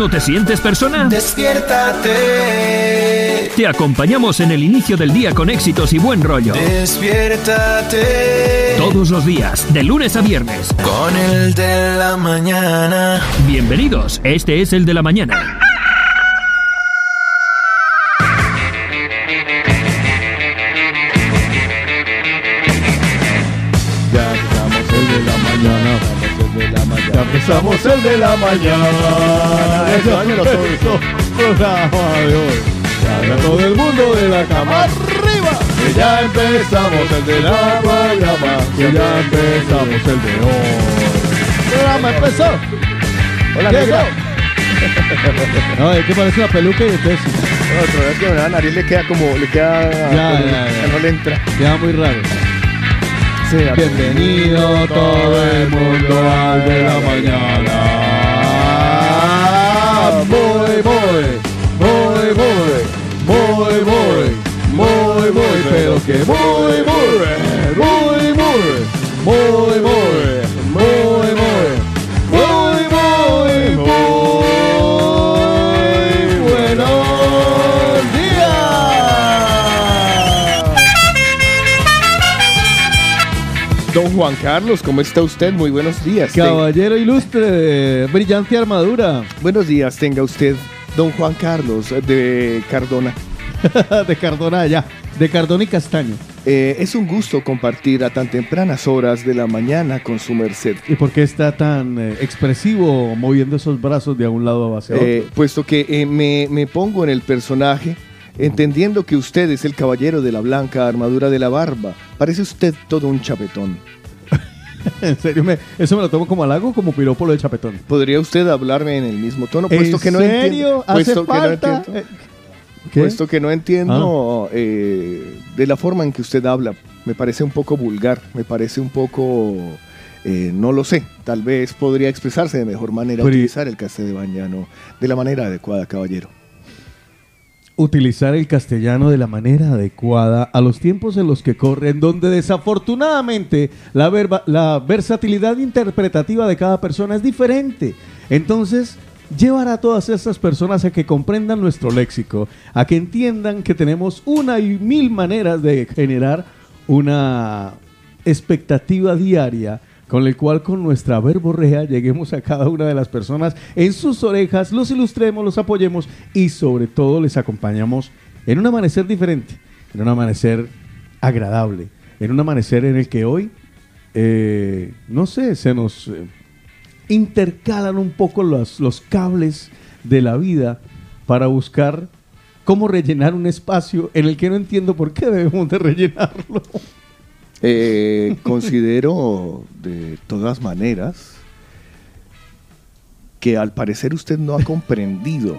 no te sientes persona? Despiértate. Te acompañamos en el inicio del día con éxitos y buen rollo. Despiértate. Todos los días, de lunes a viernes. Con el de la mañana. Bienvenidos, este es el de la mañana. Ya empezamos el de la mañana. Ya empezamos el de la mañana. Ya empezó el programa de hoy. Ya todo el mundo de la cama arriba. Que ya empezamos el de la mañana. Que ya empezamos el de hoy. El programa empezó. Hola, negra. No, es que parece una peluca y entonces... No, el problema es que a la nariz le queda como... Ya. No le entra. Queda muy raro. Sí, Bienvenido todo el mundo al de la mañana. Muy, pero que muy, buenos días. Don Juan Carlos, ¿cómo está usted? Muy buenos días. Caballero ilustre de brillante armadura. Buenos días, tenga usted, don Juan Carlos de Cardona. De Cardona allá, de Cardona y Castaño. Es un gusto compartir a tan tempranas horas de la mañana con su merced. ¿Y por qué está tan expresivo moviendo esos brazos de un lado hacia otro? Puesto que me pongo en el personaje, entendiendo que usted es el caballero de la blanca armadura de la barba. Parece usted todo un chapetón. En serio, eso me lo tomo como halago o como piropo lo de chapetón. ¿Podría usted hablarme en el mismo tono? Puesto que no ¿En serio? entiendo. ¿Hace Puesto que no falta? entiendo. ¿Qué? Puesto que no entiendo de la forma en que usted habla, me parece un poco vulgar, me parece un poco, no lo sé, tal vez podría expresarse de mejor manera, utilizar el castellano de la manera adecuada, caballero. Utilizar el castellano de la manera adecuada a los tiempos en los que corren, donde desafortunadamente la versatilidad interpretativa de cada persona es diferente. Entonces, llevar a todas estas personas a que comprendan nuestro léxico, a que entiendan que tenemos una y mil maneras de generar una expectativa diaria con el cual con nuestra verborrea lleguemos a cada una de las personas en sus orejas, los ilustremos, los apoyemos y sobre todo les acompañamos en un amanecer diferente, en un amanecer agradable, en un amanecer en el que hoy, no sé, se nos... intercalan un poco los cables de la vida para buscar cómo rellenar un espacio en el que no entiendo por qué debemos de rellenarlo. Considero de todas maneras que al parecer usted no ha comprendido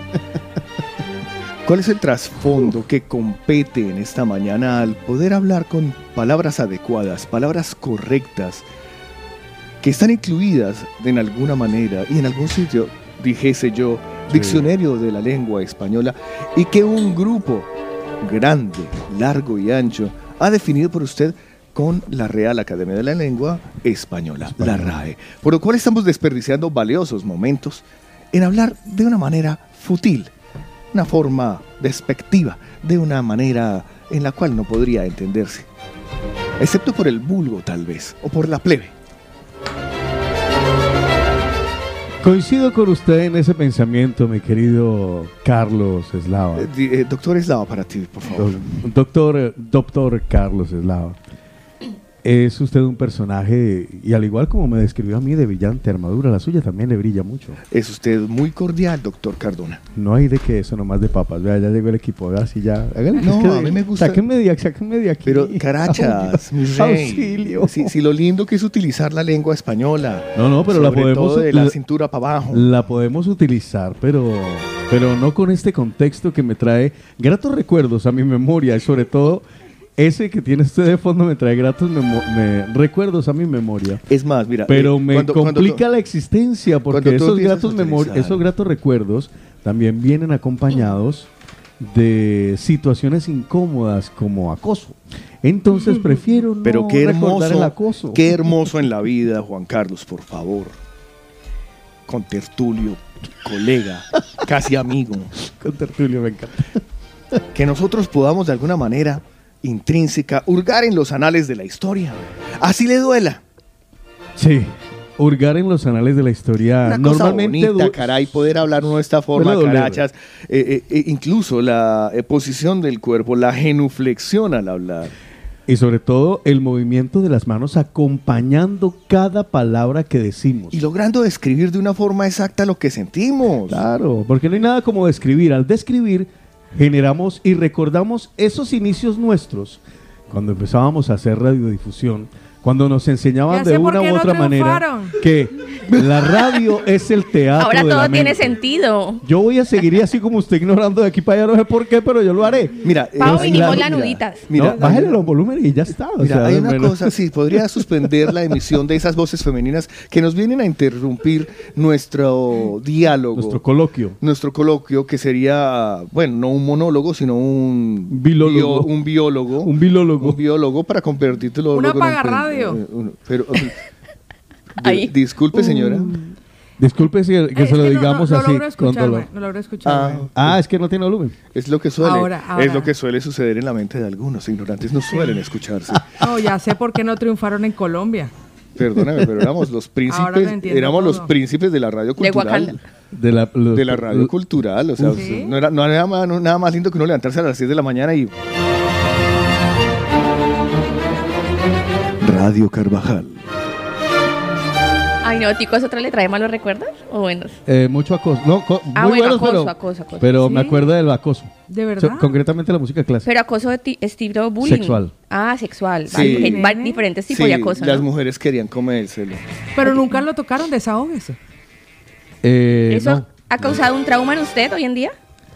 cuál es el trasfondo que compete en esta mañana al poder hablar con palabras adecuadas, palabras correctas, que están incluidas en alguna manera y en algún sitio, dijese yo, diccionario de la lengua española, y que un grupo grande, largo y ancho ha definido por usted con la Real Academia de la Lengua Española, la RAE, por lo cual estamos desperdiciando valiosos momentos en hablar de una manera fútil, una forma despectiva, de una manera en la cual no podría entenderse, excepto por el vulgo tal vez, o por la plebe. Coincido con usted en ese pensamiento, mi querido Carlos Eslava. Doctor Eslava, para ti, por favor. Doctor Carlos Eslava. Es usted un personaje, y al igual como me describió a mí, de brillante armadura, la suya también le brilla mucho. Es usted muy cordial, doctor Cardona. No hay de que eso, nomás de papas. Vea, ya llegó el equipo, vea, si ya... Hágale, no, es que a mí me gusta... Sáquenme de aquí. Pero, carachas, mi rey. Auxilio. Si lo lindo que es utilizar la lengua española. No, pero la podemos... todo de la cintura para abajo. La podemos utilizar, pero no con este contexto que me trae gratos recuerdos a mi memoria, y sobre todo... Ese que tiene usted de fondo me trae gratos recuerdos a mi memoria. Es más, mira... Pero me complica la existencia, porque esos gratos recuerdos también vienen acompañados de situaciones incómodas como acoso. Entonces prefiero no recordar el acoso. Qué hermoso en la vida, Juan Carlos, por favor. contertulio, colega, casi amigo, Con tertulio, me encanta. que nosotros podamos de alguna manera intrínseca hurgar en los anales de la historia. Así le duela. Sí, hurgar en los anales de la historia. Una cosa Normalmente bonita, caray, poder hablar uno de esta forma, Duele, duele. carachas. Incluso la posición del cuerpo, la genuflexión al hablar. Y sobre todo el movimiento de las manos acompañando cada palabra que decimos. Y logrando describir de una forma exacta lo que sentimos. Claro, porque no hay nada como describir. Al describir, generamos y recordamos esos inicios nuestros, cuando empezábamos a hacer radiodifusión, cuando nos enseñaban Ya sé de por una qué u no otra manera triunfaron. que la radio es el teatro Ahora de todo la tiene mente. sentido. Yo voy a seguir así como usted ignorando de aquí para allá, no sé por qué, pero yo lo haré. Mira, Pau, vinimos mira, lanuditas. mira, No, bájale los volúmenes y ya está. o Mira, sea, hay una bueno. cosa, sí, podría suspender la emisión de esas voces femeninas que nos vienen a interrumpir nuestro diálogo, Nuestro coloquio. nuestro coloquio, que sería, bueno, no un monólogo, sino un Bilólogo. un biólogo. Un bilólogo. Un biólogo para convertirlo Un luego en apagarradio. pero, Ahí. disculpe, señora. Disculpe si que se lo no, digamos no así logro con dolor. escucharme, no logro escucharme. Ah, es que no tiene volumen. Es lo que suele, Ahora. es lo que suele suceder en la mente de algunos ignorantes. No suelen escucharse. No, ya sé por qué no triunfaron en Colombia. Perdóname, pero éramos los Ahora lo príncipes, entiendo éramos los todo. príncipes de la radio De cultural. Wakanda. De De la radio cultural, o sea, ¿Sí? no era nada más lindo que uno levantarse a las 6 de la mañana y... Radio Carvajal. Ay, no, Tico, ¿eso otra le trae malos recuerdos? ¿O buenos? Mucho acoso. No, Ah, muy bueno, buenos, acoso. pero ¿Sí? me acuerdo del acoso. ¿De verdad? Concretamente la música clásica. Pero acoso de estilo bullying. Sexual. Ah, sexual. Sí. Hay diferentes tipos de acoso, las ¿no? mujeres querían comérselo. Pero nunca lo tocaron, desahógese. ¿Eso No. ha causado un trauma en usted hoy en día?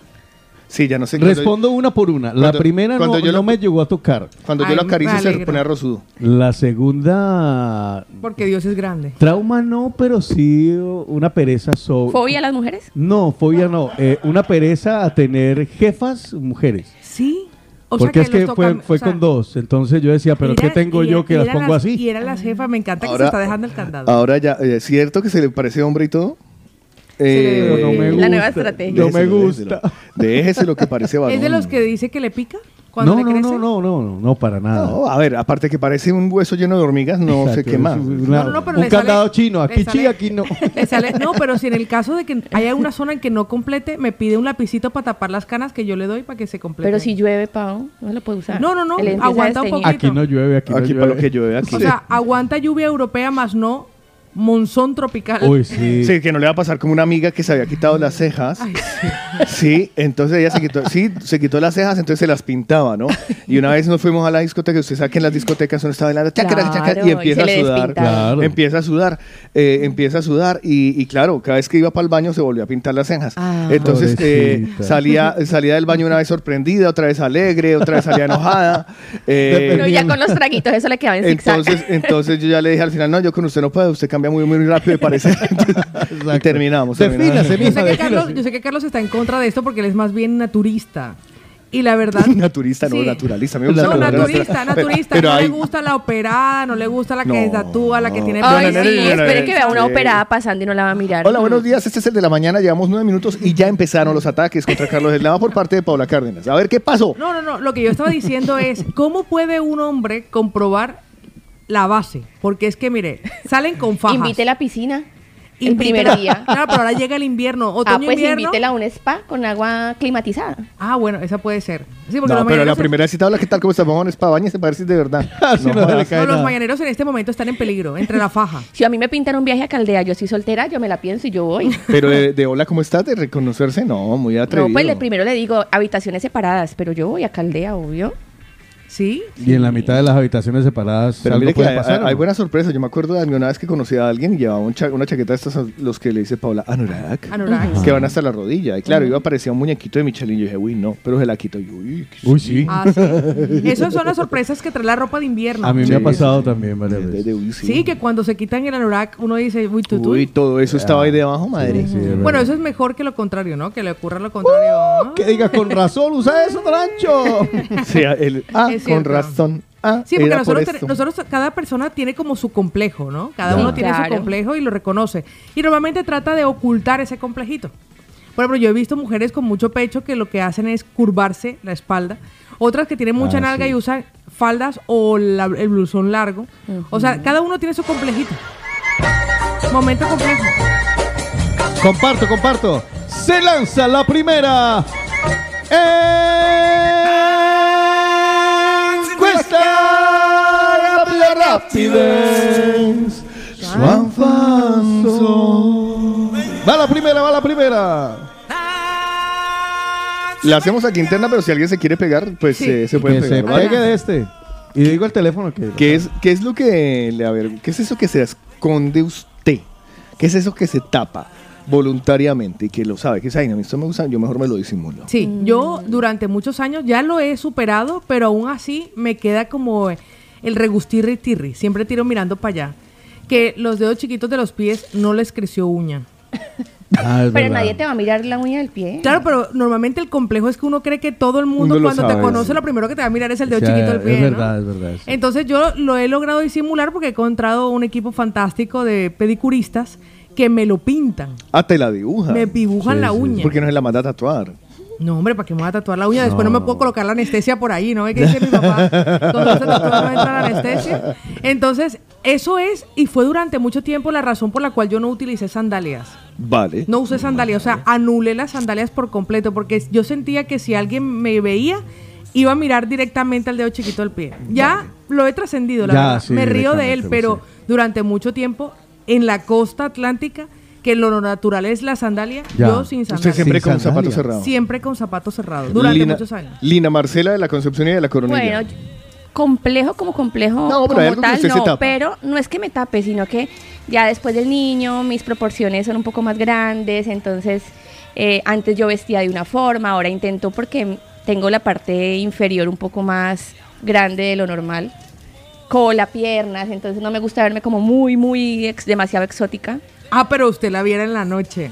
Sí, ya no sé. Respondo una por una. La cuando- primera cuando yo no lo- me llegó a tocar. Cuando yo Ay, lo acaricio me se alegro. pone arrozudo. La segunda, Porque Dios es grande. trauma no, pero sí una pereza sobre... ¿Fobia a las mujeres? No, fobia no. Una pereza a tener jefas mujeres. Sí. O Porque sea es que los fue, tocan- fue o sea, con dos. Entonces yo decía, ¿pero qué era- tengo y yo era- que y las eran pongo así? Y eran las jefas, me encanta que Ahora- se está dejando el candado. Ahora ya, ¿es cierto que se le parece hombre y todo? Pero no me gusta. La nueva estrategia. No me Déjeselo, gusta. Déjese lo que parece varón. ¿Es de los que dice que le pica cuando le crece? No, para nada. No, a ver, aparte que parece un hueso lleno de hormigas, no sé Exacto, qué más. es una- No, pero un le sale- candado chino, le aquí sale- sí, aquí no. le sale- no, pero si en el caso de que haya una zona en que no complete, me pide un lapicito para tapar las canas que yo le doy para que se complete. Pero si llueve, Pau, no lo puede usar. No, Se le empieza a aguanta un desteñir. poquito. Aquí no llueve, aquí no Aquí llueve. para lo que llueve aquí. O sea, aguanta lluvia europea más no monzón tropical. Uy, sí. Sí, que no le va a pasar como una amiga que se había quitado las cejas. Ay, Sí, entonces ella se quitó las cejas, entonces se las pintaba, ¿no? Y una vez nos fuimos a la discoteca, usted sabe que en las discotecas uno está bailando, chacara, chacara, Claro, y empieza y a se le sudar. despintaba. Claro. Empieza a sudar y claro, cada vez que iba para el baño se volvió a pintar las cejas. Ah. Entonces Pobrecita. salía del baño una vez sorprendida, otra vez alegre, otra vez salía enojada. No, ya con los traguitos, eso le quedaba en zigzag. Entonces yo ya le dije al final, no, yo con usted no puedo, usted cambia muy, muy rápido de parecer. Y terminamos. Defínase, yo, mija, sé que Carlos, defínase. yo sé que Carlos está en contra de esto porque él es más bien naturista. Y la verdad... Naturista, no, Sí. naturalista. Me gusta No, la palabra naturista. Pero No hay- le gusta la operada, no le gusta la que No. se tatúa, la que tiene... Ay, no, no, sí, no, no, no, espere no, que vea una no. operada pasando y no la va a mirar. Hola, buenos días. Este es el de la mañana. Llevamos 9 minutos y ya empezaron los ataques contra Carlos Eslava por parte de Paula Cárdenas. A ver, ¿qué pasó? No. Lo que yo estaba diciendo es, ¿cómo puede un hombre comprobar la base? Porque es que, mire, salen con fajas. Invite a la piscina el Invítela- primer día. Claro, pero ahora llega el invierno, otoño, Ah, pues invierno. invítela a un spa con agua climatizada. Ah, bueno, esa puede ser. Sí, porque No, los pero la mañaneros- primera cita, hola, ¿qué tal? ¿Cómo estás? Vamos para bañarse para ver si es de verdad. Así no se le jodas. cae No, los nada. mañaneros en este momento están en peligro, entre la faja. Si a mí me pintan un viaje a Caldea, yo soy soltera, yo me la pienso y yo voy. Pero de hola, ¿cómo estás? De reconocerse, no, muy atrevido. No, pues primero le digo habitaciones separadas, pero yo voy a Caldea, obvio. ¿Sí? Y en la mitad de las habitaciones separadas Pero algo mire que puede pasar. ¿o hay no? buenas sorpresas. Yo me acuerdo de alguna vez que conocí a alguien y llevaba una chaqueta de estas, los que le dice Paula, anorak, Anorak. que van hasta la rodilla. Y claro, iba parecía un muñequito de Michelin. Yo dije, uy, no, pero se la quito. Y, uy, Uy, sí. Ah, sí. Esas son las sorpresas que trae la ropa de invierno. A mí Sí, me ha sí, pasado también varias veces. uy, Sí, que cuando se quitan el anorak, uno dice, uy, tú. Uy, todo eso estaba ahí debajo, madre. Sí, es verdad. Bueno, eso es mejor que lo contrario, ¿no? Que le ocurra lo contrario. Que diga, con razón, usa eso, Trancho. Sí, Es con cierto. razón. Sí, porque era por nosotros, cada persona tiene como su complejo, ¿no? Cada Ya. uno tiene su Claro. complejo y lo reconoce. Y normalmente trata de ocultar ese complejito. Por ejemplo, yo he visto mujeres con mucho pecho que lo que hacen es curvarse la espalda. Otras que tienen mucha nalga sí. y usan faldas o el blusón largo. O sea, cada uno tiene su complejito. Momento complejo. Comparto. Se lanza la primera encuesta Rapidez. Juan Fanzo. Va la primera. La hacemos aquí interna, pero si alguien se quiere pegar, pues Sí. se puede Que se pegar. ¿vale? pegue de este. Y digo el teléfono que... ¿Qué es lo que a ver, qué es eso que se esconde usted? ¿Qué es eso que se tapa voluntariamente y que lo sabe? Que dice, ay, no, esto me gusta, yo mejor me lo disimulo. Sí, yo durante muchos años ya lo he superado, pero aún así me queda como el regustirri-tirri. Siempre tiro mirando para allá. Que los dedos chiquitos de los pies no les creció uña. Ah, es Pero verdad. nadie te va a mirar la uña del pie. Claro, pero normalmente el complejo es que uno cree que todo el mundo Uno lo cuando te sabe, conoce sí. lo primero que te va a mirar es el dedo O sea, chiquito del pie, es ¿no? verdad, es verdad. Sí. Entonces yo lo he logrado disimular porque he encontrado un equipo fantástico de pedicuristas que me lo pintan. Ah, te la dibuja. Me dibujan Sí, la sí. uña. ¿Por qué no se la manda a tatuar? No, hombre, ¿para qué me voy a tatuar la uña? Después no me puedo colocar la anestesia por ahí, ¿no? ¿Ve qué dice mi papá? Cuando se tatúa no entra la anestesia. Entonces, eso es, y fue durante mucho tiempo la razón por la cual yo no utilicé sandalias. Vale. No usé sandalias, o sea, anulé las sandalias por completo, porque yo sentía que si alguien me veía, iba a mirar directamente al dedo chiquito del pie. Ya lo he trascendido, la Ya, verdad. sí, Me río de él, directamente, pero sí. durante mucho tiempo, en la costa atlántica, que lo natural es la sandalia, Ya. yo sin Usted sandalias. siempre Sin con sandalia. zapatos cerrados. Siempre con zapatos cerrados, durante muchos años. Lina Marcela de la Concepción y de la Coronilla. Bueno, complejo como complejo No, pero hay algo como que tal, usted se no, tapa. pero no es que me tape, sino que ya después del niño mis proporciones son un poco más grandes, entonces antes yo vestía de una forma, ahora intento porque tengo la parte inferior un poco más grande de lo normal, cola, piernas, entonces no me gusta verme como demasiado exótica. Ah, pero usted la viera en la noche.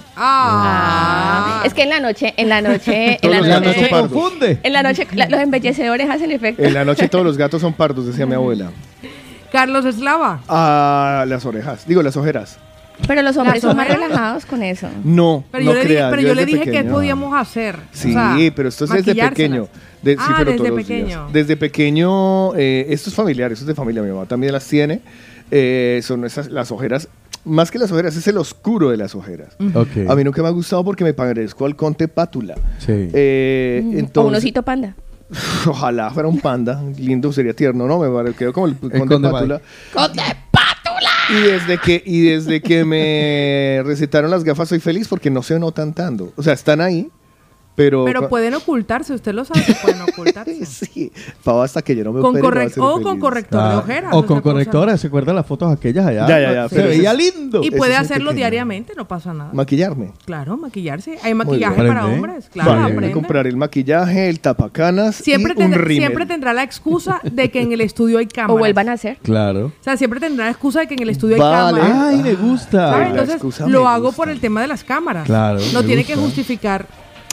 Es que en la noche, Todos los gatos son pardos. confunde. en la noche los embellecedores hacen efecto. En la noche todos los gatos son pardos, decía mi abuela. Carlos Eslava. Ah, las orejas. Digo, las ojeras. Pero los hombres son más ojeras. relajados con eso. No, Pero no yo le creas, dije, yo le desde dije que pequeño. podíamos hacer. Sí, O sea, pero esto es desde pequeño. maquillárselas. Sí, pero desde todos los pequeño. días. Desde pequeño, esto es familiar, esto es de familia. Mi mamá también las tiene. Son esas, las ojeras. Más que las ojeras, es el oscuro de las ojeras. Ok. A mí nunca me ha gustado porque me parezco al Conte Pátula. Sí. O un Entonces, osito panda. ojalá fuera un panda. Lindo, sería tierno, ¿no? Quedo como el Conde Conde Pátula. Y desde que me recetaron las gafas soy feliz porque no se notan tanto. O sea, están ahí, pero... Pero pueden ocultarse, usted lo sabe, que pueden ocultarse. Sí, Pau, hasta que yo no me Con opere, no va a ser o feliz. con corrector de ojeras. O esa con cosa. correctoras, ¿se acuerdan las fotos aquellas allá? Ya, Se pero veía ese es- lindo. Y Ese puede es el hacerlo pequeño. diariamente, no pasa nada. Maquillarme. Claro, maquillarse. Hay maquillaje bien. para Aprende. hombres, claro, Vale, aprende. comprar el maquillaje, el tapacanas Siempre, y un rímel. siempre tendrá la excusa de que en el estudio hay cámaras. O vuelvan a hacer. Claro. O sea, siempre tendrá la excusa de que en el estudio hay Vale. cámaras. Ay, me gusta. ¿Sabe? la Entonces excusa lo me hago gusta. por el tema de las cámaras. Claro, No me tiene que gusta. justificar.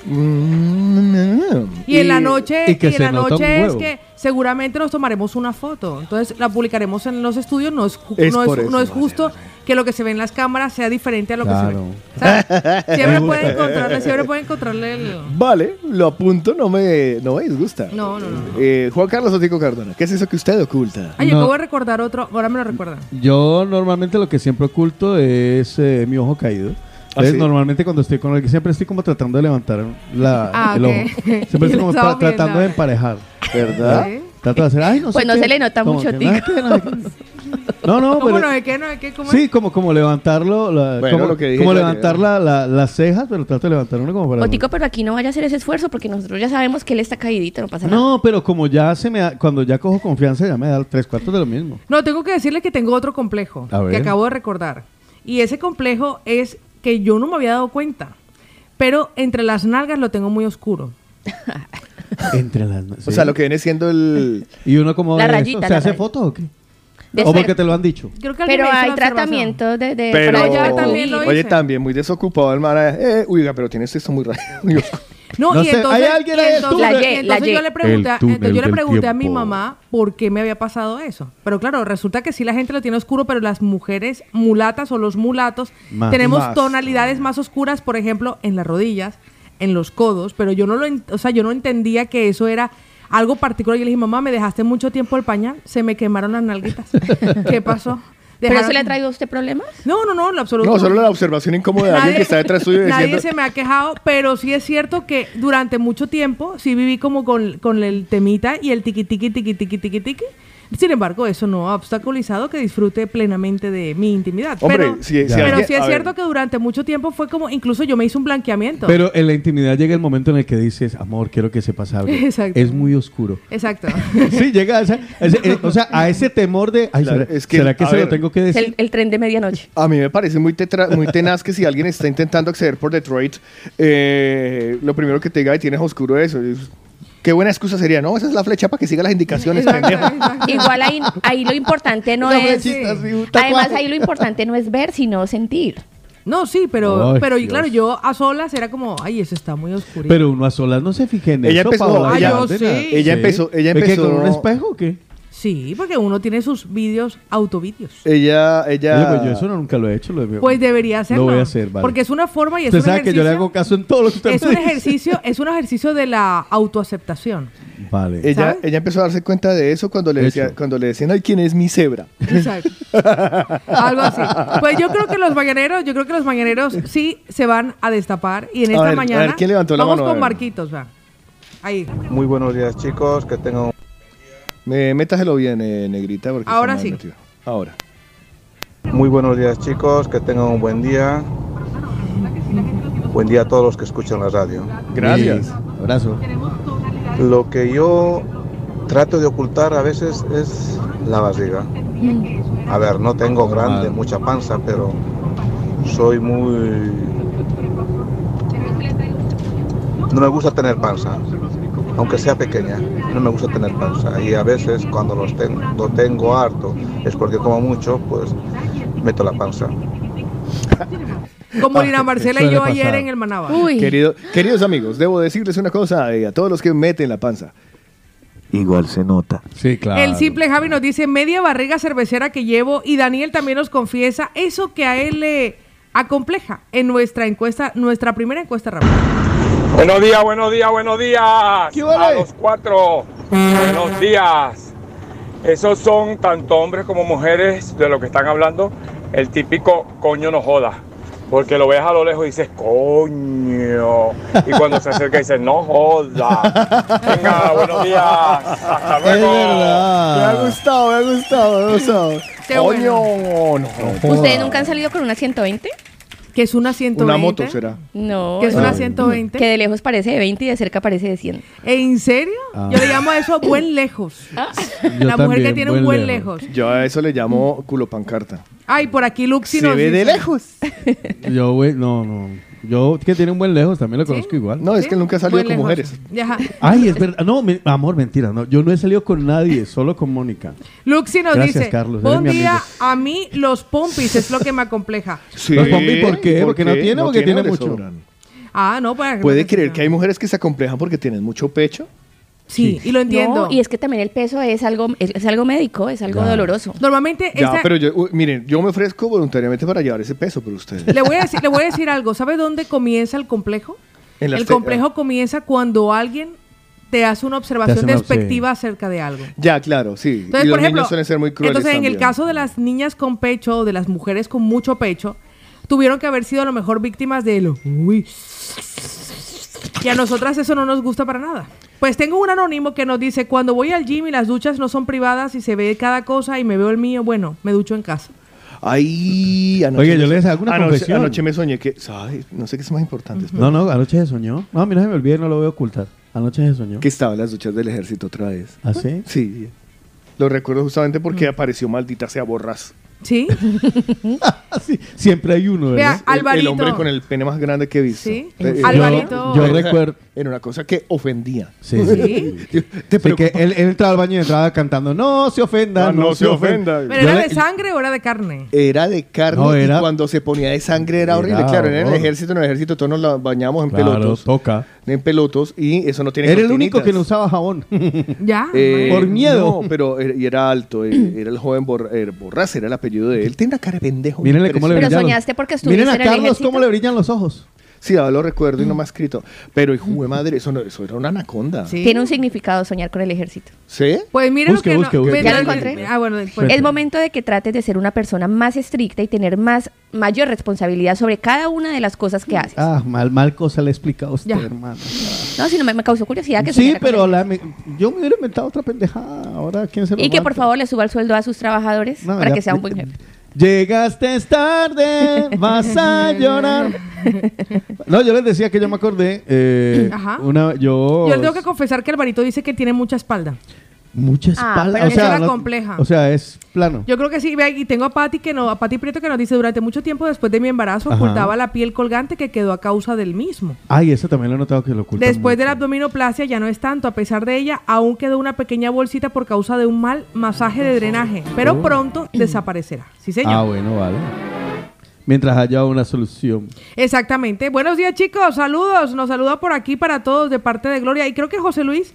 Y en la noche, y que y en se la nota un noche es huevo. que seguramente nos tomaremos una foto. Entonces la publicaremos en los estudios. No es, Es no por es, eso, no es vale, justo que lo que se ve en las cámaras sea diferente a lo Claro. que se ve. O sea, siempre pueden encontrarle el... Vale, lo apunto, no me disgusta. No, no, no. Juan Carlos Otico Cardona, ¿qué es eso que usted oculta? Ay, yo No. acabo de recordar otro. Ahora me lo recuerdan. Yo normalmente lo que siempre oculto es mi ojo caído. ¿Ah, Entonces, sí? normalmente cuando estoy con alguien, siempre estoy como tratando de levantar el ok. ojo. Siempre estoy como Estaba viendo. tratando de emparejar. ¿Verdad? ¿Sí? Trato de hacer, ay, no Pues sé no qué. se le nota Como mucho, que, no sé qué, no sé qué. No, ¿Cómo pero... no es que? ¿No es que? ¿Cómo es? Sí, como levantarlo, Bueno, como, lo que dije como ya, levantar las cejas, pero trato de levantar uno como para... Otico, pero aquí no vaya a hacer ese esfuerzo porque nosotros ya sabemos que él está caídito, no pasa nada. No, pero como ya cuando ya cojo confianza, ya me da 3/4 de lo mismo. No, tengo que decirle que tengo otro complejo A ver. que acabo de recordar. Y ese complejo es que yo no me había dado cuenta. Pero entre las nalgas lo tengo muy oscuro. Entre las... O sea, lo que viene siendo el... ¿Y uno como La ve rayita, eso? ¿Se la hace rayita. fotos o qué? De ¿O ser- porque te lo han dicho? Creo que alguien Pero me hizo hay la observación. tratamientos Pero ya también lo Oye, hice. también muy desocupado el mar. Oiga, pero tienes esto muy raro. muy oscuro. No, No y sé, entonces, ¿hay alguien ahí? entonces yo le pregunté, El túnel entonces yo le del pregunté a mi tiempo. mamá por qué me había pasado eso. Pero claro, resulta que sí la gente lo tiene oscuro, pero las mujeres mulatas o los mulatos tenemos Más. tonalidades más oscuras, por ejemplo, en las rodillas, en los codos, pero yo yo no entendía que eso era algo particular. Yo le dije, mamá, me dejaste mucho tiempo el pañal, se me quemaron las nalguitas. ¿Qué pasó? ¿Pero eso Dejaron- le ha traído a usted problemas? No, lo absoluto. No, solo la observación incómoda de alguien que está detrás suyo Nadie diciendo... se me ha quejado, pero sí es cierto que durante mucho tiempo sí viví como con el temita y el tiqui tiqui tiqui tiqui tiqui tiqui. Sin embargo, eso no ha obstaculizado que disfrute plenamente de mi intimidad. Hombre, pero si pero alguien- sí es a cierto ver. que durante mucho tiempo fue como, incluso yo me hice un blanqueamiento. Pero en la intimidad llega el momento en el que dices, amor, quiero que sepas algo. Exacto. Es muy oscuro. Exacto. Sí, llega o sea, a ese temor de, ay, Claro, ¿será, es que, será que a se ver, lo tengo que Es decir? el tren de medianoche. A mí me parece muy tenaz que si alguien está intentando acceder por Detroit, lo primero que te diga, "Ay, tienes oscuro eso". Qué buena excusa sería, ¿no? Esa es la flecha para que siga las indicaciones, Exacto, pendejo. exacto. Igual ahí lo importante no Una es... flechita así, un Además, tatuaje. ahí lo importante no es ver, sino sentir. No, sí, pero Ay, y claro, Dios. yo a solas era como, ay, eso está muy oscuro. Pero uno a solas no se fije en Ella eso, empezó- Paola Ah, yo Cárdenas. sí. Ella empezó- ¿Es que empezó- con un espejo o qué? Sí, porque uno tiene sus vídeos, autovídeos. Ella... Oye, pues yo eso nunca lo he hecho. Pues debería hacerlo. Lo voy a hacer, vale. Porque es una forma y es Usted un sabe que yo le ejercicio- hago caso en todo lo que usted es me un dice. ejercicio de la autoaceptación. Vale. ¿Sabes? Ella empezó a darse cuenta de eso cuando le Hecho. decían, ay, ¿quién es mi cebra? Exacto. Algo así. Pues yo creo que los mañaneros sí se van a destapar y en A esta ver, mañana a ver, ¿quién levantó la vamos mano? A con ver. Marquitos, va. Ahí. Muy buenos días, chicos, que tengan Métaselo bien, negrita. Porque Ahora está mal sí. metido. Ahora. muy buenos días, chicos, que tengan un buen día. Buen día a todos los que escuchan la radio. Gracias. Sí, abrazo. Lo que yo trato de ocultar a veces es la barriga. A ver, no tengo grande, mucha panza, pero soy muy... No me gusta tener panza, aunque sea pequeña, no me gusta tener panza. Y a veces cuando lo tengo harto, es porque como mucho, pues meto la panza. Como Lina Marcela y suele yo ayer pasar. en el Manaba. Uy, Queridos amigos, debo decirles una cosa a todos los que meten la panza. Igual se nota. Sí, claro. El simple Javi nos dice media barriga cervecera que llevo y Daniel también nos confiesa eso que a él le acompleja en nuestra encuesta, nuestra primera encuesta rápida. Buenos días, buenos días, buenos días. ¿Qué vale? A los cuatro. Buenos días. Esos son tanto hombres como mujeres de lo que están hablando. El típico coño no joda. Porque lo ves a lo lejos y dices coño. Y cuando se acerca dices no joda. Venga, buenos días. Hasta Es luego. Me ha verdad. gustado, me ha gustado, me ha gustado. Qué Coño, bueno. no. ¿ustedes nunca han salido con una 120? Que es una 120. Una moto será. No. Que es una no. 120. Que de lejos parece de 20 y de cerca parece de 100. ¿En serio? Ah. Yo le llamo a eso buen lejos. Yo La mujer que también, tiene un buen lejos. Yo a eso le llamo culo pancarta. Ay, por aquí Luxi Se nos ve de dice- lejos. Yo, güey, no. Yo, que tiene un buen lejos, también lo conozco igual. No, es ¿Sí? que él nunca ha salido Buen con lejos. mujeres. Ajá. Ay, es verdad. No, amor, mentira. No, yo no he salido con nadie, solo con Mónica. Luxi nos Gracias, dice, Carlos, eres buen mi día, amigo". a mí los pompis es lo que me acompleja. Sí. Los pompi, ¿por qué? Porque no tiene, porque tiene le mucho. sobran. Ah, no, pues... ¿Puede creer que hay mujeres que se acomplejan porque tienen mucho pecho? Sí, y lo entiendo. No, y es que también el peso es algo médico, es algo Ya. doloroso. Normalmente, Ya, esta- pero miren, yo me ofrezco voluntariamente para llevar ese peso, pero ustedes. le voy a decir algo. ¿Sabe dónde comienza el complejo? En las El te- complejo comienza cuando alguien te hace una observación una- despectiva acerca de algo. Ya, claro, sí. Entonces, y los por ejemplo, niños suelen ser muy crueles entonces en el también. caso de las niñas con pecho o de las mujeres con mucho pecho, tuvieron que haber sido a lo mejor víctimas de lo... Uy. Y a nosotras eso no nos gusta para nada. Pues tengo un anónimo que nos dice, cuando voy al gym y las duchas no son privadas y se ve cada cosa y me veo el mío, bueno, me ducho en casa. Ay, anoche Oye, yo les hago una confesión. Anoche me soñé que, ¿sabes? No sé qué es más importante. espera. No, anoche se soñó. No, mira, se me olvide, no lo voy a ocultar. Anoche se soñó. Que estaba en las duchas del ejército otra vez. ¿Ah, sí? Sí. Lo recuerdo justamente porque apareció maldita sea Borras. ¿Sí? Sí, siempre hay uno, ¿verdad? Vea, Alvarito. El hombre con el pene más grande que he visto. Sí. Yo Alvarito. recuerdo. Era una cosa que ofendía. Sí. ¿Te Sí, que preocupa? él entraba al baño y entraba cantando, no se ofenda, No se ofenda. ¿Pero Yo era le- de sangre o era de carne? Era de carne No, era- y cuando se ponía de sangre era horrible. Era Claro, en el horror. ejército todos nos la bañamos en Claro, pelotos. toca. En pelotos y eso no tiene Era el único cortinitas. que no usaba jabón. Ya. Por miedo. No, pero y era alto. Era el joven Borrás, era el apellido de él. Tiene una cara de pendejo. Mírenle cómo le Pero brillan. soñaste porque estuviste Miren a en el Carlos ejército. cómo le brillan los ojos. Sí, ahora lo recuerdo y no me ha escrito. Pero, hijo de madre, eso era una anaconda. Sí. Tiene un significado soñar con el ejército. ¿Sí? Pues miren Busque, lo que busque, busque. ¿Ya lo encontré? Ah, bueno, después. Es momento de que trates de ser una persona más estricta y tener mayor responsabilidad sobre cada una de las cosas que haces. Ah, mal cosa le he explicado a usted, Ya. hermano. No, sino me causó curiosidad que Sí, soñara con pero el yo me hubiera inventado otra pendejada. Ahora, ¿quién se lo Y que por aguanta? favor le suba el sueldo a sus trabajadores No, para ya- que sea un buen jefe. Llegaste tarde, vas a llorar. No, yo les decía que yo me acordé. Ajá. Yo Yo le tengo que confesar que Alvarito dice que tiene mucha espalda. mucha espalda. pero o es sea, una compleja. O sea, es plano. Yo creo que sí, vea, y tengo a Pati Prieto que nos dice, durante mucho tiempo después de mi embarazo Ajá. ocultaba la piel colgante que quedó a causa del mismo. Ay, eso también lo he notado que lo oculta Después de la mucho. abdominoplastia ya no es tanto, a pesar de ella aún quedó una pequeña bolsita por causa de un mal masaje de drenaje, pero pronto desaparecerá. Sí, señor. Ah, bueno, vale. Mientras haya una solución. Exactamente. Buenos días, chicos. Saludos. Nos saluda por aquí para todos de parte de Gloria. Y creo que José Luis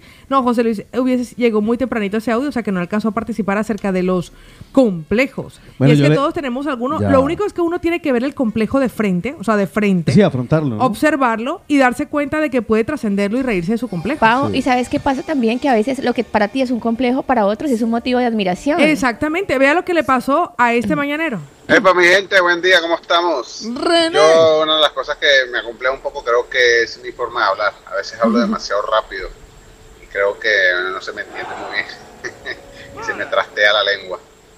llegó muy tempranito ese audio, o sea que no alcanzó a participar acerca de los complejos. Bueno, y es yo que le- todos tenemos algunos. Ya. Lo único es que uno tiene que ver el complejo de frente, o sea, de frente. Sí, afrontarlo, ¿no? Observarlo y darse cuenta de que puede trascenderlo y reírse de su complejo. Pau, Sí. y sabes qué pasa también, que a veces lo que para ti es un complejo, para otros es un motivo de admiración. Exactamente. Vea lo que le pasó a este mañanero. Epa, mi gente, buen día, ¿cómo estamos? Yo, una de las cosas que me acompleja un poco creo que es mi forma de hablar. A veces hablo demasiado rápido y creo que no se me entiende muy bien y se me trastea la lengua.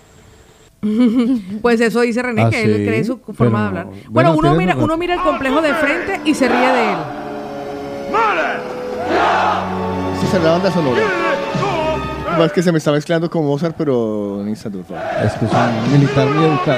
Pues eso dice René, Ah, que él sí, cree su forma pero- de hablar. bueno, Bueno, tienes uno razón. mira el complejo de frente y se ríe de él. Esa es la banda sonora. Más que se me está mezclando con Mozart, pero en instante, por favor. Es que es un militar muy educado.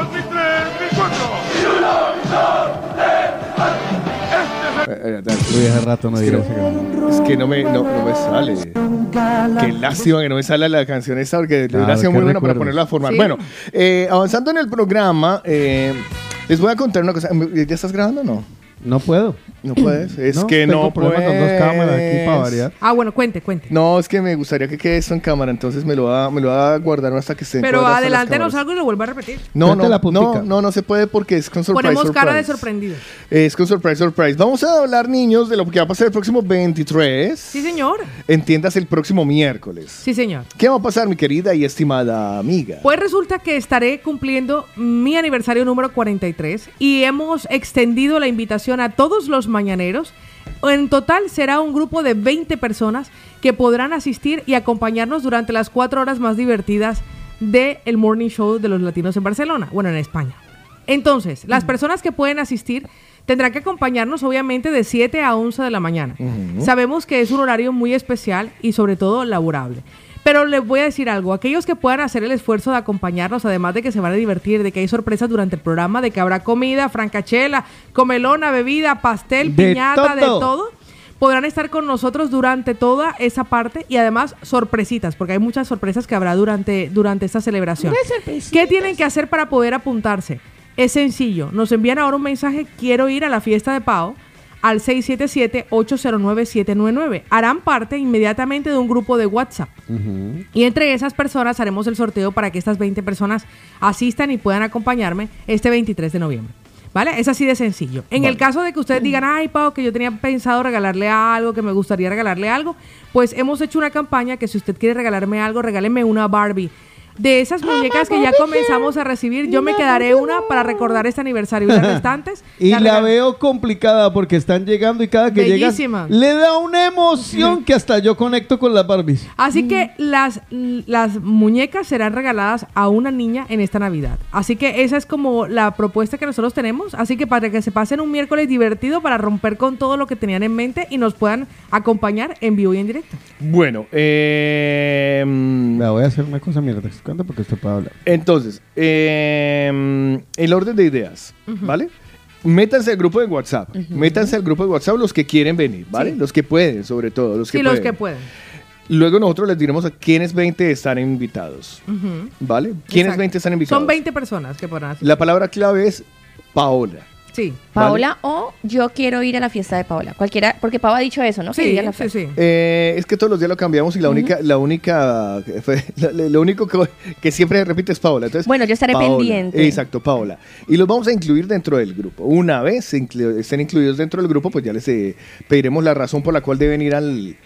Uy, hace rato no Es que diría no- esa canción. Es que no me sale. Qué lástima que no me sale la canción esta, porque Claro, hubiera sido qué muy buena para recuerdos. ponerla a formar. Sí. Bueno, avanzando en el programa, les voy a contar una cosa. ¿Ya estás grabando o no? No puedo. No puedes. Es No, que tengo no problemas con dos cámaras aquí para puedes. variar. Ah, bueno, cuente. No, es que me gustaría que quede esto en cámara, entonces me lo va a guardar hasta que esté. Pero encuadradas las adelántenos cámaras. algo y lo vuelvo a repetir. No, Cuente la puntica. no se puede porque es con surprise. Ponemos cara de surprise. sorprendido. Es con surprise. Vamos a hablar, niños, de lo que va a pasar el próximo 23. Sí, señor. Entiendas el próximo miércoles. Sí, señor. ¿Qué va a pasar, mi querida y estimada amiga? Pues resulta que estaré cumpliendo mi aniversario número 43 y hemos extendido la invitación a todos los mañaneros. En total será un grupo de 20 personas que podrán asistir y acompañarnos durante las 4 horas más divertidas del Morning Show de los latinos en Barcelona, bueno, en España. Entonces, las personas que pueden asistir tendrán que acompañarnos obviamente de 7 a 11 de la mañana. Sabemos que es un horario muy especial y sobre todo laborable. Pero les voy a decir algo, aquellos que puedan hacer el esfuerzo de acompañarnos, además de que se van a divertir, de que hay sorpresas durante el programa, de que habrá comida, francachela, comelona, bebida, pastel, De piñata, de todo. todo, podrán estar con nosotros durante toda esa parte y además sorpresitas, porque hay muchas sorpresas que habrá durante esta celebración. ¿Qué tienen que hacer para poder apuntarse? Es sencillo, nos envían ahora un mensaje, quiero ir a la fiesta de Pau, al 677-809-799. Harán parte inmediatamente de un grupo de WhatsApp. Y entre esas personas haremos el sorteo para que estas 20 personas asistan y puedan acompañarme este 23 de noviembre. ¿Vale? Es así de sencillo. En el caso de que ustedes digan, ay, Pau, que yo tenía pensado regalarle algo, que me gustaría regalarle algo, pues hemos hecho una campaña que si usted quiere regalarme algo, regáleme una Barbie. De esas muñecas que ya comenzamos a recibir, yo me quedaré una para recordar este aniversario. Y las restantes... Y las la regal- veo complicada porque están llegando y cada que Bellísima. llegan le da una emoción que hasta yo conecto con las Barbies. Así que las muñecas serán regaladas a una niña en esta Navidad. Así que esa es como la propuesta que nosotros tenemos. Así que para que se pasen un miércoles divertido para romper con todo lo que tenían en mente y nos puedan acompañar en vivo y en directo. Bueno, La voy a hacer una cosa, mierda. buscando porque usted puede hablar. Entonces, el orden de ideas, ¿vale? Métanse al grupo de WhatsApp. Métanse al grupo de WhatsApp los que quieren venir, ¿vale? Sí. Los que pueden, sobre todo. Los que Sí, pueden. los que pueden. Luego nosotros les diremos a quiénes 20 están invitados, ¿vale? ¿Quiénes Exacto. 20 están invitados? Son 20 personas que podrán asistir. La palabra clave es Paola. Sí. Paola o yo quiero ir a la fiesta de Paola. Cualquiera, porque Pau ha dicho eso, ¿no? Que Sí, iría a la sí, fiesta. sí. Es que todos los días lo cambiamos y lo único que siempre repite es Paola. Entonces, Bueno, yo estaré Paola. pendiente. Exacto, Paola. Y los vamos a incluir dentro del grupo. Una vez estén incluidos dentro del grupo, pues ya les pediremos la razón por la cual deben ir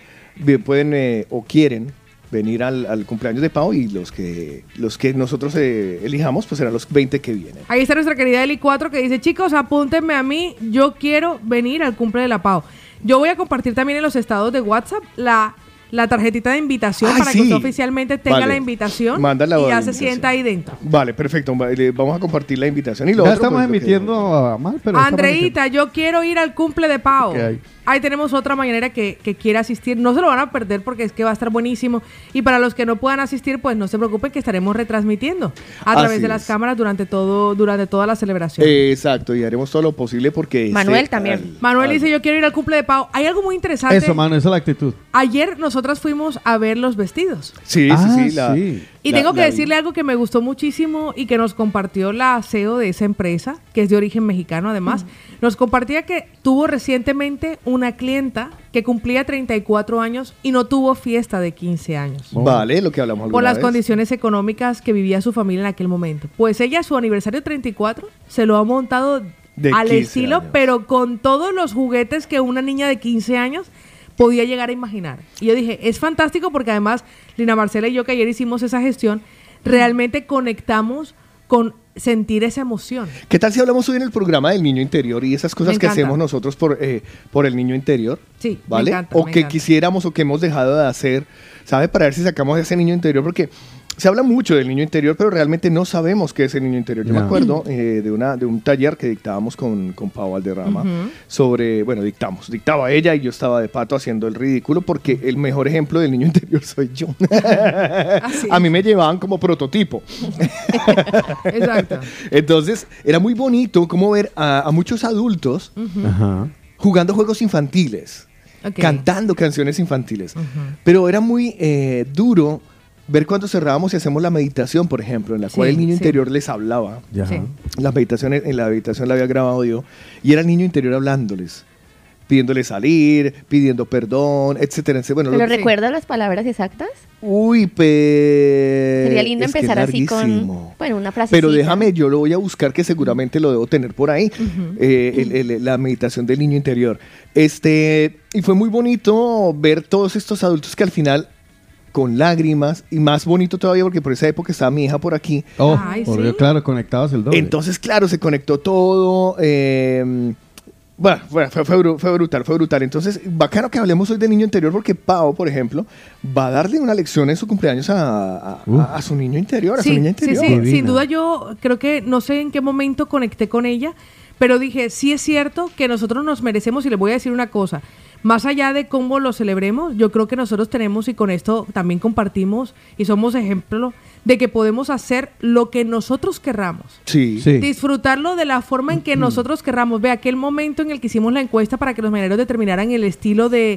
pueden o quieren venir al cumpleaños de Pau, y los que nosotros elijamos, pues serán los 20 que vienen. Ahí está nuestra querida Eli 4 que dice, chicos, apúntenme a mí, yo quiero venir al cumple de la Pau. Yo voy a compartir también en los estados de WhatsApp la tarjetita de invitación Ay, para sí. que usted oficialmente tenga Vale. la invitación Mándala y la ya se invitación. sienta ahí dentro. Vale, perfecto. Vamos a compartir la invitación. Y lo Ya otro, estamos pues, lo que- emitiendo a mal, pero Andreita, yo quiero ir al cumple de Pau. ¿Qué hay? Ahí tenemos otra mañanera que quiere asistir. No se lo van a perder porque es que va a estar buenísimo. Y para los que no puedan asistir, pues no se preocupen que estaremos retransmitiendo a Así través de las es. cámaras durante toda la celebración. Exacto, y haremos todo lo posible porque... Manuel también. Manuel dice, yo quiero ir al cumple de Pau. Hay algo muy interesante. Eso, mano, esa es la actitud. Ayer nosotras fuimos a ver los vestidos. Sí, sí. Y tengo que decirle algo que me gustó muchísimo y que nos compartió la CEO de esa empresa, que es de origen mexicano además. Nos compartía que tuvo recientemente una clienta que cumplía 34 años y no tuvo fiesta de 15 años. Vale, lo que hablamos Por alguna las vez. condiciones económicas que vivía su familia en aquel momento. Pues ella, su aniversario 34, se lo ha montado De al 15 estilo, años. pero con todos los juguetes que una niña de 15 años podía llegar a imaginar. Y yo dije, es fantástico porque además Lina Marcela y yo, que ayer hicimos esa gestión, realmente conectamos con sentir esa emoción. ¿Qué tal si hablamos hoy en el programa del niño interior y esas cosas Me que encanta. hacemos nosotros por el niño interior? Sí, ¿Vale? me encanta. O me que encanta. quisiéramos o que hemos dejado de hacer, ¿sabe? Para ver si sacamos ese niño interior, porque se habla mucho del niño interior, pero realmente no sabemos qué es el niño interior. Yo me Ya. acuerdo de un taller que dictábamos con Pau Valderrama sobre, bueno, dictaba ella y yo estaba de pato haciendo el ridículo porque el mejor ejemplo del niño interior soy yo. Así. A mí me llevaban como prototipo. Exacto. Entonces, era muy bonito como ver a muchos adultos Ajá. jugando juegos infantiles, Ok. cantando canciones infantiles. Pero era muy duro ver cuando cerrábamos y hacemos la meditación, por ejemplo, en la cual Sí, el niño sí. interior les hablaba. Ya. Sí. En la meditación la había grabado yo. Y era el niño interior hablándoles, pidiéndoles salir, pidiendo perdón, etcétera, etcétera. Bueno, ¿Pero lo- recuerdas las palabras exactas? Uy, pero... Sería lindo es que es empezar así con, larguísimo. bueno, una frase. Pero déjame, yo lo voy a buscar, que seguramente lo debo tener por ahí, la meditación del niño interior. Y fue muy bonito ver todos estos adultos que al final, con lágrimas, y más bonito todavía porque por esa época estaba mi hija por aquí. Oh, Ay, por sí. Dios, claro, conectados el doble. Entonces, claro, se conectó todo. Bueno, fue brutal. Entonces, bacano que hablemos hoy de niño interior porque Pau, por ejemplo, va a darle una lección en su cumpleaños a su niño interior, a su Sí, niña sí, interior. sí, Divina. sin duda yo creo que no sé en qué momento conecté con ella, pero dije, sí es cierto que nosotros nos merecemos, y le voy a decir una cosa, más allá de cómo lo celebremos, yo creo que nosotros tenemos, y con esto también compartimos y somos ejemplo de que podemos hacer lo que nosotros querramos. Sí. Sí. Disfrutarlo de la forma en que nosotros querramos. Ve, aquel momento en el que hicimos la encuesta para que los mañaneros determinaran el estilo de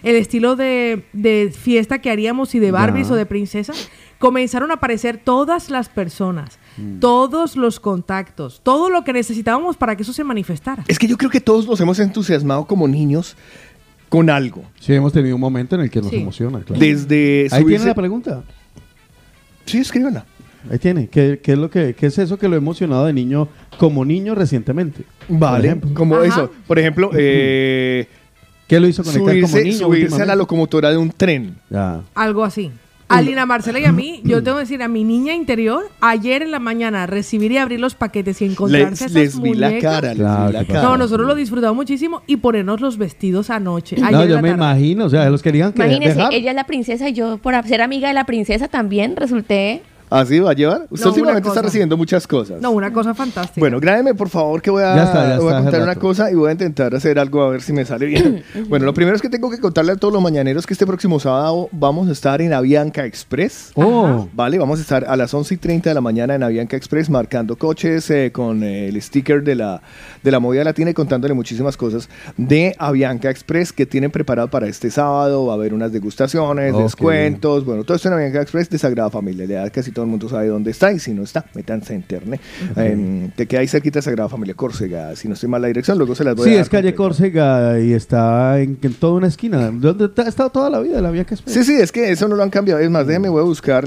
fiesta que haríamos, y de Barbies Ya. o de princesas, comenzaron a aparecer todas las personas, todos los contactos, todo lo que necesitábamos para que eso se manifestara. Es que yo creo que todos nos hemos entusiasmado como niños con algo. Sí, hemos tenido un momento en el que nos Sí. emociona, claro. Desde Ahí tiene subirse- la pregunta. Sí, escríbanla. Ahí tiene. ¿Qué es eso que lo ha emocionado de niño como niño recientemente? Por Vale, ejemplo. como Ajá. eso. Por ejemplo, ¿Qué lo hizo conectar como subirse niño? a la últimamente? locomotora de un tren. Ya. Algo así. A Lina Marcela y a mí, yo tengo que decir, a mi niña interior, ayer en la mañana recibir y abrir los paquetes y encontrarse esas Les vi la muñecas. cara, les Claro, vi la qué cara. No, nosotros lo disfrutamos muchísimo, y ponernos los vestidos anoche. No, ayer en yo la me tarde. imagino, o sea, los querían que Imagínese, dejar. ella es la princesa y yo, por ser amiga de la princesa, también resulté ¿Así va a llevar? Usted No, últimamente una está cosa. recibiendo muchas cosas. No, una cosa fantástica. Bueno, grábeme por favor que voy Ya está, voy a hace contar una rato. cosa y voy a intentar hacer algo a ver si me sale bien. Bueno, lo primero es que tengo que contarle a todos los mañaneros que este próximo sábado vamos a estar en Avianca Express. Oh, Vale, vamos a estar a las 11:30 de la mañana en Avianca Express marcando coches con el sticker de la movida latina y contándole muchísimas cosas de Avianca Express que tienen preparado para este sábado. Va a haber unas degustaciones, Ok. descuentos, bueno, todo esto en Avianca Express de Sagrada Familia. Ya casi todo el mundo sabe dónde está y si no está, métanse en internet. Te queda ahí cerquita de Sagrada Familia Córcega. Si no estoy mal la dirección, luego se las voy a sí, dar es calle completa. Córcega y está en toda una esquina. ¿Dónde ha estado toda la vida la Avianca Express? Sí, sí, es que eso no lo han cambiado. Es más, déjeme, voy a buscar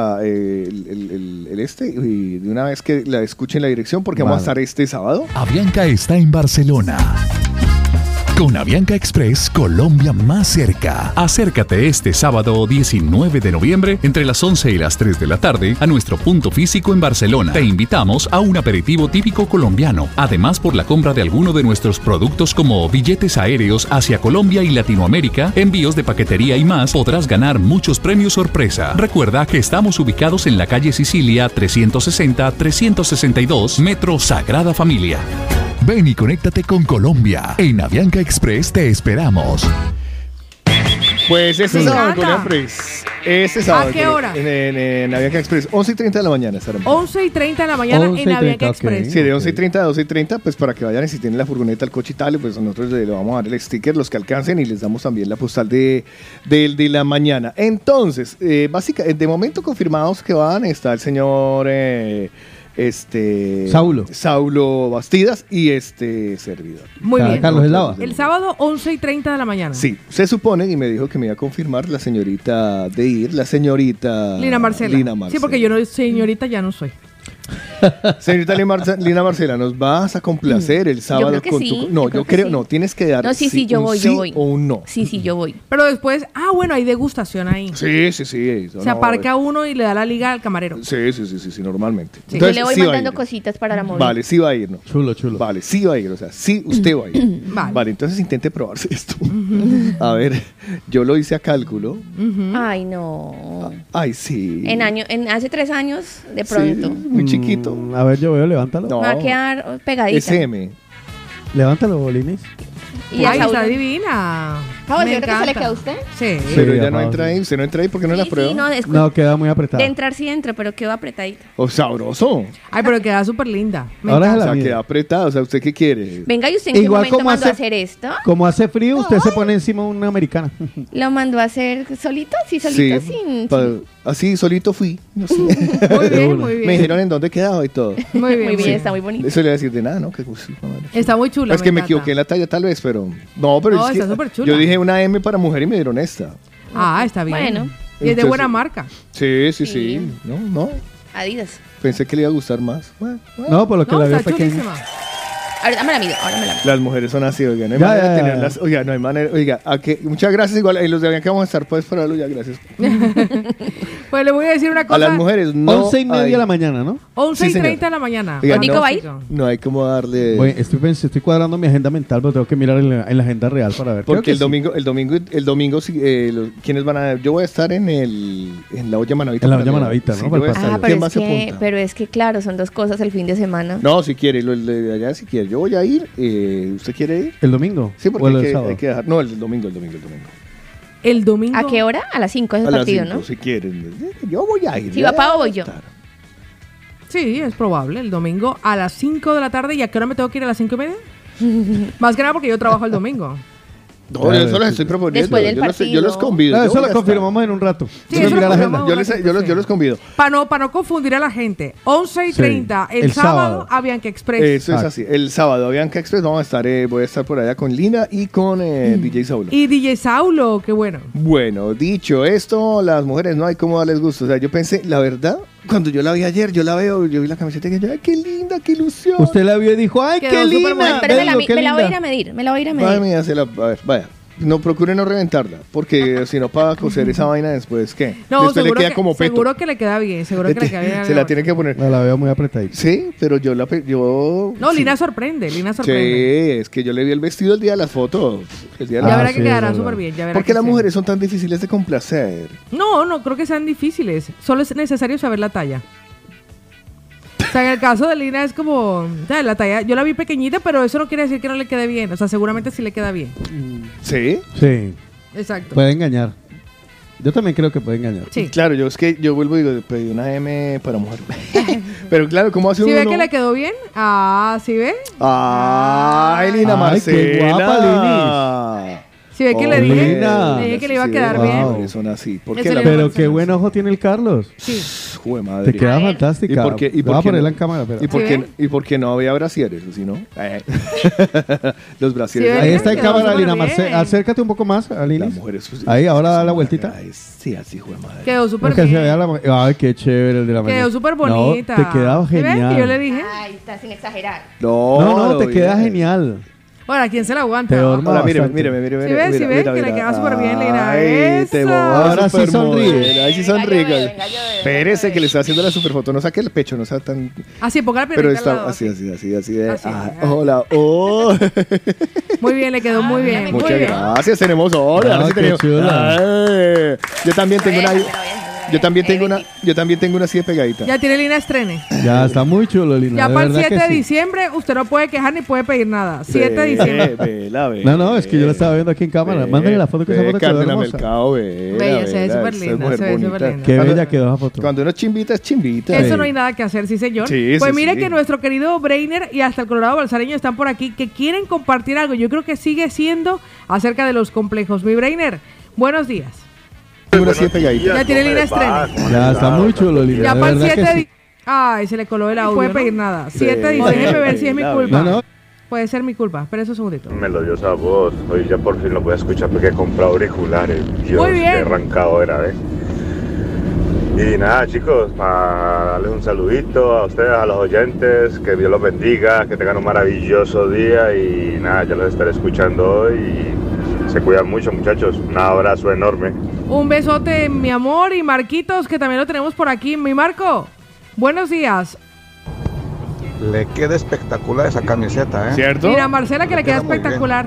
el este y de una vez que la escuchen la dirección porque vamos a estar este sábado. Avianca está en Barcelona. Con Avianca Express, Colombia más cerca. Acércate este sábado 19 de noviembre entre las 11 y las 3 de la tarde a nuestro punto físico en Barcelona. Te invitamos a un aperitivo típico colombiano. Además, por la compra de alguno de nuestros productos como billetes aéreos hacia Colombia y Latinoamérica, envíos de paquetería y más, podrás ganar muchos premios sorpresa. Recuerda que estamos ubicados en la calle Sicilia 360-362, Metro Sagrada Familia. Ven y conéctate con Colombia. En Avianca Express te esperamos. Pues este Me sábado en encanta. Colombia Express. Este sábado. ¿A qué hora? En Avianca Express. 11:30 de la mañana estaremos. 11:30 de la mañana 11:30, en Avianca ok. Express. Sí, de 11:30 a 12:30, pues para que vayan y si tienen la furgoneta, el coche y tal, pues nosotros le vamos a dar el sticker, los que alcancen, y les damos también la postal de la mañana. Entonces, básicamente, de momento confirmados que van, está el señor Saulo Bastidas y este servidor. Muy bien. Carlos Eslava. El sábado 11:30 de la mañana. Sí, se supone, y me dijo que me iba a confirmar la señorita la señorita Lina Marcela. Sí, porque yo no, señorita ya no soy. Señorita Lina Marcela, ¿nos vas a complacer el sábado creo que con sí, tu... No, yo que creo, sí. no, tienes que dar No, sí, yo un voy, sí yo voy. o un no. Sí, yo voy. Pero después, bueno, hay degustación ahí. Sí. Se aparca uno y le da la liga al camarero. Sí, normalmente. Sí. Yo le voy sí va a mandando ir. cositas para la movida. Vale, sí va a ir, ¿no? Chulo. Vale, sí va a ir, o sea, sí, usted va a ir. Vale. Entonces intente probarse esto. A ver, yo lo hice a cálculo. Ay, no. Ay, sí. Hace 3 años, de Sí, pronto. muy chiquito. A ver, yo veo, levántalo. No. Me va a quedar pegadita. SM. Levántalo, Bolines. Y a Ay, Saulo. está divina. Pablo, Me yo creo que se le encanta. queda a usted. Sí. Pero Sí, ella no Pablo, entra sí. ahí. ¿Usted no entra ahí? ¿Por qué no la prueba? Sí, no, No, queda muy apretada. de entrar sí entro, pero quedó apretadita. O sabroso. Ay, pero queda súper linda. Me Ahora es O encanta. la sea, mía. queda apretado. O sea, ¿usted qué quiere? Venga, ¿y usted en qué Igual momento como mandó a hace- hacer esto? Como hace frío, usted se pone encima de una americana. ¿Lo mandó a hacer solito? Sí, solito, sin... Así solito fui. No sé. Muy bien, muy Me bien. dijeron en dónde quedaba y todo. Muy bien, Muy bien, sí. está muy bonito. Eso le iba a decir de nada, ¿no? Que, pues, sí, madre. Está muy chula. Es que me encanta. equivoqué en la talla tal vez, pero... No, pero No, es que está súper chula. yo dije una M para mujer y me dieron esta. Ah, está bien. Bueno. Y es de Entonces- buena marca. Sí. Sí. No. Adidas. Pensé que le iba a gustar más. Bueno. No, por lo que No, la veo está pequeña. chulísima. Ahora me la mido, ahora me la mido. Las mujeres son así, oiga, no hay Ya, manera de ya, ya. tenerlas. Oiga, no hay manera. Oiga, muchas gracias. Igual, en los de Avianca vamos a estar, puedes pararlo ya, gracias. Pues le voy a decir una cosa. A las mujeres no 11:30 hay- de la mañana, ¿no? 11:30 de la mañana. Oiga, ¿Nico no, va a ir? no hay como darle... Bueno, estoy cuadrando mi agenda mental, pero tengo que mirar en la agenda real para ver. Creo Porque que el sí. domingo, ¿quiénes van a...? Yo voy a estar en la olla Manavita. En la para olla leer. Manavita, ¿no? Sí, yo Para voy a el estar. Ah, ¿Quién más se apunta? pero es que claro, son 2 cosas el fin de semana. No, si quiere, el de allá si quiere. Yo voy a ir. ¿Usted quiere ir? ¿El domingo? Sí, ¿O porque el hay que, sábado? hay que dejar... No, el domingo. El domingo. ¿A qué hora? A las 5 es el A las partido, 5, ¿no? si quieren. Yo voy a ir. Si va Pau, voy yo. Sí, es probable. El domingo a las 5 de la tarde. ¿Y a qué hora me tengo que ir a las 5:30? Más que nada porque yo trabajo el domingo. No, yo eso les estoy proponiendo. Después del yo los partido. convido. No, yo eso voy a lo estar. confirmamos en un rato. Sí, Tengo eso que mirar lo la agenda. confirmamos. Yo los convido. Para no confundir a la gente. 11:30 Sí, el el sábado sábado. Avianca Express. Eso es así. El sábado, Avianca Express, voy a estar por allá con Lina y con DJ Saulo. Y DJ Saulo, qué bueno. Bueno, dicho esto, las mujeres no hay cómo darles gusto. O sea, yo pensé, la verdad, cuando yo la vi ayer, yo vi la camiseta y yo, ¡ay, qué linda, qué ilusión! Usted la vio y dijo, ¡ay, Quedó qué súper linda! bonita. Pero me la Digo, qué voy a ir linda. a medir, me la voy a ir a Madre medir. mía, a ver, vaya. No, procure no reventarla, porque si no para coser esa vaina después, ¿qué? No, después le queda como peto. seguro que le queda bien, seguro que le queda bien. Se la tiene que poner. No, la veo muy apretadita. Sí, pero yo No, sí. Lina sorprende. Sí, es que yo le vi el vestido el día de las fotos. El día de Ya las- verá que quedará súper bien. ¿Por qué las mujeres son tan difíciles de complacer? No creo que sean difíciles. Solo es necesario saber la talla. O sea, en el caso de Lina es como, ¿sabes? La talla, yo la vi pequeñita, pero eso no quiere decir que no le quede bien. O sea, seguramente sí le queda bien. ¿Sí? Sí. Exacto. Puede engañar. Yo también creo que puede engañar. Sí. Claro, yo vuelvo y digo, pedí una M para mujer. Pero claro, ¿cómo hace ¿Sí uno? ve que le quedó bien? ¿Sí ve? ¡Ay, Lina Ay, Marcela! qué guapa, ¿Sí ve que le dije? Lina. Le dije que le iba a Sí, quedar wow. bien. Son así. ¿Por Eso qué la le- Pero qué buen ojo tiene el Carlos. Sí. Jue madre. Te queda fantástica. ¿Y por qué- y Voy por a qué ponerla no? en cámara. Pero. ¿Y por qué no había brasieres? ¿Sí, no? Los brasieres. Sí, Ahí Lina, está en quedó cámara, súper Lina bien. Marcela. Acércate un poco más, Alina. Las mujeres. Ahí, ahora da la vueltita. Ay, sí, así, jue madre. Quedó súper Que se bien. vea Ay, qué chévere el de la mañana. Quedó súper bonita. No, te queda ¿Sí ves genial. que yo le dije? Ay, está sin exagerar. No, te bien. queda genial. Ahora, ¿quién se la aguanta? Te orma Ahora, mire, bastante. ¿Sí ves? ¿Sí ves? Que le queda súper bien, Lina. Ay, te Eso. voy a Ahora sí sonríe. Ahí sí Venga, sonríe. yo veo, venga, yo veo. Espérese que le está haciendo la superfoto. No saque el pecho, no sea tan... Así, ponga la Pero piernita al está lado. así. de, Así, hola, oh. Muy bien, le quedó muy bien. Muy Muchas bien. gracias, tenemos ahora. No, Sí qué tenemos. chula. Ay, yo también tengo una... Yo también tengo una... Betty. Yo también tengo una así de pegadita. Ya tiene Lina estrene. Ya está muy chulo, Lina. Ya de para el verdad 7 que de sí. diciembre usted no puede quejar ni puede pedir nada. 7 de diciembre. No, es que yo la estaba viendo aquí en cámara. Mándale la foto que esa foto quedó Cárdenas hermosa. Mercado, Bella, se ve súper linda, se ve súper linda. Qué bella quedó esa foto. Cuando uno es chimbita, es chimbita. Eso no hay nada que hacer, sí señor. Sí, Pues sí, mire sí. que nuestro querido Breiner y hasta el Colorado Balsareño están por aquí, que quieren compartir algo. Yo creo que sigue siendo acerca de los complejos. Mi Breiner, buenos días. Tengo una así de pegadita. Ya tiene Lina estreno. Ya está muy chulo, Lina. Ya de para el verdad 7 que de sí. Ay, se le coló el audio. No puede pedir nada. 7 de Sí. déjeme ver si es mi culpa. No, no. Puede ser mi culpa, pero eso es un segundito. Melodiosa voz. Hoy ya por fin lo voy a escuchar porque he comprado auriculares. Dios, Muy bien. qué arrancado era, Y nada, chicos, para darles un saludito a ustedes, a los oyentes, que Dios los bendiga, que tengan un maravilloso día y nada, ya los estaré escuchando hoy y se cuidan mucho, muchachos. Un abrazo enorme. Un besote, mi amor, y Marquitos, que también lo tenemos por aquí. Mi Marco, buenos días. Le queda espectacular esa camiseta, ¿eh? ¿Cierto? Mira, Marcela, que le queda Queda muy bien. espectacular.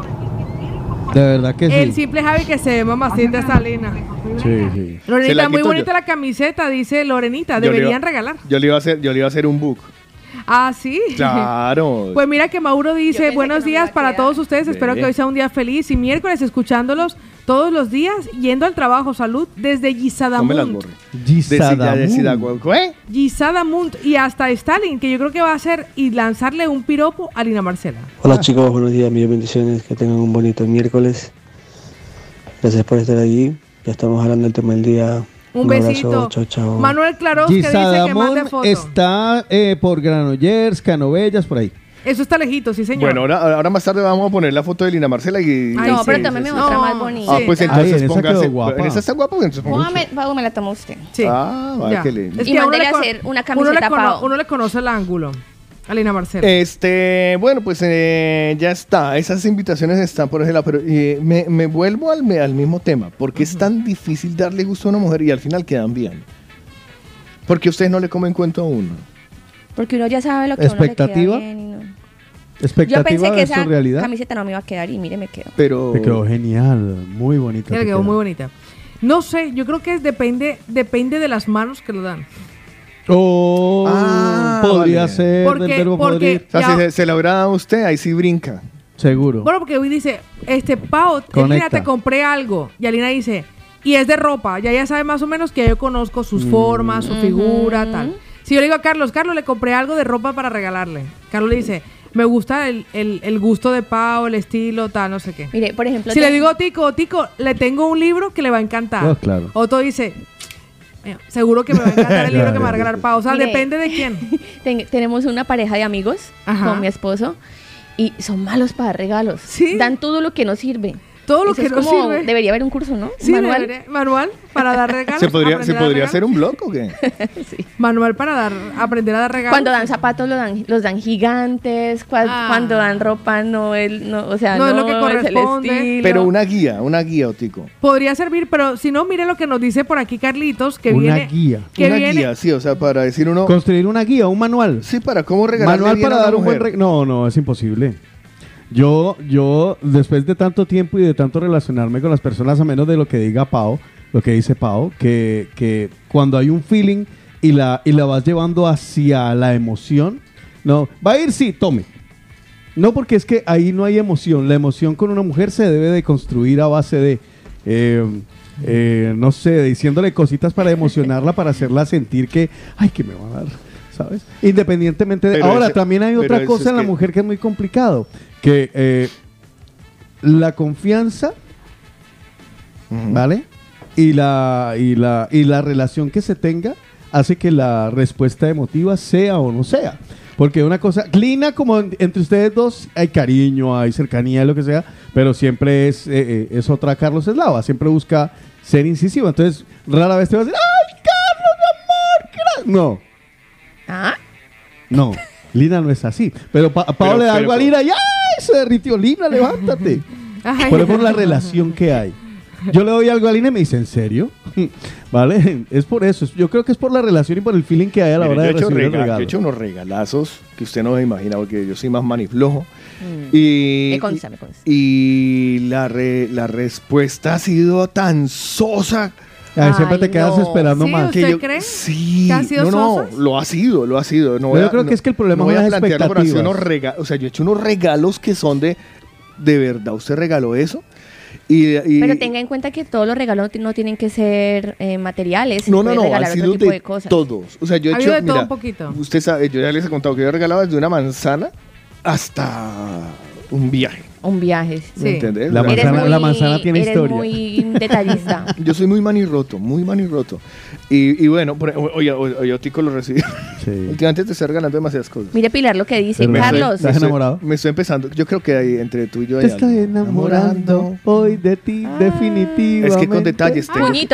De verdad que El sí. simple Javi que se ve mamacín de esta Lina. Sí, sí. Se Lorenita, la muy quito bonita yo. la camiseta, dice Lorenita. Yo le iba- Deberían regalar. Yo le iba a hacer un book. Ah, sí. Claro. Pues mira que Mauro dice, pensé buenos que no me días iba a para quedar. todos ustedes, espero que hoy sea un día feliz y miércoles escuchándolos todos los días, yendo al trabajo, salud, desde No me las Gisadamund. borre. Gisadamund. ¿Qué? Gisadamund y hasta Stalin, que yo creo que va a hacer y lanzarle un piropo a Lina Marcela. Hola chicos, buenos días, mil bendiciones, que tengan un bonito miércoles. Gracias por estar allí. Ya estamos hablando del tema del día. Un abrazo, besito. chao, chao. Manuel Claros que dice que mande Gisadamund foto. está por Granollers, Canovellas, por ahí. Eso está lejito, sí señor. Bueno, ahora más tarde vamos a poner la foto de Lina Marcela y... Ay, No, sí, pero sí, también sí. me otra No, más bonita. Ah, sí. pues Ay, entonces en esa póngase... quedó guapa. ¿En esa está guapa? Entonces póngase... Pau, me la tomó usted. Sí. Ah, vale, Ya. qué lindo. Es Y que a uno mándele le a con- hacer una uno le camiseta Pau. uno le conoce el ángulo a Lina Marcela. Bueno, pues ya está. Esas invitaciones están por ese lado, pero me vuelvo al mismo tema. ¿Por qué es tan difícil darle gusto a una mujer y al final quedan bien? Porque ustedes no le comen cuento a uno. Porque uno ya sabe lo que a uno le ¿Expectativa? queda bien y no. Yo Expectativa pensé que de esa su realidad. camiseta no me iba a quedar y mire, me quedó. Pero... Te quedó genial, muy bonita. Le te quedó quedó. muy bonita. No sé, yo creo que depende de las manos que lo dan. Oh, podría vale. ser Porque- del verbo porque- podrir. O sea, Ya. si se la hubiera dado a usted, ahí sí brinca. Seguro. Bueno, porque hoy dice, Pau, Conecta. Lina, te compré algo. Y Alina dice, y es de ropa. Ya ella sabe más o menos que yo conozco sus formas, su figura, tal. Si yo le digo a Carlos, le compré algo de ropa para regalarle. Carlos le dice, me gusta el gusto de Pau, el estilo, tal, no sé qué. Mire, por ejemplo... Si le digo, Tico, le tengo un libro que le va a encantar. Oh, claro. Otto dice, seguro que me va a encantar el libro que me va a regalar Pau. O sea, Mire. depende de quién. Tenemos una pareja de amigos Ajá. con mi esposo y son malos para dar regalos. ¿Sí? Dan todo lo que no sirve. Todo lo Eso que es no como, sirve. debería haber un curso, ¿no? Sí, Manual. manual para dar regalos. ¿Se podría aprender a dar hacer un blog o qué? Sí. Manual para aprender a dar regalos. Cuando dan zapatos los dan gigantes, cuando dan ropa no es lo que corresponde. el estilo. Pero una guía, Otico. Podría servir, pero si no, mire lo que nos dice por aquí Carlitos, que Una viene... guía. Que Una viene, guía, sí, o sea, para decir uno... Construir una guía, un manual. Sí, para cómo regalarle Manual bien para a dar una un buen mujer. regalo. No, es imposible. Yo, después de tanto tiempo y de tanto relacionarme con las personas, a menos de lo que diga Pau, lo que dice Pau, que cuando hay un feeling y la vas llevando hacia la emoción, no, va a ir, sí, tome. No, porque es que ahí no hay emoción. La emoción con una mujer se debe de construir a base de, no sé, diciéndole cositas para emocionarla, para hacerla sentir que, ay, que me va a dar, ¿sabes? Independientemente de... Pero Ahora, también hay otra eso cosa es en la que- mujer que es muy complicado, que la confianza, ¿vale? Y la relación que se tenga hace que la respuesta emotiva sea o no sea. Porque una cosa, Lina, como entre ustedes dos hay cariño, hay cercanía, lo que sea, pero siempre es otra Carlos Eslava, siempre busca ser incisivo. Entonces, rara vez te va a decir, ¡ay, Carlos, mi amor! No. ¿Ah? No, Lina no es así. Pero Pablo le da algo a Lina y ¡ay! Se derritió. Lina, levántate. Ay. Pero es por la relación que hay. Yo le doy algo a Lina y me dice, ¿en serio? ¿Vale? Es por eso. Yo creo que es por la relación y por el feeling que hay a la Mire, hora de yo he hecho recibir el regalo. Yo he hecho unos regalazos que usted no se imagina porque yo soy más maniflojo. Me consta. Y la respuesta ha sido tan sosa. Ay, siempre Ay, te quedas no. esperando ¿Sí? más. ¿Usted cree? Sí, ¿Que ha sido no, sosas? lo ha sido. No Pero yo creo que es que el problema no voy son a las plantearlo, pero ha sido expectativas. o sea, yo he hecho unos regalos que son de verdad, usted regaló eso. Pero tenga en cuenta que todos los regalos no tienen que ser materiales. se No, puede ha regalar sido otro tipo de de cosas. todos. O sea, yo he Ha hecho, habido de todo mira, un poquito. usted sabe, yo ya les he contado que yo he regalado desde una manzana hasta un viaje. Un viaje. ¿Me Sí. entiendes? La manzana tiene eres historia. muy detallista. Yo soy muy manirroto, muy manirroto. Y bueno, oye, Otico lo recibí. Sí. Últimamente te estoy regalando demasiadas cosas. Mire Pilar lo que dice. Pero Carlos, ¿estás enamorado? Me estoy empezando. Yo creo que hay entre tú y yo hay Te estoy algo. enamorando hoy de ti, definitivamente. Es que con detalles tengo. puñito.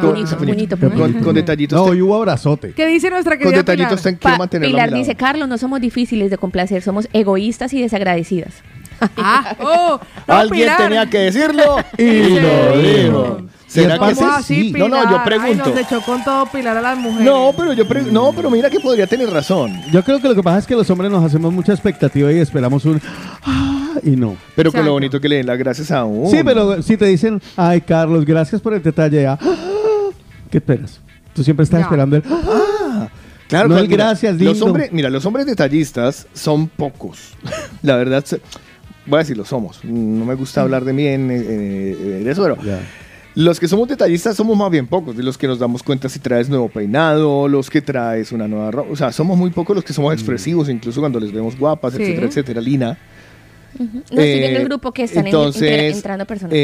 Con detallitos. No, tengo. hoy hubo abrazote. ¿Qué dice nuestra Con querida detallitos Pilar? quiero mantenerlo a Pilar mi lado. dice, Carlos, no somos difíciles de complacer, somos egoístas y desagradecidas. No, Alguien Pilar. tenía que decirlo Y lo dijo. ¿Será que ¿Cómo sí? así, Sí. No, Pilar? yo Ay, pregunto. nos echó con todo Pilar a las mujeres. No, pero mira que podría tener razón. Yo creo que lo que pasa es que los hombres nos hacemos mucha expectativa y esperamos un y no. Pero con Exacto. lo bonito que le den las gracias a uno. Sí, pero si te dicen, ay, Carlos, gracias por el detalle, ¿qué esperas? Tú siempre estás Ya. esperando el Claro, No, claro, mira, gracias, los lindo. hombres, mira, los hombres detallistas son pocos. La verdad, voy a decir, lo somos. No me gusta hablar de mí en eso, pero Ya. los que somos detallistas somos más bien pocos. De los que nos damos cuenta si traes nuevo peinado, los que traes una nueva ropa. O sea, somos muy pocos los que somos expresivos, incluso cuando les vemos guapas, Sí. etcétera, etcétera. Lina. No estoy viendo el grupo que están entonces, entrando personas.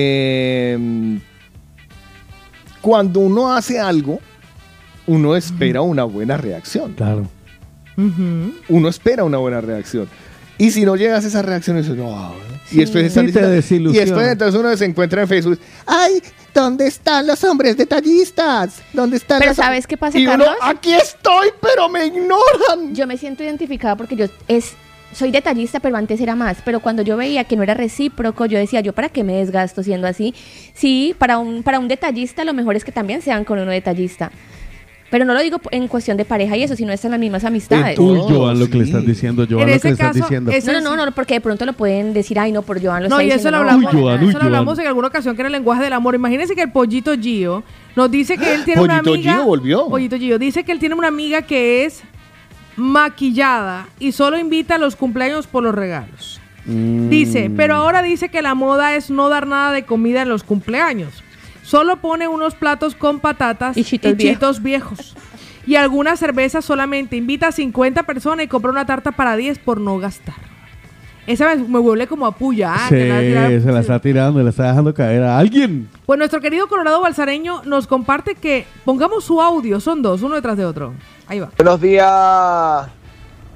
Cuando uno hace algo, uno espera una buena reacción. Claro. Ujú. Uno espera una buena reacción. Y si no llegas a esa reacción, dices, no. Y después están Sí, te diciendo- desilusiona. y después entonces uno se encuentra en Facebook. ¡Ay! ¿Dónde están los hombres detallistas? ¿Dónde están Pero los ¿sabes qué pasa, Y uno, Carlos? aquí estoy, pero me ignoran. Yo me siento identificada porque soy detallista, pero antes era más. Pero cuando yo veía que no era recíproco, yo decía, ¿yo para qué me desgasto siendo así? Sí, para un detallista lo mejor es que también sean con uno detallista. Pero no lo digo en cuestión de pareja y eso, sino están las mismas amistades. Uy, Joan, lo que le estás diciendo, Joan, En lo ese que le estás caso, diciendo. No, porque de pronto lo pueden decir, ay, no, por Joan lo No, está y eso diciendo. lo no. hablamos, Uy, Joan, eso lo hablamos Joan. en alguna ocasión que era el lenguaje del amor. Imagínense que el pollito Gio nos dice que él tiene una Pollito amiga. Gio volvió. Pollito Gio dice que él tiene una amiga que es maquillada y solo invita a los cumpleaños por los regalos. Dice, pero ahora dice que la moda es no dar nada de comida en los cumpleaños. Solo pone unos platos con patatas Y chitos viejos. Y algunas cervezas solamente. Invita a 50 personas y compra una tarta para 10 por no gastar. Esa me vuelve como a puya. Sí, se la está tirando, le está dejando caer a alguien. Pues nuestro querido Colorado Balsareño nos comparte que pongamos su audio. Son dos, uno detrás de otro. Ahí va. Buenos días.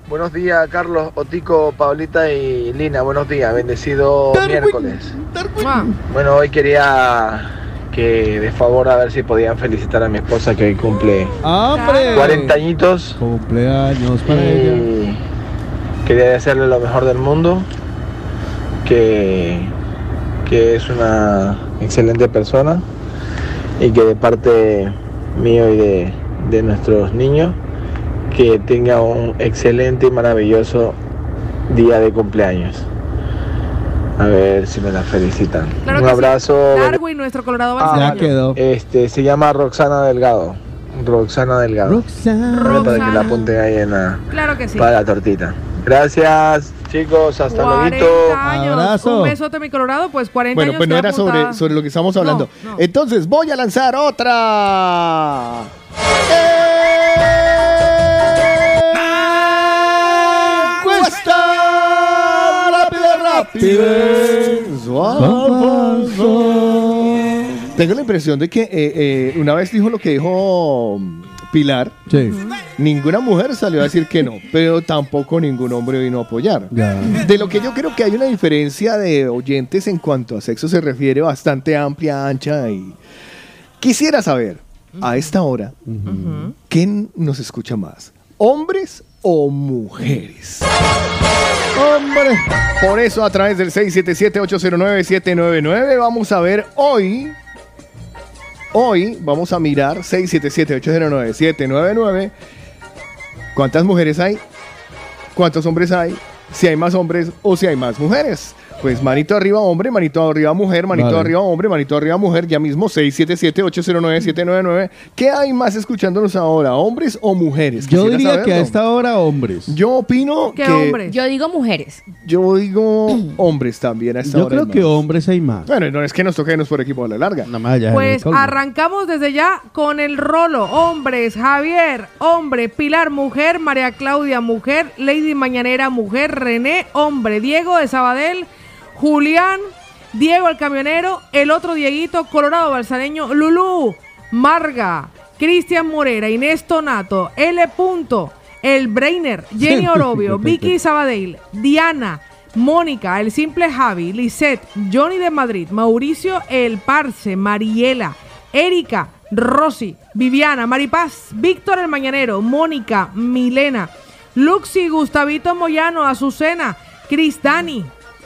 Buenos días, Carlos, Otico, Paulita y Lina. Buenos días, bendecido miércoles. Bueno, hoy quería que de favor a ver si podían felicitar a mi esposa que hoy cumple 40 añitos. Cumpleaños para ella. Quería desearle lo mejor del mundo, que es una excelente persona y que de parte mío y de nuestros niños, que tenga un excelente y maravilloso día de cumpleaños. A ver si me la felicitan. Claro Un abrazo. Sí. Darwin, nuestro Colorado Barcelona. Ya quedó. Se llama Roxana Delgado. Roxana. Para que la apunten ahí en la, Claro que sí. para la tortita. Gracias, chicos. Hasta luego. 40 años. Abrazo. Un besote, mi Colorado. Pues 40 Bueno, años. pues no queda era apuntada. sobre lo que estamos hablando. No. Entonces voy a lanzar otra. Encuesta rápida. Tengo la impresión de que una vez dijo lo que dijo Pilar. Sí. Ninguna mujer salió a decir que no, pero tampoco ningún hombre vino a apoyar. Ya. De lo que yo creo que hay una diferencia de oyentes en cuanto a sexo se refiere bastante amplia, ancha, y quisiera saber a esta hora ¿quién nos escucha más? ¿Hombres o mujeres? ¡Hombre! Por eso a través del 677-809-799 vamos a ver hoy vamos a mirar 677-809-799 ¿cuántas mujeres hay? ¿Cuántos hombres hay? Si hay más hombres o si hay más mujeres. Pues manito arriba hombre, manito arriba mujer, manito arriba hombre, manito arriba mujer. Ya mismo 677-809-799. ¿Qué hay más escuchándonos ahora? ¿Hombres o mujeres? Yo Quisiera diría saberlo. que a esta hora hombres. Yo opino ¿Qué que hombres? Yo digo mujeres. yo digo hombres también a esta Yo hora. creo hay que más. hombres hay más. Bueno, no es que nos toquemos por equipo a la larga. Nada más ya Pues el colmo. arrancamos desde ya con el rolo. Hombres, Javier, hombre, Pilar, mujer, María Claudia, mujer, Lady Mañanera, mujer, René, hombre, Diego de Sabadell, Julián, Diego el camionero, el otro Dieguito, Colorado Balsareño, Lulú, Marga, Cristian Morera, Inés Tonato, L. El Brainer, Jenny Orobio, Vicky Sabadell, Diana, Mónica, el simple Javi, Lisette, Johnny de Madrid, Mauricio el Parce, Mariela, Erika, Rosy, Viviana, Maripaz, Víctor el Mañanero, Mónica, Milena, Luxi, Gustavito Moyano, Azucena, Cristani,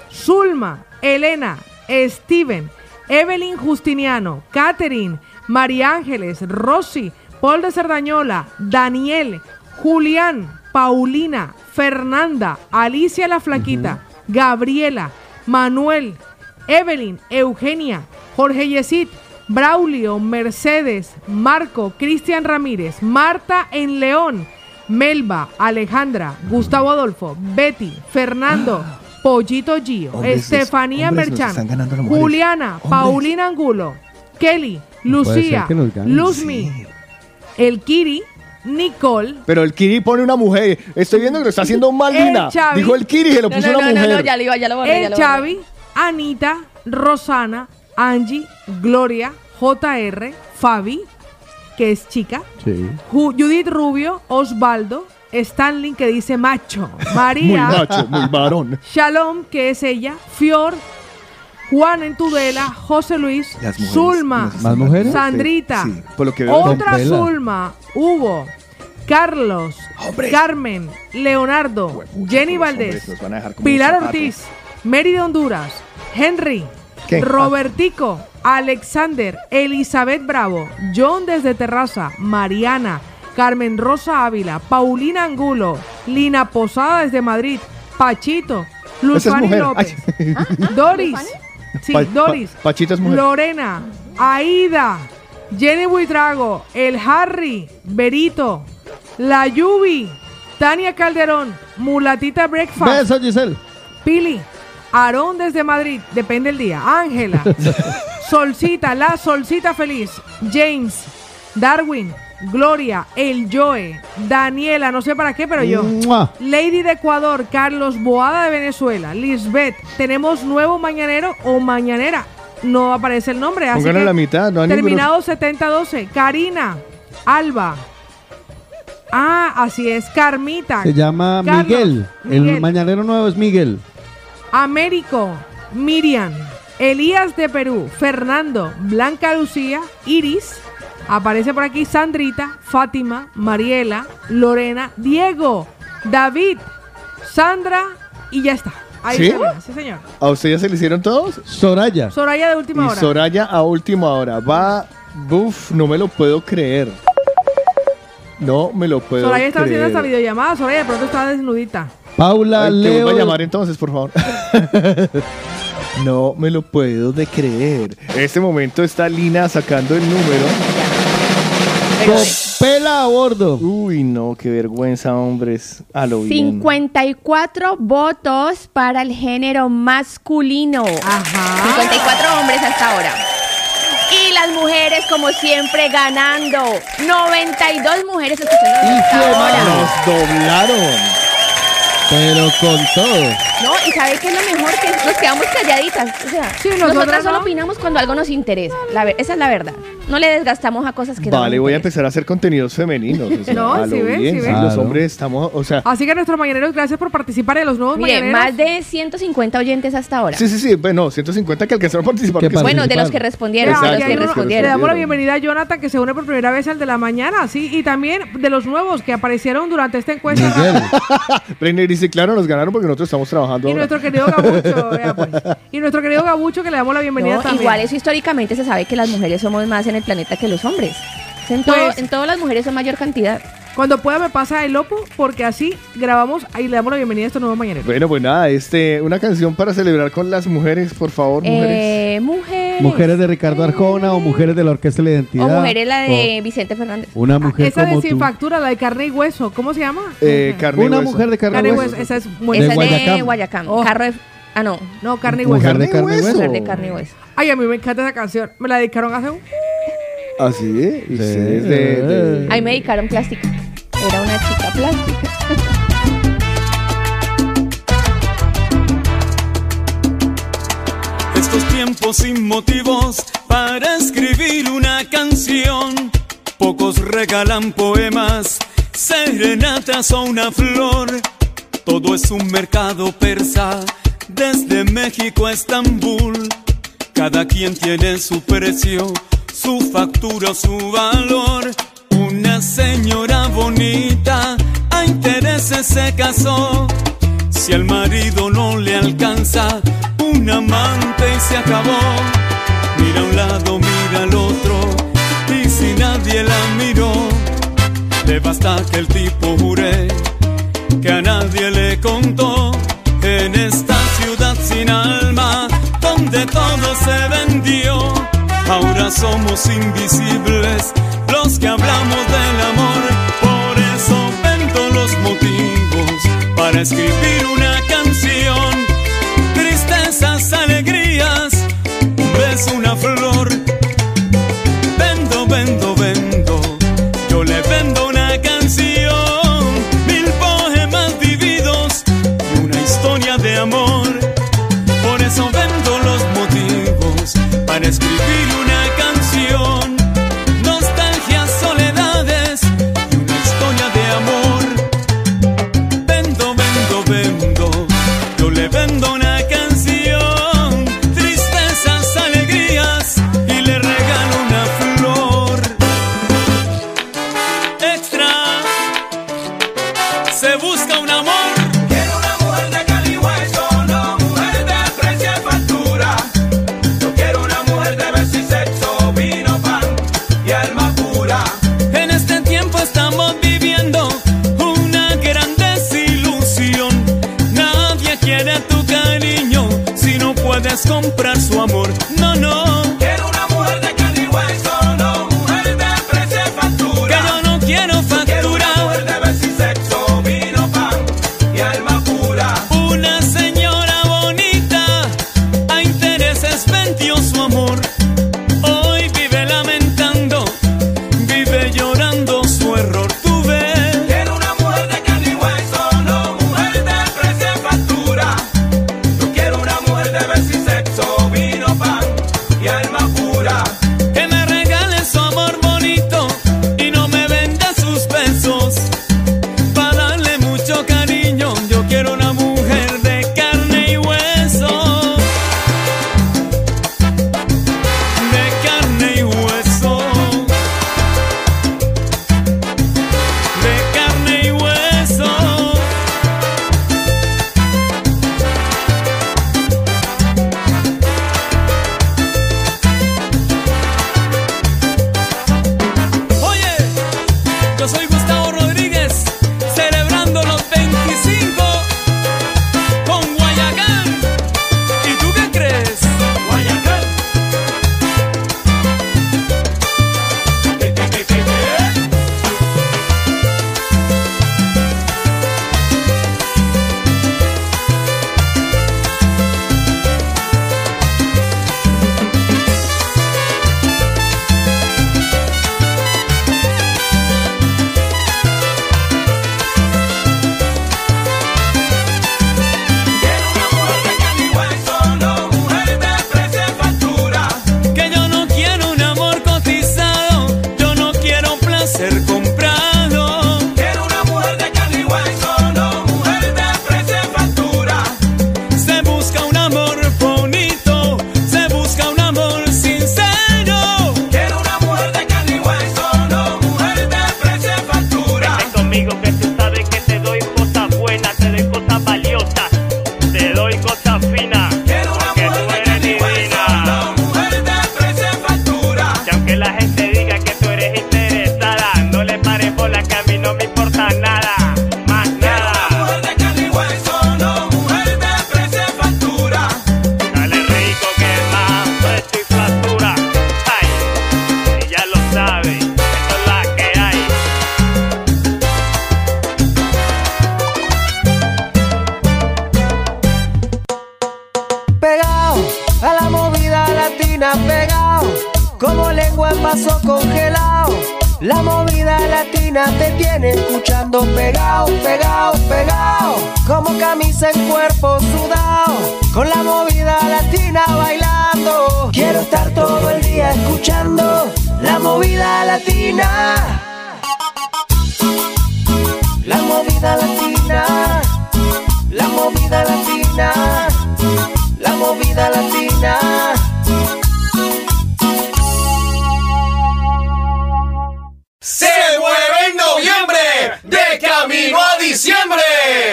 Zulma, Elena, Steven, Evelyn Justiniano, Catherine, María Ángeles, Rosy, Paul de Cerdañola, Daniel, Julián, Paulina, Fernanda, Alicia la Flaquita, Gabriela, Manuel, Evelyn, Eugenia, Jorge Yesit, Braulio, Mercedes, Marco, Cristian Ramírez, Marta en León, Melba, Alejandra, Gustavo Adolfo, Betty, Fernando, Pollito Gio, Hombres, Estefanía hombres nos Merchán, están ganando las mujeres. Juliana, Hombres. Paulina Angulo, Kelly, No puede Lucía, ser que nos ganen. Luzmi, el Kiri, Nicole, Pero el Kiri pone una mujer. Estoy viendo que lo está haciendo mal, El Lina. Xavi. Dijo el Kiri y se lo puso una mujer. ya lo borré. el Chavi, Anita, Rosana, Angie, Gloria, JR, Fabi, que es chica, Sí. Judith Rubio, Osvaldo, Stanley, que dice macho, Muy María, macho, muy varón. Shalom, que es ella, Fior, Juan en Tudela, José Luis, Las mujeres, Zulma, ¿Más mujeres? Sandrita, Sí, por lo que veo. otra Don Pela. Zulma, Hugo, Carlos, Hombres. Carmen, Leonardo, Huepucha, Jenny los Valdés, hombres nos van a dejar como Pilar un zapato. Ortiz, Mary de Honduras, Henry, ¿Qué? Robertico, Alexander, Elizabeth Bravo, John desde Terraza, Mariana, Carmen Rosa Ávila, Paulina Angulo, Lina Posada desde Madrid, Pachito, Luz Esa es Fanny mujer. López, Ay. Doris, sí, Doris, Pachita es mujer. Lorena, Aida, Jenny Buitrago, el Harry, Berito, la Yubi, Tania Calderón, Mulatita Breakfast, Besos, Giselle. Pili, Aarón desde Madrid, depende el día, Ángela, Solcita, la Solcita Feliz, James, Darwin, Gloria, el Joe, Daniela, no sé para qué, pero yo, ¡Mua! Lady de Ecuador, Carlos Boada de Venezuela, Lisbeth, tenemos nuevo mañanero o mañanera, no aparece el nombre, así Pónganle que la mitad, no hay terminado 7012, Karina, Alba, Ah, así es, Carmita. Se llama Carlos, Miguel. El mañanero nuevo es Miguel. Américo, Miriam, Elías de Perú, Fernando, Blanca Lucía, Iris, aparece por aquí Sandrita, Fátima, Mariela, Lorena, Diego, David, Sandra y ya está. Ahí ¿Sí? termina, sí señor. ¿A usted ya se le hicieron todos? Soraya. Soraya de última Y hora. Soraya a última hora. Va, buf, no me lo puedo creer. No me lo puedo Soraya está haciendo creer. esta videollamada, Soraya de pronto está desnudita. Paula Ay, te Leo. vuelvo a llamar entonces, por favor. No me lo puedo de creer. En este momento está Lina sacando el número. Copela a bordo. Uy, no, qué vergüenza, hombres. A lo bien. 54 votos para el género masculino. Ajá. 54 hombres hasta ahora. Y las mujeres, como siempre, ganando. 92 mujeres escuchando hasta ahora. Nos doblaron. Pero con todo. No, y ¿sabe qué es lo mejor? Que nos quedamos calladitas. O sea, Sí, nosotras solo no. opinamos cuando algo nos interesa. Esa es la verdad. No le desgastamos a cosas que no Vale, nos voy a interesan. empezar a hacer contenidos femeninos. O sea, No, a sí lo ves, bien. sí Sí, ves. los Claro. hombres estamos, o sea... Así que nuestros mañaneros, gracias por participar en los nuevos Mire, mañaneros. más de 150 oyentes hasta ahora. Sí, bueno, 150 que alcanzaron a participar. ¿Qué que pasa? Bueno, de participar. los que respondieron, Aquí de los hay que uno- le respondieron. damos la bienvenida a Jonathan, que se une por primera vez al de la mañana, sí, y también de los nuevos que aparecieron durante esta encuesta. Miguel. Brenner dice, claro, nos ganaron porque nosotros estamos trabajando Y ahora. nuestro querido Gabucho, vea pues. Y nuestro querido Gabucho, que le damos la bienvenida No, también. igual eso históricamente se sabe que las mujeres somos más en el planeta que los hombres. En, Pues- en todas las mujeres son mayor cantidad. Cuando pueda me pasa el Lopo, porque así grabamos y le damos la bienvenida a estos nuevos mañaneros. Bueno, pues nada, una canción para celebrar con las mujeres, por favor, mujeres. Mujeres. Mujeres de Ricardo Arjona o mujeres de la Orquesta de la Identidad. O mujeres la de Vicente Fernández. O una mujer Esa como de Sin tú. Factura, la de carne y hueso, ¿cómo se llama? Carne y Una hueso. mujer de carne Carne y y hueso. hueso, esa es Esa muy es De Guayacán. de Guayacán. Oh. Carro de... Ah, no. No, carne y hueso. Mujer de carne y hueso. Mujer de carne y hueso. Ay, a mí me encanta esa canción. Me la dedicaron hace un... ¿Ah, sí? ¿Y ustedes de- Ahí me dedicaron plástica. Era una chica plástica. Estos tiempos sin motivos para escribir una canción. Pocos regalan poemas, serenatas o una flor. Todo es un mercado persa, desde México a Estambul. Cada quien tiene su precio, su factura, su valor. Una señora bonita a intereses se casó. Si al marido no le alcanza, un amante y se acabó. Mira a un lado, mira al otro, y si nadie la miró, le basta que el tipo jure que a nadie le contó. En esta ciudad sin alma, donde todo se vendió, ahora somos invisibles los que hablamos del amor. Por eso vendo los motivos para escribir una canción. Tristezas, alegrías, un beso, una flor. Vendo, vendo, vendo, yo le vendo una canción. 1000 poemas vividos y una historia de amor. Por eso vendo los motivos para escribir una canción. Nostalgias, soledades y una historia de amor. Vendo, vendo, vendo, yo le vendo una canción. Tristezas, alegrías y le regalo una flor. Extra, se busca un amor. Quiero una mujer de carne y hueso, no mujer de precio y factura. Yo quiero una mujer de beso y sexo, vino, pan y alma pura. En este tiempo estamos viviendo una gran desilusión. Nadie quiere tu cariño si no puedes comprar su amor. No, no. Quiero una mujer de carne y hueso, no mujer de precio y factura. Que yo no quiero factura. Quiero una mujer de beso y sexo, vino, pan y alma pura. Una señora bonita a intereses vendió su amor. Hoy vive lamentando, vive llorando su error. Tú ves. Quiero una mujer de carne y hueso, no mujer de precio y factura. Yo quiero una mujer de beso y sexo, vino, pan vaso congelado. La movida latina te tiene escuchando pegado, pegado, pegado. Como camisa en cuerpo sudado, con la movida latina bailando. Quiero estar todo el día escuchando la movida latina. La movida latina, la movida latina, la movida latina. Se mueve en noviembre, de camino a diciembre.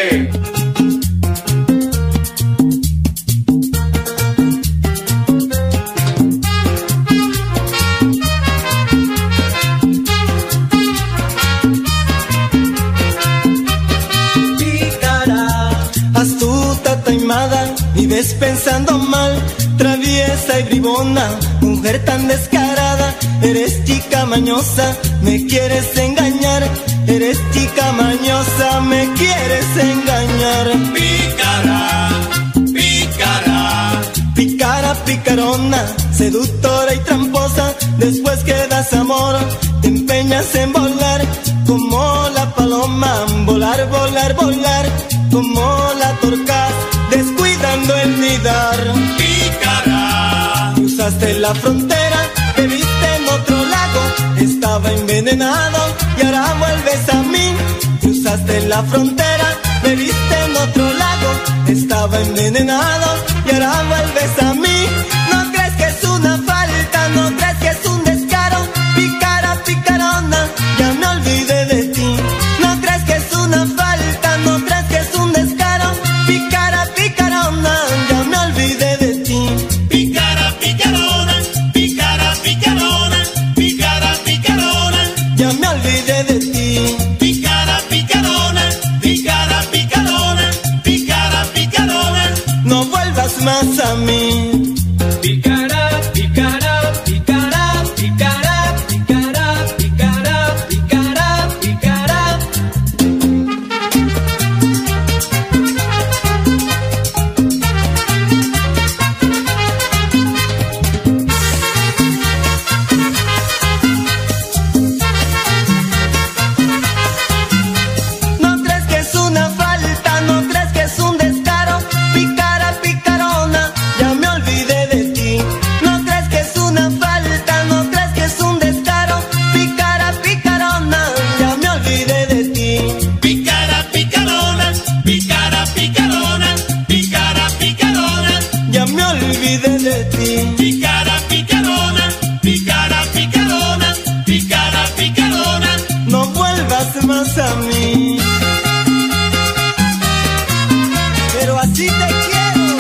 Pícara, astuta, taimada, vives pensando mal, traviesa y bribona, mujer tan descarada. Eres chica mañosa, me quieres engañar. Eres chica mañosa, me quieres engañar. Pícara, pícara, pícara, picarona, seductora y tramposa. Después que das amor, te empeñas en volar como la paloma. Volar, volar, volar, como la torcaz, descuidando el nidar. Pícara, cruzaste la frontera, te viste en otro lago, estaba envenenado y ahora vuelves a mí. Cruzaste la frontera, me viste en otro lago, estaba envenenado y ahora vuelves a mí. No crees que es una falta, no crees que es un descaro. Pícara, picarona, ya me olvidé de ti. No crees que es una falta, no crees que es un descaro. Pícara, picarona, ya me olvidé de ti. pícara, picarona, pícara, picarona, pícara, picarona, Ya me olvidé de ti. pícara, picarona, pícara, picarona, pícara, picarona. No vuelvas más a mí. Pícara, pícara, pícara, pícara, pícara, pícara, pícara, pícara. No crees que es una falta, no crees que es un descaro. Pícara, picarona, ya me olvidé de ti. No crees que es una falta, no crees que es un descaro. Pícara, picarona, ya me olvidé de ti. Pícara, picarona, pícara, picarona, pícara, picarona, Ya me olvidé de ti. pícara, picarona, pícara, picarona, pícara, picarona. No vuelvas más a mí. Pero así te quiero.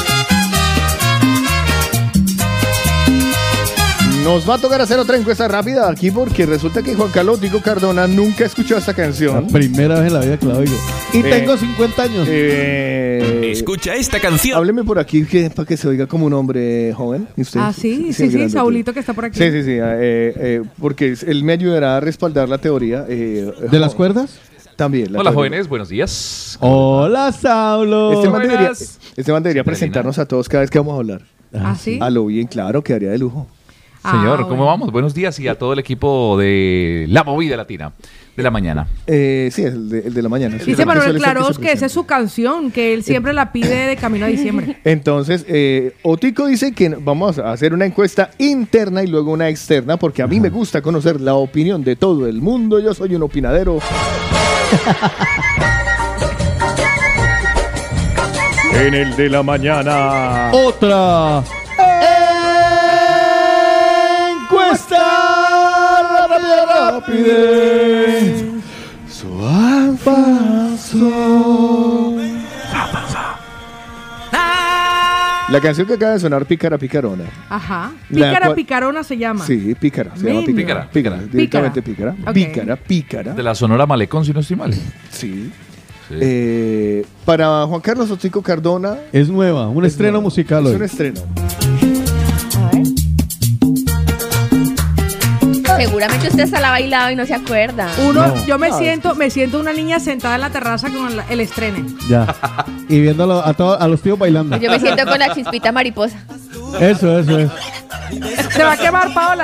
Nos va a tocar hacer otra encuesta rápida aquí porque resulta que Juan Carlos Tico Cardona nunca escuchó esta canción. La primera vez en la vida que la oigo. Y tengo 50 años. Escucha esta canción. Hábleme por aquí para que se oiga como un hombre joven. ¿Y usted? Ah, sí, el grandote. Saulito que está por aquí. Sí. Porque él me ayudará a respaldar la teoría. ¿De las cuerdas? También. Hola teoría. jóvenes, buenos días. Hola, Saulo. Este man debería presentarnos a todos cada vez que vamos a hablar. ¿Ah, sí? A lo bien, claro, quedaría de lujo. Señor, ¿cómo vamos? Buenos días y a todo el equipo de La Movida Latina de la mañana. Sí, el de la mañana. Dice Manuel Clarós que esa es su canción, que él siempre la pide de camino a diciembre. Entonces, Otico dice que vamos a hacer una encuesta interna y luego una externa, porque a mí me gusta conocer la opinión de todo el mundo. Yo soy un opinadero. En el de la mañana. Otra encuesta rápida. La canción que acaba de sonar, Pícara Picarona. Ajá. Pícara Picarona se llama. Sí, Pícara. Se llama Pícara. Directamente Pícara. Okay. Pícara. De la Sonora Malecón, si no estoy mal. Sí. Para Juan Carlos Otico Cardona. Es nueva, un estreno musical hoy. Es un estreno. Seguramente usted se la ha bailado y no se acuerda. Yo me siento una niña sentada en la terraza con el estrene. Ya. Y viéndolo a los tíos bailando. Yo me siento con la chispita mariposa. Eso es. Se va a quemar, Paola.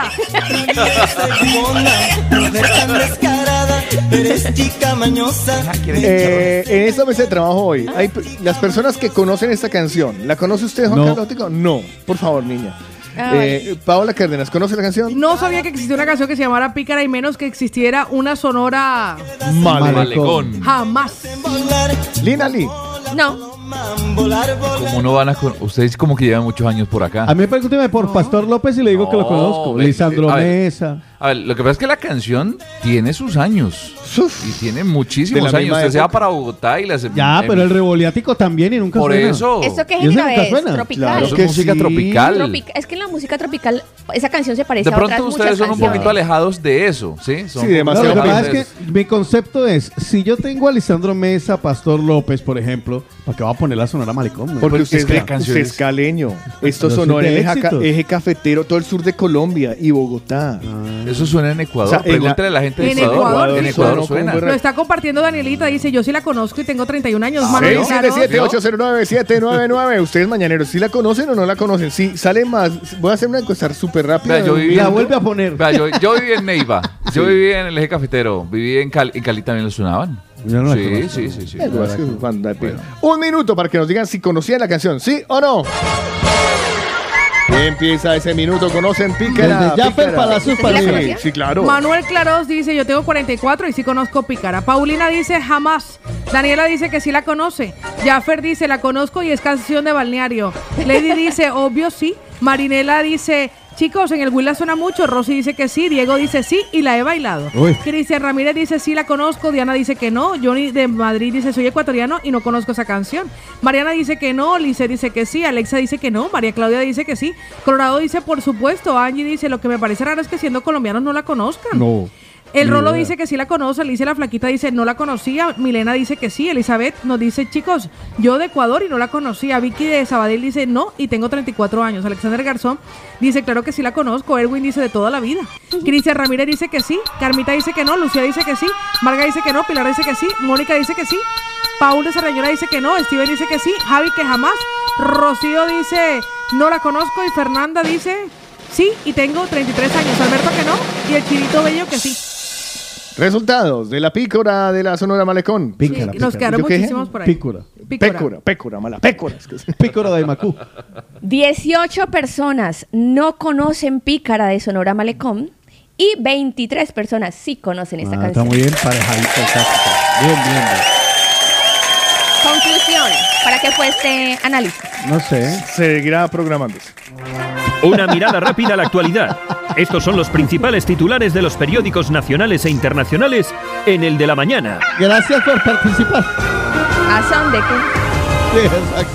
Mujer tan descarada, eres chica mañosa. En esta mesa de trabajo hoy, hay las personas que conocen esta canción. ¿La conoce usted, Juan No. Carlos Tico? No, por favor, niña. Ay. Paola Cárdenas, ¿conoce la canción? No sabía que existía una canción que se llamara Pícara y menos que existiera una sonora Malecón. jamás. Lina Lee. No. ¿Cómo no van a ustedes como que llevan muchos años por acá? A mí pregúnteme por Pastor López y le digo que lo conozco. Lisandro a ver, Mesa. A ver, lo que pasa es que la canción tiene sus años. Y tiene muchísimos De la años. misma Usted se va época. para Bogotá y las... Ya, pero el revoliático también y nunca Por suena. eso. ¿Esto qué ¿Y ese género nunca es? suena? Tropical. Claro, eso es música tropical. Es que en la música tropical esa canción se parece De a otras pronto ustedes muchas son un canciones. poquito alejados de eso, ¿sí? Son Sí, demasiado. Lo que pasa alejados es de que mi concepto es, si yo tengo a Lisandro Mesa, Pastor López, por ejemplo, ¿para qué va a poner la sonora Malecón? man? Porque Pues usted, es que usted es caleño. Esto Pero sonó sí en de el éxitos. eje cafetero, todo el sur de Colombia y Bogotá. Eso suena en Ecuador. O sea, en Pregúntale a la gente de En Ecuador. Ecuador, En sí. Ecuador suena. Lo está compartiendo Danielita, dice, yo sí la conozco y tengo 31 años. Manuel Claros. 677-809-799. ¿Ustedes mañaneros sí la conocen o no la conocen? Sí, sale más. Voy a hacer una encuesta súper rápida. Vea, yo viví La vuelve a poner. Vea, yo viví en Neiva. Yo Sí. viví en el eje cafetero. Viví en Cali. En Cali también lo sonaban. Yo no la Sí, conozco. sí, sí, sí. Bueno, es que cuando hay pena. Un minuto para que nos digan si conocían la canción, ¿sí o no? Empieza ese minuto, conocen Pícara. Desde Jaffer Pícara. Palacios para Sí, arriba. sí, claro. Manuel Claros dice, yo tengo 44 y sí conozco Pícara. Paulina dice, jamás. Daniela dice que sí la conoce. Jaffer dice, la conozco y es canción de balneario. Lady dice, obvio sí. Marinela dice, chicos, en el Huila suena mucho. Rosy dice que sí. Diego dice sí y la he bailado. Uy. Cristian Ramírez dice, sí la conozco. Diana dice que no. Johnny de Madrid dice, soy ecuatoriano y no conozco esa canción. Mariana dice que no. Lice dice que sí. Alexa dice que no. María Claudia dice que sí. Colorado dice, por supuesto. Angie dice, lo que me parece raro es que siendo colombianos no la conozcan. No. El Ni Rolo idea. dice que sí la conoce, Alicia la Flaquita dice no la conocía, Milena dice que sí, Elizabeth nos dice chicos, yo de Ecuador y no la conocía, Vicky de Sabadell dice no y tengo 34 años, Alexander Garzón dice claro que sí la conozco, Erwin dice de toda la vida, Cristian Ramírez dice que sí, Carmita dice que no, Lucía dice que sí, Marga dice que no, Pilar dice que sí, Mónica dice que sí, Paul de Sarrañola dice que no, Steven dice que sí, Javi que jamás, Rocío dice no la conozco y Fernanda dice sí y tengo 33 años, Alberto que no y el Chirito Bello que sí. Resultados de la pícora de la Sonora Malecón. Pícara, Sí, nos quedaron ¿Yo qué? muchísimos por ahí. Pícora. Pécora, mala pécora. Pícora de Aymacú. 18 personas no conocen Pícara de Sonora Malecón y 23 personas sí conocen esta Está canción. muy bien parejadito, exacto. Bien, bien. Conclusión, ¿para qué fue este análisis? No sé. Seguirá programándose. Una mirada rápida a la actualidad. Estos son los principales titulares de los periódicos nacionales e internacionales en el de la mañana. Gracias por participar. ¿A son de qué? Sí, exacto.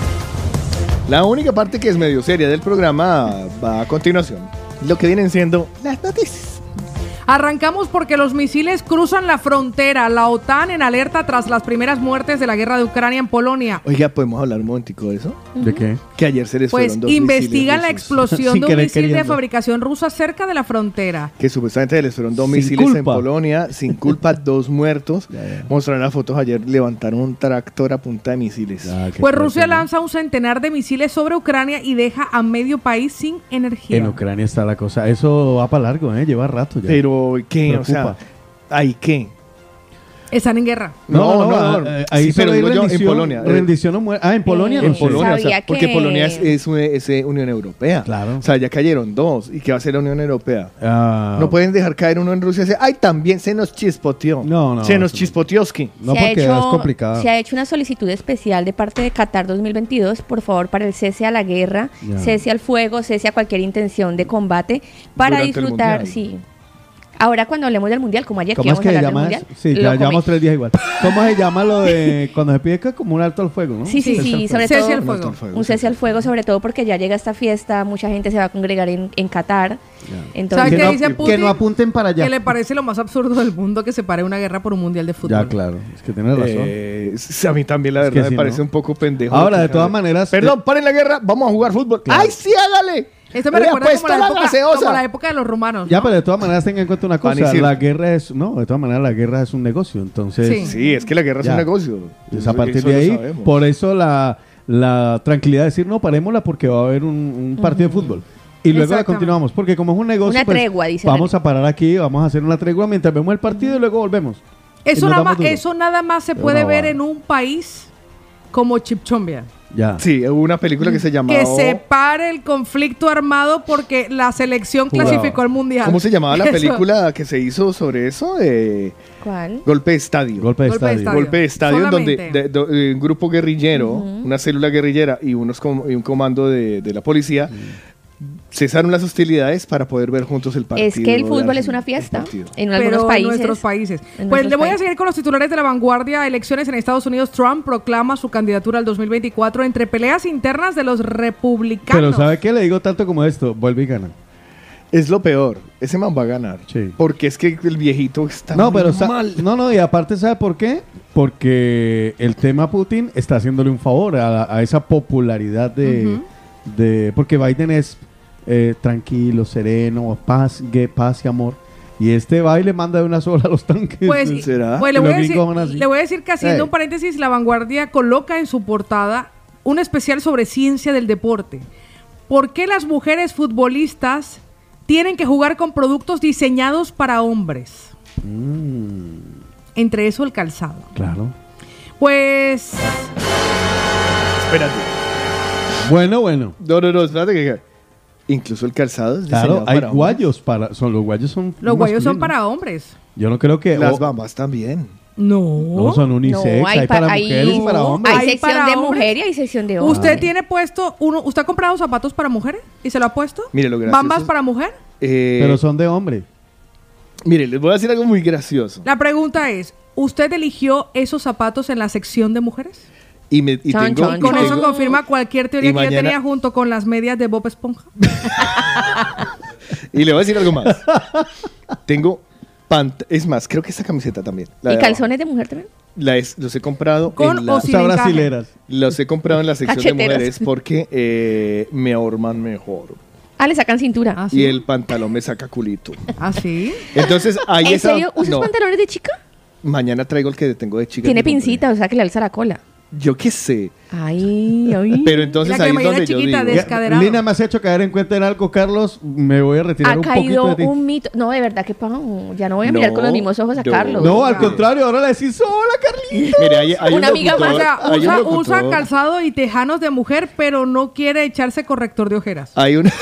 La única parte que es medio seria del programa va a continuación. Lo que vienen siendo las noticias. Arrancamos porque los misiles cruzan la frontera. La OTAN en alerta tras las primeras muertes de la guerra de Ucrania en Polonia. Oiga, ¿podemos hablar un momentico de eso? ¿De qué? Que ayer se les Pues fueron dos investigan la misiles rusos. explosión Sin de un querer misil de queriendo. fabricación rusa cerca de la frontera. Que supuestamente se les fueron dos Sin misiles en culpa. Polonia, sin culpa, 2 muertos. Mostraron las fotos ayer, levantaron un tractor a punta de misiles. Pues Rusia lanza un centenar de misiles sobre Ucrania y deja a medio país sin energía. En Ucrania está la cosa. Eso va para largo, lleva rato ya. Pero, ¿qué? Preocupa. O sea, ¿hay qué? Están en guerra. ahí sí, pero solo hay digo yo, en rendición, Polonia. rendición o muerte. Ah, en Polonia no En sé. Polonia, o sea, Sabía porque que- Polonia es Unión Europea. Claro. O sea, ya cayeron 2. ¿Y qué va a hacer la Unión Europea? Ah, No pueden dejar caer uno en Rusia y decir, ay, también se nos chispoteó. No, Se nos eso no. chispoteoski. No, Se ha porque hecho- es complicado. Se ha hecho una solicitud especial de parte de Qatar 2022, por favor, para el cese a la guerra, Ya. cese al fuego, cese a cualquier intención de combate, para Durante el disfrutar, Mundial. sí. Ahora cuando hablemos del Mundial, como ayer que ¿Cómo es íbamos que a se hablar del llama Mundial, eso? Sí, lo ya llevamos comento. 3 días igual. ¿Cómo se llama lo de cuando se pide que como un alto al fuego, no? Sí, sí, Cese al sí, fuego. sobre Cese todo al fuego. un cese al fuego, sobre todo porque ya llega esta fiesta, mucha gente se va a congregar en Qatar. Entonces, ¿Sabe Que qué no, dice que Putin? no apunten para allá. Que le parece lo más absurdo del mundo que se pare una guerra por un mundial de fútbol. Ya, claro. Es que tienes razón. A mí también, la Es verdad, que me sí, parece ¿no? un poco pendejo. Ahora, lo de que todas acaba maneras, Perdón, paren la guerra, vamos a jugar fútbol. Claro. ¡Ay, sí, hágale! Esto me Le recuerda apuesto como la, la época, gaseosa. como la época de los rumanos. Ya, ¿no? pero de todas maneras tengan en cuenta una Pan y cosa, circo. la guerra es, no, de todas maneras la guerra es un negocio, entonces Sí. Sí, es que la guerra es Ya. un negocio. pues, a partir Eso de lo ahí, sabemos. por eso la tranquilidad de decir, no, parémosla porque va a haber un partido de fútbol. y luego la Exactamente. continuamos. Porque como es un negocio, Una pues, tregua, dice vamos a parar aquí, vamos a hacer una tregua mientras vemos el partido y luego volvemos. Eso Y nos nada, damos más, duro. eso nada más se Pero puede no ver va. en un país como Chipchombia. Ya. Sí, hubo una película que se llamaba... Que se pare el conflicto armado porque la selección clasificó al mundial. ¿Cómo se llamaba la Eso. película que se hizo sobre eso? ¿Cuál? Golpe de Estadio. Golpe de estadio. Golpe de estadio, donde Solamente. un grupo guerrillero, una célula guerrillera y y un comando de la policía cesaron las hostilidades para poder ver juntos el partido. Es que el fútbol de es una fiesta partido. en Pero algunos países. en nuestros países. En Pues nuestros le voy a países. seguir con los titulares de La Vanguardia. Elecciones en Estados Unidos. Trump proclama su candidatura al 2024 entre peleas internas de los republicanos. Pero ¿sabe qué? Le digo tanto como esto, vuelve y gana. Es lo peor. Ese man va a ganar. Sí. Porque es que el viejito está No, pero mal. no, y aparte, ¿sabe por qué? Porque el tema Putin está haciéndole un favor a esa popularidad de porque Biden es tranquilo, sereno, paz y amor. Y este va y le manda de una sola a los tanques. Pues, ¿Será? pues le, Y voy los a decir, gringos van así. le voy a decir que haciendo un paréntesis, La Vanguardia coloca en su portada un especial sobre ciencia del deporte. ¿Por qué las mujeres futbolistas tienen que jugar con productos diseñados para hombres? Entre eso el calzado. Claro. Pues Espérate. Bueno. No, espérate que... Incluso el calzado es Claro, diseñado hay para guayos para... los guayos son los guayos son masculinos. para hombres. Yo no creo que... Las bambas también. No, son unisex. No, hay para mujeres y para hombres. Hay sección para de hombres. mujer y hay sección de hombre. ¿Usted tiene puesto ¿Usted ha comprado zapatos para mujeres y se lo ha puesto? Mire, lo gracioso ¿Bambas es- para mujer? Pero son de hombre. Mire, les voy a decir algo muy gracioso. La pregunta es, ¿usted eligió esos zapatos en la sección de mujeres? Y Con tengo- eso confirma cualquier teoría y que yo mañana- tenía junto con las medias de Bob Esponja. Y le voy a decir algo más. Tengo es más, creo que esta camiseta también. la ¿Y de calzones de mujer también? los he comprado ¿Con en o sin encaje? brasileras. Los he comprado en la sección de Cacheteros. mujeres porque me ahorman mejor. Ah, le sacan cintura. Y el pantalón me saca culito. ¿Ah, sí? Entonces, ahí ¿En esa- serio? ¿Usas no. pantalones de chica? Mañana traigo el que tengo de chica. Tiene que compré. pincita, o sea que le alza la cola. Yo qué sé. Ay, ay. Pero entonces ahí es donde yo digo. Lina me has hecho caer en cuenta en algo, Carlos. Me voy a retirar Ha un poquito caído de ti. un mito. No, de verdad que pavo. Ya no voy a mirar con los mismos ojos a Carlos. No, al contrario, ahora le decís hola, Carlitos. Mire, hay Una amiga más. O sea, hay un locutor. usa calzado y tejanos de mujer, pero no quiere echarse corrector de ojeras. Hay un,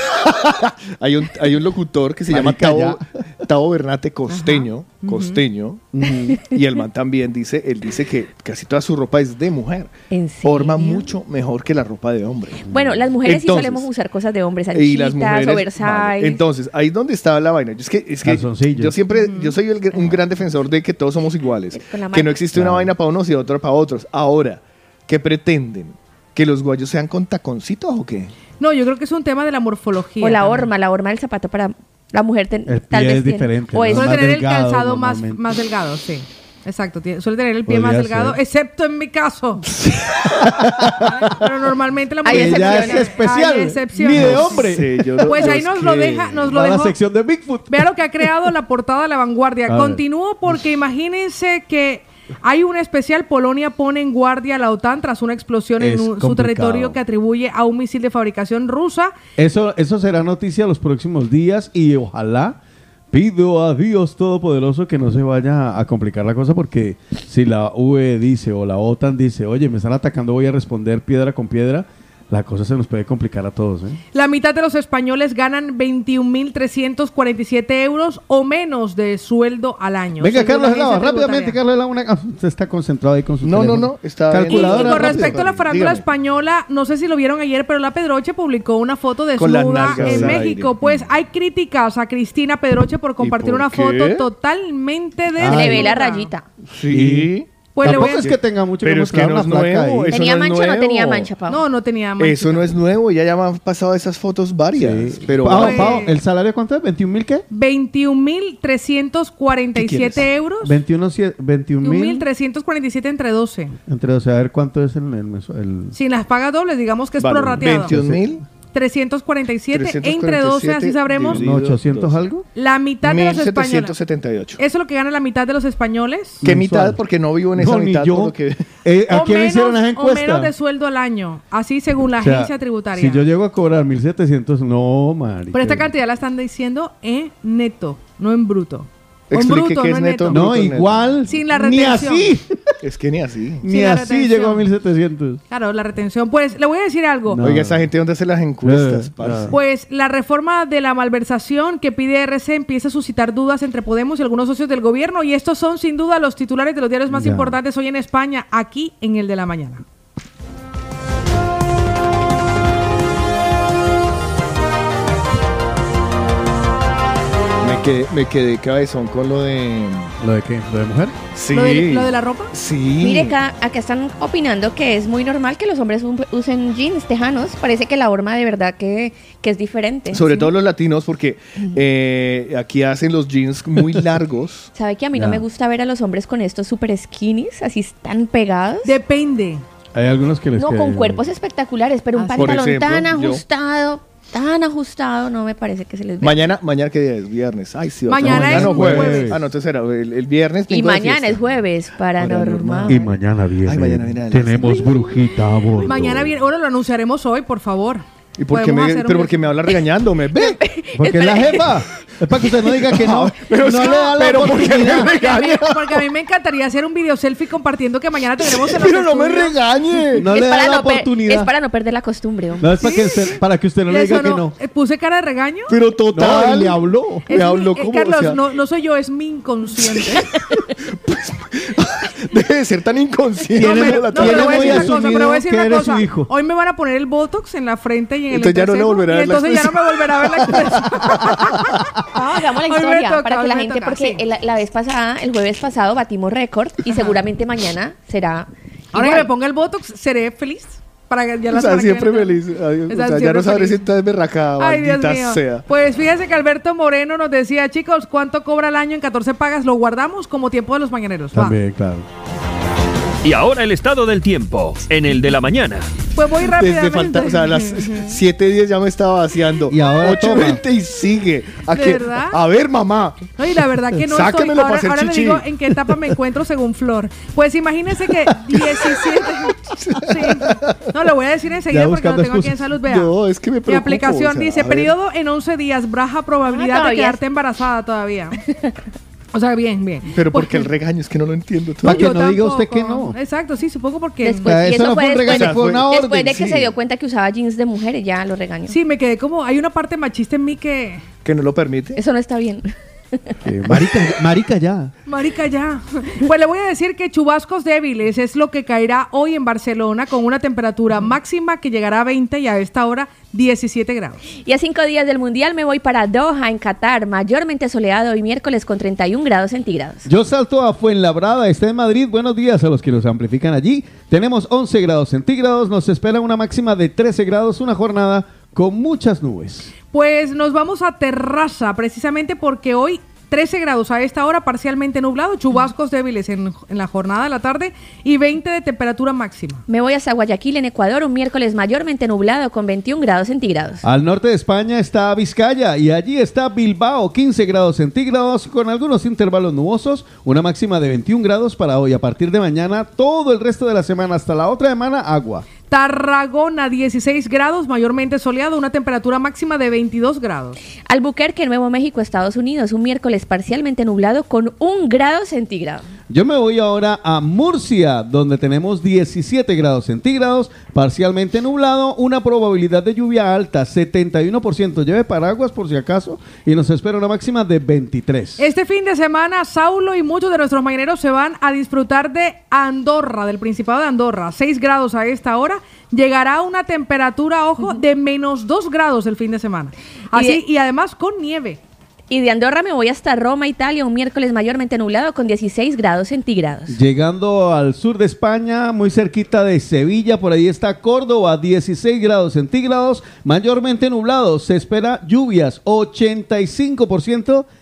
hay un locutor que se llama Marica, Tavo Bernate Costeño. Ujú. Costeño. Y el man también dice, él dice que casi toda su ropa es de mujer. ¿En serio? Forma mucho mejor que la ropa de hombre. Bueno, las mujeres Entonces, sí solemos usar cosas de hombres, y las anchitas, mujeres, oversize. vale. Entonces, ahí es donde estaba la vaina. Es que Calzoncillos. yo siempre, yo soy un gran defensor de que todos somos iguales. Con la Que marca. no existe una vaina para unos y otra para otros. Ahora, ¿qué pretenden? ¿Que los guayos sean con taconcitos o qué? No, yo creo que es un tema de la morfología. O la también. horma del zapato para la mujer El tal pie vez es tiene. diferente, O ¿no? es Suele más tener el delgado calzado normalmente. más delgado, sí. Exacto, suele tener el pie más Podría delgado, ser. excepto en mi caso. Pero normalmente la Hay mujer Ella es excepciones. especial. Hay excepciones. Ni de hombre. Sí, yo no- Pues yo ahí es nos lo que- deja, nos lo Va a la dejó. sección de Bigfoot. Vea lo que ha creado la portada de La Vanguardia. A ver. Continúo porque imagínense que hay un especial. Polonia pone en guardia a la OTAN tras una explosión en Es su complicado. territorio que atribuye a un misil de fabricación rusa. Eso será noticia los próximos días y ojalá pido a Dios Todopoderoso que no se vaya a complicar la cosa, porque si la UE dice o la OTAN dice, oye, me están atacando, voy a responder piedra con piedra, la cosa se nos puede complicar a todos. La mitad de los españoles ganan 21.347 euros o menos de sueldo al año. Venga, según Carlos la Helava, agencia rápidamente, tributaria. Carlos Helava, usted está concentrado ahí con su No, teléfono. está Y Calculadora. con rápido. respecto a la farándula Dígame. española, no sé si lo vieron ayer, pero la Pedroche publicó una foto Con las desnuda nalgas en al México. aire. Pues hay críticas a Cristina Pedroche por compartir por una qué? foto totalmente de Le ve la rayita. Sí. Pues le voy Tampoco a es que tenga mucho Pero que es que mostrar, no una es flaca nuevo, ahí. eso ¿Tenía no es mancha o no tenía nuevo. mancha, Pau? No, no tenía mancha. Eso no es nuevo, ya me han pasado esas fotos varias. Sí. Pero Pau, Pues- Pau, ¿el salario cuánto es? ¿21,000 qué? 21.347 euros. 21,000 21.347 entre 12. entre 12. A ver cuánto es el Sin las pagas dobles, digamos que es Vale, prorrateado. 21.000. 347, entre 12, así sabremos. ¿No 800 algo? La mitad de los españoles. 1778. Eso es lo que gana la mitad de los españoles. ¿Qué mitad? Porque no vivo en esa mitad. Yo. por lo que... ¿A quién le hicieron esa O encuesta? menos de sueldo al año. Así según la O sea, agencia tributaria. Si yo llego a cobrar 1.700, no, marica. Pero esta cantidad la están diciendo en neto, no en bruto. O en Explique bruto, qué no es en neto. neto. No, igual. Sin la Ni retención. así. Es que ni así. Ni la así retención. llegó a 1.700. Claro, la retención. Pues le voy a decir algo. No. Oiga, esa gente, ¿dónde hace las encuestas? parce? Pues la reforma de la malversación que pide RC empieza a suscitar dudas entre Podemos y algunos socios del gobierno, y estos son sin duda los titulares de los diarios más Ya. importantes hoy en España, aquí en el de la mañana. Me quedé cabezón con lo de... ¿Lo de qué? ¿Lo de mujer? Sí. ¿Lo de la ropa? Sí. Mire, acá están opinando que es muy normal que los hombres usen jeans tejanos. Parece que la forma de verdad que es diferente. Sobre todo los latinos, porque aquí hacen los jeans muy largos. ¿Sabe que a mí Ya. no me gusta ver a los hombres con estos super skinnies, así tan pegados? Depende. Hay algunos que les No, con quedan- cuerpos espectaculares, pero un Por pantalón ejemplo, tan ajustado, no me parece que se les vea. Mañana ¿qué día es? Viernes. Ay, sí. Mañana es no, jueves. Ah, no, entonces era el viernes. Y vengo de mañana fiesta. es jueves, paranormal. Y mañana viene. Ay, mañana viene Tenemos brujita a bordo. Mañana viene, ahora lo anunciaremos hoy, por favor. ¿Y por qué Podemos me, hacer pero un- porque me habla regañándome? ¡Ve! Porque es la jefa. Es para que usted no diga que no. Pero no sí, le da la pero ¿por qué me oportunidad. regaña? Porque a mí me encantaría hacer un video selfie compartiendo que mañana tendremos en los Pero no me estudios. regañe. No le da la oportunidad. Es para no perder la costumbre. hombre. No, es para que usted no ¿Le le diga sonó? que no. ¿Puse cara de regaño? Pero No, total. y le habló. Me habló como, Carlos, o sea, no soy yo, es mi inconsciente. Debe de ser tan inconsciente. No, Tiene- pero, la no, pero voy a muy decir una cosa, asumido pero voy a decir que una eres cosa. su hijo. Hoy me van a poner el Botox en la frente y en el Entonces ya no le entrecejo, volverá a y ver la entonces ya no me volverá a ver la expresión. No, hagamos la Hoy me historia toca, para hoy que la me gente, toca, porque sí. la vez pasada, el jueves pasado, batimos récord y seguramente mañana será. Ahora que igual. me ponga el Botox, seré feliz. Para que ya la O sea, semana que siempre viene- feliz. Adiós. O O sea, sea, ya siempre no sabré si feliz. estás berraca, Ay, Dios maldita mío. sea. Pues fíjense que Alberto Moreno nos decía, chicos, ¿cuánto cobra el año en 14 pagas? Lo guardamos como tiempo de los mañaneros. Va. También, claro. Y ahora el estado del tiempo, en el de la mañana. Pues voy Desde rápidamente. falta, o sea, a las 7:10 ya me estaba vaciando. Y ahora 8:20 y sigue. ¿A, ¿De qué? verdad? A ver, mamá. No, y la verdad que no Sáquemelo estoy. para hacer Ahora le chichi. digo en qué etapa me encuentro según Flor. Pues imagínense que 17. Sí. No, lo voy a decir enseguida Ya porque lo buscando tengo aquí en excusas. salud. Vea. No, es que me Mi preocupo. aplicación o sea, dice: a ver. periodo en 11 días, baja probabilidad de todavía quedarte embarazada todavía. O sea, bien, bien. Pero Pues- porque el regaño es que no lo entiendo. Para que yo no diga usted tampoco. que no. Exacto, sí, supongo porque. Después, sea, y eso no fue un después, regaño, fue una después orden, de que sí. se dio cuenta que usaba jeans de mujer y ya lo regañó. Sí, me quedé como. Hay una parte machista en mí que. Que no lo permite. Eso no está bien. Marica ya. Marica, ya. Pues le voy a decir que chubascos débiles es lo que caerá hoy en Barcelona con una temperatura máxima que llegará a 20 y a esta hora 17 grados. Y a 5 días del Mundial me voy para Doha, en Qatar, mayormente soleado y miércoles con 31 grados centígrados. Yo salto a Fuenlabrada, está en Madrid. Buenos días a los que nos amplifican allí. Tenemos 11 grados centígrados. Nos espera una máxima de 13 grados, una jornada con muchas nubes. Pues nos vamos a Terrassa, precisamente porque hoy 13 grados a esta hora, parcialmente nublado, chubascos débiles en la jornada de la tarde y 20 de temperatura máxima. Me voy hasta Guayaquil, en Ecuador, un miércoles mayormente nublado con 21 grados centígrados. Al norte de España está Vizcaya y allí está Bilbao, 15 grados centígrados con algunos intervalos nubosos, una máxima de 21 grados para hoy. A partir de mañana, todo el resto de la semana hasta la otra semana, agua. Tarragona, 16 grados, mayormente soleado, una temperatura máxima de 22 grados. Albuquerque, Nuevo México, Estados Unidos, un miércoles parcialmente nublado con 1 grado centígrado. Yo me voy ahora a Murcia, donde tenemos 17 grados centígrados, parcialmente nublado, una probabilidad de lluvia alta, 71%. Lleve paraguas por si acaso y nos espera una máxima de 23. Este fin de semana, Saulo y muchos de nuestros mañaneros se van a disfrutar de Andorra, del Principado de Andorra. 6 grados a esta hora. Llegará una temperatura, ojo, de menos 2 grados el fin de semana. Así, y además con nieve. Y de Andorra me voy hasta Roma, Italia, un miércoles mayormente nublado con 16 grados centígrados. Llegando al sur de España, muy cerquita de Sevilla, por ahí está Córdoba, 16 grados centígrados, mayormente nublado. Se espera lluvias, 85%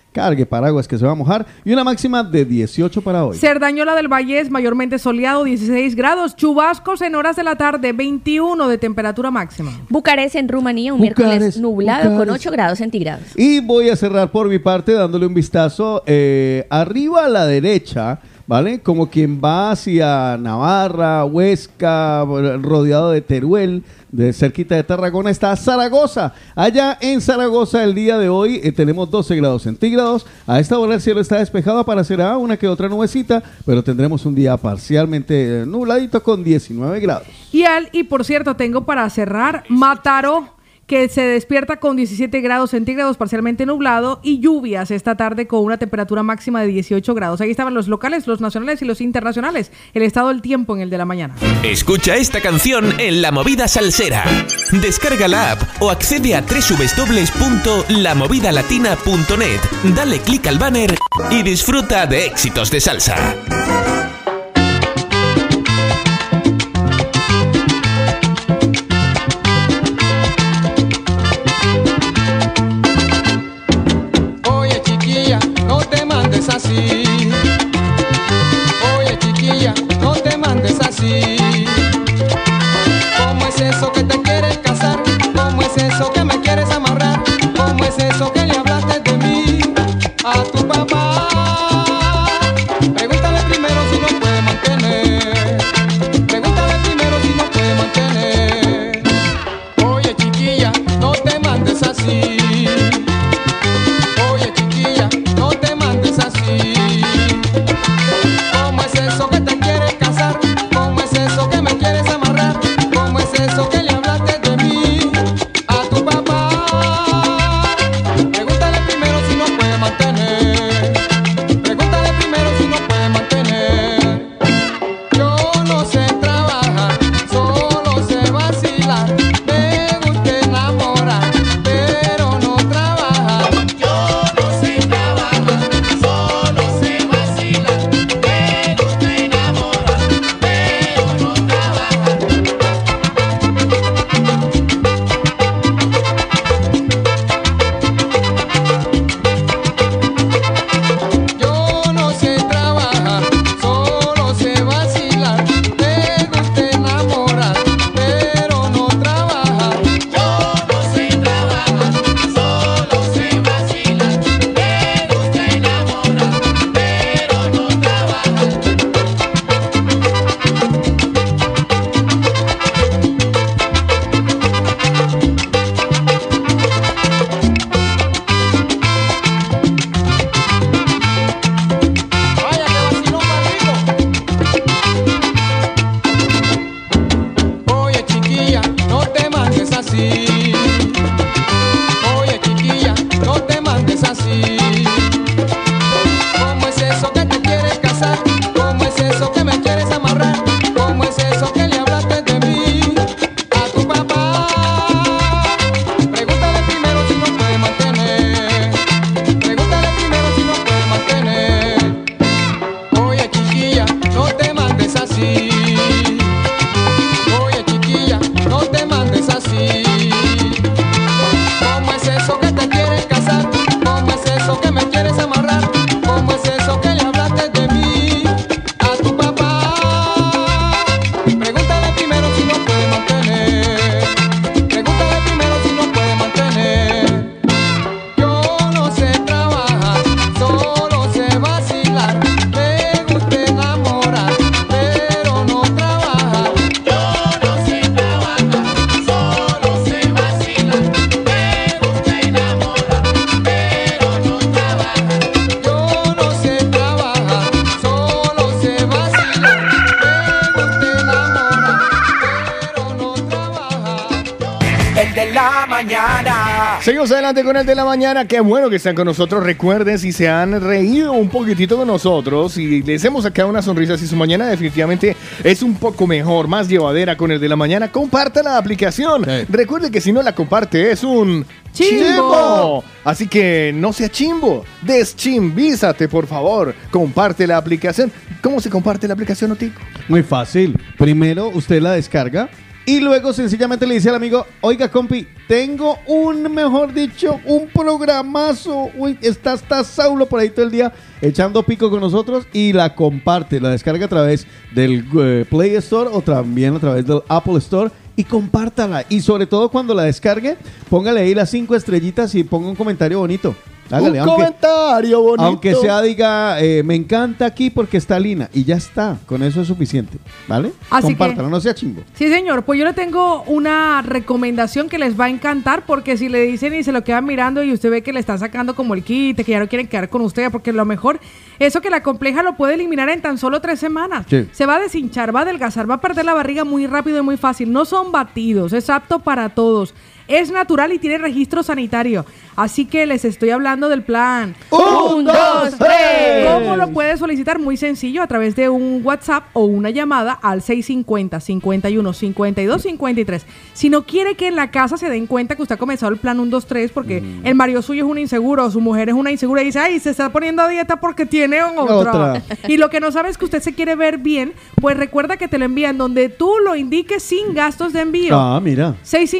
cargue paraguas que se va a mojar. Y una máxima de 18 para hoy. Cerdañola del Valle es mayormente soleado, 16 grados. Chubascos en horas de la tarde, 21 de temperatura máxima. Bucarest en Rumanía, un miércoles nublado con 8 grados centígrados. Y voy a cerrar por mi parte dándole un vistazo arriba a la derecha, ¿vale? Como quien va hacia Navarra, Huesca, rodeado de Teruel, de cerquita de Tarragona, está Zaragoza. Allá en Zaragoza el día de hoy tenemos 12 grados centígrados. A esta hora el cielo está despejado, aparecerá una que otra nubecita, pero tendremos un día parcialmente nubladito con 19 grados. Y por cierto, tengo para cerrar Mataró, que se despierta con 17 grados centígrados, parcialmente nublado, y lluvias esta tarde con una temperatura máxima de 18 grados. Ahí estaban los locales, los nacionales y los internacionales. El estado del tiempo en el de la mañana. Escucha esta canción en La Movida Salsera. Descarga la app o accede a www.lamovidalatina.net. Dale clic al banner y disfruta de éxitos de salsa. Así. Oye chiquilla, no te mandes así. ¿Cómo es eso que te quieres casar? ¿Cómo es eso que me quieres amarrar? ¿Cómo es eso que le hablaste de mí a tu papá? Pregúntale primero si no puede mantener. Pregúntale primero si no puede mantener. Oye chiquilla, no te mandes así. Oye chiquilla, no te mandes así. ¿Cómo es eso que te quieres casar? ¿Cómo es eso que me quieres amarrar? ¿Cómo es eso que le hablaste de mí a tu papá? Pregúntale primero si no puede mantener. Pregúntale primero si no puede mantener. Yo no sé trabajar, solo sé vacilar. Me gusta enamorar, pero no trabajar. Yo no sé trabajar, solo sé vacilar. Me gusta enamorar, pero no trabajar. Yo no sé trabajar, solo sé vacilar. Me gusta enamorar, pero no trabajar. Yo no sé trabajar, solo sé vacilar. Me gusta enamorar, pero no trabajar. Vaya que vacilón más rico. Oye chiquilla, no te mandes así. Oye chiquilla, no te mandes así. ¿Cómo es eso que te quieres casar? ¿Cómo es eso que me quieres amarrar? ¿Cómo es eso que le hablaste de mí a tu papá? Pregúntale primero si no puede mantener. Pregúntale primero si no puede mantener. Oye chiquilla, no te mandes así. Oye chiquilla, no te mandes así. ¿Cómo es eso que te quieres casar? ¿Cómo es eso que me quieres amarrar? ¿Cómo es eso que le hablaste de mí a tu papá? Pregúntale primero si no puede mantener. Pregúntale primero si no puede mantener. Yo no sé trabajar, solo sé vacilar. Me gusta enamorar, pero no trabajar. Yo no sé trabajar, solo sé vacilar. Me gusta enamorar, pero no trabajar. Yo no sé trabajar, solo sé vacilar. Me gusta enamorar, pero no trabajar. El de la mañana. Seguimos adelante con el de la mañana. Qué bueno que están con nosotros. Recuerden, si se han reído un poquitito con nosotros y les hemos sacado una sonrisa, si su mañana definitivamente es un poco mejor, más llevadera con el de la mañana, comparta la aplicación. Recuerde que si no la comparte es un chimbo. Así que no sea chimbo, deschimvízate, por favor. Comparte la aplicación. ¿Cómo se comparte la aplicación, Otico? Muy fácil. Primero usted la descarga Y luego sencillamente le dice al amigo, oiga, compi, tengo mejor dicho, un programazo. Uy, está Saulo por ahí todo el día echando pico con nosotros y la comparte, la descarga a través del Play Store o también a través del Apple Store y compártala. Y sobre todo cuando la descargue, póngale ahí las 5 estrellitas y ponga un comentario bonito. Hágale, un comentario bonito. Aunque sea diga, me encanta aquí porque está Lina. Y ya está, con eso es suficiente, ¿vale? Así compártala, que, no sea chimbo. Sí, señor, pues yo le tengo una recomendación que les va a encantar, porque si le dicen y se lo quedan mirando y usted ve que le están sacando como el quite, que ya no quieren quedar con usted, porque lo mejor, eso que la compleja lo puede eliminar en tan solo 3 semanas. Sí. Se va a deshinchar, va a adelgazar, va a perder la barriga muy rápido y muy fácil. No son batidos, es apto para todos. Es natural y tiene registro sanitario. Así que les estoy hablando del plan 1, 2, 3. ¿Cómo lo puede solicitar? Muy sencillo, a través de un WhatsApp o una llamada al 650-51-52-53. Si no quiere que en la casa se den cuenta que usted ha comenzado el plan 1, 2, 3, porque el marido suyo es un inseguro, su mujer es una insegura y dice, ay, se está poniendo a dieta porque tiene otra. Y lo que no sabe es que usted se quiere ver bien, pues recuerda que te lo envían donde tú lo indiques sin gastos de envío. Ah, mira.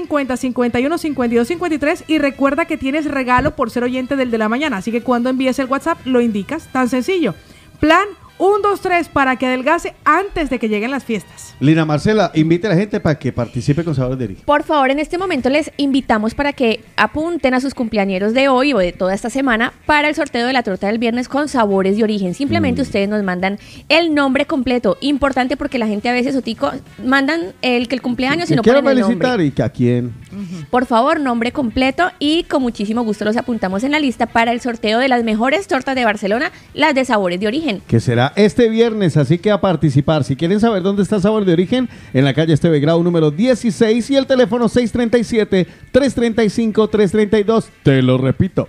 650-51-52-53 y recuerda que tienes regalo por ser oyente del de la mañana. Así que cuando envíes el WhatsApp lo indicas, tan sencillo. Plan 1, 2, 3 para que adelgace antes de que lleguen las fiestas. Lina Marcela, invite a la gente para que participe con Sabores de Origen. Por favor, en este momento les invitamos para que apunten a sus cumpleañeros de hoy o de toda esta semana para el sorteo de la torta del viernes con Sabores de Origen. Simplemente ustedes nos mandan el nombre completo. Importante porque la gente a veces, Otico, mandan el cumpleaños y no ponen el nombre. felicitar y que a quién. Por favor, nombre completo y con muchísimo gusto los apuntamos en la lista para el sorteo de las mejores tortas de Barcelona, las de Sabores de Origen. Que será este viernes, así que a participar. Si quieren saber dónde está Sabor de Origen, en la calle Esteve Grau número 16 y el teléfono 637-335-332. Te lo repito,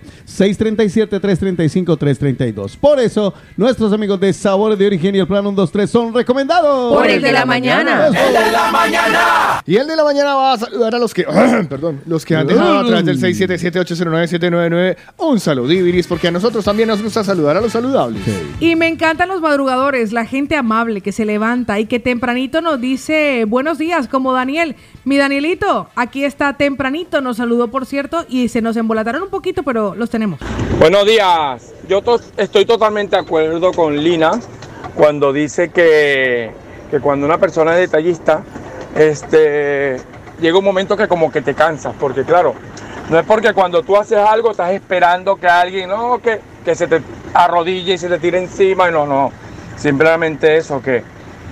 637-335-332. Por eso, nuestros amigos de Sabores de Origen y el Plan 1, 2, 3 son recomendados. Por el de la mañana. ¡El de la mañana! Y el de la mañana va a saludar a los que, perdón, los que han dejado a través del 677-809-799 un saludiviris, porque a nosotros también nos gusta saludar a los saludables. Y me encantan los madrugadores, la gente amable que se levanta y que tempranito nos dice buenos días, como Daniel. Mi Danielito, aquí está tempranito, nos saludó por cierto y se nos embolataron un poquito, pero los tenemos. Buenos días. Yo estoy totalmente de acuerdo con Lina cuando dice que cuando una persona es detallista, llega un momento que como que te cansas, porque claro, no es porque cuando tú haces algo estás esperando que alguien, que se te arrodille y se te tire encima, y no, simplemente eso, que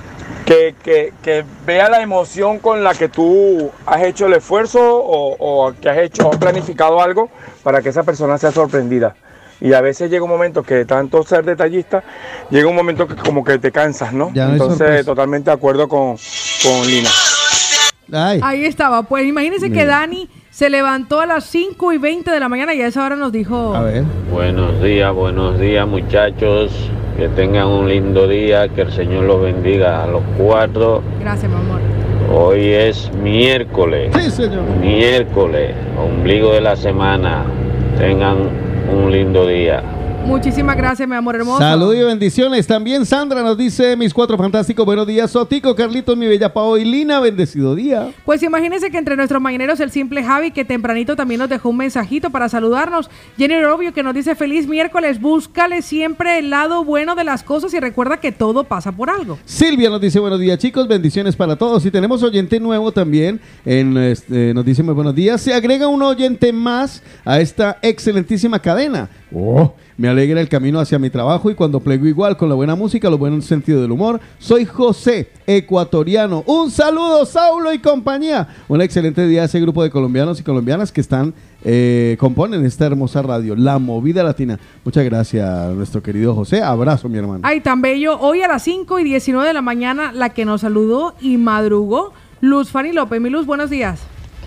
vea la emoción con la que tú has hecho el esfuerzo o que has planificado algo para que esa persona sea sorprendida. Y a veces llega un momento que de tanto ser detallista, llega un momento que como que te cansas, ¿no? Ya no Entonces, totalmente de acuerdo con Lina. Ahí estaba, pues imagínense que Dani se levantó a las 5:20 de la mañana y a esa hora nos dijo... A ver. Buenos días muchachos. Que tengan un lindo día, que el Señor los bendiga a los 4. Gracias, mi amor. Hoy es miércoles. Sí, señor. Miércoles, ombligo de la semana. Tengan un lindo día. Muchísimas gracias, mi amor hermoso. Salud y bendiciones. También Sandra nos dice, mis 4 fantásticos, buenos días, Sotico, Carlitos, mi bella Pao y Lina, bendecido día. Pues imagínense que entre nuestros mañaneros el simple Javi, que tempranito también nos dejó un mensajito para saludarnos. Jenny Robio, que nos dice feliz miércoles, búscale siempre el lado bueno de las cosas y recuerda que todo pasa por algo. Silvia nos dice buenos días, chicos, bendiciones para todos. Y tenemos oyente nuevo también, nos dice muy buenos días. Se agrega un oyente más a esta excelentísima cadena. Me alegra el camino hacia mi trabajo y cuando plego igual con la buena música, lo buen sentido del humor. Soy José, ecuatoriano. Un saludo, Saulo y compañía. Un excelente día a ese grupo de colombianos y colombianas que componen esta hermosa radio, La Movida Latina. Muchas gracias a nuestro querido José. Abrazo, mi hermano. Ay, tan bello. Hoy a las 5:19 de la mañana, la que nos saludó y madrugó, Luz Fanny López. Mi Luz, buenos días.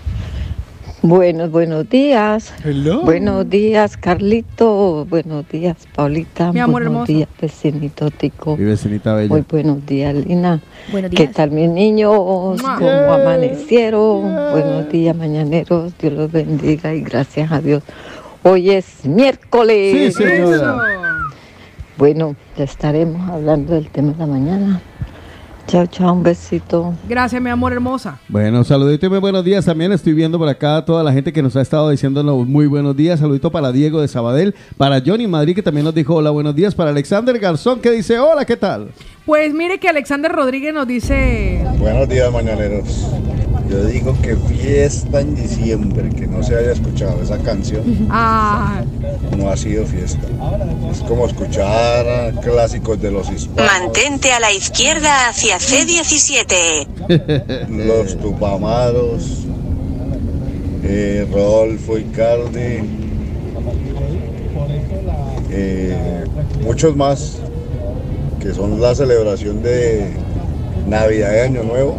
Buenos días. Hello. Buenos días, Carlito. Buenos días, Paulita. Mi amor buenos hermoso. días, vecinito Tico. Mi vecinita bella. Muy buenos días, Lina. Buenos ¿Qué días. tal, mis niños? Mua. ¿Cómo amanecieron? Buenos días, mañaneros. Dios los bendiga y gracias a Dios. Hoy es miércoles. Sí, señora. Bueno, ya estaremos hablando del tema de la mañana. Chao, chao, un besito. Gracias, mi amor hermosa. Bueno, saludito y muy buenos días. También estoy viendo por acá a toda la gente que nos ha estado diciéndonos muy buenos días. Saludito para Diego de Sabadell, para Johnny Madrid, que también nos dijo hola, buenos días. Para Alexander Garzón, que dice hola, ¿qué tal? Pues mire que Alexander Rodríguez nos dice... Buenos días, mañaneros. Yo digo que fiesta en diciembre, que no se haya escuchado esa canción, no ha sido fiesta. Es como escuchar clásicos de los hispanos. Mantente a la izquierda hacia C17. Los Tupamaros, Rodolfo Icardi, muchos más, que son la celebración de Navidad y Año Nuevo.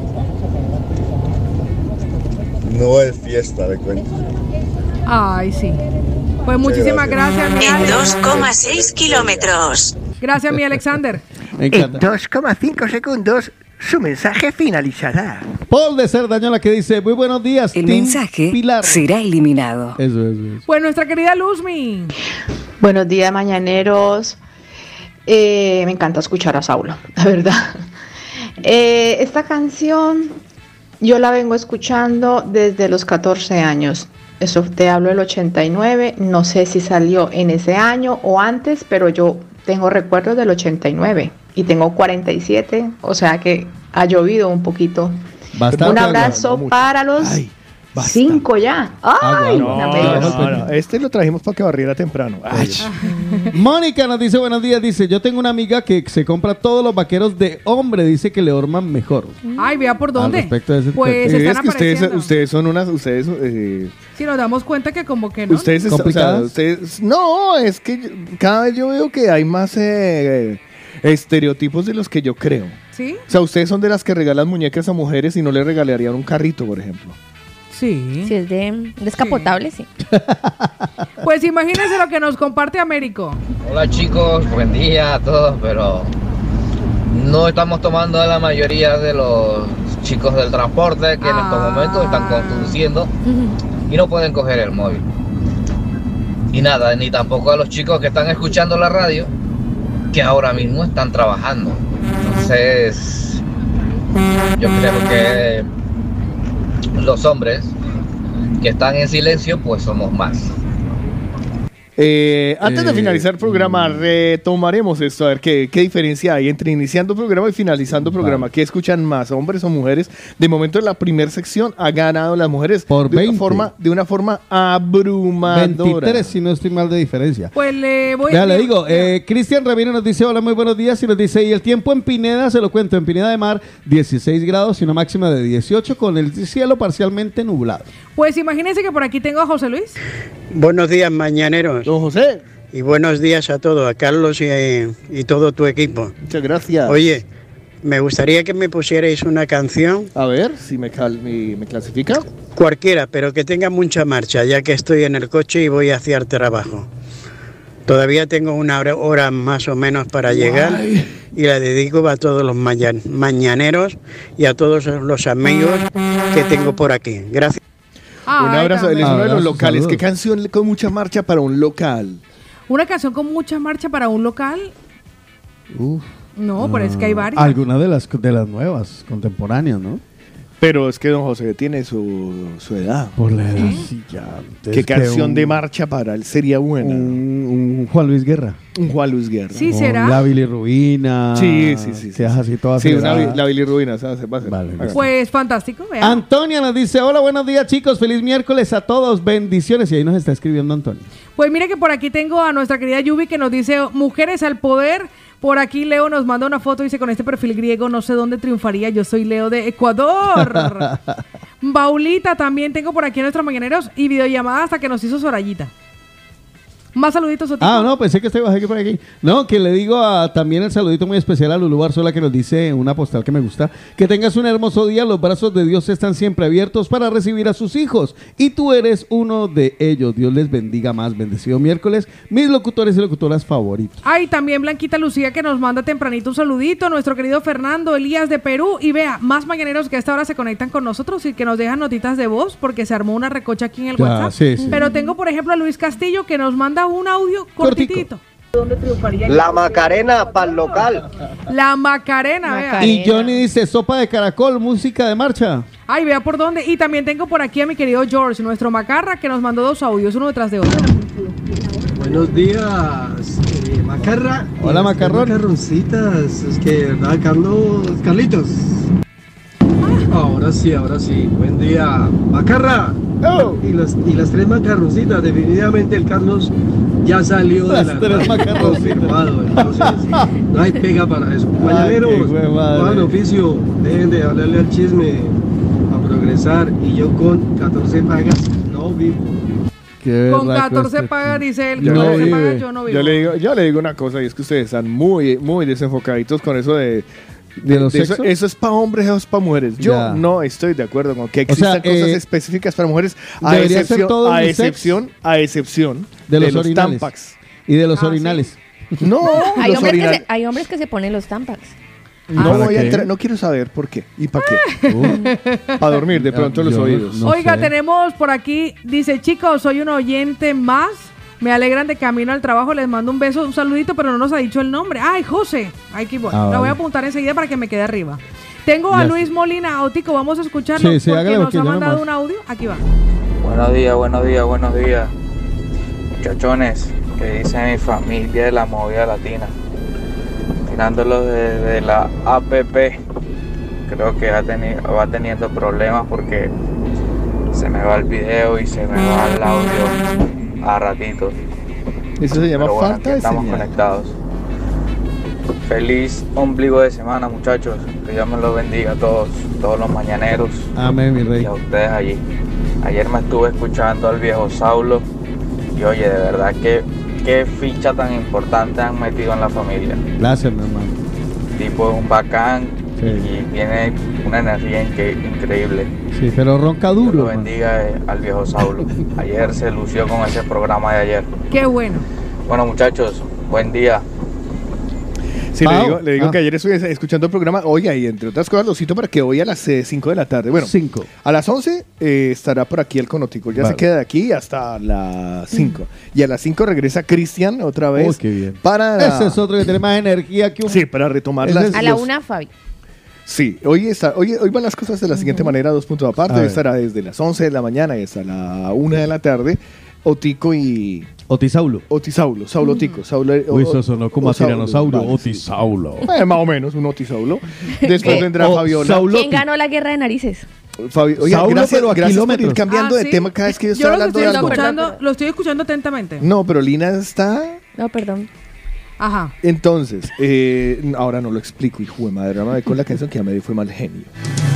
No es fiesta, de cuento. Ay, sí. Pues muchísimas gracias, mi En Alex. 2,6 kilómetros. Gracias, mi Alexander. Me encanta. En 2,5 segundos, su mensaje finalizará. Paul de Cerdañola, que dice muy buenos días. El Team mensaje Pilar. será eliminado. Eso. Pues nuestra querida Luzmi. Buenos días, mañaneros. Me encanta escuchar a Saulo, la verdad. Esta canción yo la vengo escuchando desde los 14 años. Eso te hablo del 89. No sé si salió en ese año o antes, pero yo tengo recuerdos del 89 y tengo 47, o sea que ha llovido un poquito. Bastante. Un abrazo para los 5 ya. ¡Ay! una bella. No, este lo trajimos para que barriera temprano. Ay. Mónica nos dice buenos días, dice yo tengo una amiga que se compra todos los vaqueros de hombre, dice que le horman mejor. Ay, vea por dónde. Al respecto de ese Pues tema. están Es que apareciendo. ustedes son unas... Si nos damos cuenta que como que no. Ustedes, no, es que cada vez yo veo que hay más estereotipos de los que yo creo. ¿Sí? O sea, ustedes son de las que regalan muñecas a mujeres y no le regalarían un carrito, por ejemplo. Sí. Si es de descapotable, sí. Pues imagínense lo que nos comparte Américo. Hola chicos, buen día a todos, pero no estamos tomando a la mayoría de los chicos del transporte que en estos momentos están conduciendo y no pueden coger el móvil. Y nada, ni tampoco a los chicos que están escuchando la radio que ahora mismo están trabajando. Entonces, yo creo que los hombres que están en silencio, pues somos más. Antes de finalizar el programa, retomaremos esto, a ver qué diferencia hay entre iniciando programa y finalizando programa. ¿Qué escuchan más, hombres o mujeres? De momento, en la primera sección ha ganado las mujeres por de una forma abrumadora. 23, si no estoy mal de diferencia. Pues le voy Ya le digo, Cristian Ramírez nos dice hola, muy buenos días, y nos dice, y el tiempo en Pineda, se lo cuento, en Pineda de Mar, 16 grados y una máxima de 18 con el cielo parcialmente nublado. Pues imagínense que por aquí tengo a José Luis. Buenos días, mañaneros. Don José. Y buenos días a todos, a Carlos y todo tu equipo. Muchas gracias. Oye, me gustaría que me pusierais una canción. A ver, si me clasifica. Cualquiera, pero que tenga mucha marcha, ya que estoy en el coche y voy hacia el trabajo. Todavía tengo una hora más o menos para llegar y la dedico a todos los mañaneros y a todos los amigos que tengo por aquí. Gracias. Un abrazo, él es uno de los locales. saludos. ¿Qué canción con mucha marcha para un local? Una canción con mucha marcha para un local. No, pero es que hay varias. Algunas de las nuevas, contemporáneas, ¿no? Pero es que don José tiene su edad. Por la edad, sí, ya. ¿Qué canción de marcha para él sería buena? Un Juan Luis Guerra. Un Juan Luis Guerra. Sí, ¿será? La bilirrubina. Sí. Que es así toda Sí, acelerada. la bilirrubina, se va a hacer. Vale, Pues fantástico, vean. Antonia nos dice, hola, buenos días chicos, feliz miércoles a todos, bendiciones. Y ahí nos está escribiendo Antonio. Pues mire que por aquí tengo a nuestra querida Yubi que nos dice, mujeres al poder. Por aquí Leo nos manda una foto, dice, con este perfil griego no sé dónde triunfaría, yo soy Leo de Ecuador. Baulita también tengo por aquí a nuestros mañaneros y videollamada hasta que nos hizo Sorayita. Más saluditos, Otito. No, pensé que estaba aquí por aquí. No, que le digo también el saludito muy especial a Lulú Barzola, que nos dice en una postal que me gusta, que tengas un hermoso día, los brazos de Dios están siempre abiertos para recibir a sus hijos y tú eres uno de ellos. Dios les bendiga más. Bendecido miércoles, mis locutores y locutoras favoritos. Ay, también Blanquita Lucía que nos manda tempranito un saludito, nuestro querido Fernando Elías de Perú, y vea, más mañaneros que a esta hora se conectan con nosotros y que nos dejan notitas de voz porque se armó una recocha aquí en el Ya, WhatsApp. sí. Pero tengo por ejemplo a Luis Castillo que nos manda un audio cortitito. La Macarena para el local. La Macarena, vea. Y Johnny dice, sopa de caracol, música de marcha. Ay, vea por dónde. Y también tengo por aquí a mi querido George, nuestro macarra, que nos mandó 2 audios, uno detrás de otro. Buenos días, Macarra. Hola, Macarrón. Macarroncitas, es que, ¿verdad, Carlitos? Ahora sí, buen día, Macarra. Y las 3 macarroncitas, definitivamente el Carlos ya salió de la 3 macarroncitas. Confirmado, entonces no hay pega para eso. Mañaneros, bajan oficio, dejen de hablarle al chisme, a progresar, y yo con 14 pagas no vivo. Con 14 pagas, dice él, con 14 pagas yo no vivo. Yo le digo una cosa, y es que ustedes están muy, muy desenfocaditos con eso de los sexos. Eso es para hombres, eso es para mujeres. Yo no estoy de acuerdo con que existan cosas específicas para mujeres, a excepción de los orinales. Tampax. Y de los orinales. No, hay hombres que se ponen los Tampax. No voy a entrar, no quiero saber por qué y para qué. Para dormir de pronto en los oídos. Oiga, tenemos por aquí, dice, chicos, soy un oyente más. Me alegran de camino al trabajo, les mando un beso, un saludito, pero no nos ha dicho el nombre. ¡Ay, José! Aquí voy. La voy a apuntar enseguida para que me quede arriba. Tengo a Luis Molina, Otico, vamos a escucharlo porque nos ha mandado un audio. Aquí va. Buenos días. Muchachones, que dice mi familia de la movida latina. Tirándolo desde la APP. Creo que va teniendo problemas porque se me va el video y se me va el audio a ratitos. Eso se llama falta de estamos señal. Conectados. Feliz ombligo de semana, muchachos. Que Dios me los bendiga a todos los mañaneros. Amén, mi rey. Y a ustedes allí. Ayer me estuve escuchando al viejo Saulo y oye, de verdad que qué ficha tan importante han metido en la familia. Gracias, mi hermano. El tipo es un bacán y tiene una energía increíble. Sí, pero ronca duro. Dios lo bendiga al viejo Saulo. Ayer se lució con ese programa de ayer. Qué bueno. Bueno, muchachos, buen día. Sí, le digo que ayer estuve escuchando el programa. Oiga, y entre otras cosas lo cito para que hoy a las 5 de la tarde. Bueno, 5. A las 11 estará por aquí el Conotico. Ya se queda de aquí hasta las 5. Y a las 5 regresa Cristian otra vez. Qué bien. Ese es otro que tiene más energía que un... Sí, para retomar a la 1, Fabi. Sí, hoy van las cosas de la siguiente manera, 2 puntos aparte. Hoy estará desde las 11 de la mañana y hasta la 1 de la tarde. Otico y... Otisaulo. Saulo Otico. Uy, eso sonó como a tiranosaurio. Vale, Otisaulo. Más o menos, un Otisaulo. Después vendrá Fabiola. ¿Quién ganó la guerra de narices? Oiga, gracias por ir cambiando de tema cada vez que yo estoy hablando de algo. Lo estoy escuchando atentamente. No, pero Lina está... No, perdón. Ajá. Entonces, ahora no lo explico, hijo de madre. Ahora me voy con la canción que ya me fue mal genio.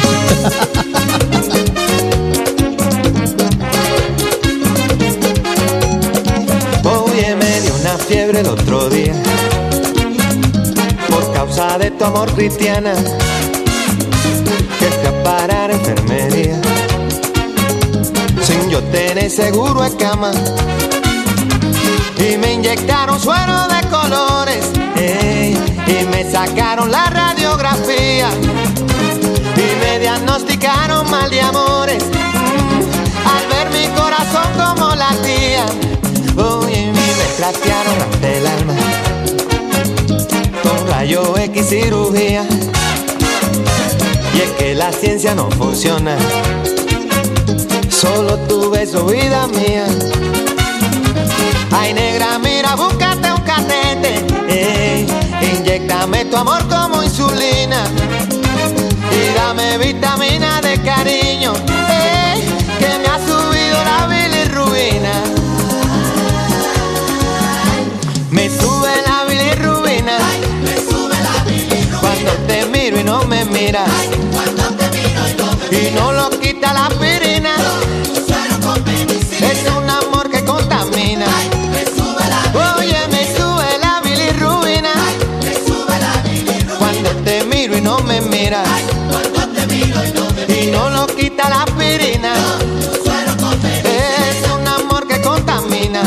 Oye, me dio una fiebre el otro día por causa de tu amor, Cristiana, que fui a parar a enfermería sin yo tener seguro de cama y me inyectaron suero de colores y me sacaron la radiografía y me diagnosticaron mal de amores al ver mi corazón como latía. Oye, me trastearon ante el alma con rayo X cirugía y es que la ciencia no funciona, solo tu beso, vida mía. Ay, negra, mira, búscate un catete, inyéctame tu amor como insulina y dame vitamina de cariño, que me ha subido la bilirrubina. Me sube la bilirrubina, cuando te miro y no me miras, y no lo quita la aspirina, es un amor que contamina. Oye, me sube la bilirrubina, cuando te miro y no me miras, y no lo quita la aspirina, es un amor que contamina.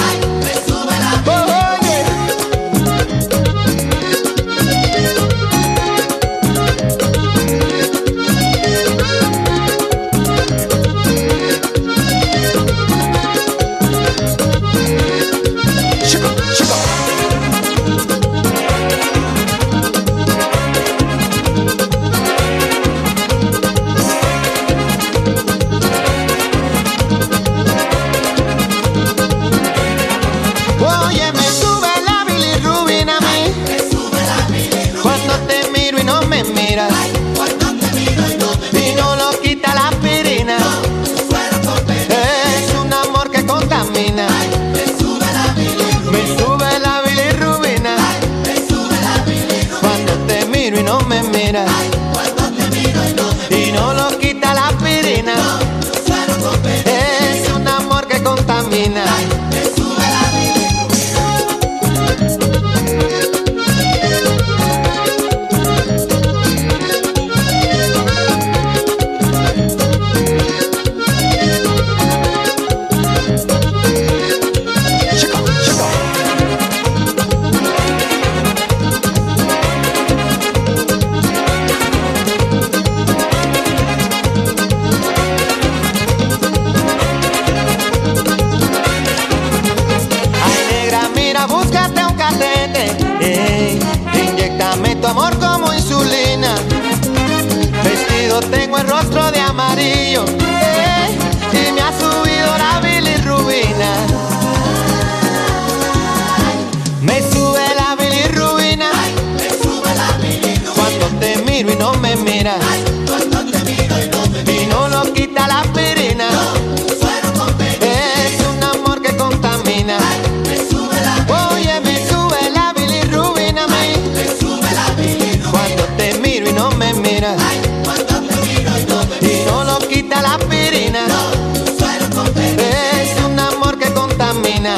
aspirina. Es un amor que contamina.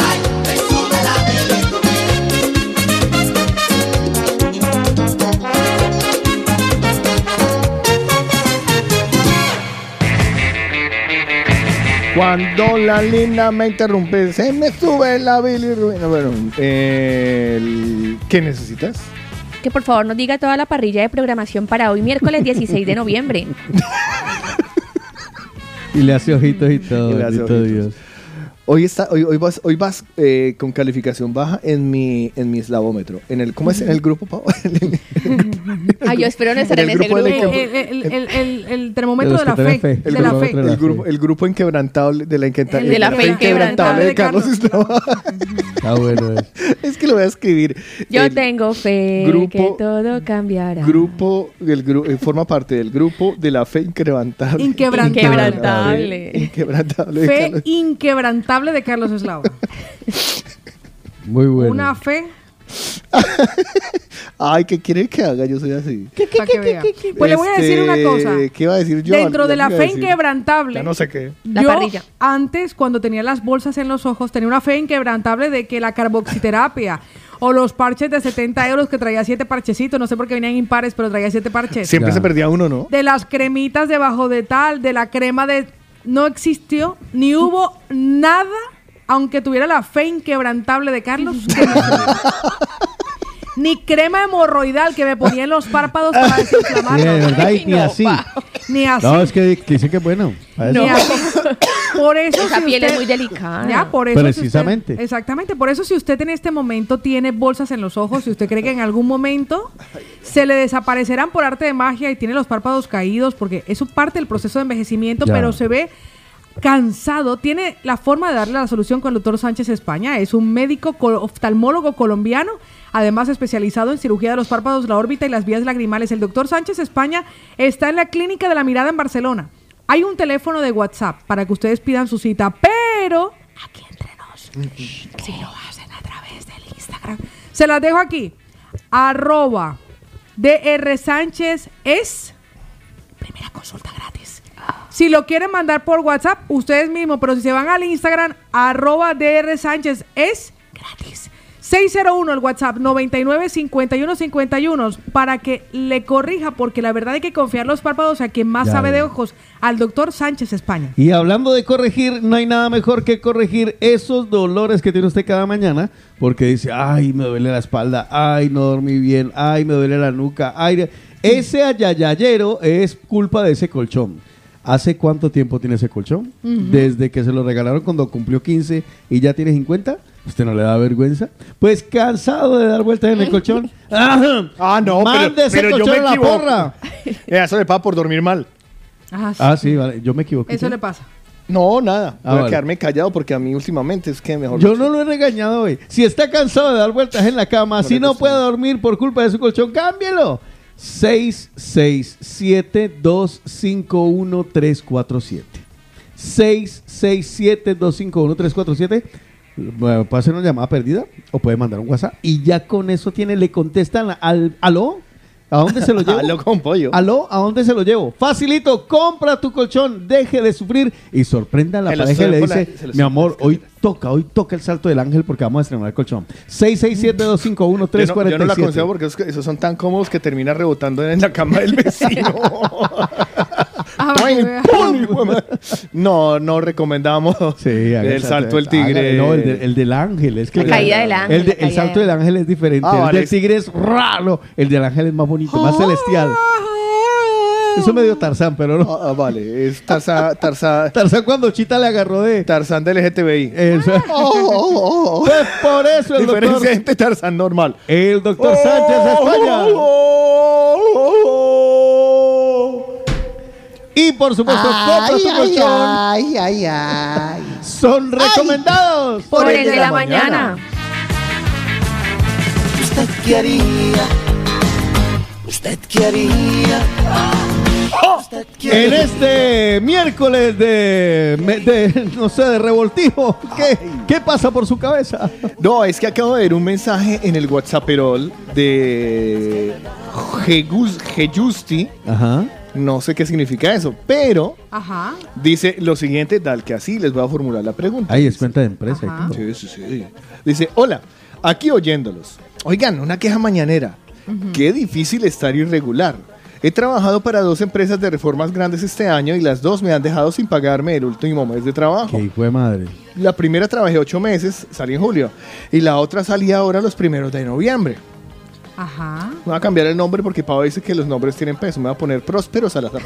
Cuando la linda me interrumpe, se me sube la bilirrubina. Bueno, ¿qué necesitas? Que por favor nos diga toda la parrilla de programación para hoy, miércoles 16 de noviembre. Y le hace ojitos y todo. Y le hace bendito ojitos. Dios. Hoy vas con calificación baja en mi eslavómetro. ¿Cómo es? En el grupo, Pau. Ay, yo espero no estar en ese grupo. El termómetro de la fe. El grupo inquebrantable de la fe inquebrantable de Carlos Eslava. Está bueno eso. Es que lo voy a escribir. Yo tengo fe que todo cambiará. Forma parte del grupo de la fe inquebrantable. Inquebrantable. Fe inquebrantable de Carlos Eslava. Muy bueno. Una fe. Ay, ¿qué quiere que haga? Yo soy así. Para que vea. Pues le voy a decir una cosa. ¿Qué iba a decir yo? Dentro de la fe inquebrantable. Ya no sé qué. La yo parrilla. Antes, cuando tenía las bolsas en los ojos, tenía una fe inquebrantable de que la carboxiterapia o los parches de 70 euros que traía 7 parchecitos, no sé por qué venían impares, pero traía 7 parches. Siempre se perdía uno, ¿no? De las cremitas debajo de tal, de la crema de... No existió, ni hubo nada, aunque tuviera la fe inquebrantable de Carlos, que no ni crema hemorroidal que me ponía en los párpados para desinflamar. De verdad, ni así. Ni así. No, es que dicen que es bueno. Ni así. Por eso, esa si piel usted, es muy delicada. Ya, por eso precisamente. Si usted, exactamente. Por eso, si usted en este momento tiene bolsas en los ojos, si usted cree que en algún momento se le desaparecerán por arte de magia y tiene los párpados caídos, porque eso parte del proceso de envejecimiento, pero se ve cansado, tiene la forma de darle la solución con el doctor Sánchez España. Es un médico oftalmólogo colombiano, además especializado en cirugía de los párpados, la órbita y las vías lagrimales. El doctor Sánchez España está en la Clínica de la Mirada en Barcelona. Hay un teléfono de WhatsApp para que ustedes pidan su cita, pero aquí entre nos, si lo hacen a través del Instagram, se las dejo aquí. @drsánchez es primera consulta gratis. Si lo quieren mandar por WhatsApp, ustedes mismos, pero si se van al Instagram, @drsánchez es gratis. 601 el WhatsApp 995151 para que le corrija, porque la verdad hay que confiar los párpados a quien más sabe de ojos, al doctor Sánchez España. Y hablando de corregir, no hay nada mejor que corregir esos dolores que tiene usted cada mañana, porque dice, ay, me duele la espalda, ay, no dormí bien, ay, me duele la nuca, ay, ese ayayayero es culpa de ese colchón. ¿Hace cuánto tiempo tiene ese colchón? Desde que se lo regalaron cuando cumplió 15 y ya tiene 50. ¿Usted no le da vergüenza? Pues cansado de dar vueltas en el colchón. No, ¡mande ese pero yo colchón me a la equivoco. porra! Eso le pasa por dormir mal. Sí, vale, yo me equivoqué. Eso le pasa. No, nada. Voy a vale. quedarme callado porque a mí últimamente es que mejor... Yo no lo he regañado hoy. Si está cansado de dar vueltas en la cama, si no puede dormir por culpa de su colchón, cámbielo. 667-251-347. 667-251-347. Bueno, puede hacer una llamada perdida o puede mandar un WhatsApp y ya con eso le contestan al ¿aló? ¿A dónde se lo llevo? Aló con pollo. ¿Aló? ¿A dónde se lo llevo? Facilito, compra tu colchón, deje de sufrir y sorprenda a la pareja y le dice, mi amor, hoy toca el salto del ángel porque vamos a estrenar el colchón. 667-251-347. Yo no la aconsejo porque esos son tan cómodos que termina rebotando en la cama del vecino. No recomendamos el salto del tigre. No, el del ángel. Es que la caída del ángel. El salto del ángel es diferente. El del tigre es raro. El del ángel es más bonito, más celestial. Eso medio Tarzán, pero no. Vale, es Tarzán. Tarzán cuando Chita le agarró de... Tarzán del LGTBI. Pues por eso el diferencia doctor... entre Tarzán normal. El doctor Sánchez España. Y por supuesto, compra tu colchón. Son recomendados por el de la mañana. ¿Usted qué haría? ¿Usted qué haría? En este miércoles de no sé, de revoltivo, ¿qué pasa por su cabeza? No, es que acabo de ver un mensaje en el WhatsApperol de Gejusti. Ajá. No sé qué significa eso, pero Ajá. dice lo siguiente, tal que así les voy a formular la pregunta. Ahí es cuenta de empresa. Ajá. Y todo. Sí. Dice, hola, aquí oyéndolos. Oigan, una queja mañanera. Qué difícil estar irregular. He trabajado para 2 empresas de reformas grandes este año y las 2 me han dejado sin pagarme el último mes de trabajo. Qué hijo de madre. La primera trabajé 8 meses, salí en julio, y la otra salí ahora los primeros de noviembre. Ajá. Me voy a cambiar el nombre porque Pau dice que los nombres tienen peso. Me voy a poner Próspero Salazar.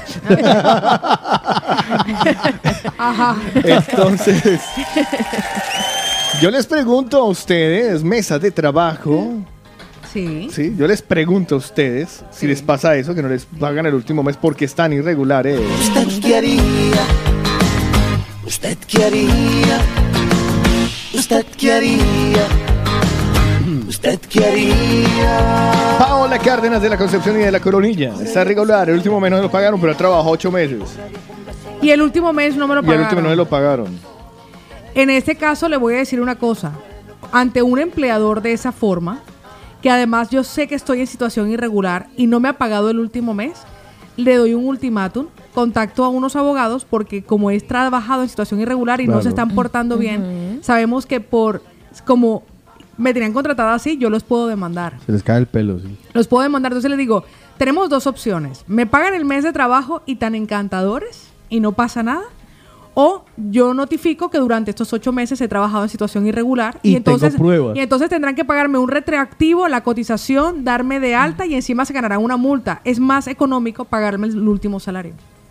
Ajá. Entonces, yo les pregunto a ustedes, mesas de trabajo. Sí. Sí, yo les pregunto a ustedes si les pasa eso, que no les pagan el último mes porque están irregulares. ¿Usted qué haría? ¿Usted qué haría? ¿Usted qué haría? ¿Usted qué haría? Paola Cárdenas de la Concepción y de la Coronilla. Está irregular, el último mes no me lo pagaron, pero trabajó 8 meses. Y el último mes no me lo Y el pagaron. último no me lo pagaron. En este caso le voy a decir una cosa. Ante un empleador de esa forma, que además yo sé que estoy en situación irregular y no me ha pagado el último mes, le doy un ultimátum, contacto a unos abogados porque como he trabajado en situación irregular y no se están portando bien, sabemos que como me tenían contratada así, yo los puedo demandar. Se les cae el pelo, sí. Los puedo demandar. Entonces les digo, tenemos 2 opciones. Me pagan el mes de trabajo y tan encantadores y no pasa nada. O yo notifico que durante estos 8 meses he trabajado en situación irregular Y entonces tengo pruebas. y entonces tendrán que pagarme un retroactivo, la cotización, darme de alta y encima se ganarán una multa. Es más económico pagarme el último salario.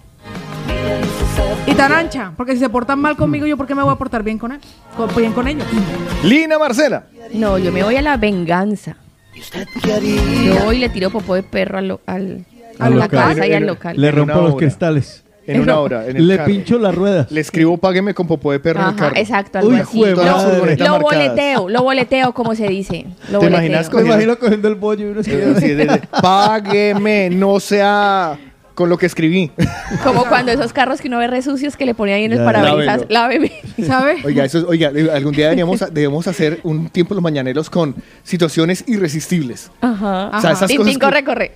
Y tan ancha, porque si se portan mal conmigo, ¿yo por qué me voy a portar bien con él? Bien con ellos. Lina Marcela. No, yo me voy a la venganza. Yo voy y le tiro popó de perro a la local. casa y al local. Le En rompo una los hora. cristales. En una hora, en el Le carro. pincho las ruedas. Le escribo págueme con popó de perro en el Ajá, carro. exacto, algo Uy, así. jue madre. Todas sus bonitas Lo marcadas. boleteo, como se dice. Lo ¿Te boleteo. imaginas Me imagino cogiendo el bollo y uno escribe. Págueme, no sea con lo que escribí. Como cuando esos carros que uno ve re sucios que le pone ahí en el Ya, parabrisas. Láveme. ¿Sabes? Oiga, algún día debemos hacer un tiempo los mañaneros con situaciones irresistibles. Ajá. O sea, esas cosas Tintín, corre.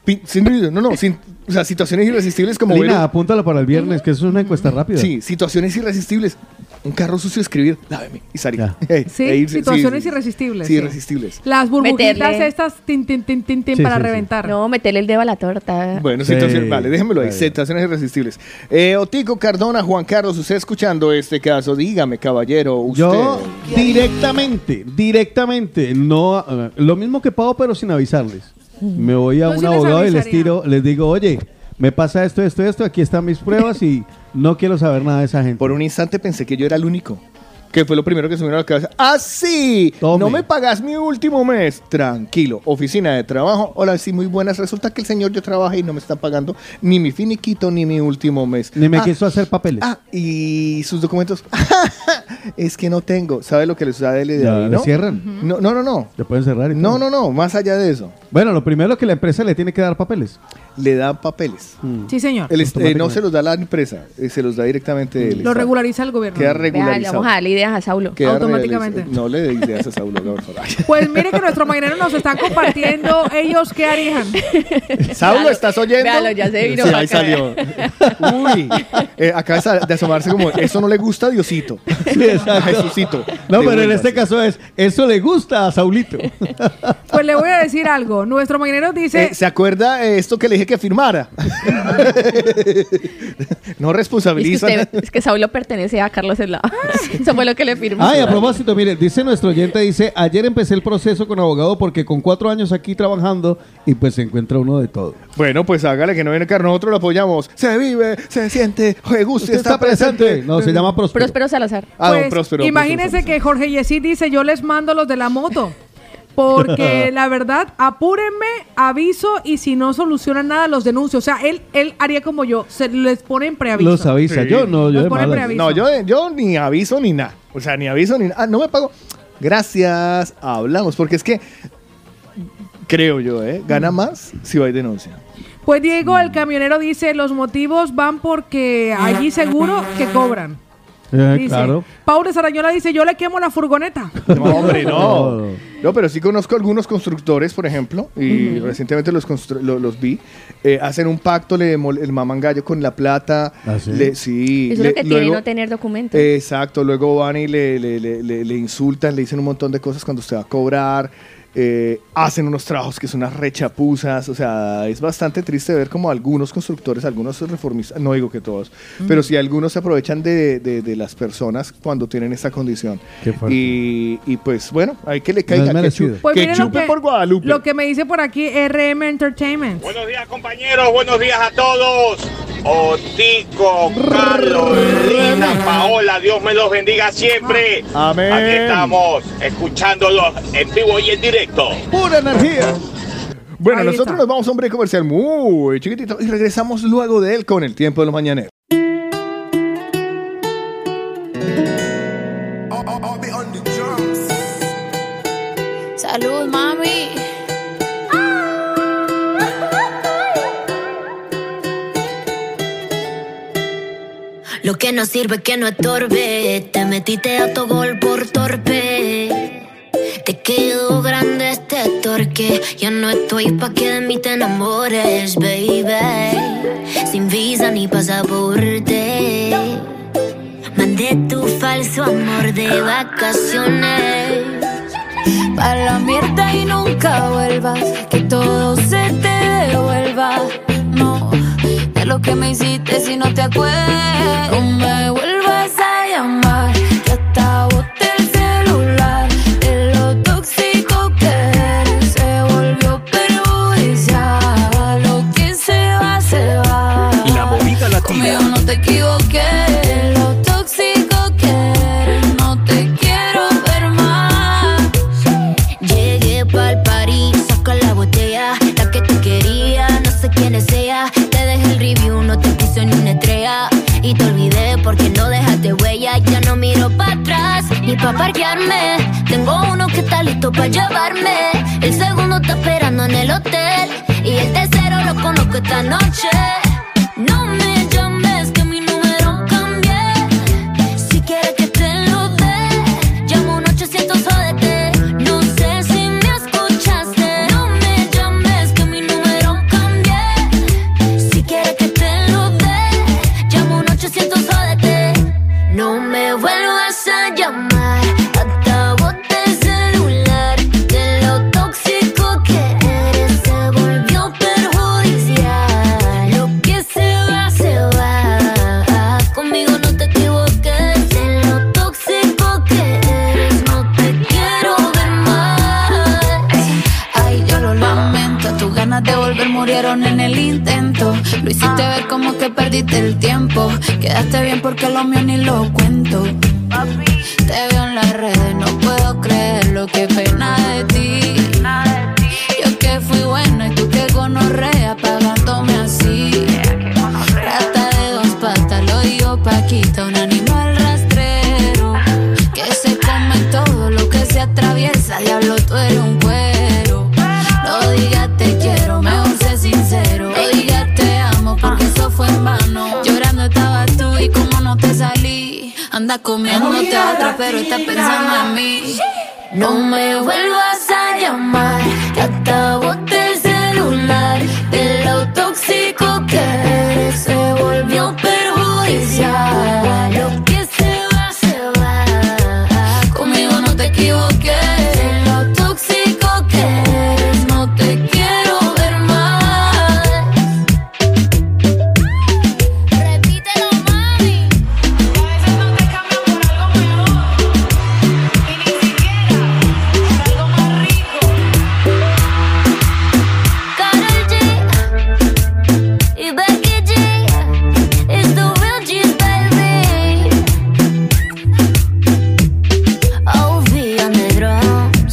o sea, situaciones irresistibles como Lina, ver- apúntalo para el viernes, que eso es una encuesta rápida. Sí, situaciones irresistibles. Un carro sucio escribir, láveme y salir. Ya. Sí, E irse, situaciones sí. irresistibles. Sí, sí. irresistibles. Las burbujitas Meterle. estas tin, Sí, para sí, sí. reventar. No, meterle el dedo a la torta. Bueno, Sí. situaciones, vale, déjenmelo ahí, Está bien. situaciones irresistibles. Otico Cardona, Juan Carlos, usted escuchando este caso, dígame, caballero, usted. Yo directamente, no, lo mismo que Pau, pero sin avisarles. Me voy a Yo un sí les abogado y les avisaría. les digo, oye, me pasa esto, aquí están mis pruebas y no quiero saber nada de esa gente. Por un instante pensé que yo era el único. Que fue lo primero que se me vino a la cabeza. ¡Ah, sí! Tome. No me pagas mi último mes. Tranquilo. Oficina de trabajo. Hola, sí, muy buenas. Resulta que el señor yo trabajé y no me está pagando ni mi finiquito ni mi último mes. Ni me quiso hacer papeles. Y sus documentos. Es que no tengo. ¿Sabe lo que les da de Ya, ahí, le no? cierran. No. Te pueden cerrar y todo. No. Más allá de eso. Bueno, lo primero que la empresa le tiene que dar papeles. Le dan papeles. Sí, señor. No se los da la empresa. Se los da directamente el Lo Estado. regulariza el gobierno. Queda Vea, le regularizado. vamos a darle ideas a Saulo. Queda automáticamente. realizado. No le dé ideas a Saulo, por favor. Pues mire que nuestros mañaneros nos están compartiendo ellos qué harían. Saulo, ¿estás oyendo? Véalo, ya se vino Sí, para ahí acá. salió. Uy, acaba de asomarse como, eso no le gusta a Diosito. Sí, exacto. Jesucito. No, pero en Devuélvase. este caso eso le gusta a Saulito. Pues le voy a decir algo. Nuestro mañanero dice... ¿Se acuerda esto que le dije que firmara? No responsabiliza. Es que Saulo pertenece a Carlos Eslava. Eso fue lo que le firmó. Ay, a propósito, mire, dice nuestro oyente, dice, ayer empecé el proceso con abogado porque con 4 años aquí trabajando y pues se encuentra uno de todo. Bueno, pues hágale que no viene carne, nosotros lo apoyamos. Se vive, se siente, juegue, guste, está presente. No, se llama Próspero. Próspero Salazar. Ah, don Pues, Próspero. imagínense que Jorge Yesid dice, yo les mando los de la moto. Porque la verdad, apúrenme, aviso y si no solucionan nada, los denuncio. O sea, él haría como yo, se les pone en preaviso. Los avisa. Sí. Yo no, yo Los de pone malas. preaviso. No, yo ni aviso ni nada. O sea, ni aviso ni nada. No me pago. Gracias, hablamos. Porque es que, creo yo, gana más si hay denuncia. Pues Diego, el camionero, dice, los motivos van porque allí seguro que cobran. Dice, claro. Paula Sarañola dice, yo le quemo la furgoneta. No, hombre, no. No, pero sí conozco algunos constructores, por ejemplo, y recientemente los vi. Hacen un pacto, le maman gallo con la plata. ¿Ah, sí? Eso es lo que tiene no tener documentos. Exacto, luego van y le insultan, le dicen un montón de cosas cuando usted va a cobrar. Hacen unos trabajos que son unas rechapuzas, o sea, es bastante triste ver como algunos constructores, algunos reformistas, no digo que todos, pero sí algunos se aprovechan de las personas cuando tienen esta condición. Y pues bueno, hay que le caiga, que chupe por Guadalupe. Lo que me dice por aquí RM Entertainment. Buenos días, compañeros, buenos días a todos. Otico, Carlos, Lina, Paola, Dios me los bendiga siempre. Amén. Aquí estamos, escuchándolos en vivo y en directo. ¡Pura energía! Bueno, Ahí nosotros está. nos vamos a un break comercial muy chiquitito y regresamos luego de él con el tiempo de los mañaneros. Salud, mami. Lo que no sirve que no estorbe. Te metiste a tu gol por torpe. Te quedó grande este torque. Ya no estoy pa' que de mí te enamores, baby. Sin visa ni pasaporte. Mandé tu falso amor de vacaciones. Pa' la mierda y nunca vuelvas. Que todo se te devuelva. No, de lo que me hiciste si no te acuerdas. No me vuelvas a llamar. Que hasta boté el celular. De lo tóxico que eres. Se volvió perjudicial. Lo que se va, se va. La movida latina. Conmigo no te equivoqué. De lo tóxico que eres. No te quiero ver más. Llegué pa'l party, saca la botella. La que te quería, no sé quién es ella. Te dejé el review, no te puse ni una estrella. Y te olvidé porque no dejaste huella. Ya no miro para atrás, ni pa' parquearme. Tengo uno que está listo pa' llevarme. El segundo está esperando en el hotel. Y el tercero lo conozco esta noche. No me llames que mi número cambié. Si quieres que te lo dé, llamo un 800 jódete. No sé si me escuchaste. No me llames que mi número cambié. Si quieres que te lo dé, llamo un 800 jódete. No me vuelvas a llamar. Hasta boté el celular. De lo tóxico que eres se volvió perjudicial. Lo que se va, se va. Conmigo no te equivoques. De lo tóxico que eres no te quiero ver más. Ay, yo lo lamento. Tus ganas de volver murieron en el intento. Lo hiciste ver como que perdiste el tiempo. Quedaste bien porque lo mío ni lo cuento. Te veo en las redes, no puedo creerlo. Qué pena de ti. Yo que fui buena y tú que gonorrea pagándome así. Rata de dos patas, lo digo Paquita, un animal rastrero que se come todo lo que se atraviesa. Diablo, tú eres un cuero. No digas te quiero, mejor sé sincero. No digas te amo porque eso fue en vano. Llorando estabas tú y como no te salí. Anda comiéndote a otra pero estás pensando en mí. No me vuelvas a llamar. Que hasta boté el celular. De lo tóxico que eres se volvió perjudicial. Lo que se va, se va. Conmigo no te equivoqué. De lo tóxico que eres no te quiero ver más. Repítelo, mami. A veces no te cambio por algo mejor. Y ni siquiera por algo más rico. Karol G y Becky G. It's the real G's, baby. OV on the drums.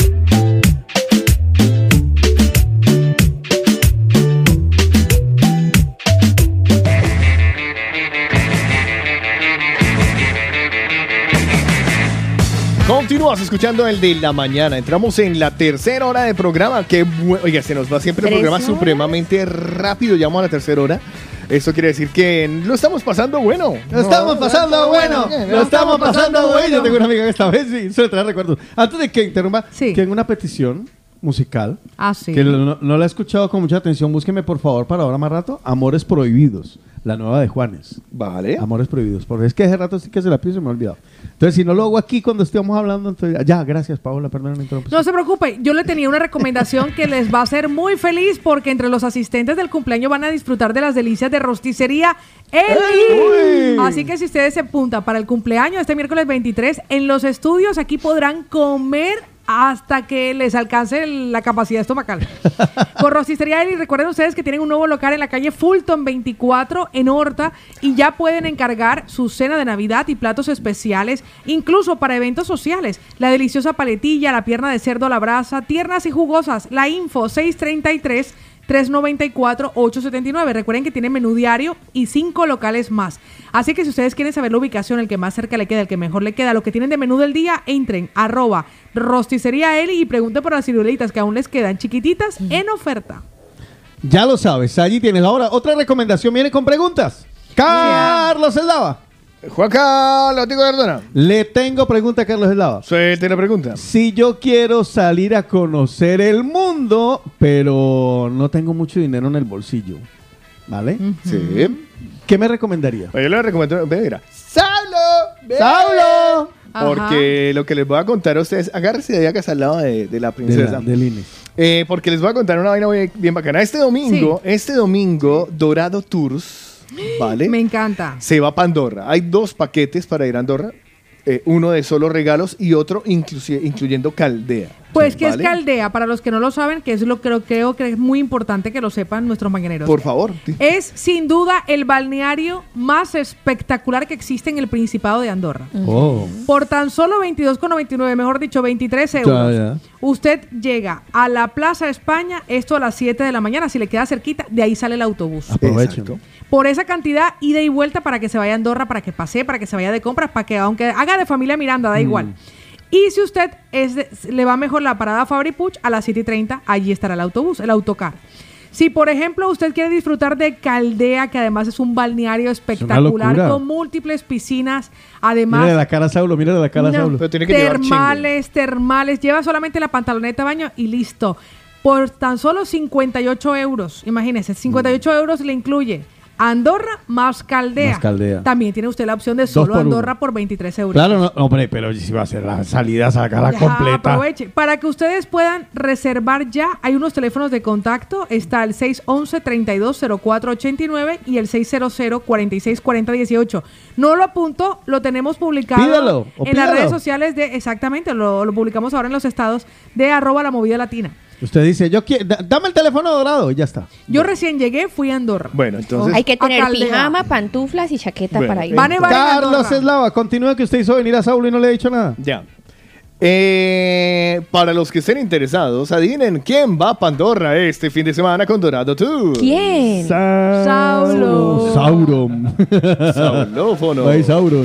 Continúas escuchando el de la mañana. Entramos en la tercera hora de programa. Oiga, se nos va siempre el programa supremamente rápido. Ya vamos a la tercera hora. Eso quiere decir que lo estamos pasando bueno. Lo estamos pasando bueno. Lo estamos pasando bueno. Yo tengo una amiga que esta vez sí se le trae recuerdos. Antes de que interrumpa, tengo una petición musical. Sí. Que no la he escuchado con mucha atención. Búsqueme, por favor, para ahora más rato, Amores Prohibidos. La nueva de Juanes. Vale. Amores Prohibidos. Porque es que hace rato sí que se la pienso y me he olvidado. Entonces, si no lo hago aquí cuando estemos hablando, entonces... Ya, gracias, Paola. Perdón la interrupción. No se preocupe. Yo le tenía una recomendación que les va a hacer muy feliz porque entre los asistentes del cumpleaños van a disfrutar de las delicias de Rosticería Eli. Así que si ustedes se apuntan para el cumpleaños este miércoles 23, en los estudios aquí podrán comer hasta que les alcance la capacidad estomacal. Con Rosticería Eli, recuerden ustedes que tienen un nuevo local en la calle Fulton 24 en Horta y ya pueden encargar su cena de Navidad y platos especiales, incluso para eventos sociales. La deliciosa paletilla, la pierna de cerdo a la brasa, tiernas y jugosas. La info 633-394-879. Recuerden que tiene menú diario y 5 locales más. Así que si ustedes quieren saber la ubicación, el que más cerca le queda, el que mejor le queda, lo que tienen de menú del día, entren @Rosticería Eli y pregunten por las ciruelitas que aún les quedan chiquititas en oferta. Ya lo sabes, allí tienes. Ahora, otra recomendación viene con preguntas. Carlos Eslava. Juan Carlos, Tico Cardona. Le tengo pregunta a Carlos Eslava. Suelte la pregunta. Si yo quiero salir a conocer el mundo, pero no tengo mucho dinero en el bolsillo, ¿vale? Sí. ¿Qué me recomendaría? Yo le recomiendo, mira, ¡Saulo! ¡Saulo! Porque lo que les voy a contar a ustedes, agárrense de allá que está al lado de la princesa. Del INE. Porque les voy a contar una vaina bien bacana. Este domingo, Dorado Tours, ¿vale? Me encanta. Se va para Andorra. Hay 2 paquetes para ir a Andorra. Uno de solo regalos y otro incluyendo Caldea. Pues, ¿qué es Caldea? Para los que no lo saben, que es lo que creo que es muy importante que lo sepan nuestros mañaneros. Por favor. Es, sin duda, el balneario más espectacular que existe en el Principado de Andorra. Oh. Por tan solo 22,99, mejor dicho, 23 euros. Ya. Usted llega a la Plaza España, esto a las 7 de la mañana, si le queda cerquita, de ahí sale el autobús. Aprovechen. Por esa cantidad, ida y vuelta para que se vaya a Andorra, para que pase, para que se vaya de compras, para que aunque haga de familia Miranda, da igual. Y si usted le va mejor la parada Fabri Puig, a las 7:30, allí estará el autobús, el autocar. Si, por ejemplo, usted quiere disfrutar de Caldea, que además es un balneario espectacular con múltiples piscinas, además... Mírale la cara a Saulo, Saulo. Pero tiene que termales, lleva solamente la pantaloneta de baño y listo. Por tan solo 58 euros, imagínese, 58 euros le incluye Andorra más Caldea. También tiene usted la opción de solo Andorra por 23 euros. Claro, no, hombre, pero si va a ser la salida, sacarla completa. Aproveche. Para que ustedes puedan reservar ya, hay unos teléfonos de contacto. Está el 611-320489 y el 600-464018. No lo apunto, lo tenemos publicado en las redes sociales de, exactamente, lo publicamos ahora en los estados de @LaMovidaLatina. Usted dice, dame el teléfono dorado y ya está. Yo recién llegué, fui a Andorra. Bueno, entonces... Hay que tener pijama, pantuflas y chaqueta para ir. Carlos Eslava, continúa que usted hizo venir a Saulo y no le he dicho nada. Ya. Para los que estén interesados, adivinen quién va a Pandorra este fin de semana con Dorado Tour. ¿Quién? Saulo. Sauron. Saulófono. Ay, Sauron.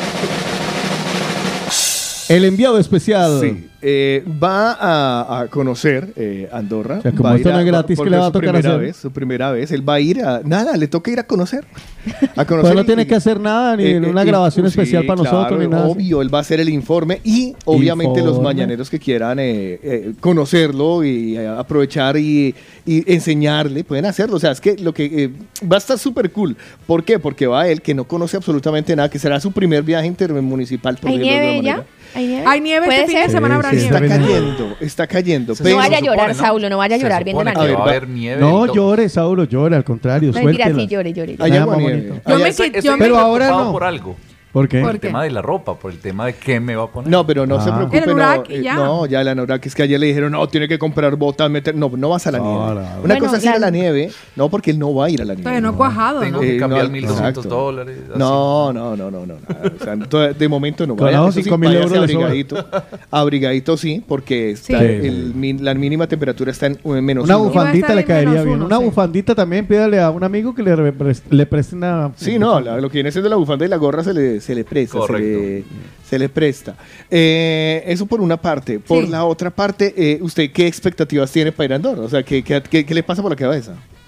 El enviado especial. Sí. Va a conocer Andorra. O sea, como esto no es gratis, que le va a tocar hacer? Su primera vez. Él va a ir a... Nada, le toca ir a conocer. Pues no tiene que hacer nada, ni una grabación especial para nosotros, ni nada. Obvio, él va a hacer el informe y obviamente los mañaneros que quieran conocerlo y aprovechar y enseñarle, pueden hacerlo. O sea, es que lo que va a estar súper cool. ¿Por qué? Porque va él, que no conoce absolutamente nada, que será su primer viaje intermunicipal. ¿Hay nieve ya? ¿Hay nieve este fin de semana? Habrá nieve. Está cayendo. No vaya a llorar, Saulo, no vaya a llorar viendo la nieve. Va a haber nieve. No llore, Saulo, llore, al contrario, suéltela. Mentira, sí, llore. Pero ahora no. Por algo. ¿Por qué? Por el tema de la ropa, por el tema de qué me va a poner. No, pero no se preocupe. El Urak, ya. No, ya el Anorak, es que ayer le dijeron, no, tiene que comprar botas, no vas a la nieve. Una cosa es ir a la nieve, no, porque él no va a ir a la nieve. Todavía no cuajado, Tengo que cambiar $1,200. No. O sea, de momento no va. Claro, 5.000 euros abrigadito sí, porque está la mínima temperatura está en menos una bufandita le caería bien. Una bufandita también, pídale a un amigo que le preste una... Sí, no, lo que viene siendo la bufanda y la gorra se le presta. Correcto. Se le presta. Eso por una parte. Por la otra parte, ¿usted qué expectativas tiene para ir a Andorra? O sea, ¿qué le pasa por la cabeza?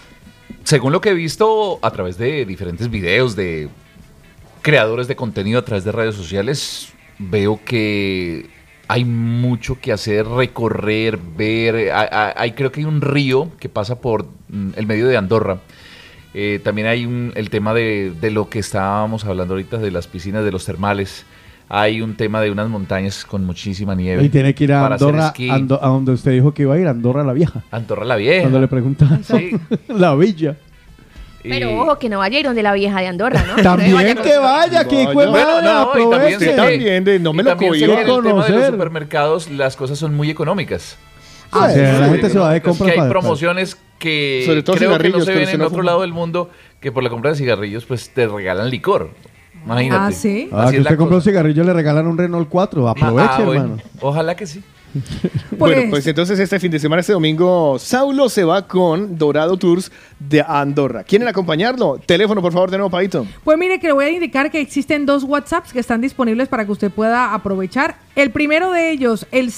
según lo que he visto a través de diferentes videos de creadores de contenido a través de redes sociales, veo que hay mucho que hacer, recorrer, ver. Creo que hay un río que pasa por el medio de Andorra. También hay el tema de lo que estábamos hablando ahorita, de las piscinas, de los termales. Hay un tema de unas montañas con muchísima nieve. Y tiene que ir a Andorra, a donde usted dijo que iba a ir, Andorra la Vieja. Andorra la Vieja. Cuando le preguntaban, sí. La villa. Pero ojo, que no vaya a ir donde la Vieja de Andorra, ¿no? También que vaya, que hijo de madre, aproveche. También, no me lo cogió. En el tema de los supermercados, las cosas son muy económicas. La gente se va de compras. Que hay promociones que sobre todo creo que no se ven pero en otro lado del mundo, que por la compra de cigarrillos pues te regalan licor. Imagínate. Ah, ¿sí? Que usted compró un cigarrillo, le regalan un Renault 4. Aproveche, hermano. Ojalá que sí. Bueno, pues entonces este fin de semana, este domingo, Saulo se va con Dorado Tours de Andorra. ¿Quieren acompañarlo? Teléfono, por favor, de nuevo, Paito. Pues mire, que le voy a indicar que existen 2 WhatsApps que están disponibles para que usted pueda aprovechar. El primero de ellos, el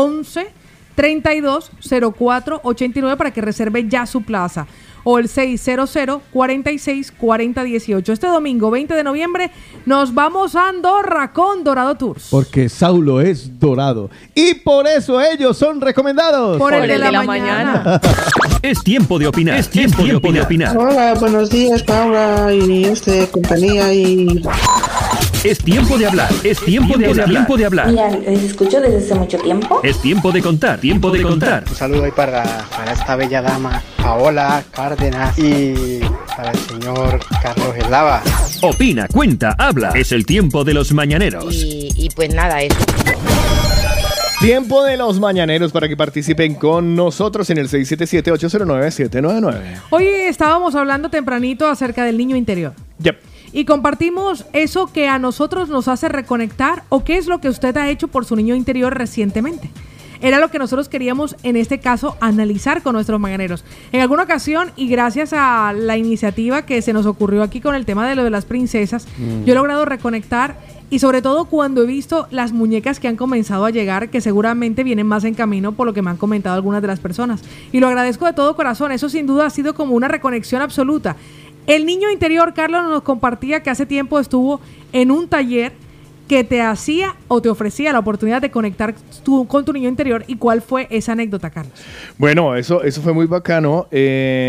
611-3204-89, para que reserve ya su plaza. O el 600-46-40-18. Este domingo, 20 de noviembre, nos vamos a Andorra con Dorado Tours. Porque Saulo es dorado. Y por eso ellos son recomendados. Por el de la mañana. Es tiempo de opinar. Es tiempo de opinar. Hola, buenos días, Paula y compañía y... Es tiempo de hablar. Es tiempo de hablar. Tiempo de hablar. Mira, les escucho desde hace mucho tiempo. Es tiempo de contar. Tiempo de contar. Un saludo ahí para esta bella dama, Paola Cárdenas, y para el señor Carlos Eslava. Opina, cuenta, habla. Es el tiempo de los mañaneros. Y pues nada, eso. Tiempo de los mañaneros para que participen con nosotros en el 677-809-799. Hoy estábamos hablando tempranito acerca del niño interior. Yep. Y compartimos eso que a nosotros nos hace reconectar, o qué es lo que usted ha hecho por su niño interior recientemente. Era lo que nosotros queríamos, en este caso, analizar con nuestros mañaneros. En alguna ocasión, y gracias a la iniciativa que se nos ocurrió aquí con el tema de lo de las princesas, yo he logrado reconectar, y sobre todo cuando he visto las muñecas que han comenzado a llegar, que seguramente vienen más en camino por lo que me han comentado algunas de las personas. Y lo agradezco de todo corazón. Eso sin duda ha sido como una reconexión absoluta. El niño interior, Carlos nos compartía que hace tiempo estuvo en un taller que te hacía o te ofrecía la oportunidad de conectar con tu niño interior. ¿Y cuál fue esa anécdota, Carlos? Bueno, eso fue muy bacano. A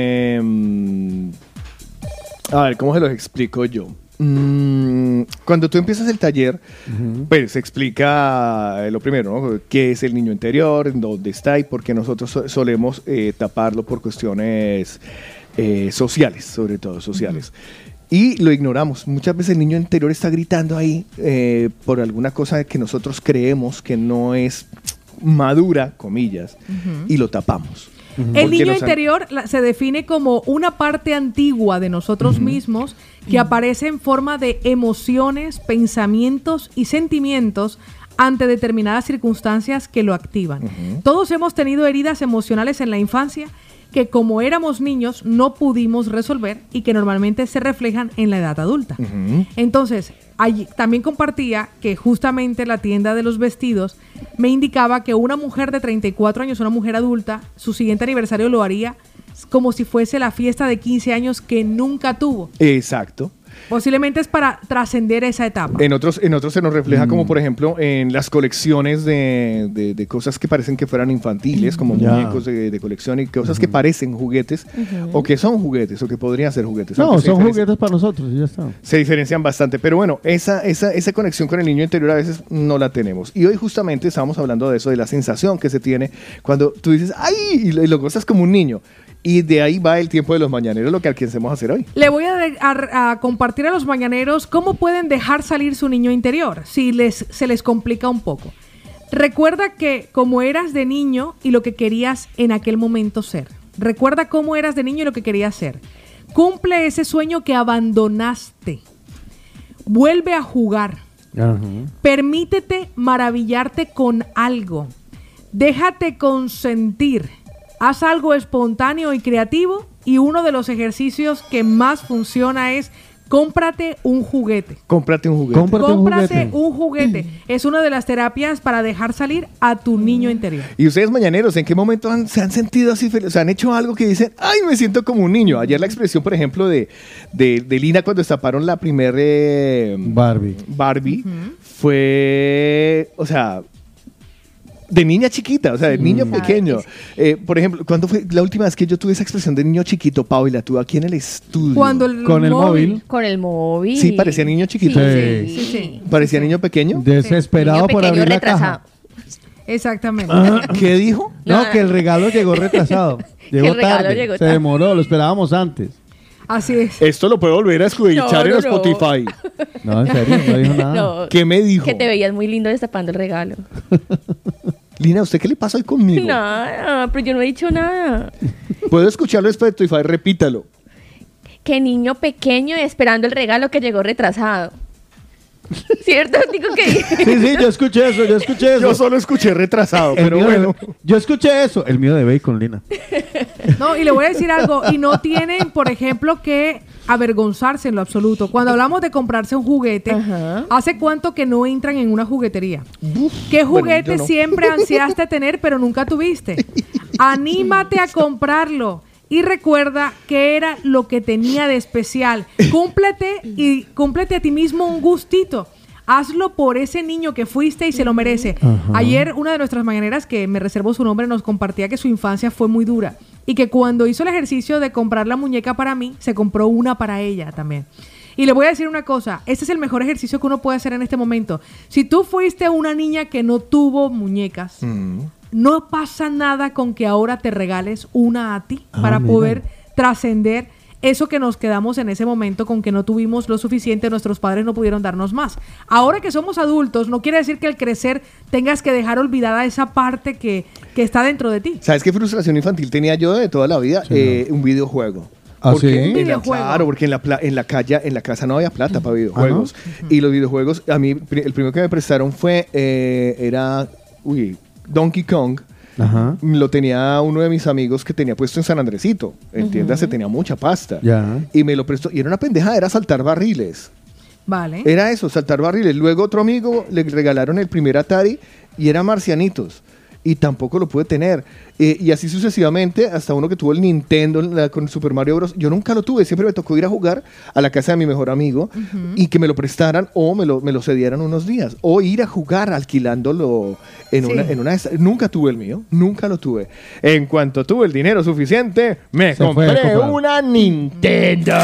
ver, ¿cómo se los explico yo? Cuando tú empiezas el taller, pues se explica lo primero, ¿no? ¿Qué es el niño interior? ¿Dónde está? Y por qué nosotros solemos taparlo por cuestiones sociales, sobre todo sociales. Y lo ignoramos. Muchas veces el niño interior está gritando ahí por alguna cosa que nosotros creemos que no es madura, comillas, y lo tapamos. El niño interior se define como una parte antigua de nosotros mismos que aparece en forma de emociones, pensamientos y sentimientos ante determinadas circunstancias que lo activan. Todos hemos tenido heridas emocionales en la infancia que, como éramos niños, no pudimos resolver y que normalmente se reflejan en la edad adulta. Entonces, allí también compartía que justamente la tienda de los vestidos me indicaba que una mujer de 34 años, una mujer adulta, su siguiente aniversario lo haría como si fuese la fiesta de 15 años que nunca tuvo. Exacto. Posiblemente es para trascender esa etapa. En otros se nos refleja como, por ejemplo, en las colecciones de cosas que parecen que fueran infantiles, como muñecos de colección y cosas que parecen juguetes, o que son juguetes, o que podrían ser juguetes. No, son juguetes para nosotros y ya está. Se diferencian bastante, pero bueno, esa conexión con el niño interior a veces no la tenemos. Y hoy justamente estábamos hablando de eso, de la sensación que se tiene cuando tú dices, ¡ay! Y lo gozas como un niño. Y de ahí va el tiempo de los mañaneros, lo que alcancemos a hacer hoy. Le voy a compartir a los mañaneros cómo pueden dejar salir su niño interior, si se les complica un poco. Recuerda que como eras de niño y lo que querías en aquel momento ser. Recuerda cómo eras de niño y lo que querías ser. Cumple ese sueño que abandonaste. Vuelve a jugar. Permítete maravillarte con algo. Déjate consentir. Haz algo espontáneo y creativo, y uno de los ejercicios que más funciona es Cómprate un juguete. Cómprate un juguete. Cómprate un juguete. Es una de las terapias para dejar salir a tu niño interior. Y ustedes mañaneros, ¿en qué momento se han sentido así felices? O sea, han hecho algo que dicen, ay, me siento como un niño. Ayer la expresión, por ejemplo, de Lina cuando destaparon la primer Barbie fue, o sea, de niña chiquita, o sea, de niño pequeño. Por ejemplo, ¿cuándo fue la última vez que yo tuve esa expresión de niño chiquito, Pau, y la tuve aquí en el estudio? Con el móvil. Con el móvil. Sí, parecía niño chiquito. Sí. ¿Parecía niño pequeño? Desesperado por abrir la caja. Exactamente. ¿Qué dijo? No, que el regalo llegó retrasado. Llegó tarde. Se demoró, lo esperábamos antes. Así es. Esto lo puedo volver a escuchar en Spotify. No, en serio, no dijo nada. No. ¿Qué me dijo? Que te veías muy lindo destapando el regalo. Lina, ¿usted qué le pasa hoy conmigo? Nada, pero yo no he dicho nada. Puedo escucharlo en Spotify, repítalo. Que niño pequeño esperando el regalo que llegó retrasado. ¿Cierto? Digo que... Sí, yo escuché eso. Yo solo escuché retrasado, pero bueno. Yo escuché eso. El mío de bacon, Lina. No, y le voy a decir algo. Y no tienen, por ejemplo, que avergonzarse en lo absoluto. Cuando hablamos de comprarse un juguete, ¿hace cuánto que no entran en una juguetería? ¿Qué juguete siempre ansiaste tener pero nunca tuviste? Anímate a comprarlo. Y recuerda que era lo que tenía de especial. Cúmplete a ti mismo un gustito. Hazlo por ese niño que fuiste y se lo merece. Ayer una de nuestras mañaneras, que me reservo su nombre, nos compartía que su infancia fue muy dura. Y que cuando hizo el ejercicio de comprar la muñeca para mí, se compró una para ella también. Y le voy a decir una cosa, este es el mejor ejercicio que uno puede hacer en este momento. Si tú fuiste una niña que no tuvo muñecas, no pasa nada con que ahora te regales una a ti para poder trascender eso que nos quedamos en ese momento con que no tuvimos lo suficiente, nuestros padres no pudieron darnos más. Ahora que somos adultos, no quiere decir que al crecer tengas que dejar olvidada esa parte que está dentro de ti. ¿Sabes qué frustración infantil tenía yo de toda la vida? Un videojuego. ¿Ah, sí? Claro, porque en la casa no había plata para videojuegos. Y los videojuegos, a mí, el primero que me prestaron fue, Donkey Kong. Lo tenía uno de mis amigos que tenía puesto en San Andresito. Entiéndase, tenía mucha pasta. Y me lo prestó. Y era una pendejada, era saltar barriles. Vale. Era eso, saltar barriles. Luego otro amigo le regalaron el primer Atari y era Marcianitos. Y tampoco lo pude tener. Y así sucesivamente, hasta uno que tuvo el Nintendo con Super Mario Bros. Yo nunca lo tuve. Siempre me tocó ir a jugar a la casa de mi mejor amigo y que me lo prestaran o me lo cedieran unos días. O ir a jugar alquilándolo en una... Nunca tuve el mío. Nunca lo tuve. En cuanto tuve el dinero suficiente, me compré una Nintendo.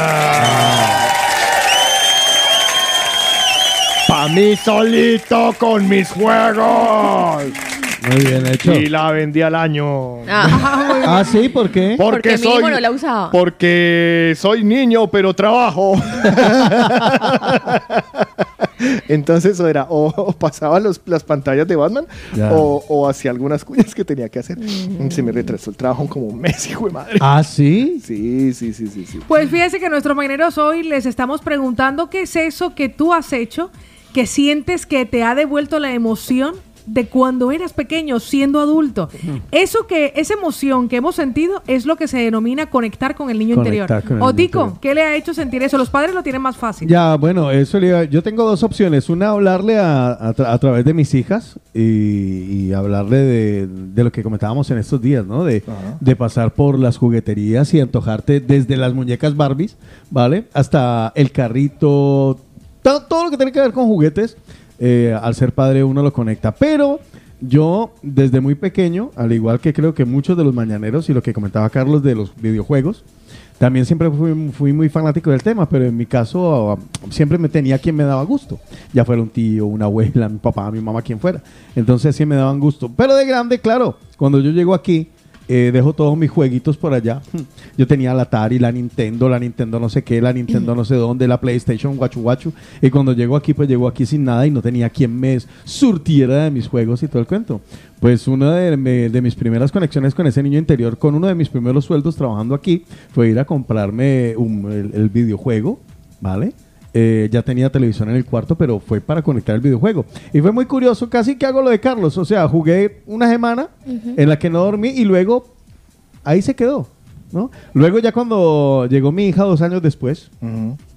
Pa' mí solito con mis juegos. Muy bien hecho. Y la vendí al año. ¿Sí? ¿Por qué? Porque mínimo no la usaba. Porque soy niño, pero trabajo. Entonces eso era, o pasaba las pantallas de Batman, o hacía algunas cuñas que tenía que hacer. Se me retrasó el trabajo como un mes, hijo de madre. ¿Ah, sí? Sí. Pues fíjense que nuestros mañaneros hoy les estamos preguntando qué es eso que tú has hecho, que sientes que te ha devuelto la emoción de cuando eras pequeño, siendo adulto. Esa emoción que hemos sentido es lo que se denomina conectar con el niño interior. Otico, ¿qué le ha hecho sentir eso? Los padres lo tienen más fácil. Ya, bueno, yo tengo dos opciones. Una, hablarle a través de mis hijas y hablarle de lo que comentábamos en estos días, ¿no? De pasar por las jugueterías y antojarte desde las muñecas Barbies, ¿vale? Hasta el carrito, todo lo que tiene que ver con juguetes. Al ser padre uno lo conecta, pero yo desde muy pequeño, al igual que creo que muchos de los mañaneros y lo que comentaba Carlos de los videojuegos, también siempre fui muy fanático del tema, pero en mi caso siempre me tenía quien me daba gusto, ya fuera un tío, una abuela, mi papá, mi mamá, quien fuera. Entonces sí me daban gusto, pero de grande, claro, cuando yo llego aquí dejo todos mis jueguitos por allá. Yo tenía la Atari, la Nintendo no sé qué, la Nintendo no sé dónde, la PlayStation, guachu. Y cuando llego aquí, pues llego aquí sin nada y no tenía quien me surtiera de mis juegos y todo el cuento. Pues una de mis primeras conexiones con ese niño interior, con uno de mis primeros sueldos trabajando aquí, fue ir a comprarme el videojuego, ¿vale? Ya tenía televisión en el cuarto, pero fue para conectar el videojuego. Y fue muy curioso, casi que hago lo de Carlos. O sea, jugué una semana en la que no dormí y luego ahí se quedó, ¿no? Luego ya cuando llegó mi hija 2 años después,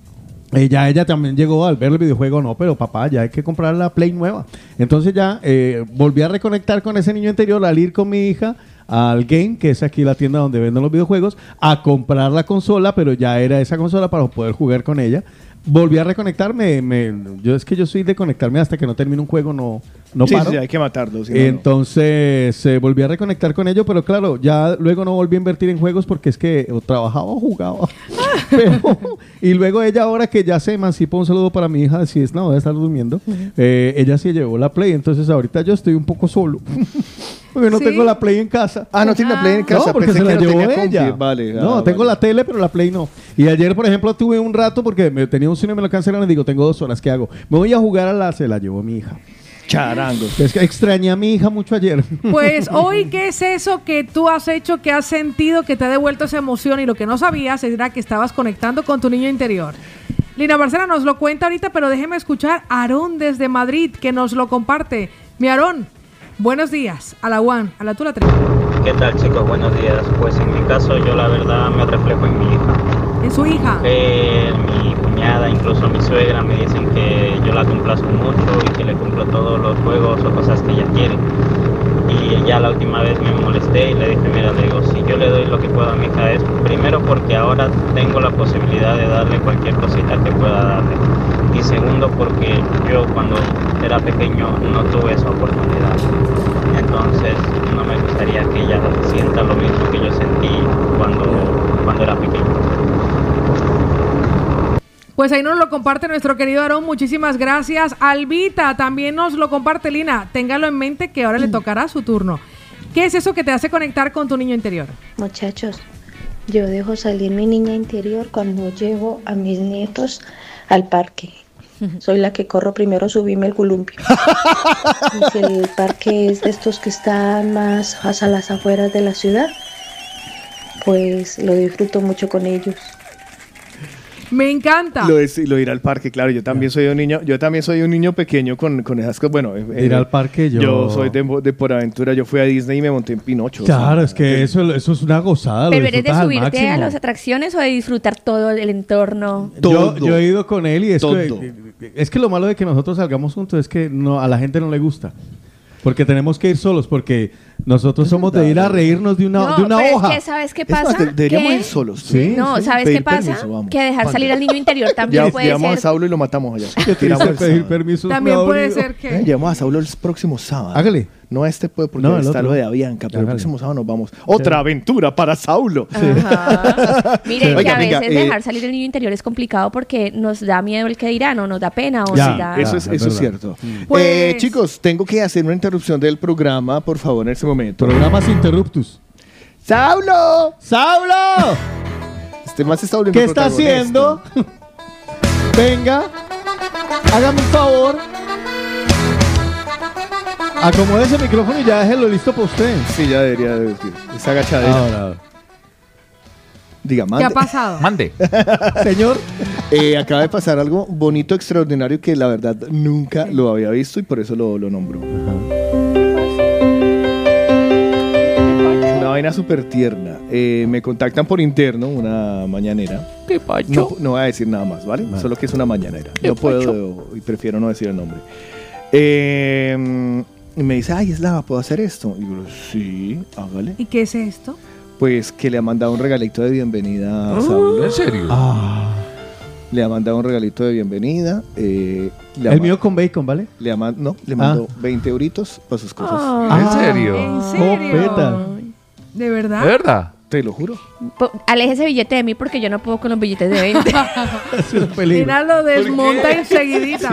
Ella también llegó al ver el videojuego, no, pero papá, ya hay que comprar la Play nueva. Entonces ya volví a reconectar con ese niño interior al ir con mi hija al Game, que es aquí la tienda donde venden los videojuegos, a comprar la consola, pero ya era esa consola para poder jugar con ella. Volví a reconectarme, yo soy de conectarme hasta que no termine un juego, no paro. Sí, hay que matarlo. Si Entonces volví a reconectar con ello, pero claro, ya luego no volví a invertir en juegos porque es que trabajaba o jugaba. Y luego ella, ahora que ya se emancipó, un saludo para mi hija, si es no, debe estar durmiendo, ella sí llevó la Play, entonces ahorita yo estoy un poco solo. Porque no tengo la Play en casa. No tiene la Play en casa. No, porque se la llevó ella. Vale, tengo la tele, pero la Play no. Y ayer, por ejemplo, tuve un rato porque me tenía un cine y me lo cancelaron y digo, tengo 2 horas, ¿qué hago? Me voy a jugar se la llevó mi hija. Charango. Es que extrañé a mi hija mucho ayer. Pues hoy, ¿qué es eso que tú has hecho, que has sentido, que te ha devuelto esa emoción y lo que no sabías era que estabas conectando con tu niño interior? Lina Barcela nos lo cuenta ahorita, pero déjeme escuchar a Aarón desde Madrid, que nos lo comparte. Mi Aarón, buenos días. A la One, a la tú la 3. ¿Qué tal, chicos? Buenos días. Pues en mi caso yo la verdad me reflejo en mi hija. ¿En su hija? Mi cuñada, incluso mi suegra me dicen que yo la complazco mucho y que le compro todos los juegos o cosas que ella quiere. Y ya la última vez me molesté y le dije, mira, le digo, si yo le doy lo que puedo a mi hija es primero porque ahora tengo la posibilidad de darle cualquier cosita que pueda darle. Y segundo porque yo cuando era pequeño no tuve esa oportunidad. Entonces no me gustaría que ella sienta lo mismo que yo sentí cuando era pequeño. Pues ahí nos lo comparte nuestro querido Aarón, muchísimas gracias. Albita también nos lo comparte, Lina. Téngalo en mente que ahora le tocará su turno. ¿Qué es eso que te hace conectar con tu niño interior? Muchachos, yo dejo salir mi niña interior cuando llevo a mis nietos al parque. Soy la que corro primero, subirme el columpio. Y si el parque es de estos que están más a las afueras de la ciudad, pues lo disfruto mucho con ellos. Me encanta. Lo de ir al parque, claro, yo también soy un niño pequeño con esas cosas. Bueno, ir al parque yo soy de por aventura, yo fui a Disney y me monté en Pinocho. Claro, es que eso es una gozada. ¿Pero eres de subirte a las atracciones o de disfrutar todo el entorno? Yo he ido con él y es que lo malo de que nosotros salgamos juntos es que a la gente no le gusta. Porque tenemos que ir solos, porque nosotros somos de ir a reírnos de una hoja. Es que ¿sabes qué pasa? Deberíamos ir solos. Sí, no, ¿sabes qué pasa? Que dejar salir al niño interior también puede ser. Llevamos a Saulo y lo matamos allá. Pedir permiso. También puede ser que... Llevamos a Saulo el próximo sábado. Hágale. No porque está lo de Avianca, pero el próximo sábado nos vamos. Otra aventura para Saulo. Miren, que a veces dejar salir el niño interior es complicado porque nos da miedo el que dirán o nos da pena o nos da... Eso es cierto. Pues... chicos, tengo que hacer una interrupción del programa, por favor, en este momento. Programas interruptus. ¡Saulo! ¡Saulo! Este más está ¿Qué está haciendo? Venga, hágame un favor. Acomode ese micrófono y ya déjelo listo para usted. Sí, ya debería de decir. Esa agachadera. Ahora. Diga, mande. ¿Qué ha pasado? Mande. Señor. Acaba de pasar algo bonito, extraordinario, que la verdad nunca lo había visto y por eso lo nombro. Una vaina súper tierna. Me contactan por interno, una mañanera. ¿Qué pacho? No voy a decir nada más, ¿vale? Solo que es una mañanera. No puedo y prefiero no decir el nombre. Y me dice, Eslava, ¿puedo hacer esto? Y digo, sí, hágale. ¿Y qué es esto? Pues que le ha mandado un regalito de bienvenida a Saulo. ¿En serio? Le ha mandado un regalito de bienvenida. El mío con bacon, ¿vale? Le mandó 20 euritos para sus cosas. ¿En serio? ¿En serio? Copeta. ¿De verdad? ¿De verdad? Te lo juro. Aleje ese billete de mí porque yo no puedo con los billetes de 20. Es un peligro. Mira, lo desmonta enseguidita.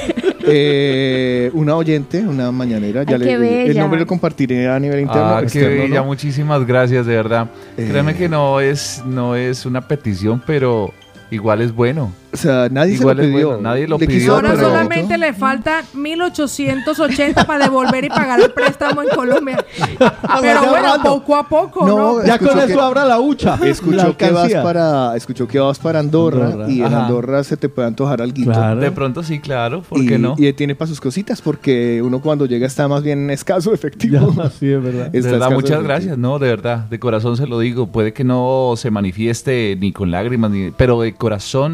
Una oyente, una mañanera. Ya el nombre lo compartiré a nivel interno. Qué bella, muchísimas gracias, de verdad. Créeme que no es una petición, pero igual es bueno. O sea, nadie se lo pidió. Bueno, nadie lo pidió. Ahora solamente le faltan 1.880 para devolver y pagar el préstamo en Colombia. Pero bueno, poco a poco, ¿no? Ya con eso abra la hucha. Escuchó que vas para Andorra y en Andorra se te puede antojar alguito. Claro. De pronto sí, claro. ¿Por qué no? Y tiene para sus cositas porque uno cuando llega está más bien escaso efectivo. Sí, es verdad. De verdad, muchas gracias. No, de verdad, de corazón se lo digo. Puede que no se manifieste ni con lágrimas, pero de corazón internamente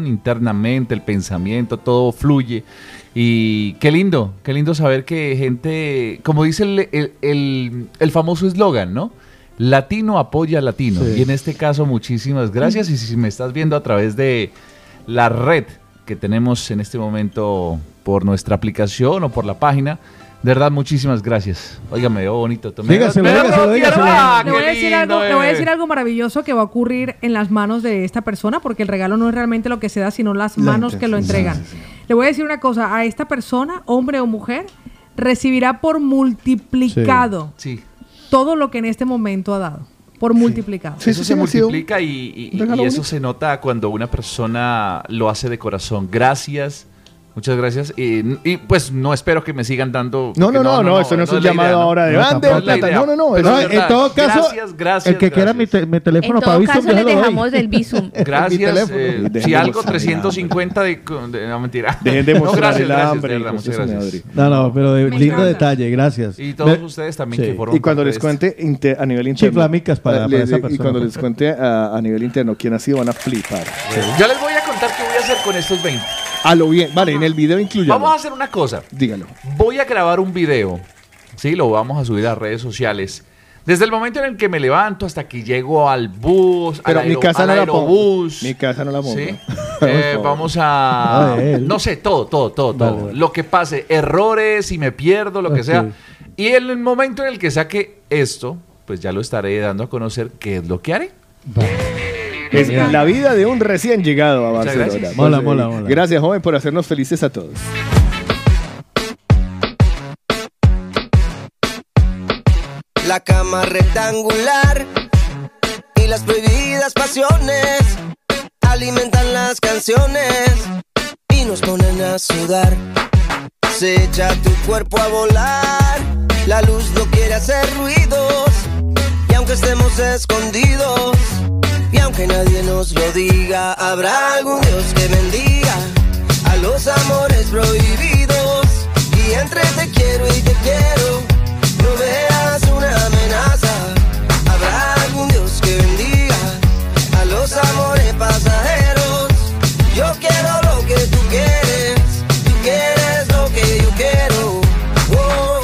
internamente, el pensamiento, todo fluye. Y qué lindo saber que gente, como dice el famoso eslogan, ¿no? Latino apoya latino. Sí. Y en este caso, muchísimas gracias. Y si me estás viendo a través de la red que tenemos en este momento por nuestra aplicación o por la página, de verdad, muchísimas gracias. Oiga, me veo bonito. Dígaselo. Le voy a decir algo maravilloso que va a ocurrir en las manos de esta persona, porque el regalo no es realmente lo que se da, sino las manos que lo entregan. Sí. Le voy a decir una cosa, a esta persona, hombre o mujer, recibirá por multiplicado todo lo que en este momento ha dado. Por multiplicado. Sí, eso se multiplica y eso se nota cuando una persona lo hace de corazón. Gracias. Muchas gracias. Y pues no espero que me sigan dando. No, esto no es un llamado ahora de bande o plata. No. En todo caso, gracias. El que quiera mi teléfono para Bizum, en todo caso le dejamos del Bizum. Gracias. Si algo, 350 de. No, mentira. Dejen de mostrar el hambre. Muchas gracias. No, pero lindo detalle, gracias. Y todos ustedes también que fueron. Y cuando les cuente a nivel interno. Chiflamicas para esa persona. Y cuando les cuente a nivel interno quién ha sido, van a flipar. Ya les voy a contar qué voy a hacer con estos 20. A lo bien, vale, en el video incluyamos. Vamos a hacer una cosa. Dígalo. Voy a grabar un video, sí, lo vamos a subir a redes sociales. Desde el momento en el que me levanto hasta que llego al bus, pero mi casa no aerobús. Mi casa no la pongo. ¿Sí? Vamos a... no sé, todo. Vale. Lo que pase, errores, si me pierdo, lo que sea. Y en el momento en el que saque esto, pues ya lo estaré dando a conocer qué es lo que haré. Vale. Es la vida de un recién llegado a Barcelona. Mola. Gracias, joven, por hacernos felices a todos. La cama rectangular y las prohibidas pasiones alimentan las canciones y nos ponen a sudar. Se echa tu cuerpo a volar, la luz no quiere hacer ruidos y aunque estemos escondidos y aunque nadie nos lo diga, habrá algún Dios que bendiga a los amores prohibidos. Y entre te quiero y te quiero, no veas una amenaza. Habrá algún Dios que bendiga a los amores pasajeros. Yo quiero lo que tú quieres lo que yo quiero. Oh.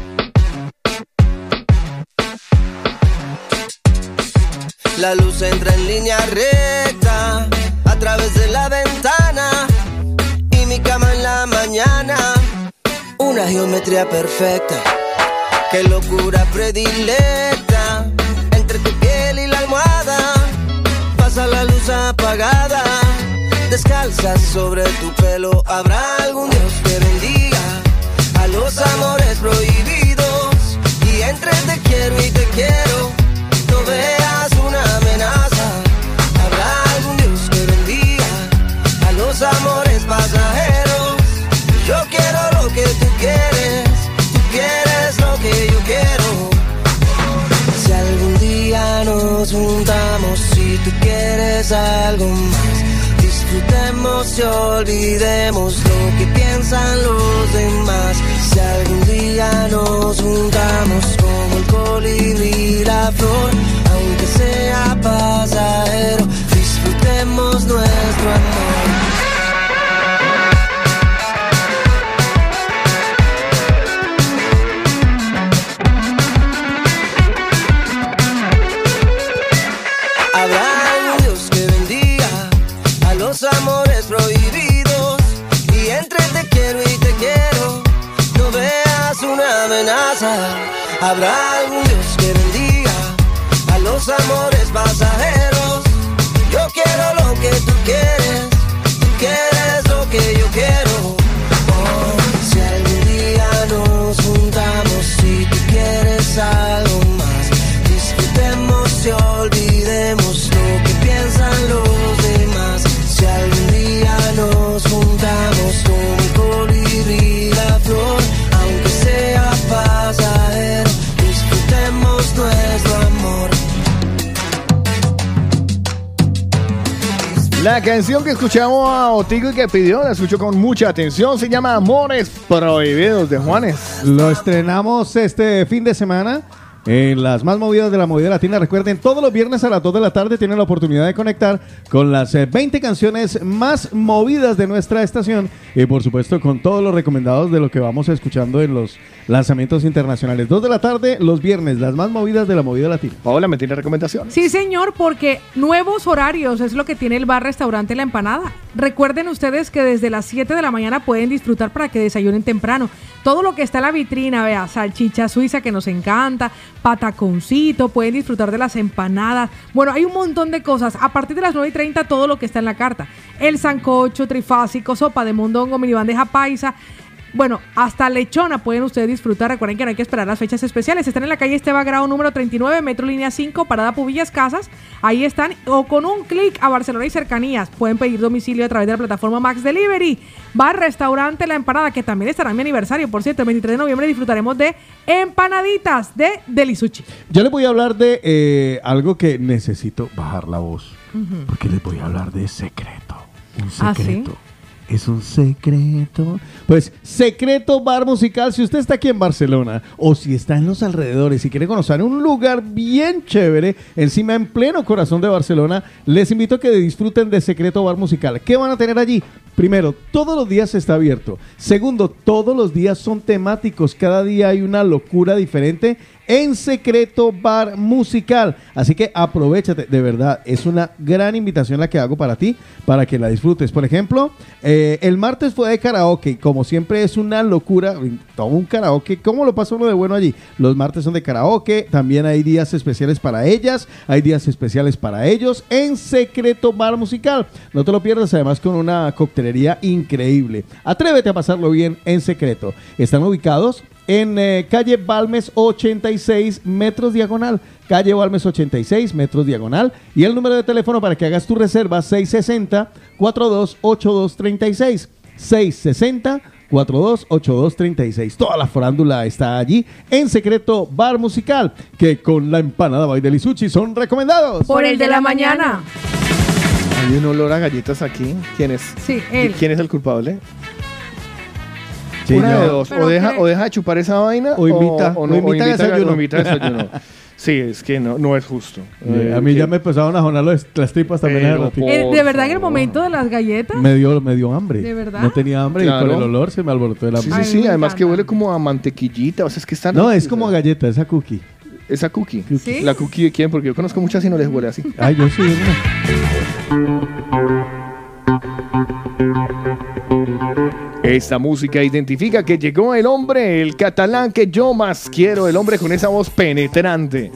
La luz entra en línea recta a través de la ventana y mi cama en la mañana, una geometría perfecta. Qué locura predilecta entre tu piel y la almohada. Pasa la luz apagada, descalza sobre tu pelo. Habrá algún Dios que bendiga a los amores prohibidos. Y entre te quiero y te quiero, no veas una amenaza. Habrá algún Dios que bendiga a los amores pasajeros. Yo quiero lo que tú quieres lo que yo quiero. Si algún día nos juntamos, si tú quieres algo más, disfrutemos y olvidemos lo que piensan los demás. Si algún día nos juntamos como el colibrí y la flor, aunque sea pasajero, disfrutemos nuestro amor. Habrá un Dios que bendiga a los amores prohibidos. Y entre te quiero y te quiero, no veas una amenaza. Habrá algún Dios que bendiga a los amores pasajeros. Yo quiero lo que tú quieres lo que yo quiero. Oh, si algún día nos juntamos, si tú quieres algo más, disfrutemos y olvidemos lo que piensan los demás. Si algún día nos juntamos con el colibrí y la flor, aunque sea pasajero, disfrutemos nuestro amor. La canción que escuchamos a Otico y que pidió, la escucho con mucha atención, se llama Amores Prohibidos de Juanes. Lo estrenamos este fin de semana en las más movidas de la movida latina. Recuerden, todos los viernes a las 2 de la tarde tienen la oportunidad de conectar con las 20 canciones más movidas de nuestra estación y por supuesto con todos los recomendados de lo que vamos escuchando en los lanzamientos internacionales. 2 de la tarde, los viernes, las más movidas de la movida latina. Paola, ¿me tiene recomendación? Sí, señor, porque nuevos horarios es lo que tiene el bar-restaurante La Empanada. Recuerden ustedes que desde las 7 de la mañana pueden disfrutar para que desayunen temprano. Todo lo que está en la vitrina, vea, salchicha suiza que nos encanta, pataconcito, pueden disfrutar de las empanadas. Bueno, hay un montón de cosas. A partir de las 9:30 todo lo que está en la carta. El sancocho, trifásico, sopa de mondongo, mini bandeja paisa. Bueno, hasta lechona pueden ustedes disfrutar. Recuerden que no hay que esperar las fechas especiales. Están en la calle Esteban Grau número 39, metro línea 5, parada Pubillas Casas. Ahí están. O con un clic a Barcelona y cercanías. Pueden pedir domicilio a través de la plataforma Max Delivery. Bar, restaurante La Empanada, que también estará en mi aniversario. Por cierto, el 23 de noviembre disfrutaremos de empanaditas de Delisuchi. Yo les voy a hablar de algo que necesito bajar la voz. Porque les voy a hablar de secreto. Un secreto. ¿Sí? Es un secreto. Pues, Secreto Bar Musical. Si usted está aquí en Barcelona o si está en los alrededores y quiere conocer un lugar bien chévere, encima en pleno corazón de Barcelona, les invito a que disfruten de Secreto Bar Musical. ¿Qué van a tener allí? Primero, todos los días está abierto. Segundo, todos los días son temáticos. Cada día hay una locura diferente en Secreto Bar Musical. Así que aprovéchate, de verdad, es una gran invitación la que hago para ti, para que la disfrutes. Por ejemplo, el martes fue de karaoke, como siempre es una locura, todo un karaoke. ¿Cómo lo pasa uno de bueno allí? Los martes son de karaoke, también hay días especiales para ellas, hay días especiales para ellos en Secreto Bar Musical. No te lo pierdas, además con una coctelería increíble. Atrévete a pasarlo bien en secreto. Están ubicados en calle Balmes 86 metros diagonal. Calle Balmes 86 metros diagonal. Y el número de teléfono para que hagas tu reserva 660-428236. 660-428236. Toda la farándula está allí en Secreto Bar Musical, que con la empanada by Delisuchi son recomendados. Por el de la mañana. Hay un olor a galletas aquí. ¿Quién es? Sí, él. ¿Quién es el culpable? Sí, una de yo. dos. O deja de chupar esa vaina o invita desayuno. o invita desayuno. Sí, es que no es justo. A mí ya me empezaron a jonar las tripas también. De verdad, en el momento de las galletas. Me dio hambre. ¿De verdad? No tenía hambre y con el olor se me alborotó el hambre. Sí, además que huele como a mantequillita. O sea, es que está. No, es como a galleta, esa cookie. ¿Esa cookie? ¿Sí? ¿La cookie de quién? Porque yo conozco muchas y no les huele así. Ay, yo sí. Esta música identifica que llegó el hombre, el catalán que yo más quiero, el hombre con esa voz penetrante.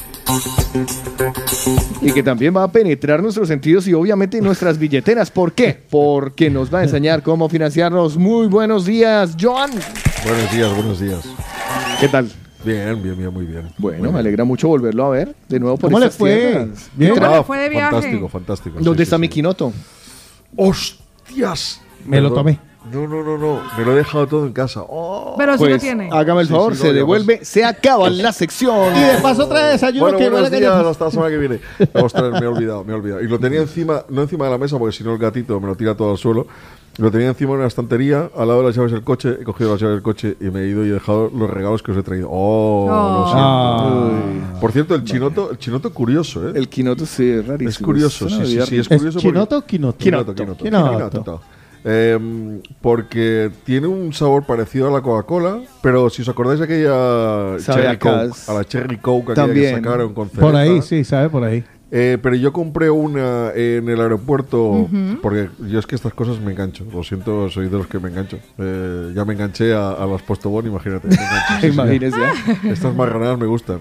Y que también va a penetrar nuestros sentidos y obviamente nuestras billeteras. ¿Por qué? Porque nos va a enseñar cómo financiarnos. Muy buenos días, Joan. Buenos días. ¿Qué tal? Bien, muy bien. Bueno, me alegra mucho volverlo a ver de nuevo por ¿Cómo estas le fue? tierras. Bien. ¿Cómo le fue de viaje? Fantástico. ¿Dónde está mi quinoto? ¡Hostias! Me lo tomé. No. Me lo he dejado todo en casa. Oh. Pero Pues, sí lo tiene. hágame el favor, se devuelve, se acaba la sección. Y de paso trae desayuno. Bueno, que buenos no días, hasta la semana que viene. Ostras, me he olvidado. Y lo tenía no encima de la mesa, porque si no el gatito me lo tira todo al suelo. Lo tenía encima de una estantería, al lado de las llaves del coche. He cogido las llaves del coche y me he ido y he dejado los regalos que os he traído. Lo siento. Por cierto, el chinoto curioso, ¿eh? El quinoto sí, es rarísimo. Es curioso, sí, es curioso. ¿Es chinoto o quinoto? Quinoto. Porque tiene un sabor parecido a la Coca-Cola, pero si os acordáis de aquella Cherry Coke, a la Cherry Coke que sacaron con cereza. Por ahí, sí, sabe por ahí. Pero yo compré una en el aeropuerto, porque yo es que estas cosas me engancho. Lo siento, soy de los que me engancho. Ya me enganché a las Postobón, imagínate. Imagínese. Estas marranadas me gustan.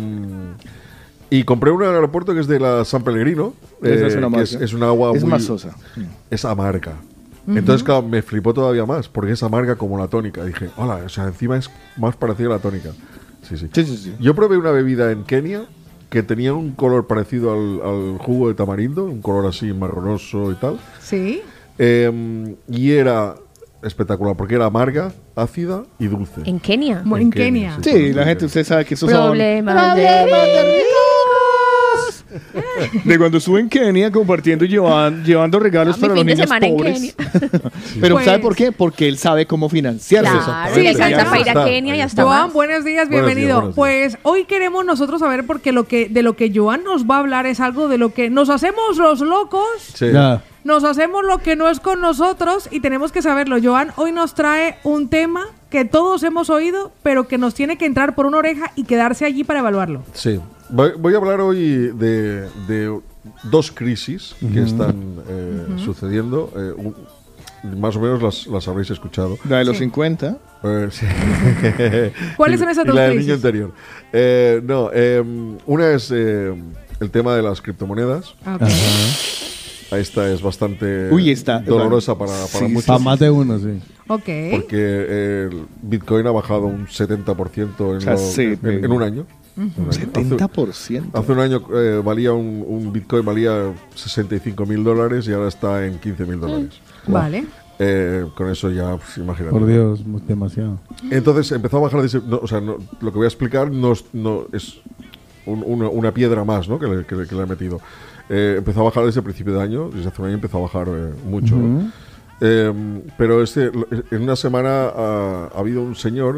Y compré una en el aeropuerto que es de la San Pellegrino, Esa es una que es una agua es muy... más sosa. Es amarga. Entonces, claro, me flipó todavía más, porque es amarga como la tónica. Dije, hola, o sea, encima es más parecida a la tónica. Sí. Yo probé una bebida en Kenia que tenía un color parecido al jugo de tamarindo, un color así marronoso y tal. Sí. Y era espectacular, porque era amarga, ácida y dulce. ¿En Kenia? En Kenia. Sí, la gente, usted sabe que esos Problemas de ricos. De cuando estuve en Kenia compartiendo y llevando regalos para los niños pobres. Pero Pues- ¿sabe por qué? Porque él sabe cómo financiarse. Claro, le alcanza para ir a Kenia y hasta Joan, más. buenos días, Buenos bienvenido. días, buenos Pues hoy queremos nosotros saber porque de lo que Joan nos va a hablar es algo de lo que nos hacemos los locos, Sí. Ya. nos hacemos lo que no es con nosotros y tenemos que saberlo. Joan hoy nos trae un tema que todos hemos oído, pero que nos tiene que entrar por una oreja y quedarse allí para evaluarlo. Sí. Voy a hablar hoy de dos crisis que están sucediendo. Más o menos las habréis escuchado. La de los Sí. 50. Sí. ¿Cuáles son esas Y dos la del crisis? niño anterior. Una es el tema de las criptomonedas. Ok. Esta es bastante Uy, está- dolorosa para Sí, muchos. Para más de uno, sí. Ok. Porque el Bitcoin ha bajado un 70% sea, sí, en un año. Un año. 70%. Hace un año valía un Bitcoin valía $65.000 y ahora está en $15.000. Vale. Con eso ya, pues, imagínate. Por Dios, demasiado. Entonces empezó a bajar de ese, lo que voy a explicar no es una piedra más, ¿no? que le he metido. Empezó a bajar desde el principio de año, desde hace un año empezó a bajar mucho. ¿no? Pero en una semana ha habido un señor,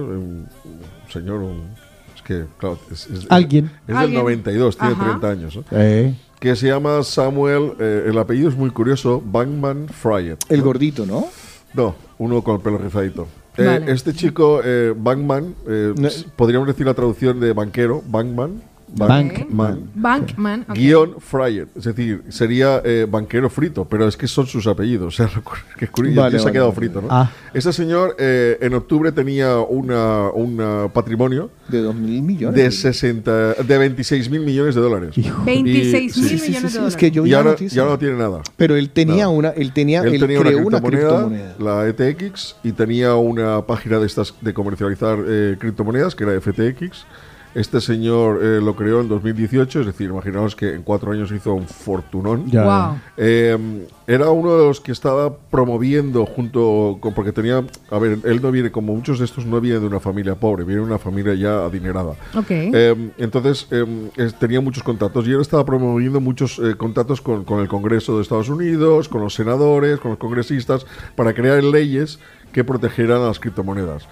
es que, claro, Alguien. Es del Alguien. 92, tiene Ajá. 30 años, ¿no? Eh. Que se llama Samuel, el apellido es muy curioso, Bankman Fried. El gordito, ¿no? No, uno con el pelo rizadito. Vale. Este chico, Bankman, podríamos decir la traducción de banquero, Bankman. Bankman. Bankman. ok. Guión Fried, es decir, sería banquero frito, pero es que son sus apellidos, o sea, que es curioso, Vale, se ha quedado vale. frito, ¿no? Ah. Este señor en octubre tenía un patrimonio De 2.000 millones. de 26.000 millones de dólares. 26.000 Y- sí. millones de dólares. Es que yo vi Y la ahora, noticia. y ahora no tiene nada. Pero él tenía No. una, él tenía Él creó una criptomoneda. la ETX, y tenía una página de estas de comercializar criptomonedas, que era FTX. Este señor lo creó en 2018, es decir, imaginaos que en 4 años hizo un fortunón. Ya. Wow. Era uno de los que estaba promoviendo junto con, porque tenía, a ver, él no viene, como muchos de estos no viene de una familia pobre, viene de una familia ya adinerada. Ok. Entonces tenía muchos contactos y él estaba promoviendo muchos contactos con el Congreso de Estados Unidos, con los senadores, con los congresistas, para crear leyes que protegieran a las criptomonedas.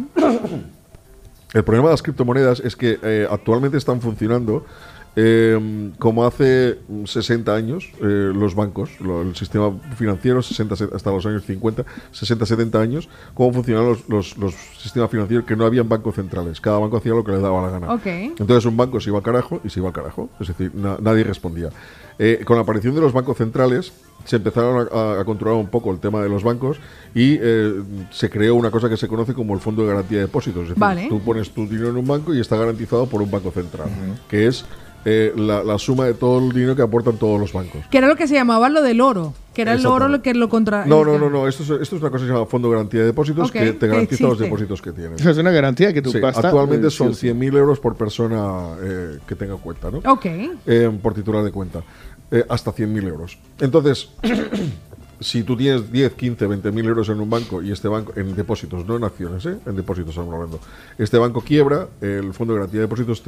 El problema de las criptomonedas es que actualmente están funcionando como hace 60 años los bancos, el sistema financiero, hasta los años 50, 60, 70 años, cómo funcionaban los sistemas financieros, que no habían bancos centrales. Cada banco hacía lo que le daba la gana. Ok. Entonces un banco se iba al carajo y se iba al carajo. Es decir, nadie respondía. Con la aparición de los bancos centrales se empezaron a controlar un poco el tema de los bancos y se creó una cosa que se conoce como el Fondo de Garantía de Depósitos. Es decir, Vale. tú pones tu dinero en un banco y está garantizado por un banco central, que es la suma de todo el dinero que aportan todos los bancos. Que era lo que se llamaba lo del oro. Que era el oro lo que lo contra... No. Esto es una cosa que se llama Fondo de Garantía de Depósitos, Ok, que te garantiza los existe. depósitos que tienes. O sea, es una garantía que tú Sí, gastas. actualmente son sí. 100.000 euros por persona que tenga cuenta, ¿no? Ok. Por titular de cuenta. Hasta 100.000 euros. Entonces, si tú tienes 10, 15, 20.000 euros en un banco y este banco, en depósitos, no en acciones, en depósitos estamos hablando, este banco quiebra, el Fondo de Garantía de Depósitos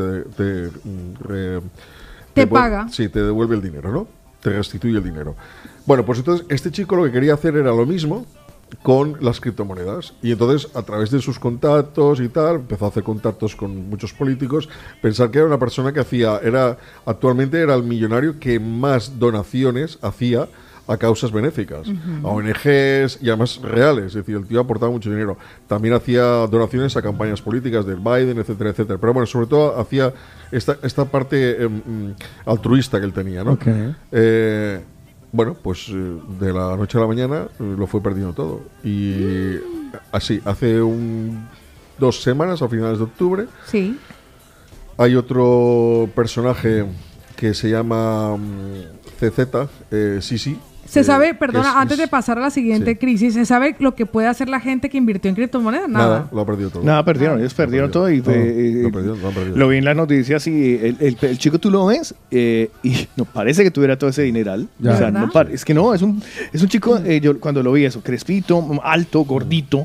Te paga. Sí, te devuelve el dinero, ¿no? Te restituye el dinero. Bueno, pues entonces este chico lo que quería hacer era lo mismo con las criptomonedas. Y entonces, a través de sus contactos y tal, empezó a hacer contactos con muchos políticos, pensar que era una persona que actualmente era el millonario que más donaciones hacía a causas benéficas, a ONGs y además reales. Es decir, el tío aportaba mucho dinero. También hacía donaciones a campañas políticas del Biden, etcétera, etcétera. Pero bueno, sobre todo hacía esta parte altruista que él tenía, ¿no? Ok. Bueno, pues de la noche a la mañana lo fue perdiendo todo. Y así, hace 2 semanas, a finales de octubre, Sí. hay otro personaje que se llama CZ, Sisi. Se sabe, perdona, es- antes de pasar a la siguiente crisis, ¿se sabe lo que puede hacer la gente que invirtió en criptomonedas? Nada. Lo ha perdido todo. Nada, perdieron, ellos perdieron todo y fue, lo han perdido. lo vi en las noticias y el chico tú lo ves y no parece que tuviera todo ese dineral. Ya. O sea, ¿Verdad? no es que no, es un chico, yo cuando lo vi eso, crespito, alto, gordito,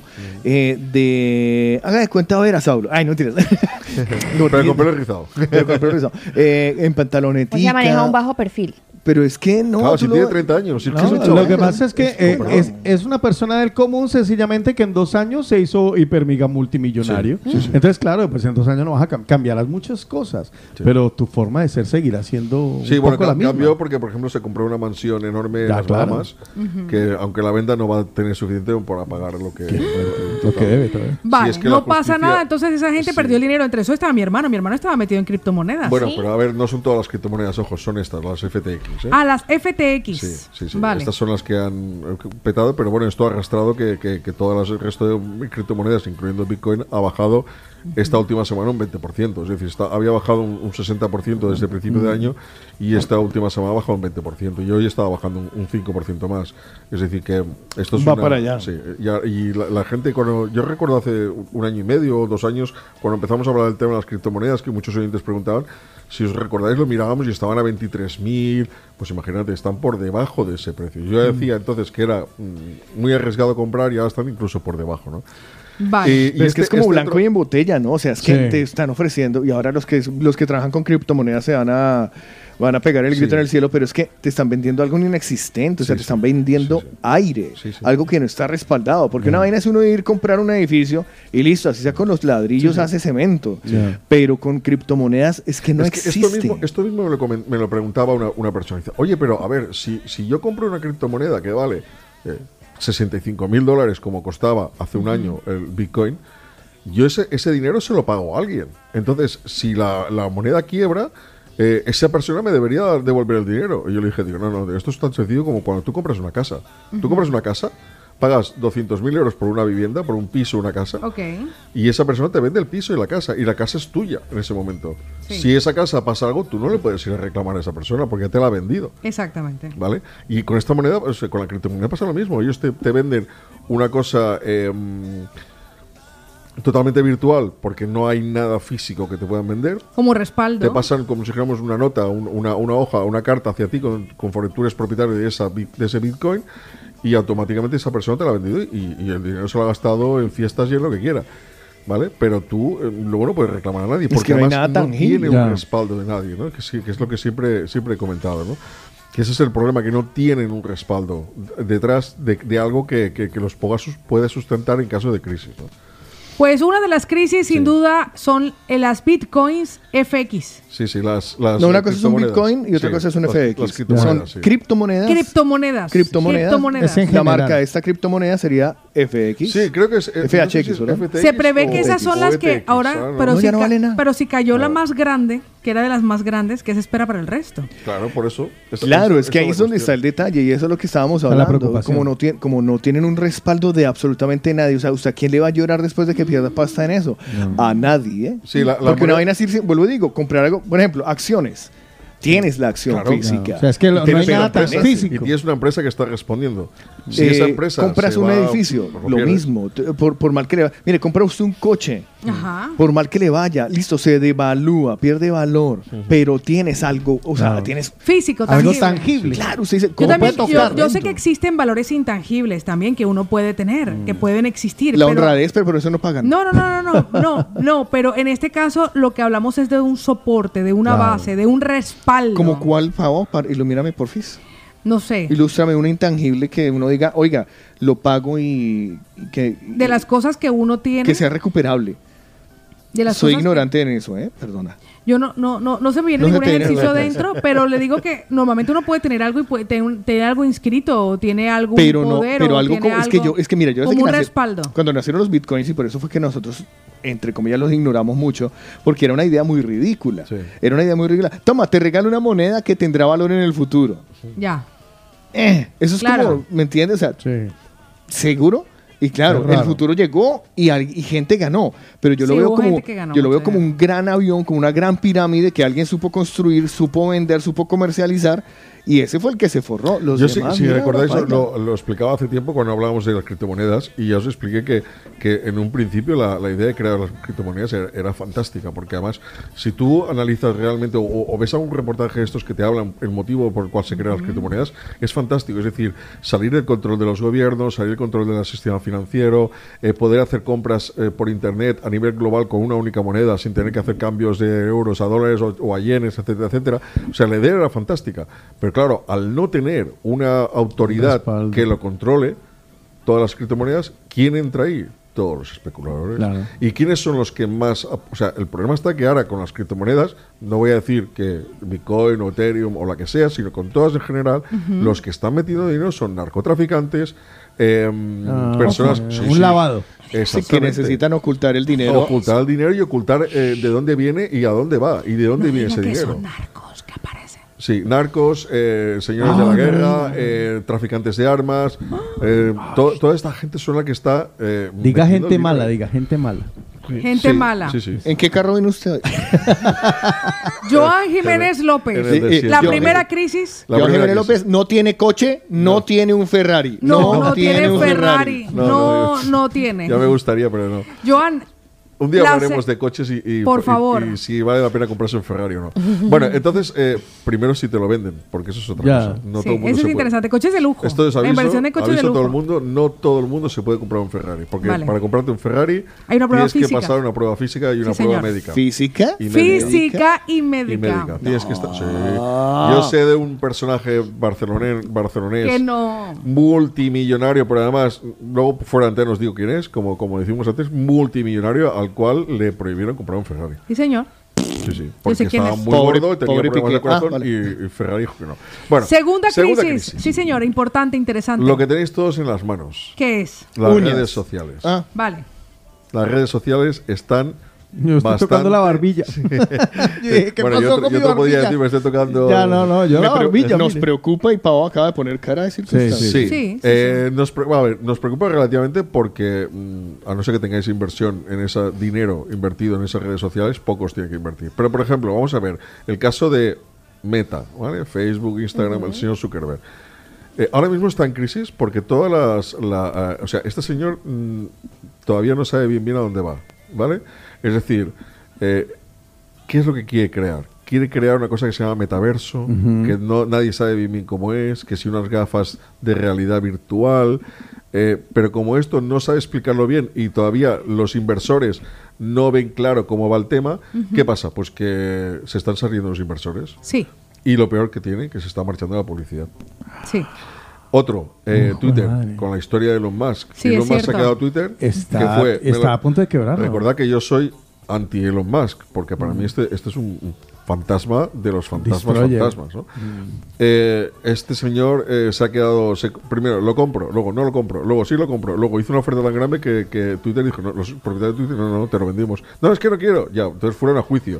haga de cuenta ver a Saulo. Ay, no tienes. Pero con pelo rizado. En pantalonetica. O sea, maneja un bajo perfil. Pero es que no. Claro, tú si lo- tiene 30 años. Si es que No, es un lo chaval. que pasa es que es una persona del común, sencillamente que en 2 años se hizo hipermega multimillonario. Sí, sí, sí. Entonces, claro, pues en 2 años no vas a cambiarás muchas cosas, pero tu forma de ser seguirá siendo Sí, un bueno, poco la misma. cambió porque, por ejemplo, se compró una mansión enorme en Ya, las claro. Bahamas, que aunque la venda no va a tener suficiente para pagar lo que debe todavía. Vale, es que no la pasa justicia- nada, entonces esa gente perdió el dinero. Entre eso estaba mi hermano estaba metido en criptomonedas. Bueno, pero a ver, no son todas las criptomonedas, ojo, son estas, las FTX. ¿eh? Ah, las FTX. Sí. Vale. Estas son las que han petado, pero bueno, esto ha arrastrado que todas las, el resto de criptomonedas, incluyendo Bitcoin, ha bajado esta última semana un 20%. Es decir, había bajado un 60% desde el principio de año y esta última semana ha bajado un 20%. Y hoy estaba bajando un 5% más. Es decir, que esto es Va para allá. Sí, y la gente, cuando yo recuerdo hace 1 año y medio o 2 años, cuando empezamos a hablar del tema de las criptomonedas, que muchos oyentes preguntaban, si os recordáis, lo mirábamos y estaban a 23.000, pues imagínate, están por debajo de ese precio. Yo decía entonces que era muy arriesgado comprar y ahora están incluso por debajo, ¿no? Vale. Pero es que es como blanco otro- y en botella, ¿no? O sea, es que Sí. te están ofreciendo y ahora los que trabajan con criptomonedas se van a pegar el grito Sí. en el cielo, pero es que te están vendiendo algo inexistente, o sea, Sí, te sí. están vendiendo aire, algo que no está respaldado, porque una vaina es uno ir a comprar un edificio y listo, así sea con los ladrillos hace cemento, pero con criptomonedas es que no Es que existe. esto mismo me lo preguntaba una persona. Dice, oye, pero a ver, si yo compro una criptomoneda que vale $65.000 como costaba hace un año el Bitcoin, yo ese dinero se lo pago a alguien. Entonces, si la moneda quiebra, esa persona me debería devolver el dinero. Y yo le dije, no, esto es tan sencillo como cuando tú compras una casa. Tú compras una casa, pagas 200.000 euros por una vivienda, por un piso, una casa, Ok. y esa persona te vende el piso y la casa es tuya en ese momento. Sí. Si esa casa pasa algo, tú no le puedes ir a reclamar a esa persona porque ya te la ha vendido. Exactamente. ¿Vale? Y con esta moneda, o sea, con la criptomoneda pasa lo mismo. Ellos te venden una cosa totalmente virtual porque no hay nada físico que te puedan vender. Como respaldo. Te pasan como si dijéramos una nota, una hoja, una carta hacia ti conforme tú eres propietario de ese Bitcoin, y automáticamente esa persona te la ha vendido y el dinero se lo ha gastado en fiestas y en lo que quiera. ¿Vale? Pero tú luego no puedes reclamar a nadie Es porque que no hay además nada no tangible. tiene Ya. un respaldo de nadie, ¿no? Que es lo que siempre he comentado, ¿no? Que ese es el problema, que no tienen un respaldo detrás de algo que los puede sustentar en caso de crisis, ¿no? Pues una de las crisis, sin duda, son las Bitcoins FX. Sí, las No, una cosa es un criptomonedas. Bitcoin y otra Sí, cosa es un las FX. criptomonedas, Son sí. criptomonedas. Criptomonedas. Es en La general. marca de esta criptomoneda sería FX. Sí, creo que es FHX, ¿verdad? Se prevé que esas son las que FTX, ahora, pero, No, si ya no vale nada. pero si cayó la más grande, que era de las más grandes, ¿qué se espera para el resto? Claro, por eso. Claro, es que esa ahí es donde está el detalle y eso es lo que estábamos la hablando. preocupación. Como no tienen un respaldo de absolutamente nadie. O sea, ¿usted a quién le va a llorar después de que pierda pasta en eso? A nadie, ¿eh? Sí, la Porque moneda- una vaina así, vuelvo y digo, comprar algo, por ejemplo, acciones. Tienes la acción Claro, física. claro. O sea, es que no Pero- hay pero nada tan empresas- físico. Y tienes una empresa que está respondiendo. Si esa empresa compras se un va, edificio, pues lo pierdes. mismo, por mal que le vaya. Mire, compra usted un coche, Ajá. por mal que le vaya, listo, se devalúa, pierde valor, pero tienes algo, o sea, Claro. tienes Físico, Algo tangible. tangible. claro, usted dice, Yo, ¿cómo también, puede yo, tocar yo sé dentro? que existen valores intangibles también que uno puede tener, que pueden existir. La pero- honradez, pero por eso no pagan. No, pero en este caso lo que hablamos es de un soporte, de una Claro. base, de un respaldo. ¿Como cuál, favor? Ilumíname, porfis. No sé. Ilústrame una intangible que uno diga, oiga, lo pago y que, De las cosas que uno tiene. que sea recuperable. de las Soy cosas ignorante en eso, perdona. Yo no se me viene No se ningún te viene ejercicio nada. dentro, pero le digo que normalmente uno puede tener algo y puede tener algo inscrito, o tiene algún Pero no, poder, pero o algo tiene como, es que mira, yo desde como que un nací- respaldo. cuando nacieron los bitcoins, y por eso fue que nosotros, entre comillas, los ignoramos mucho, porque era una idea muy ridícula. Era una idea muy ridícula. Toma, te regalo una moneda que tendrá valor en el futuro. Ya. Eso es Claro. como, ¿me entiendes? O sea, ¿seguro? Y claro, Es raro. el futuro llegó y gente ganó, pero yo lo Sí, veo hubo como gente que ganó yo lo veo mucho como un gran avión, como una gran pirámide que alguien supo construir, supo vender, supo comercializar Y ese fue el que se forró. Los Yo demás, si mira, recordáis, baila. lo explicaba hace tiempo cuando hablábamos de las criptomonedas y ya os expliqué que en un principio la idea de crear las criptomonedas era fantástica, porque además si tú analizas realmente o ves algún reportaje de estos que te hablan el motivo por el cual se crean las criptomonedas, es fantástico. Es decir, salir del control de los gobiernos, salir del control del sistema financiero, poder hacer compras por internet a nivel global con una única moneda sin tener que hacer cambios de euros a dólares o a yenes, etcétera, etcétera. O sea, la idea era fantástica. Pero claro, al no tener una autoridad que lo controle, todas las criptomonedas, ¿quién entra ahí? Todos los especuladores. Claro. ¿Y quiénes son los que más...? O sea, el problema está que ahora con las criptomonedas, no voy a decir que Bitcoin o Ethereum o la que sea, sino con todas en general, los que están metiendo dinero son narcotraficantes, personas... un lavado. Sí, que necesitan ocultar el dinero. Ocultar el dinero y ocultar de dónde viene y a dónde va y de dónde viene ese dinero. Son narcos que aparecen. Sí, narcos, señores de la guerra, traficantes de armas, toda esta gente son la que está... Diga gente mala, diga gente mala. Gente mala. Sí, sí. ¿En qué carro viene usted? Joan Jiménez López. La primera crisis. Joan Jiménez López no tiene coche, no tiene un Ferrari. No tiene un Ferrari. No tiene. Ya me gustaría, pero no. Joan, un día hablaremos de coches y por favor. Y si vale la pena comprarse un Ferrari o no. Bueno, entonces, primero si te lo venden, porque eso es otra cosa. No sí, todo el mundo eso es se interesante. Coches de lujo. Esto es aviso, en versión de coches de lujo. todo el mundo, no todo el mundo se puede comprar un Ferrari. Porque para comprarte un Ferrari hay una prueba tienes física. que pasar una prueba física y una prueba médica. ¿Física? Física y médica. Tienes que estar, sí. Yo sé de un personaje barcelonés que no. multimillonario, pero además, luego fuera de antena os digo quién es, como decimos antes, multimillonario al cual le prohibieron comprar un Ferrari. Sí, señor. Sí, porque estaba muy gordo y tenía problemas de corazón y Ferrari dijo que no. Bueno, segunda crisis. Sí, señor, importante, interesante. Lo que tenéis todos en las manos. ¿Qué es? Las redes sociales. Vale. Las redes sociales están... Yo estoy tocando la barbilla. ¿Qué bueno, yo te podía decir, me estoy tocando... yo la barbilla. Nos preocupa y Pau acaba de poner cara de circunstancia. Sí. Nos preocupa relativamente porque, a no ser que tengáis inversión en ese dinero invertido en esas redes sociales, pocos tienen que invertir. Pero, por ejemplo, vamos a ver el caso de Meta, ¿vale? Facebook, Instagram, el señor Zuckerberg. Ahora mismo está en crisis porque todas o sea, este señor todavía no sabe bien a dónde va, ¿vale? Es decir, ¿qué es lo que quiere crear? Quiere crear una cosa que se llama metaverso, que nadie sabe bien cómo es, que si unas gafas de realidad virtual, pero como esto no sabe explicarlo bien y todavía los inversores no ven claro cómo va el tema, ¿qué pasa? Pues que se están saliendo los inversores. Sí. Y lo peor que tiene, que se está marchando la publicidad. Sí. Otro, Twitter, con la historia de Elon Musk. Sí, Elon Musk ha quedado Twitter. Está a punto de quebrar. Recordad que yo soy anti-Elon Musk, porque para mí este es un fantasma de los fantasmas, ¿no? Este señor se ha quedado... primero lo compro, luego no lo compro, luego sí lo compro, luego hizo una oferta tan grande que Twitter dijo, no, los propietarios de Twitter, no, te lo vendimos. No, es que no quiero. Ya, entonces fueron a juicio.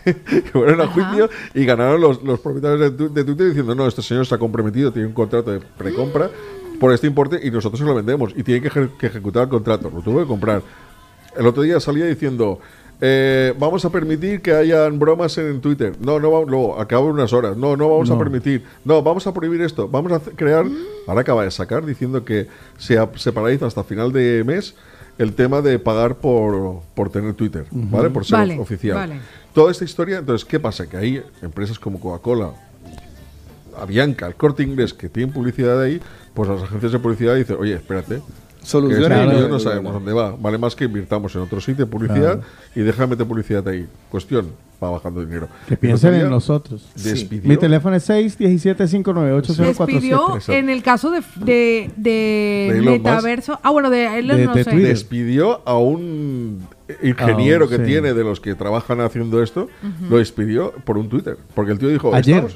Y ganaron los propietarios de Twitter diciendo, no, este señor está comprometido, tiene un contrato de precompra por este importe y nosotros se lo vendemos y tiene que ejecutar el contrato. Lo tuvo que comprar. El otro día salía diciendo... vamos a permitir que hayan bromas en Twitter. No, luego acabo en unas horas. No vamos a permitir. No, vamos a prohibir esto. Vamos a crear. Ahora acaba de sacar diciendo que se paraliza hasta final de mes el tema de pagar por tener Twitter, ¿vale? Por ser oficial. Vale. Toda esta historia, entonces, ¿qué pasa? Que hay empresas como Coca-Cola, Avianca, el Corte Inglés, que tienen publicidad ahí, pues las agencias de publicidad dicen, oye, espérate. Soluciona. No sabemos dónde va. Vale más que invirtamos en otro sitio de publicidad y déjame meter publicidad ahí. Cuestión, va bajando dinero. Que piensen en nosotros. Mi teléfono es 617-598-047. Despidió en el caso de Metaverso. De Elon, no sé. Despidió a un ingeniero que tiene de los que trabajan haciendo esto. Lo despidió por un Twitter. Porque el tío dijo...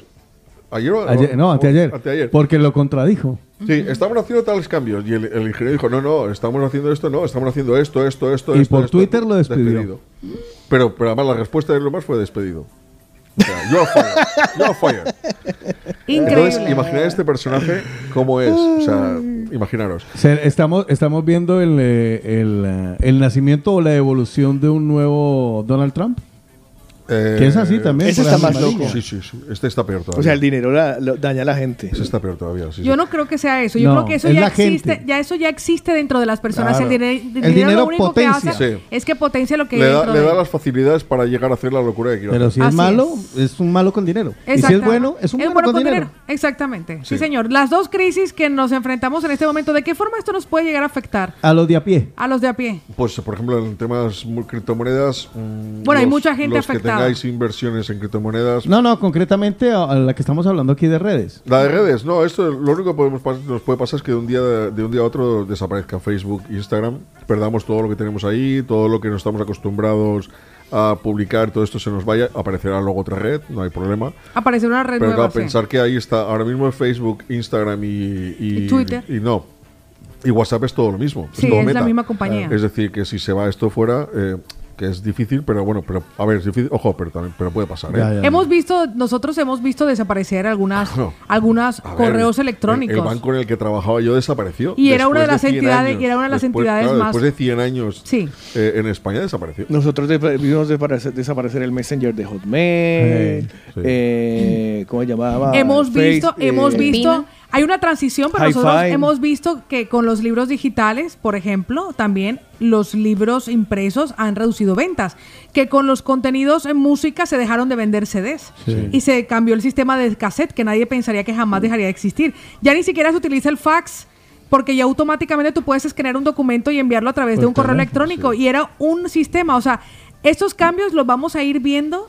Anteayer. Porque lo contradijo. Sí, estamos haciendo tales cambios. Y el ingeniero dijo, no, estamos haciendo esto, estamos haciendo esto. Y por Twitter lo despidió. Pero además la respuesta de Elon Musk fue despedido. O sea, you're fired. Increíble. Entonces, imaginad este personaje cómo es. O sea, imaginaros. Estamos viendo el nacimiento o la evolución de un nuevo Donald Trump. Que es así también. Ese está más loco. Sí. Este está peor todavía. O sea, el dinero daña a la gente. Ese está peor todavía. Yo no creo que sea eso. Yo creo que eso ya existe. Eso ya existe dentro de las personas. Claro. El dinero lo único potencia. que hace es que potencia lo que le da las facilidades para llegar a hacer la locura que quiere Pero hacer. si es malo, es un malo con dinero. Y si es bueno, es un bueno con dinero. Exactamente. Sí, señor. Las dos crisis que nos enfrentamos en este momento, ¿de qué forma esto nos puede llegar a afectar? A los de a pie. A los de a pie. Pues, por ejemplo, en temas criptomonedas. Bueno, hay mucha gente los afectada. Que tengáis inversiones en criptomonedas. No, concretamente a la que estamos hablando aquí de redes. La de redes, no, esto lo único que nos puede pasar es que de un día a otro desaparezca Facebook, Instagram, perdamos todo lo que tenemos ahí, todo lo que nos estamos acostumbrados a publicar, todo esto se nos vaya, aparecerá luego otra red, no hay problema. Aparecerá una red Pero nueva. claro, pensar que ahí está, ahora mismo Facebook, Instagram y Twitter. Y WhatsApp es todo lo mismo. Sí, todo es Meta. la misma compañía. Es decir, que si se va esto fuera, que es difícil, pero a ver, es difícil, ojo, pero puede pasar. Nosotros hemos visto desaparecer algunas correos electrónicos. El banco en el que trabajaba yo desapareció. Y era una de las entidades, más. Después de 100 años en España desapareció. Nosotros vimos desaparecer el Messenger de Hotmail. ¿Cómo se llamaba? Hemos visto. Hay una transición, pero nosotros hemos visto que con los libros digitales, por ejemplo, también los libros impresos han reducido ventas. Que con los contenidos en música se dejaron de vender CDs. Sí. Y se cambió el sistema de cassette, que nadie pensaría que jamás dejaría de existir. Ya ni siquiera se utiliza el fax, porque ya automáticamente tú puedes escanear un documento y enviarlo a través de un correo electrónico. Sí. Y era un sistema, o sea, estos cambios los vamos a ir viendo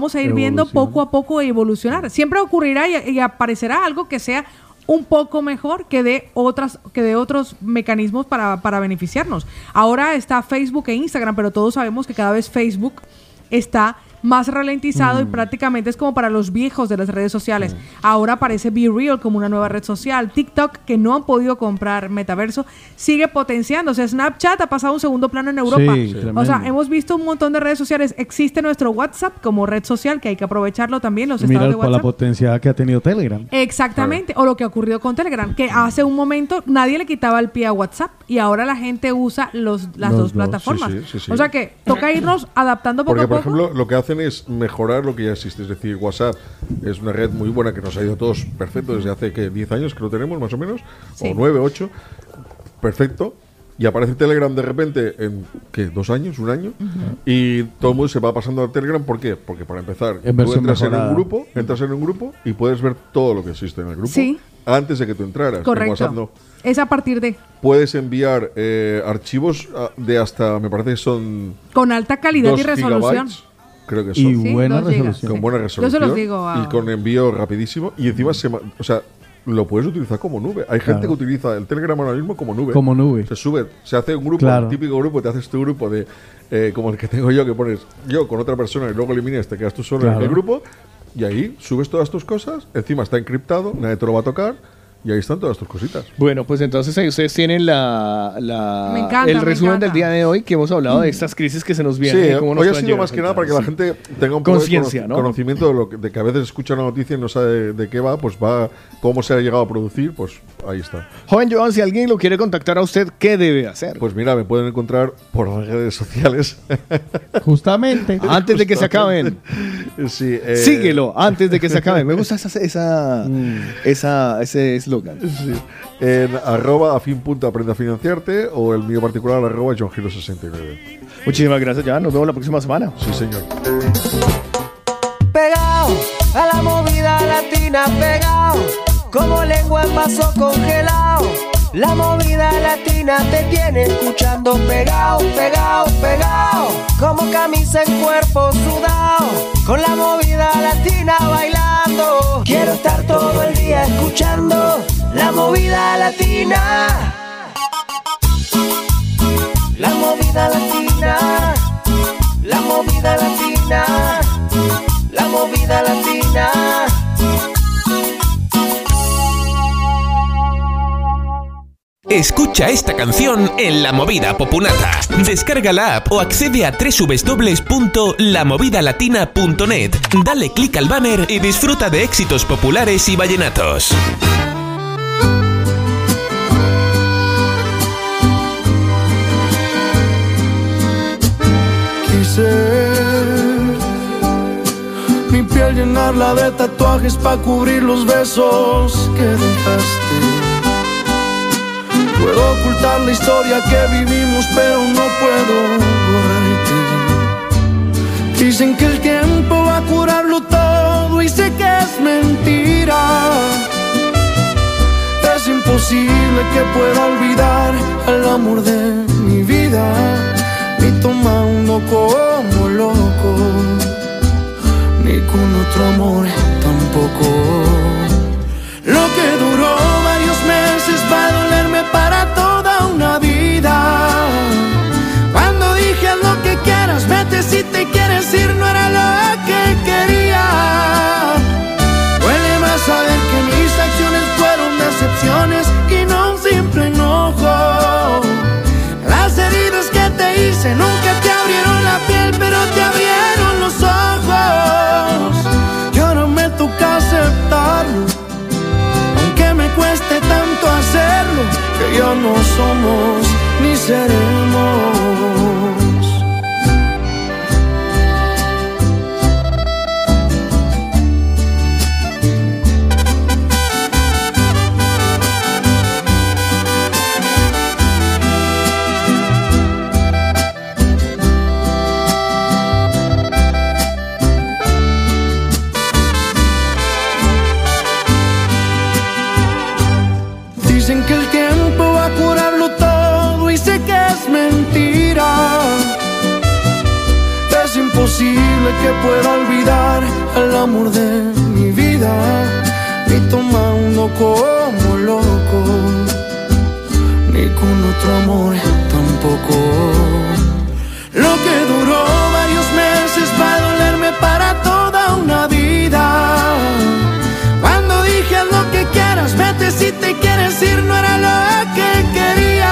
poco a poco evolucionar. Siempre ocurrirá y aparecerá algo que sea un poco mejor que de otros mecanismos para beneficiarnos. Ahora está Facebook e Instagram, pero todos sabemos que cada vez Facebook está más ralentizado y prácticamente es como para los viejos de las redes sociales. Ahora aparece Be Real como una nueva red social. TikTok, que no han podido comprar Metaverso, sigue potenciándose. Snapchat ha pasado a un segundo plano en Europa. Sí, o sea, hemos visto un montón de redes sociales. Existe nuestro WhatsApp como red social, que hay que aprovecharlo también, los estados de WhatsApp. La potencia que ha tenido Telegram. Exactamente. O lo que ha ocurrido con Telegram, que hace un momento nadie le quitaba el pie a WhatsApp y ahora la gente usa las dos plataformas. Sí. O sea que toca irnos adaptando poco a poco. Porque, por ejemplo, lo que hacen es mejorar lo que ya existe. Es decir, WhatsApp es una red muy buena que nos ha ido a todos perfecto desde hace 10 años que lo tenemos más o menos, o 9, 8, perfecto. Y aparece Telegram de repente en, ¿qué? 2 años, 1 año, y todo el mundo se va pasando a Telegram. ¿Por qué? Porque para empezar, tú entras en un grupo y puedes ver todo lo que existe en el grupo antes de que tú entraras. Correcto. En WhatsApp no. Es a partir de... Puedes enviar archivos de hasta, me parece que son... Con alta calidad y resolución. Gigabytes, creo que son. Y buena resolución. Con buena resolución. Yo se los digo. Y con envío rapidísimo. Y encima, lo puedes utilizar como nube. Hay gente que utiliza el Telegram ahora mismo como nube. Como nube. Se sube, se hace un grupo, un típico grupo, te haces tu grupo de como el que tengo yo, que pones yo con otra persona y luego eliminas, te quedas tú solo en el grupo. Y ahí subes todas tus cosas. Encima está encriptado, nadie te lo va a tocar. Y ahí están todas tus cositas. Bueno, pues entonces ahí ustedes tienen el resumen del día de hoy, que hemos hablado de estas crisis que se nos vienen. Sí, hoy ha sido más que nada para que la gente tenga un poco de conocimiento de que a veces escucha una noticia y no sabe de qué va, pues cómo se ha llegado a producir, pues ahí está. Joven Joan, si alguien lo quiere contactar a usted, ¿qué debe hacer? Pues mira, me pueden encontrar por las redes sociales. Justamente. Antes de que se acaben. Sí, síguelo, antes de que se acaben. Me gusta ese eslogan. Sí. En @afin.aprende a financiarte o el mío particular @johngiro69. Muchísimas gracias, ya nos vemos la próxima semana. Sí, señor. Pegado a la movida latina, pegado como lengua en vaso congelado. La movida latina te tiene escuchando pegado, pegado, pegado. Como camisa en cuerpo sudado. Con la movida latina bailando. Quiero estar todo el día escuchando la movida latina. La movida latina. La movida latina. La movida latina. Escucha esta canción en La Movida Populata. Descarga la app o accede a www.lamovidalatina.net. Dale clic al banner y disfruta de éxitos populares y vallenatos. Quise mi piel llenarla de tatuajes pa' cubrir los besos que dejaste. Puedo ocultar la historia que vivimos, pero no puedo borrarte. Dicen que el tiempo va a curarlo todo y sé que es mentira. Es imposible que pueda olvidar al amor de mi vida, ni tomando como loco, ni con otro amor tampoco. Lo que duró varios meses va a dolerme para toda una vida. Cuando dije haz lo que quieras, vete si te quieres ir, no era lo que quería. Duele más saber que mis acciones fueron decepciones y no un simple enojo. Las heridas que te hice nunca te abrieron la piel, pero te abrieron los ojos. Y ahora me toca aceptarlo, aunque me cueste tanto hacerlo, que ya no somos ni seremos. Dicen que el tiempo va a curarlo todo y sé que es mentira. Es imposible que pueda olvidar al amor de mi vida, ni tomando como loco, ni con otro amor tampoco. Lo que duró varios meses va a dolerme para toda una vida. Cuando dije haz lo que quieras, vete si te quieres ir, no era lo que quería.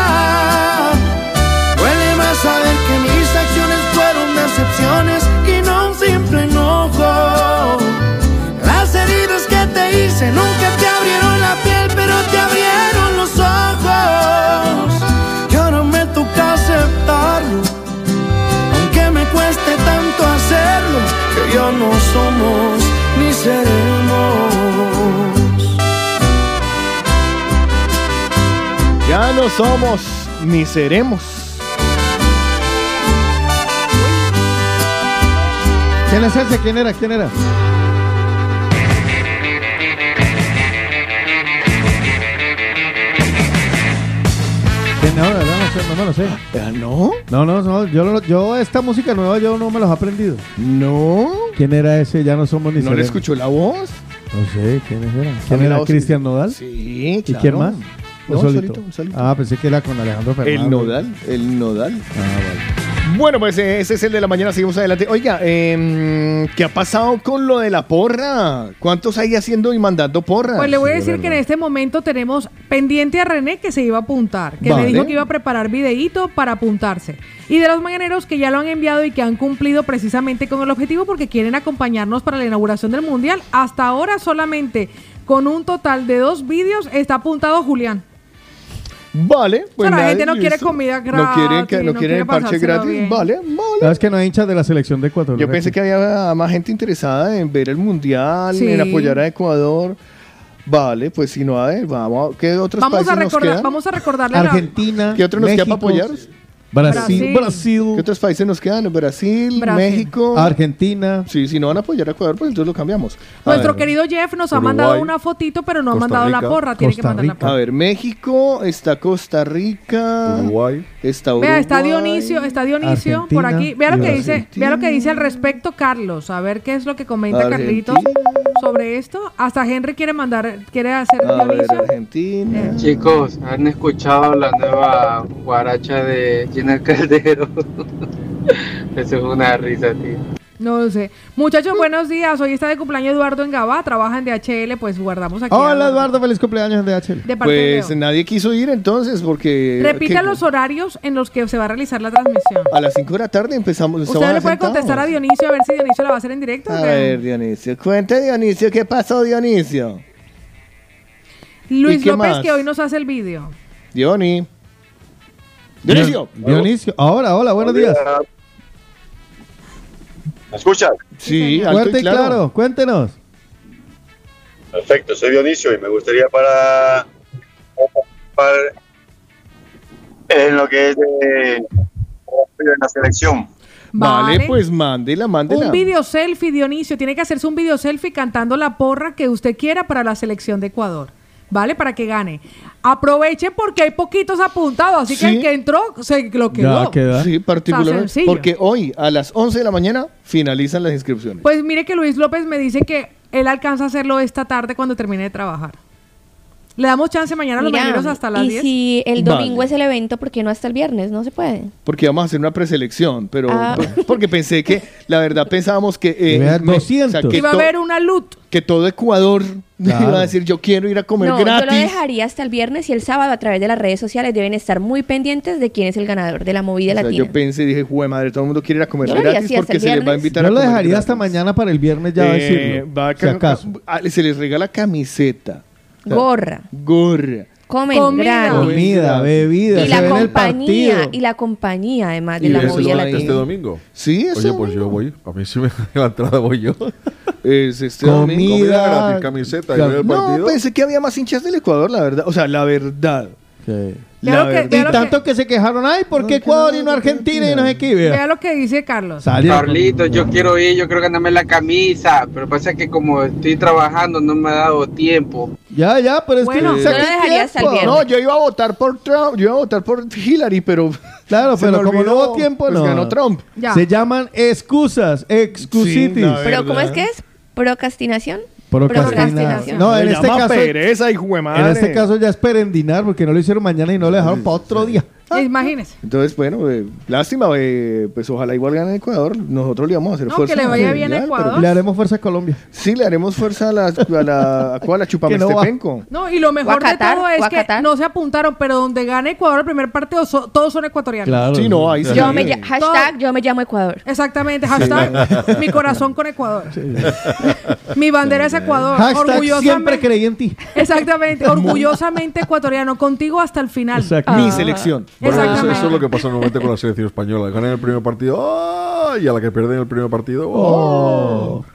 Duele más saber que mis acciones fueron decepciones y no un simple enojo. Las heridas que te hice nunca te abrieron la piel, pero te abrieron los ojos. Y ahora me toca aceptarlo, aunque me cueste tanto hacerlo, que ya no somos ni seremos. Ya no somos ni seremos. ¿Quién es ese? ¿Quién era? ¿Quién era? ¿Quién ahora? No me lo sé. ¿No? No. Yo esta música nueva yo no me los he aprendido. ¿No? ¿Quién era ese? Ya no somos ni ¿No le escuchó la voz? No sé, ¿quiénes eran? ¿Quién era? ¿Cristian Nodal? Sí, claro. ¿Y quién más? No, solito. Ah, pensé que era con Alejandro Fernández. El Nodal. Ah, vale. Bueno, pues ese es el de la mañana, seguimos adelante. Oiga, ¿qué ha pasado con lo de la porra? ¿Cuántos hay haciendo y mandando porras? Pues le voy a decir que en este momento tenemos pendiente a René que se iba a apuntar, que me dijo que iba a preparar videíto para apuntarse. Y de los mañaneros que ya lo han enviado y que han cumplido precisamente con el objetivo porque quieren acompañarnos para la inauguración del Mundial. Hasta ahora solamente con un total de 2 vídeos está apuntado Julián. Vale, pues la gente no quiere comida gratis, no quieren el parche gratis. Bien. Vale. ¿Sabes que no hay hinchas de la selección de Ecuador? Yo pensé que había más gente interesada en ver el Mundial, sí, en apoyar a Ecuador. Vale, pues si no, a ver, vamos. ¿Qué otros países nos quedan? Vamos a recordarle Argentina, ¿Qué otros nos queda para apoyar? Brasil. ¿Qué otros países nos quedan? Brasil, México, Argentina. Sí, si no van a apoyar a Ecuador, pues entonces lo cambiamos. Nuestro querido Jeff nos ha mandado una fotito, pero no ha mandado la porra. Tiene que mandar la porra. A ver, México, está Costa Rica, Uruguay. Está Uruguay. Vea, está Dionisio Argentina, por aquí. Vea lo que dice al respecto Carlos. A ver qué es lo que comenta Carlitos sobre esto. Hasta Henry quiere hacer Dionisio. Argentina. Chicos, ¿han escuchado la nueva guaracha de Gina Caldero? Eso es una risa, tío. No lo sé. Muchachos, buenos días. Hoy está de cumpleaños Eduardo en Gabá. Trabaja en DHL. Pues guardamos aquí. Hola, Eduardo. Feliz cumpleaños en DHL. De parte de Pues Leo. nadie quiso ir entonces porque... Repita los horarios en los que se va a realizar la transmisión. A las 5 de la tarde empezamos. ¿Usted le puede contestar a Dionisio a ver si Dionisio la va a hacer en directo? A ver, Dionisio. Cuente, Dionisio. ¿Qué pasó, Dionisio? Luis qué López, más? que hoy nos hace el vídeo. Dionisio. Dionisio. Hola, buenos días. ¿Me escuchan? Sí, alto Fuerte y claro, cuéntenos. Perfecto, soy Dionisio y me gustaría participar en lo que es de la selección. Vale, pues mándela. Un video selfie, Dionisio. Tiene que hacerse un video selfie cantando la porra que usted quiera para la selección de Ecuador. ¿Vale? Para que gane. Aproveche porque hay poquitos apuntados. Así que el que entró se lo quedó. Sí, particularmente. sencillo. Porque hoy a las 11 de la mañana finalizan las inscripciones. Pues mire que Luis López me dice que él alcanza a hacerlo esta tarde cuando termine de trabajar. Le damos chance mañana a los mañaneros hasta las 10. Y si el domingo es el evento, ¿por qué no hasta el viernes? No se puede. Porque vamos a hacer una preselección, pero porque pensé que, la verdad pensábamos que iba a haber una LUT. Que todo Ecuador iba a decir yo quiero ir a comer gratis. Yo lo dejaría hasta el viernes y el sábado a través de las redes sociales deben estar muy pendientes de quién es el ganador de la movida latina. Yo pensé, dije, jue madre, todo el mundo quiere ir a comer Yo lo haría gratis así hasta porque el se les va a viernes. invitar Yo a lo comer dejaría gratis. hasta mañana para el viernes ya decirlo. Si acaso. Se les regala camiseta. Gorra. Comen Comida. gratis. Comida, bebida, Y se la ve en el compañía, partido. y la compañía además de ¿Y la eso movida lo latina. este domingo? Sí, Oye, pues yo voy. A mí sí me da la entrada, voy yo. Es este Comida. domingo. Comida gratis, camiseta y ver el partido. No, pensé que había más hinchas del Ecuador, la verdad. O sea, la verdad. La verdad. Y tanto que se quejaron, ay, ¿por qué Ecuador y no Argentina y no sé qué? Vea lo que dice Carlos. Carlitos, yo quiero ir, yo quiero ganarme la camisa, pero pasa que como estoy trabajando no me ha dado tiempo. Ya, pero es Bueno, que yo lo dejaría hasta el viernes. No, yo iba a votar por Trump, yo iba a votar por Hillary, pero claro, se pero me como no olvidó, hubo tiempo, pues no. ganó Trump. Ya. Se llaman excusas, excusitis. Sí, la Pero ¿cómo es que es? ¿Procrastinación? Procrastinación. No, en Se este llama caso. pereza, hijo de madre. En este caso ya es perendinar porque no lo hicieron mañana y no lo dejaron para otro día. Imagínese. Entonces, bueno, lástima, pues ojalá igual gane Ecuador. Nosotros le vamos a hacer No, fuerza. que le vaya bien a mundial, Ecuador. pero- Le haremos fuerza a Colombia. Sí, le haremos fuerza a la Que no va. Chupamestepenco. No, y lo mejor de todo es que no se apuntaron, pero donde gane Ecuador el primer partido, todos son ecuatorianos. Claro. Sí, no, ahí sí. Hashtag yo me llamo Ecuador. Exactamente, hashtag mi corazón con Ecuador. Mi bandera es Ecuador. Hashtag siempre creí en ti. Exactamente, orgullosamente ecuatoriano, contigo hasta el final. Exacto. Mi selección. Bueno, Exactamente. eso es lo que pasa normalmente con la selección española. Ganan el primer partido ¡oh! Y a la que pierden el primer partido ¡oh!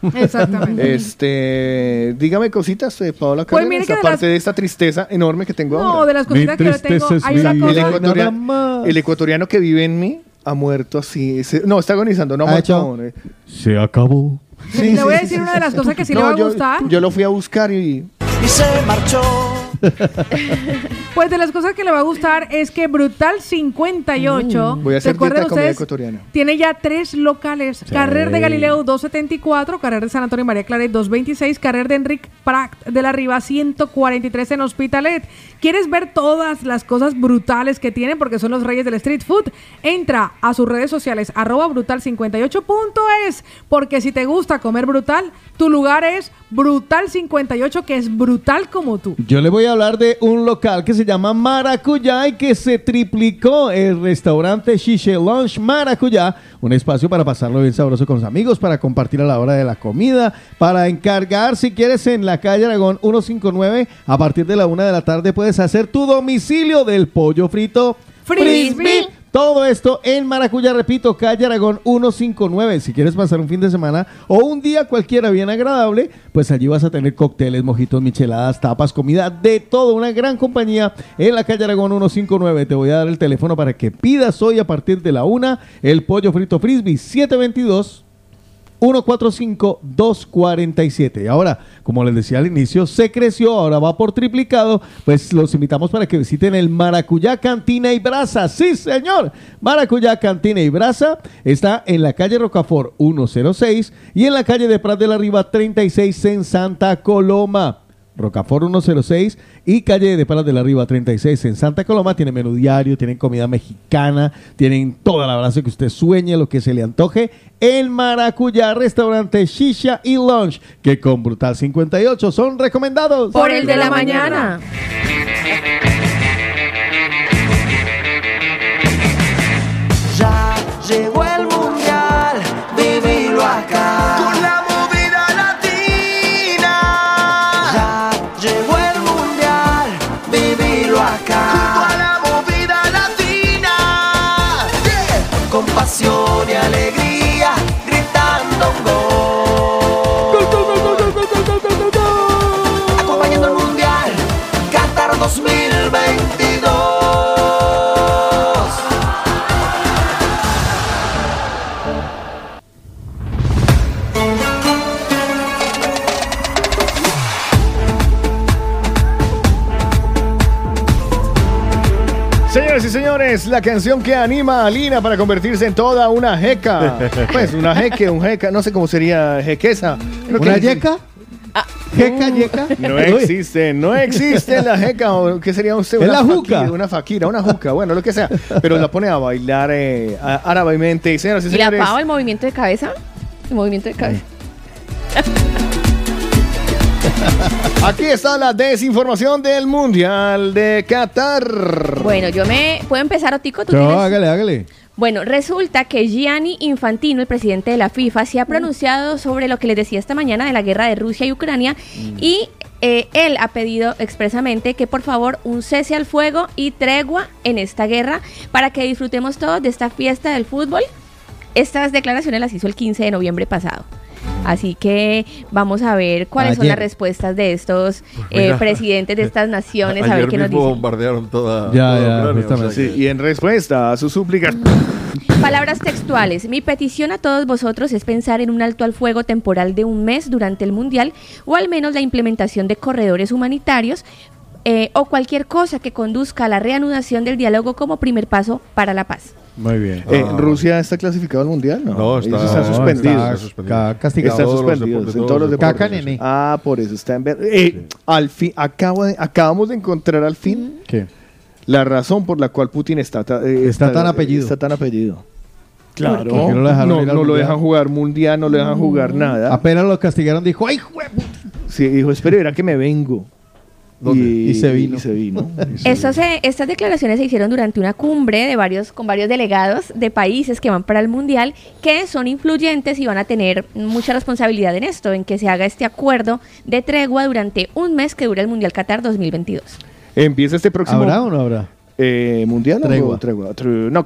Exactamente. Dígame cositas, Paola Pues Cárdenas, mire que de aparte las- de esta tristeza enorme que tengo No, ahora. de las cositas que yo tengo, hay una cosa. El ecuatoriano que vive en mí ha muerto así. No, está agonizando, no ha muerto aún. Se acabó. Le voy a decir una de las cosas que sí le va a gustar. Yo lo fui a buscar y se marchó. Pues de las cosas que le va a gustar es que Brutal 58, voy a hacer recuerden dieta de comida ustedes, ecuatoriana. tiene ya 3 locales. Carrer de Galileo 274, Carrer de San Antonio y María Claret 226, Carrer de Enric Prat de la Riva 143 en Hospitalet. ¿Quieres ver todas las cosas brutales que tienen? Porque son los reyes del street food. Entra a sus redes sociales, @brutal58.es, porque si te gusta comer brutal, tu lugar es Brutal 58, que es brutal como tú. Yo le voy a hablar de un local que se llama Maracuyá y que se triplicó, el restaurante Shishe Lounge Maracuyá, un espacio para pasarlo bien sabroso con los amigos, para compartir a la hora de la comida, para encargar si quieres en la calle Aragón 159, a partir de la 1 de la tarde puedes hacer tu domicilio del pollo frito Frisbee. Todo esto en Maracuyá, repito, calle Aragón 159. Si quieres pasar un fin de semana o un día cualquiera bien agradable, pues allí vas a tener cócteles, mojitos, micheladas, tapas, comida, de todo. Una gran compañía en la calle Aragón 159. Te voy a dar el teléfono para que pidas hoy a partir de la 1 el pollo frito Frisbee 722-145-247. Y ahora, como les decía al inicio, se creció, ahora va por triplicado, pues los invitamos para que visiten el Maracuyá Cantina y Brasa. Sí, señor, Maracuyá Cantina y Brasa está en la calle Rocafort 106 y en la calle de Prat de la Riva 36 en Santa Coloma. Rocafort 106 y calle de Palas de la Riva 36 en Santa Coloma. Tienen menú diario, tienen comida mexicana, tienen toda la brasa que usted sueñe, lo que se le antoje. El Maracuyá, restaurante Shisha y Lunch, que con Brutal 58 son recomendados. Por el de la mañana. Ya llegó el mundial, vivilo acá. Con la movida latina. Ya llegó el mundial, vivilo acá. Junto a la movida latina. Yeah. Con pasión y alegría, gritando señores, la canción que anima a Lina para convertirse en toda una jeca. Pues una un jeca, no sé cómo sería jequesa. ¿Una yeca? ¿Jeca, yeca? No existe la jeca. ¿O qué sería usted? Es la juca. Una faquira, una juca, bueno, lo que sea. Pero la pone a bailar árabamente. Señoras y ¿Y señores. la pava, el movimiento de cabeza? El movimiento de cabeza. Aquí está la desinformación del Mundial de Qatar. Bueno, ¿puedo empezar, Otico? ¿Tú No, tienes? hágale. Bueno, resulta que Gianni Infantino, el presidente de la FIFA, se ha pronunciado sobre lo que les decía esta mañana de la guerra de Rusia y Ucrania y él ha pedido expresamente que por favor un cese al fuego y tregua en esta guerra para que disfrutemos todos de esta fiesta del fútbol. Estas declaraciones las hizo el 15 de noviembre pasado. Así que vamos a ver cuáles son las respuestas de estos presidentes de estas naciones, a ver qué nos dicen. Bombardearon toda Ucrania, justamente. Sí, y en respuesta a sus súplicas. Palabras textuales. Mi petición a todos vosotros es pensar en un alto al fuego temporal de un mes durante el Mundial o al menos la implementación de corredores humanitarios o cualquier cosa que conduzca a la reanudación del diálogo como primer paso para la paz. Muy bien. ¿Rusia está clasificado al Mundial? No, está, ellos están suspendidos. Está castigado. Están suspendidos en todos los deportes. Caca, nene. Ah, por eso está en verde. Al fin, acabamos de encontrar al fin ¿Qué? la razón por la cual Putin está tan apellido. Está tan apellido. Claro, ¿Por qué no lo dejaron ir al no lo Mundial? dejan jugar Mundial, no le dejan jugar nada. Apenas lo castigaron, dijo, ¡ay, juego! Sí, dijo, espere, verá que me vengo. Y se vino. Estas declaraciones se hicieron durante una cumbre con varios delegados de países que van para el Mundial, que son influyentes y van a tener mucha responsabilidad en esto, en que se haga este acuerdo de tregua durante un mes que dura el Mundial Qatar 2022. Empieza este próximo... ¿Habrá o no habrá? ¿Mundial? Tregua. No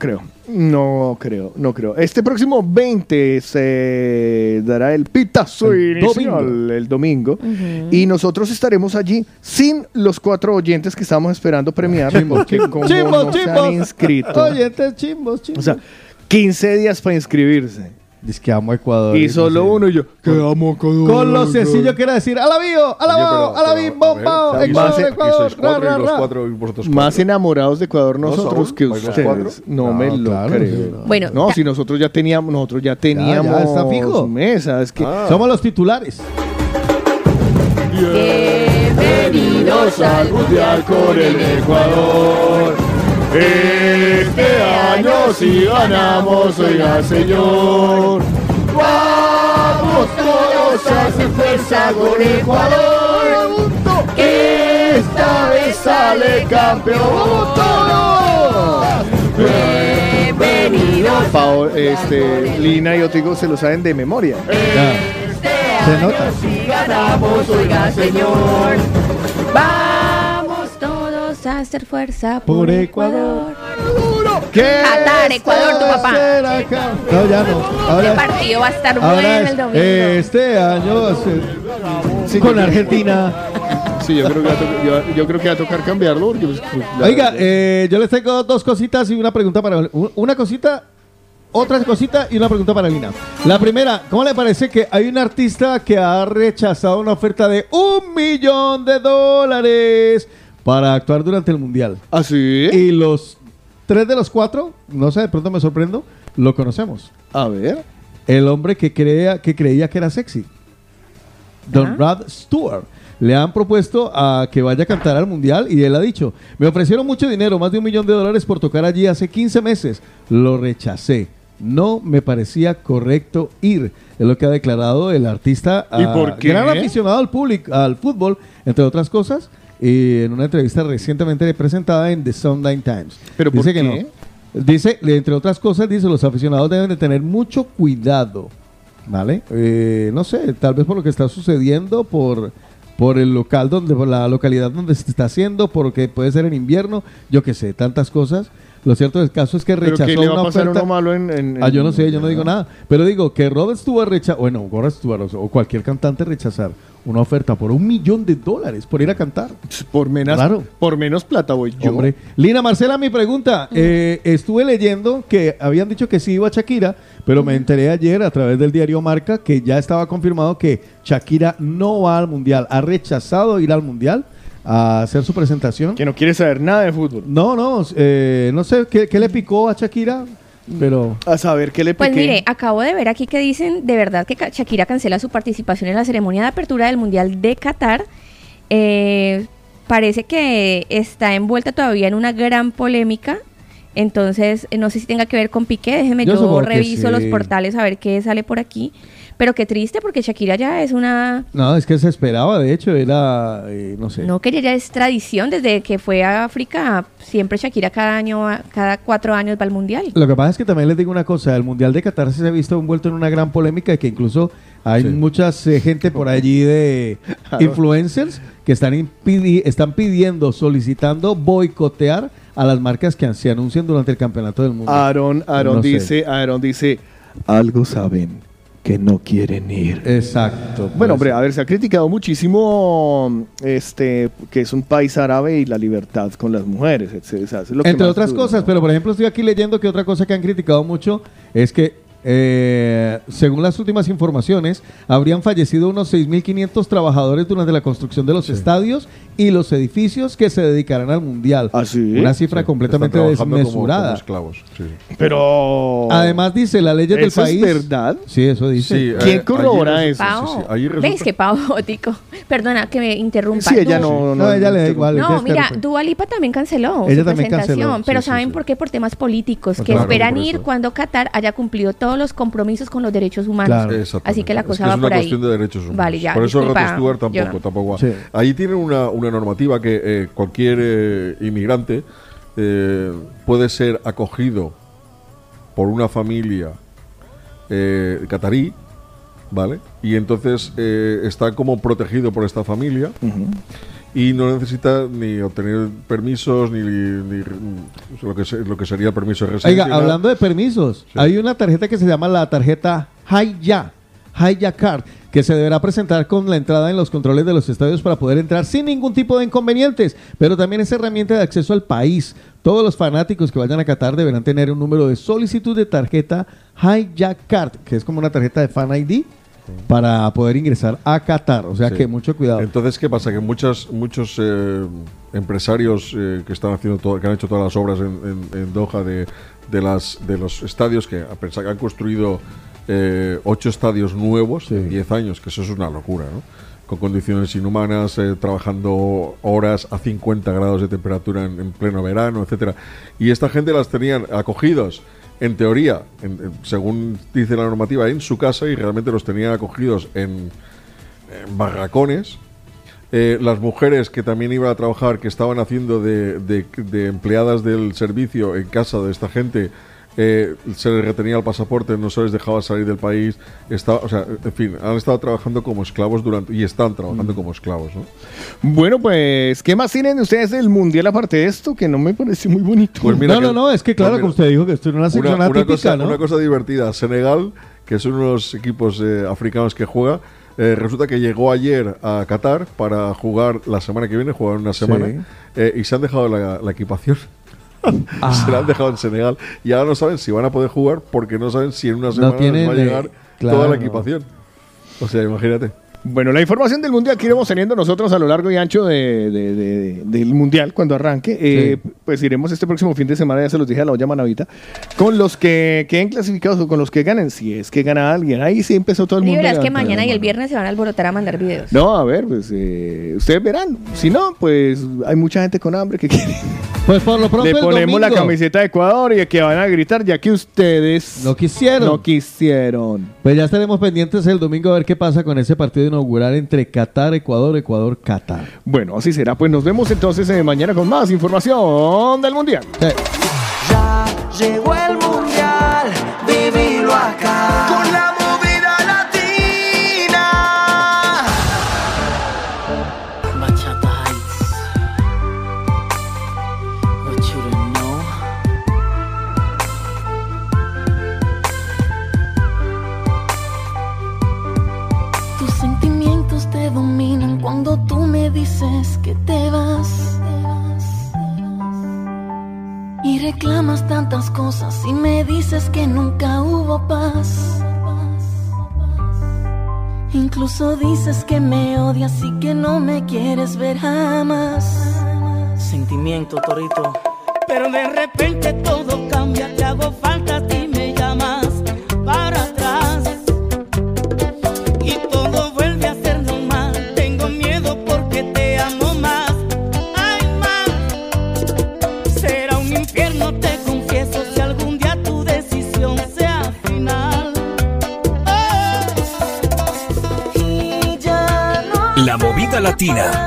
creo. Este próximo 20 se dará el pitazo inicial el domingo. Y nosotros estaremos allí sin los 4 oyentes que estamos esperando premiar. Porque como no se han inscrito. Oyentes chimbos. O sea, 15 días para inscribirse. Dice que amo a Ecuador. Y solo uno y yo, que amo a Ecuador. Con lo sencillo que era decir, alabío, alabao, alabim, bombao, Ecuador. Más enamorados de Ecuador nosotros que ustedes. No me lo creo. Bueno, no, si nosotros ya teníamos Ya está fijo. mesa. Es que somos los titulares. Bienvenidos al Mundial con el Ecuador. Este año si ganamos, oiga señor. Vamos todos a hacer fuerza con Ecuador. Esta vez sale campeón. ¡Vamos todos! Bienvenidos. Lina y Otigo se lo saben de memoria. Se nota. Si ganamos, oiga señor. Vamos todos a hacer fuerza por Ecuador. Qatar, Ecuador, tu papá. No, ya no. Ahora, Este partido va a estar bueno el domingo. Este año con Argentina. Sí, yo creo que va a tocar cambiarlo. Porque, Oiga, yo les tengo 2 cositas y una pregunta para... Una cosita, otra cosita y una pregunta para Lina. La primera, ¿cómo le parece que hay un artista que ha rechazado una oferta de $1 millón para actuar durante el Mundial? ¿Ah, sí? Y los 3 de los 4, no sé, de pronto me sorprendo, lo conocemos. A ver. El hombre que creía que era sexy. Don Rod Stewart. Le han propuesto a que vaya a cantar al Mundial y él ha dicho, me ofrecieron mucho dinero, más de $1 millón por tocar allí hace 15 meses. Lo rechacé. No me parecía correcto ir. Es lo que ha declarado el artista. ¿Y por qué? Gran aficionado al fútbol, entre otras cosas, en una entrevista recientemente presentada en The Sunday Times. ¿Pero dice por que qué? no. Dice, entre otras cosas, dice, los aficionados deben de tener mucho cuidado. ¿Vale? No sé, tal vez por lo que está sucediendo, por el local por la localidad donde se está haciendo, porque puede ser en invierno, yo qué sé, tantas cosas. Lo cierto del caso es que rechazó ¿Pero qué le va una a pasar oferta. uno malo en yo no sé, yo no digo nada. Pero digo que Rod Stewart o cualquier cantante rechazar una oferta por $1 millón por ir a cantar. Por menos plata voy yo. Hombre. Lina, Marcela, mi pregunta. Estuve leyendo que habían dicho que sí iba Shakira, pero me enteré ayer a través del diario Marca que ya estaba confirmado que Shakira no va al Mundial. Ha rechazado ir al Mundial a hacer su presentación. Que no quiere saber nada de fútbol. No sé qué le picó a Shakira, pero... A saber qué le piqué. Pues mire, acabo de ver aquí que dicen de verdad que Shakira cancela su participación en la ceremonia de apertura del Mundial de Qatar. Parece que está envuelta todavía en una gran polémica. Entonces, no sé si tenga que ver con Piqué. Déjeme, yo reviso los portales a ver qué sale por aquí. Pero qué triste, porque Shakira ya es una... No, es que se esperaba, de hecho, era, no sé. No, que ya es tradición, desde que fue a África, siempre Shakira cada 4 años va al Mundial. Lo que pasa es que también les digo una cosa, el Mundial de Qatar se ha visto envuelto en una gran polémica y que incluso hay muchas gente por allí de influencers que están pidiendo, solicitando boicotear a las marcas que se anuncian durante el campeonato del mundo. Aaron dice, algo saben que no quieren ir. Exacto. Pues. Bueno, hombre, a ver, se ha criticado muchísimo que es un país árabe y la libertad con las mujeres, etc. Entre otras cosas, pero por ejemplo estoy aquí leyendo que otra cosa que han criticado mucho es que según las últimas informaciones, habrían fallecido unos 6.500 trabajadores durante la construcción de los estadios y los edificios que se dedicarán al Mundial. ¿Ah, sí? Una cifra completamente desmesurada. Como esclavos. Sí. Pero... Además dice, las leyes del país... ¿Eso es verdad? Sí, eso dice. Sí, ¿Quién corrobora eso? Pau, ¿ves que Pau, Tico? Perdona que me interrumpa. Sí, ella no, ella le da igual. No, mira, Dua Lipa también canceló ella su también presentación. canceló. Pero Sí, ¿saben sí. por qué? Por temas políticos, Pues que claro, esperan por ir eso. cuando Qatar haya cumplido todos los compromisos con los derechos humanos. Claro. Exactamente. Así que la Es cosa que va es una por ahí. cuestión de derechos humanos. Vale, ya, por eso disculpa, Rod Stewart tampoco va. Sí. Ahí tienen una normativa que cualquier inmigrante puede ser acogido por una familia catarí, ¿vale? Y entonces está como protegido por esta familia. Y no necesita ni obtener permisos ni lo que sería el permiso de residencia. Oiga, hablando de permisos, hay una tarjeta que se llama la tarjeta Hayya Card, que se deberá presentar con la entrada en los controles de los estadios para poder entrar sin ningún tipo de inconvenientes, pero también es herramienta de acceso al país. Todos los fanáticos que vayan a Qatar deberán tener un número de solicitud de tarjeta Hayya Card, que es como una tarjeta de Fan ID, para poder ingresar a Qatar, o sea que mucho cuidado. Entonces, ¿qué pasa? Que muchos empresarios que están haciendo que han hecho todas las obras en Doha de los estadios, que a pesar que han construido 8 estadios nuevos en 10 años, que eso es una locura, ¿no? Con condiciones inhumanas, trabajando horas a 50 grados de temperatura en pleno verano, etcétera. Y esta gente las tenían acogidos, en teoría, según dice la normativa, en su casa, y realmente los tenían acogidos en barracones. Las mujeres que también iban a trabajar, que estaban haciendo de empleadas del servicio en casa de esta gente, se les retenía el pasaporte, no se les dejaba salir del país. O sea, en fin, han estado trabajando como esclavos y están trabajando como esclavos, ¿no? Bueno, pues, ¿qué más tienen ustedes del Mundial aparte de esto? Que no me parece muy bonito. Pues mira no, es que claro, como usted dijo, que esto es una sección atípica, ¿no? Una cosa divertida. Senegal, que son unos equipos africanos que juega, resulta que llegó ayer a Qatar para jugar la semana que viene, jugar una semana, y se han dejado la equipación. Se la han dejado en Senegal y ahora no saben si van a poder jugar, porque no saben si en una semana les va a llegar toda la equipación. O sea, imagínate. Bueno, la información del Mundial que iremos teniendo nosotros a lo largo y ancho del Mundial cuando arranque, pues iremos este próximo fin de semana, ya se los dije a la olla manavita, con los que queden clasificados o con los que ganen, si es que gana alguien. Ahí sí empezó todo el mundo. Y verás que mañana y el viernes se van a alborotar a mandar videos. No, a ver, pues ustedes verán. Si no, pues hay mucha gente con hambre que quiere. Pues por lo pronto le ponemos la camiseta de Ecuador y que van a gritar ya que ustedes no quisieron. Pues ya estaremos pendientes el domingo a ver qué pasa con ese partido inaugural entre Qatar, Ecuador, Qatar. Bueno, así será. Pues nos vemos entonces mañana con más información del Mundial. Ya llegó el Mundial, vivilo acá. Con la movida latina. Bachata Heights. What you didn't know. Tus sentimientos te dominan cuando tú me dices que te vas. Y reclamas tantas cosas y me dices que nunca hubo paz. Incluso dices que me odias y que no me quieres ver jamás. Sentimiento, Torito. Pero de repente todo cambia, te hago falta a ti, me llamas para atrás. Y todo vuelve a ser normal, tengo miedo porque te amo más. Ay, más. Será un infierno, te confieso, si algún día tu decisión sea final. Y ya no La movida latina.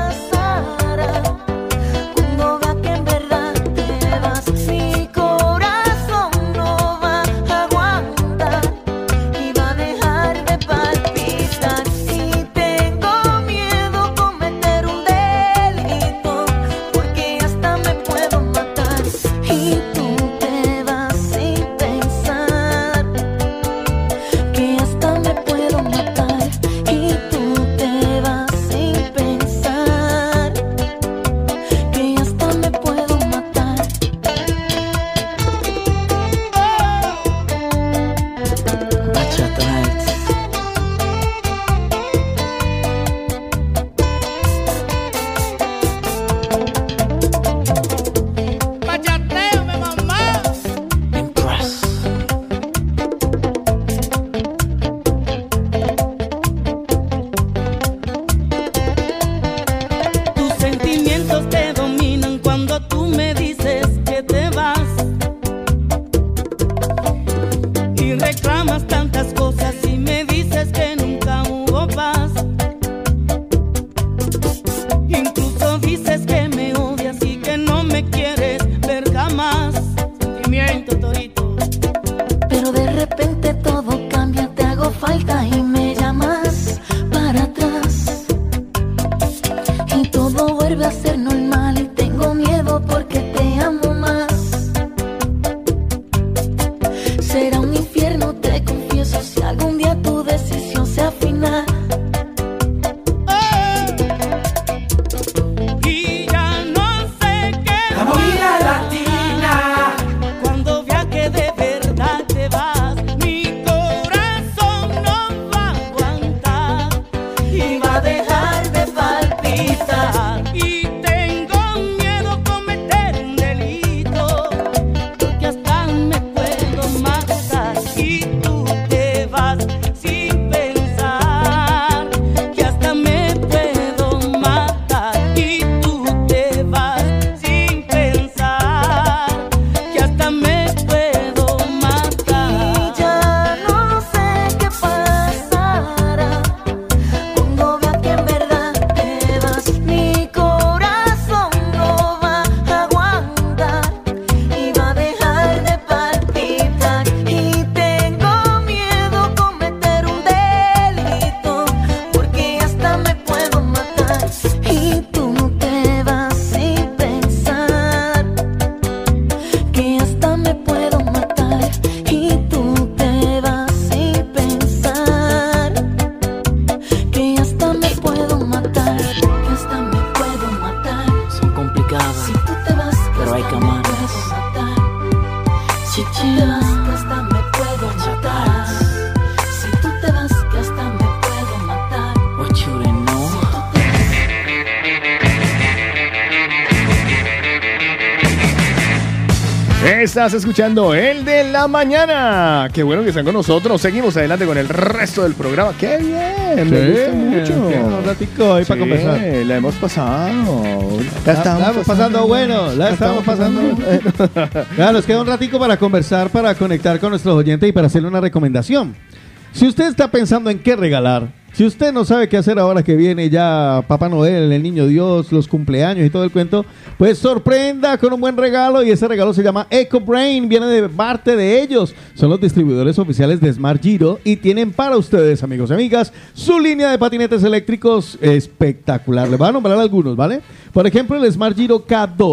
Estás escuchando El de la Mañana. Qué bueno que están con nosotros. Seguimos adelante con el resto del programa. ¡Qué bien! Me gusta mucho. Un ratico ahí para conversar. La hemos pasado. La estamos pasando bueno. La estamos pasando bueno. Ya, nos queda un ratico para conversar, para conectar con nuestros oyentes y para hacerle una recomendación. Si usted está pensando en qué regalar, si usted no sabe qué hacer ahora que viene ya Papá Noel, el Niño Dios, los cumpleaños y todo el cuento, pues sorprenda con un buen regalo, y ese regalo se llama EcoBrain, viene de parte de ellos. Son los distribuidores oficiales de Smart Giro y tienen para ustedes, amigos y amigas, su línea de patinetes eléctricos espectacular. Les voy a nombrar algunos, ¿vale? Por ejemplo, el Smart Giro K2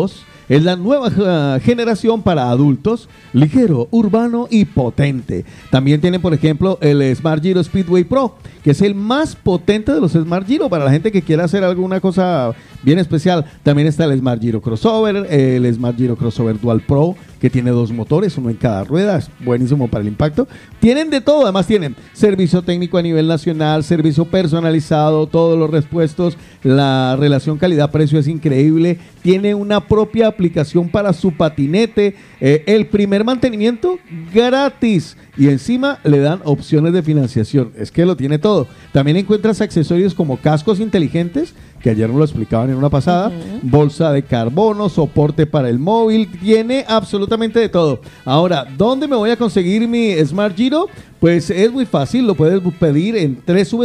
Es la nueva generación para adultos, ligero, urbano y potente. También tienen, por ejemplo, el Smart Giro Speedway Pro, que es el más potente de los Smart Giro para la gente que quiera hacer alguna cosa bien especial. También está el Smart Giro Crossover, el Smart Giro Crossover Dual Pro, que tiene 2 motores, uno en cada rueda, es buenísimo para el impacto. Tienen de todo, además tienen servicio técnico a nivel nacional, servicio personalizado, todos los repuestos, la relación calidad-precio es increíble, tiene una propia aplicación para su patinete, el primer mantenimiento gratis y encima le dan opciones de financiación, es que lo tiene todo. También encuentras accesorios como cascos inteligentes, que ayer nos lo explicaban en una pasada, bolsa de carbono, soporte para el móvil, tiene absolutamente de todo. Ahora, ¿dónde me voy a conseguir mi Smart Giro? Pues es muy fácil, lo puedes pedir en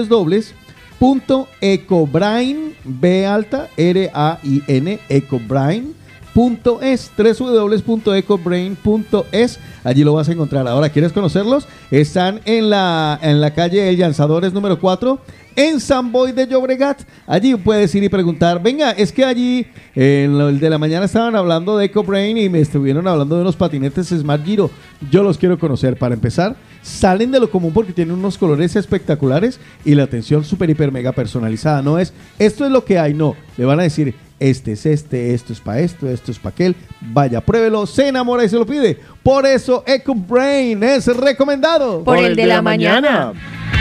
www.ecobrain, B-alta-R-A-I-N, ecobrain.es, www.ecobrain.es, allí lo vas a encontrar. Ahora, ¿quieres conocerlos? Están en la calle El Llanzadores número 4, en San Boi de Llobregat. Allí puedes ir y preguntar, venga, es que allí en el de la mañana estaban hablando de EcoBrain y me estuvieron hablando de unos patinetes Smart Giro. Yo los quiero conocer. Para empezar, salen de lo común porque tienen unos colores espectaculares y la atención súper, hiper, mega personalizada. No es, esto es lo que hay, no. Le van a decir, este es este, esto es para esto es para aquel. Vaya, pruébelo, se enamora y se lo pide. Por eso EcoBrain es recomendado por el de la mañana.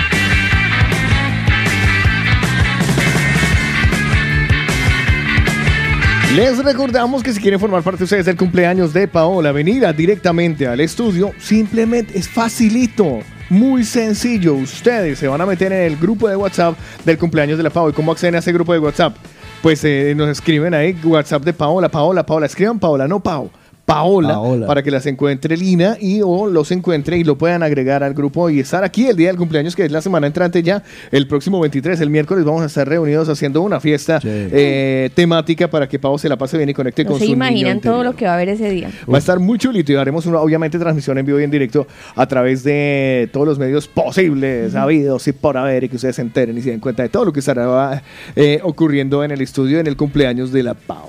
Les recordamos que si quieren formar parte ustedes del cumpleaños de Paola, venir directamente al estudio, simplemente es facilito, muy sencillo. Ustedes se van a meter en el grupo de WhatsApp del cumpleaños de la Pao. ¿Y cómo acceden a ese grupo de WhatsApp? Pues nos escriben ahí, WhatsApp de Paola, escriban Paola, no Pao. Paola, para que las encuentre Lina o los encuentre y lo puedan agregar al grupo y estar aquí el día del cumpleaños, que es la semana entrante ya, el próximo 23, el miércoles, vamos a estar reunidos haciendo una fiesta temática para que Pau se la pase bien y conecte con su niño. No se imaginan todo lo que va a haber ese día. Va a estar muy chulito y haremos obviamente transmisión en vivo y en directo a través de todos los medios posibles, habidos y por haber, y que ustedes se enteren y se den cuenta de todo lo que estará ocurriendo en el estudio en el cumpleaños de la Pau.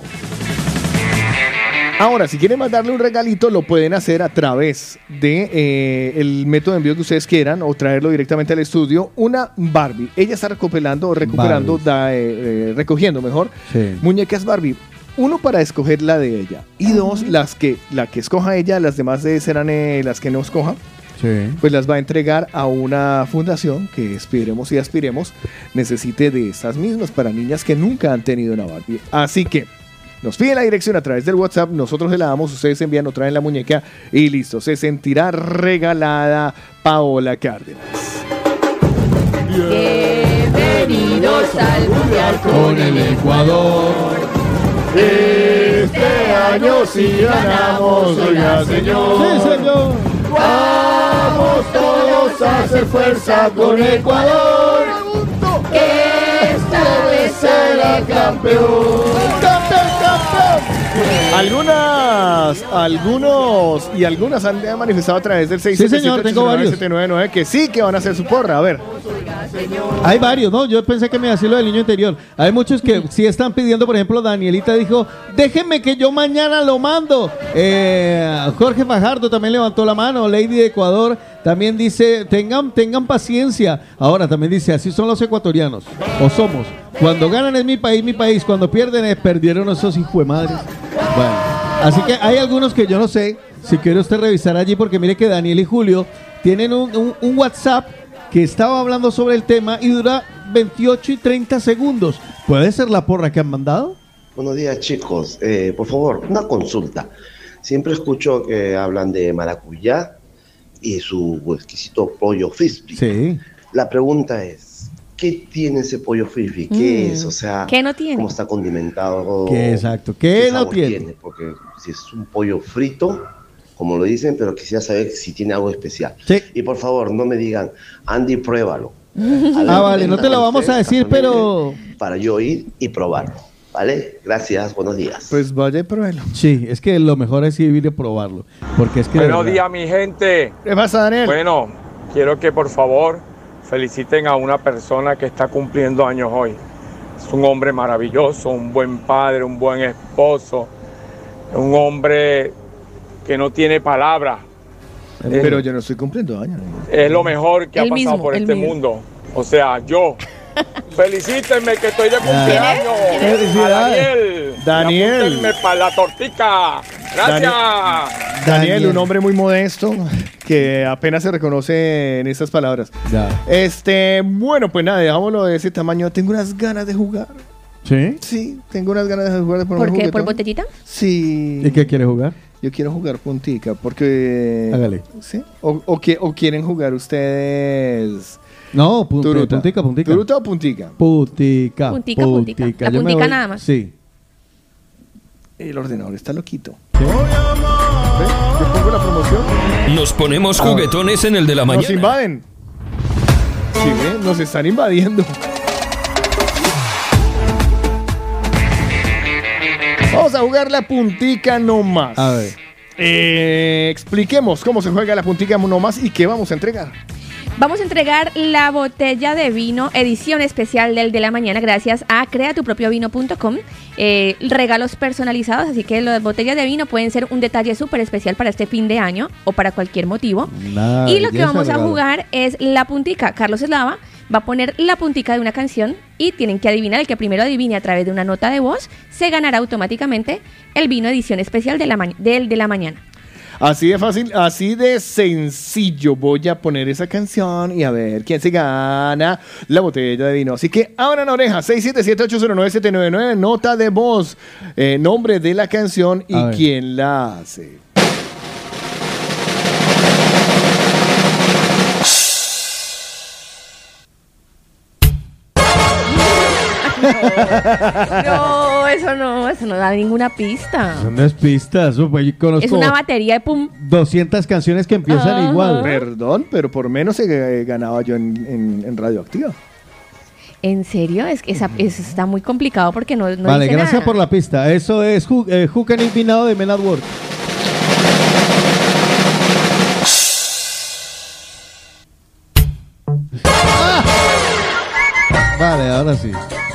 Ahora, si quieren mandarle un regalito, lo pueden hacer a través de el método de envío que ustedes quieran o traerlo directamente al estudio. Una Barbie. Ella está recuperando, recogiendo muñecas Barbie. Uno, para escoger la de ella. Y dos, la que escoja ella, las demás serán las que no escoja. Pues las va a entregar a una fundación que esperemos y aspiremos necesite de estas mismas para niñas que nunca han tenido una Barbie. Así que nos piden la dirección a través del WhatsApp, nosotros se la damos, ustedes envían o traen la muñeca y listo, se sentirá regalada Paola Cárdenas. Bienvenidos al Mundial con el Ecuador. Este año sí ganamos, oiga señor. Sí, señor. Vamos todos a hacer fuerza con Ecuador. Esta vez será campeón. Algunas han manifestado a través del 677-879-799 que sí que van a hacer su porra. A ver. Hay varios, ¿no? Yo pensé que me hacía lo del niño interior. Hay muchos que sí están pidiendo, por ejemplo, Danielita dijo, déjenme que yo mañana lo mando. Jorge Fajardo también levantó la mano. Lady de Ecuador también dice, tengan paciencia. Ahora también dice, así son los ecuatorianos. O somos. Cuando ganan es mi país. Cuando pierden perdieron esos hijuemadres. Bueno, así que hay algunos que yo no sé. Si quiere usted revisar allí, porque mire que Daniel y Julio tienen un WhatsApp que estaba hablando sobre el tema y dura 28 y 30 segundos. ¿Puede ser la porra que han mandado? Buenos días, chicos. Por favor, una consulta. Siempre escucho que hablan de maracuyá y su exquisito pollo frisbee. Sí. La pregunta es, ¿qué tiene ese pollo frisbee? ¿Qué es? O sea, ¿qué no tiene? ¿Cómo está condimentado? ¿Qué exacto? ¿Qué no tiene? Porque si es un pollo frito, como lo dicen, pero quisiera saber si tiene algo especial. Sí. Y por favor, no me digan, Andy, pruébalo. Vale, no te lo vamos a decir, pero... Para yo ir y probarlo. ¿Vale? Gracias, buenos días. Pues vaya y pruébalo. Sí, es que lo mejor es ir y probarlo. Porque es que... Buenos días, mi gente. ¿Qué pasa, Daniel? Bueno, quiero que por favor feliciten a una persona que está cumpliendo años hoy. Es un hombre maravilloso, un buen padre, un buen esposo. un hombre que no tiene palabras. Pero yo no estoy cumpliendo años. Es lo mejor que ha El pasado mismo, por el este mismo. mundo. O sea, yo. Felicítenme que estoy de cumpleaños. Felicidades. A Daniel. Daniel. Apúntenme para la tortica. Gracias. Daniel, un hombre muy modesto que apenas se reconoce en estas palabras. Ya. Bueno, pues nada, dejámoslo de ese tamaño. Tengo unas ganas de jugar. ¿Sí? Sí, tengo unas ganas de jugar. ¿Por qué? ¿Por botellita? Sí. ¿Y qué quiere jugar? Yo quiero jugar puntica porque... Hágale. ¿Sí? ¿O quieren jugar ustedes? No, Turuta. puntica. ¿Turuta o puntica? Puntica. Puntica. La Yo me puntica voy- nada más. Sí. El ordenador está loquito. ¿Ve? Yo pongo la promoción. Nos ponemos juguetones en el de la mañana. Nos invaden. Sí, ¿ve? Nos están invadiendo. Vamos a jugar la puntica no más. A ver. Expliquemos cómo se juega la puntica no más y qué vamos a entregar. Vamos a entregar la botella de vino edición especial del de la mañana gracias a creatupropiovino.com. Regalos personalizados, así que las botellas de vino pueden ser un detalle súper especial para este fin de año o para cualquier motivo. Y lo que vamos a jugar es la puntica. Carlos Eslava va a poner la puntica de una canción y tienen que adivinar. El que primero adivine a través de una nota de voz se ganará automáticamente el vino edición especial del de la mañana. Así de fácil, así de sencillo. Voy a poner esa canción y a ver quién se gana la botella de vino. Así que abran oreja, 677-809-799, nota de voz, nombre de la canción y quién la hace. No, eso no da ninguna pista. No es pista, eso pues, yo conozco Es una batería de pum. 200 canciones que empiezan Ajá. igual. Perdón, pero por menos ganaba yo en Radioactiva. ¿En serio? Es que eso está muy complicado porque no Vale, dice gracias nada. por la pista. Eso es Who Can It Be Now de Men at Work. Vale, ahora sí.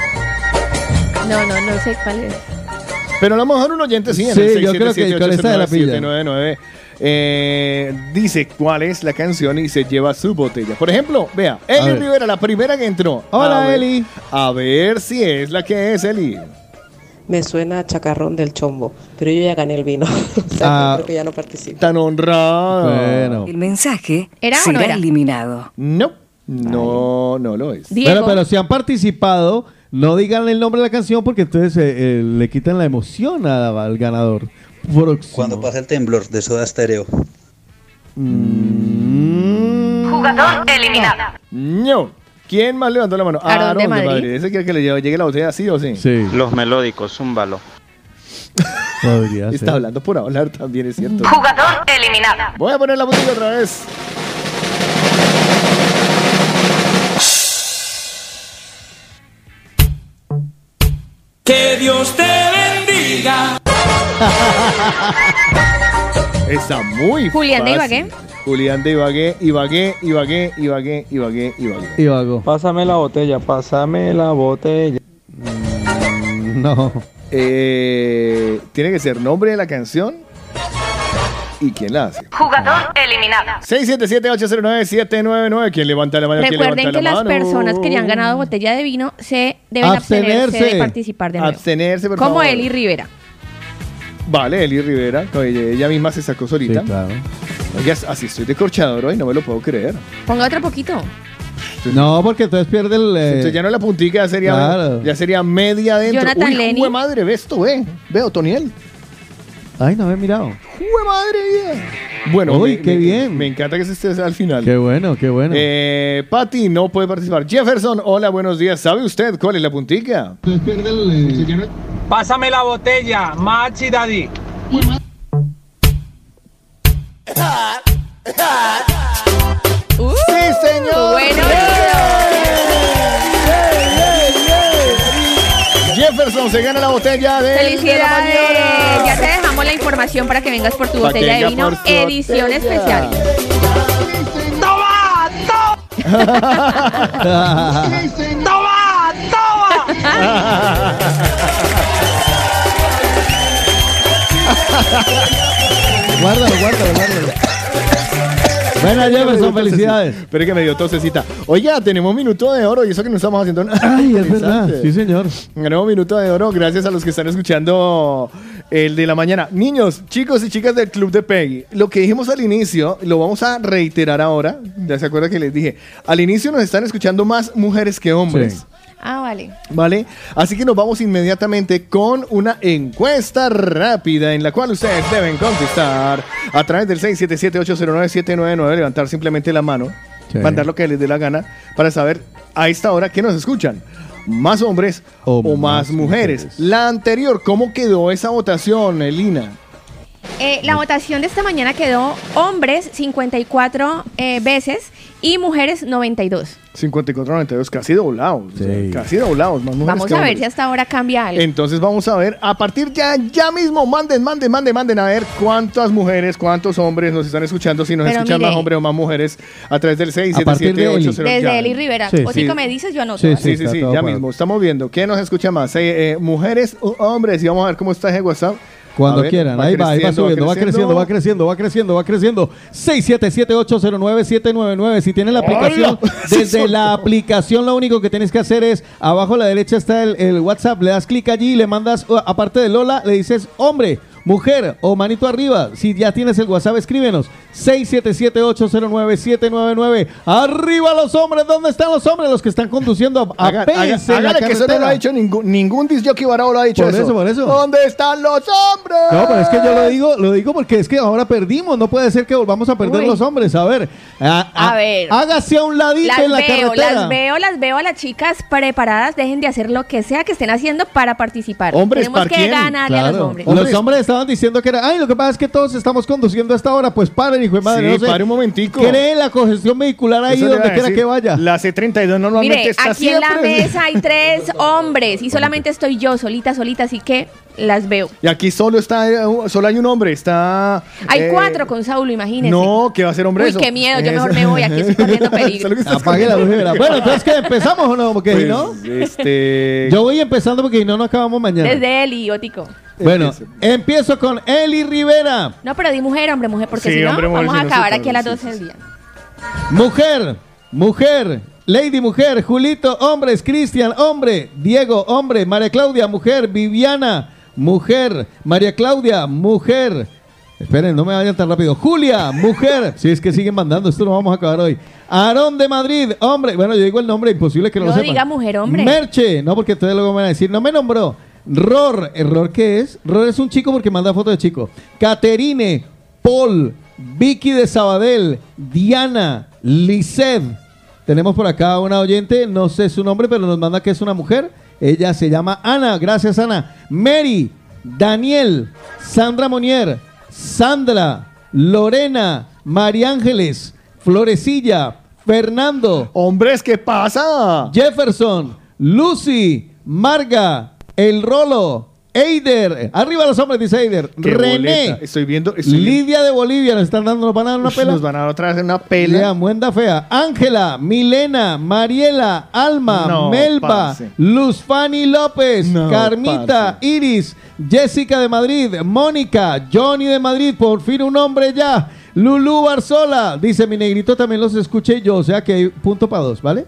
No sé cuál es. Pero a lo mejor un oyente sí. En Sí, el yo creo que con esta de la pilla. 677-809-799, dice cuál es la canción y se lleva su botella. Por ejemplo, vea, Eli ver. Rivera, la primera que entró. Hola, A ver, Eli. A ver si es la que es, Eli. Me suena a chacarrón del chombo, pero yo ya gané el vino. O sea, creo que ya no participo. Tan honrada. Bueno. El mensaje ¿Era o será no era? eliminado. No lo es. Diego. Bueno, pero si han participado, no digan el nombre de la canción porque entonces le quitan la emoción al ganador. Próximo. Cuando pasa el temblor de Soda Stereo. Jugador eliminado. No. ¿Quién más levantó la mano? Aarón de Madrid. ¿Ese quiere que le llegue la botella sí o sí? Sí, Los melódicos, zúmbalo. podría ser. Está hablando por hablar también, es cierto. Jugador eliminado. Voy a poner la botella otra vez. Que Dios te bendiga. Está muy Julián de fácil. Ibagué. Julián de Ibagué. Y vago. Pásame la botella, pásame la botella. No. Tiene que ser nombre de la canción y quién la hace. Jugador eliminado. 677-809-799. ¿Quién levanta la mano? ¿Quién Recuerden levanta que la las mano? personas que ya han ganado botella de vino se deben abstenerse de participar de nuevo. Abstenerse, por Como favor. Eli Rivera. Vale, Eli Rivera. Ella misma se sacó solita. Sí, claro. Oiga, así estoy de corchador hoy, no me lo puedo creer. Ponga otro poquito. No, porque entonces pierde el... Entonces ya no la puntica, ya sería media adentro. Jonathan Uy, Lenny. jue madre, ve esto, veo, Toniel. Ay, no me he mirado. ¡Jue madre! Bueno, Uy, qué bien. Me encanta que se esté al final. Qué bueno, qué bueno. Patty no puede participar. Jefferson, hola, buenos días. ¿Sabe usted cuál es la puntica? Pásame la botella, Machi Daddy. ¡Sí, señor! Bueno. Jefferson se gana la botella de ¡Felicidades! la mañana. Ya te dejamos la información para que vengas por tu Pa' que botella de venga vino. por su Edición botella. especial. ¡Toma! ¡Toma! ¡Toma! Guárdalo. Bueno, Jefferson, felicidades. Espere que me dio tosecita. Oiga, tenemos minuto de oro y eso que no estamos haciendo nada. Ay, es verdad. Sí, señor. Tenemos minuto de oro gracias a los que están escuchando el de la mañana. Niños, chicos y chicas del Club de Peggy, lo que dijimos al inicio, lo vamos a reiterar ahora. Ya se acuerdan que les dije, al inicio nos están escuchando más mujeres que hombres. Sí. Ah, vale. ¿Vale? Así que nos vamos inmediatamente con una encuesta rápida en la cual ustedes deben contestar a través del 677-809-799, levantar simplemente la mano, mandar lo que les dé la gana para saber a esta hora qué nos escuchan. ¿Más hombres o más mujeres? La anterior, ¿cómo quedó esa votación, Elina? La votación de esta mañana quedó hombres 54 veces y mujeres 92. 54-92, casi doblados. Sí. O sea, casi doblados, más mujeres Vamos que a ver hombres. si hasta ahora cambia algo. Entonces vamos a ver, a partir ya mismo, manden a ver cuántas mujeres, cuántos hombres nos están escuchando, si nos Pero escuchan mire, más hombres o más mujeres, a través del 677-809. Desde Eli Rivera. Sí, Otico, sí. me dices, yo anoto. Sí, ya mismo, estamos viendo. ¿Quién nos escucha más? ¿Mujeres o hombres? Y vamos a ver cómo está ese WhatsApp. Cuando ver, quieran, ahí va subiendo, va creciendo. 677-809-799. Si tienen la aplicación, desde la aplicación lo único que tienes que hacer es, abajo a la derecha está el WhatsApp, le das clic allí y le mandas, aparte de Lola, le dices hombre, mujer o manito arriba. Si ya tienes el WhatsApp, escríbenos. 677-809-799. ¡Arriba los hombres! ¿Dónde están los hombres? Los que están conduciendo a Hágale que eso no lo ha dicho ningún disjockey varao lo ha dicho por eso. ¿Dónde están los hombres? No, pero es que yo lo digo porque es que ahora perdimos. No puede ser que volvamos a perder los hombres. A ver. A ver. Hágase a un ladito en la carretera. Las veo a las chicas preparadas. Dejen de hacer lo que sea que estén haciendo para participar. Hombres, tenemos que ganarle a los hombres. Los hombres estaban diciendo que era, lo que pasa es que todos estamos conduciendo a esta hora. Pues paren, hijo de madre. Sí, no sé, pare un momentico. Creen la congestión vehicular ahí Eso donde quiera que vaya. La C32 normalmente Mire, está aquí siempre. en la mesa hay 3 hombres y solamente estoy yo solita, así que las veo. Y aquí solo hay un hombre, está... Hay 4 con Saulo, imagínense. No, que va a ser hombre. Uy, qué miedo, yo mejor me voy, aquí estoy corriendo peligro. Apague la luz. Bueno, entonces, ¿qué? ¿Empezamos o no? Porque pues, si no... Yo voy empezando porque si no, no acabamos mañana. Desde Eli, Ótico. Bueno, empiezo con Eli Rivera. No, pero di mujer, porque sí, si no, hombre, mujer, vamos a si no acabar se aquí a las puede, 12 del día. Mujer, Lady mujer, Julito, hombres, Cristian, hombre, Diego, hombre, María Claudia, mujer, Viviana, mujer, María Claudia, mujer. Esperen, no me vayan tan rápido. Julia, mujer. Si es que siguen mandando, esto lo vamos a acabar hoy. Aarón de Madrid, hombre. Bueno, yo digo el nombre, imposible que no lo sepan. No diga mujer, hombre. Merche, no, porque ustedes luego me van a decir, no me nombró. Ror, ¿error qué es? Ror es un chico porque manda foto de chico. Caterine, Paul, Vicky de Sabadell, Diana, Lisset. Tenemos por acá una oyente, no sé su nombre, pero nos manda que es una mujer. Ella se llama Ana, gracias Ana. Mary, Daniel, Sandra Monier, Sandra, Lorena, María Ángeles, Florecilla, Fernando. Hombres, ¿qué pasa? Jefferson, Lucy, Marga, El Rolo, Eider, arriba los hombres, dice Eider. René, boleta. Estoy viendo. Lidia de Bolivia, nos están dando, nos van a dar una pela. Nos van a dar otra vez una pela. Muenda fea. Ángela, Milena, Mariela, Alma, No, Melba, parce. Luz Fanny López, No, Carmita, parce. Iris, Jessica de Madrid, Mónica, Johnny de Madrid, por fin un hombre ya. Lulú Barzola, dice mi negrito, también los escuché yo, o sea que hay punto para 2, ¿vale?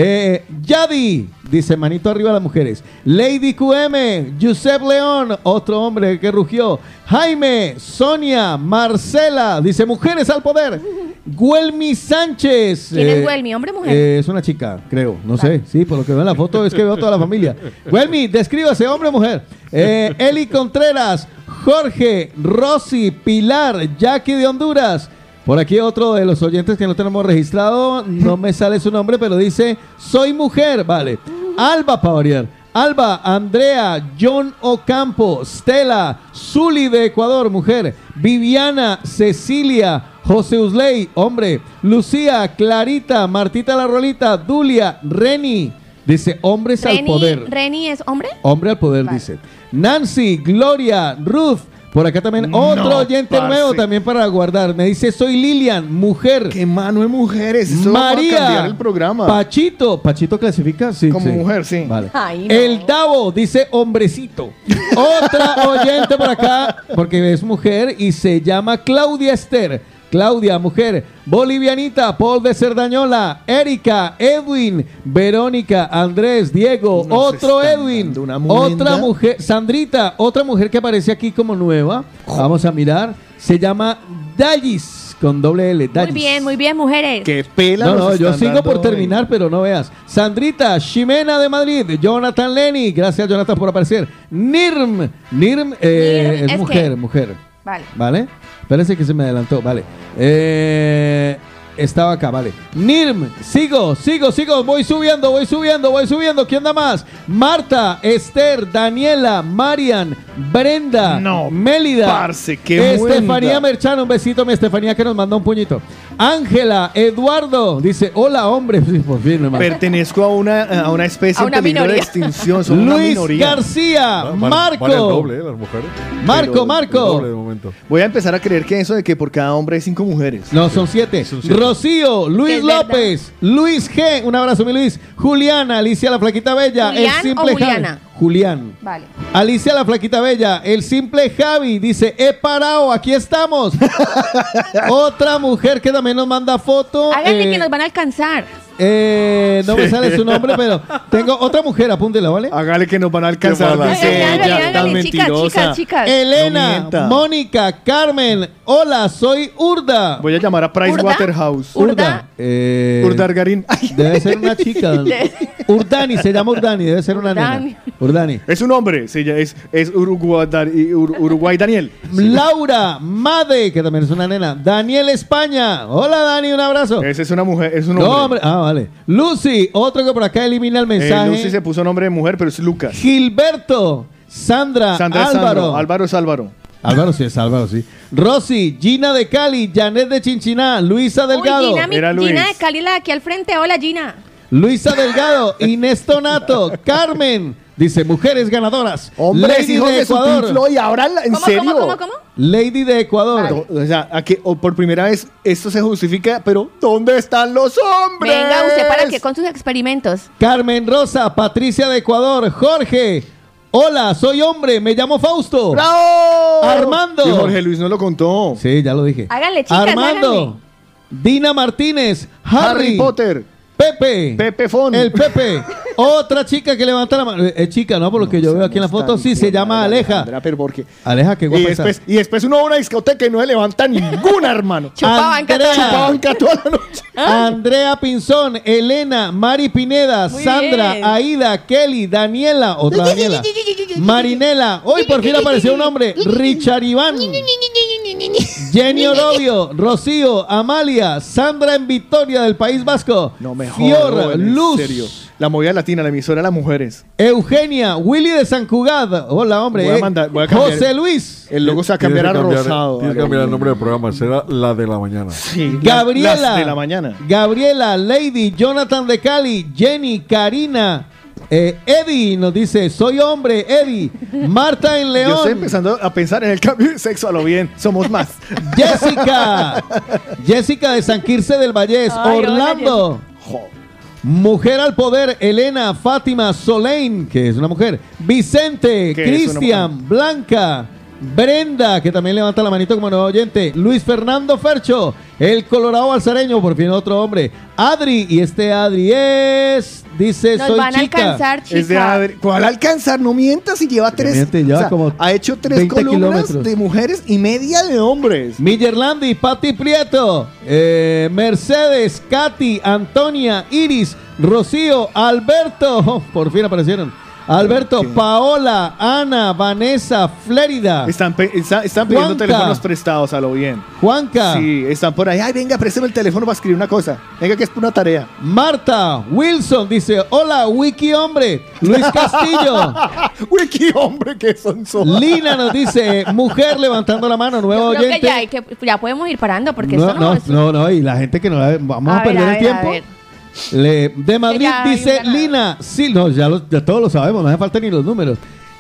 Yadi, dice manito arriba a las mujeres. Lady QM, Josep León, otro hombre que rugió. Jaime, Sonia, Marcela, dice mujeres al poder. Guelmi Sánchez. ¿Quién es Guelmi, hombre o mujer? Es una chica, creo, no sé. Sí, por lo que veo en la foto es que veo toda la familia. Guelmi, descríbase, hombre o mujer. Eli Contreras, Jorge, Rosy, Pilar, Jackie de Honduras. Por aquí otro de los oyentes que no tenemos registrado, no me sale su nombre, pero dice, soy mujer, vale. Alba, para variar. Alba, Andrea, John Ocampo, Stella, Zuli de Ecuador, mujer. Viviana, Cecilia, José Usley, hombre. Lucía, Clarita, Martita la Rolita, Dulia, Reni. Dice, hombres al poder. ¿Reni es hombre? Hombre al poder, dice. Nancy, Gloria, Ruth, Por acá también otro oyente nuevo también para guardar. Me dice, soy Lilian, mujer. Qué mano de mujeres. Eso María. va a cambiar el programa. Pachito clasifica, sí. Como mujer, sí. Vale. Ay, no. El Davo dice hombrecito. Otra oyente por acá, porque es mujer y se llama Claudia Esther. Claudia, mujer. Bolivianita, Paul de Cerdañola. Erika, Edwin, Verónica, Andrés, Diego. Otro Edwin. Otra mujer. Sandrita, otra mujer que aparece aquí como nueva. Vamos a mirar. Se llama Dallis, con doble L. Dallis. Muy bien, mujeres. Qué pela. No, yo sigo por terminar, pero no veas. Sandrita, Ximena de Madrid, Jonathan Lenny, gracias Jonathan por aparecer. Nirm es mujer. Vale. Espérense que se me adelantó, vale. Estaba acá, vale. Nirm, sigo. Voy subiendo. ¿Quién da más? Marta, Esther, Daniela, Marian, Brenda, Mélida. Parce, qué Estefanía buena. Merchano, un besito, mi Estefanía que nos mandó un puñito. Ángela, Eduardo, dice, hola hombre. Sí, por fin, hermano. Pertenezco a una especie en peligro de extinción. Somos una Luis minoría. García, Marco. Vale el doble, las mujeres. Marco. El doble de momento. Voy a empezar a creer que eso de que por cada hombre hay 5 mujeres. No, son 7. Rocío, Luis López, Luis G. Un abrazo, mi Luis. Juliana, Alicia la Flaquita Bella. ¿Julián el simple o Juliana? Julián. Vale. Alicia la Flaquita Bella. El simple Javi dice, he parado, aquí estamos. Otra mujer que también nos manda foto. Háganle que nos van a alcanzar. No me sale su nombre, pero tengo otra mujer, apúntela, ¿vale? Hágale que nos van a alcanzar. Dice ella, tan mentirosa. Chicas. Elena, Mónica, Carmen. Hola, soy Urda. Voy a llamar a Pricewaterhouse. Urda. Urdargarín. Debe ser una chica. Urdani, se llama Urdani, debe ser una nena. Urdani. Es un hombre, sí, es Uruguay Daniel. Laura, Made, que también es una nena. Daniel España. Hola, Dani, un abrazo. Esa es una mujer, es un hombre. No, hombre. Vale. Lucy, otro que por acá elimina el mensaje. Lucy se puso nombre de mujer, pero es Lucas. Gilberto, Sandra Álvaro. Álvaro es Álvaro. Álvaro sí. Rosy, Gina de Cali, Janet de Chinchiná, Luisa Delgado. Uy, Gina de Cali, la de aquí al frente. Hola, Gina. Luisa Delgado, Inés Tonato, Carmen. Dice, mujeres ganadoras. Hombres, Lady hijos de Ecuador. Pink Floyd, ahora en serio. ¿Cómo? Lady de Ecuador. O sea, por primera vez esto se justifica, pero ¿dónde están los hombres? Venga, ¿usted para qué con sus experimentos? Carmen Rosa, Patricia de Ecuador, Jorge. Hola, soy hombre, me llamo Fausto. ¡Bravo! Armando. Y Jorge Luis no lo contó. Sí, ya lo dije. Háganle, chicas, Armando. háganle. Dina Martínez, Harry Potter. Pepe Fon. El Pepe. Otra chica que levanta la mano. Es chica, ¿no? Por lo que yo veo aquí en la foto. Sí, se llama Aleja. Aleja, qué guapa está. Y después uno va a una discoteca y no se levanta ninguna, hermano. Chupabanca toda la noche. Andrea Pinzón, Elena, Mari Pineda, Muy Sandra, bien. Aida, Kelly, Daniela, otra Daniela, Marinela. Hoy por fin apareció un hombre. Richard Iván. Jenny Orobio, Rocío, Amalia, Sandra en Victoria del País Vasco. No me Fior, jodas, Luz. en serio. La movida latina, la emisora de las mujeres. Eugenia, Willy de San Cugat. Hola, hombre. Voy a cambiar. José Luis. El logo se va a cambiar a rosado. Tienes que cambiar el nombre del programa. Será La de la Mañana. Sí, Gabriela. las de la mañana. Gabriela, Lady, Jonathan de Cali, Jenny, Karina. Eddie nos dice, soy hombre, Eddie. Marta en León. Yo estoy empezando a pensar en el cambio de sexo a lo bien. Somos más. Jessica de San Quirce del Vallés. Ay, Orlando. Mujer al poder, Elena, Fátima, Solein, que es una mujer. Vicente, Que es una Cristian, Blanca. Brenda, que también levanta la manito como nuevo oyente. Luis Fernando Fercho, el Colorado Balsareño, por fin otro hombre. Adri, y este Adri es, dice, Nos soy van a chica. alcanzar, chicas. Es de Adri. ¿Cuál alcanzar? No mientas y lleva 3. miente, lleva como ha hecho 3 20 columnas kilómetros. de mujeres y media de hombres. Millerlandi, Patti Prieto, Mercedes, Katy, Antonia, Iris, Rocío, Alberto, por fin aparecieron. Alberto, Paola, Ana, Vanessa, Flérida. Están pidiendo Juanca. teléfonos prestados a lo bien. Juanca. Sí, están por ahí. Ay, venga, présteme el teléfono para escribir una cosa. Venga, que es una tarea. Marta, Wilson dice, hola, Wiki Hombre. Luis Castillo. Wiki Hombre, que son. Lina nos dice, mujer levantando la mano, nuevo Yo creo oyente. que ya podemos ir parando porque No, esto no, no, y la gente que no la vamos a perder el tiempo. De Madrid Ya hay dice un ganador. Lina, sí, no, ya todos lo sabemos, no hace falta ni los números.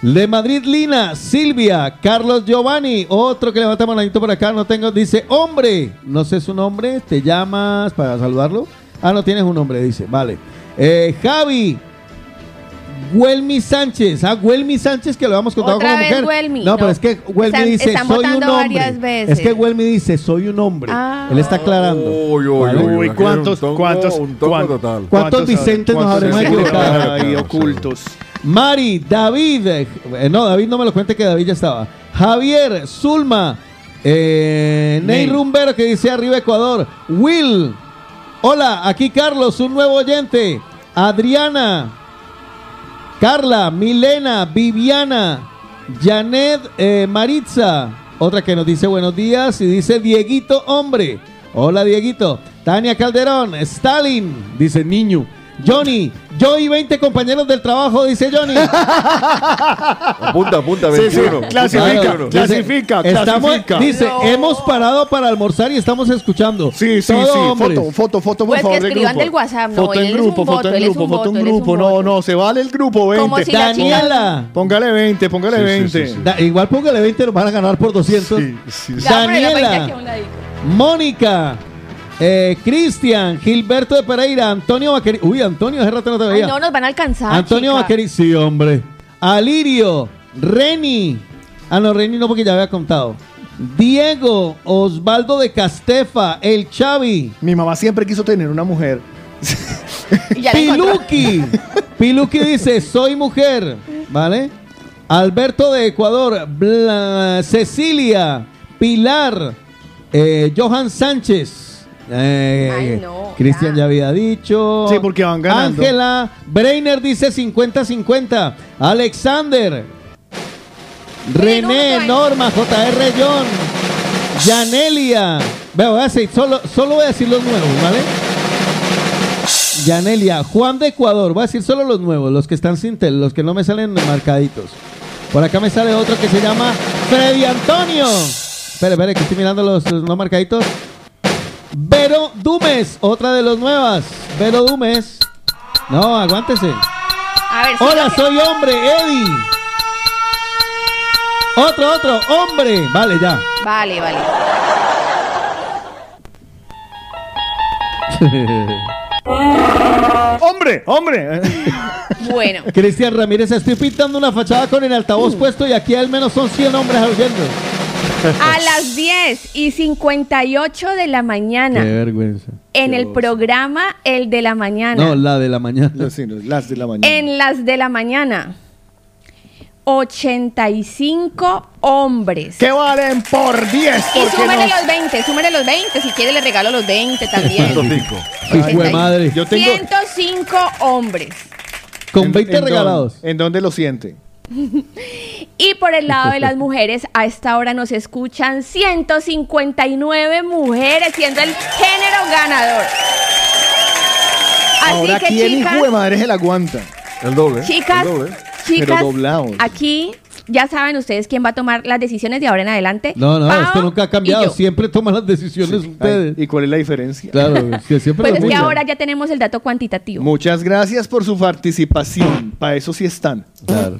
De Madrid, Lina, Silvia, Carlos Giovanni, otro que levanta manito por acá, no tengo, dice, hombre, no sé su nombre, te llamas para saludarlo. Ah, no tienes un nombre, dice, vale. Javi, Huelmi Sánchez, Huelmi Sánchez que lo habíamos contado como mujer. Huelmi, no, pero es que Huelmi dice, soy un hombre. Es que Huelmi dice, soy un hombre. Él está aclarando. Uy, ¿cuántos ¿Cuántos Vicentes nos habremos equivocado? Ahí ocultos. Mari, David, no, David no me lo cuente que David ya estaba. Javier, Zulma, Ney Rumbero que dice arriba Ecuador. Will, hola, aquí Carlos, un nuevo oyente. Adriana, Carla, Milena, Viviana, Janet, Maritza, otra que nos dice buenos días y dice Dieguito, hombre. Hola Dieguito. Tania Calderón, Stalin, dice niño. Johnny, yo y 20 compañeros del trabajo, dice Johnny. Apunta, 21. Sí, clasifica. Dice, hemos parado para almorzar y estamos escuchando. Sí. Foto, por pues favor. Que escriban del WhatsApp, no, foto en grupo. No, se vale el grupo, 20. Si Daniela. Póngale 20. Sí. Igual póngale 20, nos van a ganar por 200. Sí. Daniela, Mónica, Cristian, Gilberto de Pereira, Antonio Vaqueri. Uy, Antonio, hace rato no te veía. Ay, no, nos van a alcanzar. Antonio Vaqueri, sí, hombre. Alirio, Reni. No, Reni no, porque ya había contado. Diego, Osvaldo de Castefa, el Chavi. Mi mamá siempre quiso tener una mujer. Piluki dice, soy mujer, ¿vale? Alberto de Ecuador, Cecilia, Pilar, Johan Sánchez. Cristian ya había dicho. Sí, porque van ganando. Ángela, Breiner dice 50-50. Alexander, René, Norma, JR John, Yanelia. Voy a decir, solo voy a decir los nuevos, ¿vale? Yanelia, Juan de Ecuador. Voy a decir solo los nuevos, los que están sin tel, los que no me salen marcaditos. Por acá me sale otro que se llama Freddy Antonio. Espere, que estoy mirando los no marcaditos. Vero Dumes, otra de los nuevas. Vero Dumes. No, aguántese. A ver, hola, soy hombre, Eddie. Otro, hombre. Vale, ya. Vale. ¡Hombre! Bueno. Cristian Ramírez, estoy pintando una fachada con el altavoz puesto y aquí al menos son 100 hombres oyendo. A las 10:58 de la mañana. Qué vergüenza. En el programa El de la Mañana. No, la de la mañana. Las de la mañana. En las de la mañana. 85 hombres. ¿Qué valen por 10? Y súmele los 20. Si quiere le regalo los 20 también. 105. Madre. Yo tengo 105 hombres. Con 20 regalados. ¿En dónde lo siente? Y por el lado de las mujeres, a esta hora nos escuchan 159 mujeres, siendo el género ganador. Así ahora, que, ¿quién chicas, hijo de madre se la aguanta? El doble. Chicas, pero doblados. Aquí ya saben ustedes quién va a tomar las decisiones de ahora en adelante. No, Pau esto nunca ha cambiado. y yo. Siempre toman las decisiones ustedes. ¿Y cuál es la diferencia? Claro, que siempre Pues lo es que mismo. ahora ya tenemos el dato cuantitativo. Muchas gracias por su participación. Para eso sí están. Claro.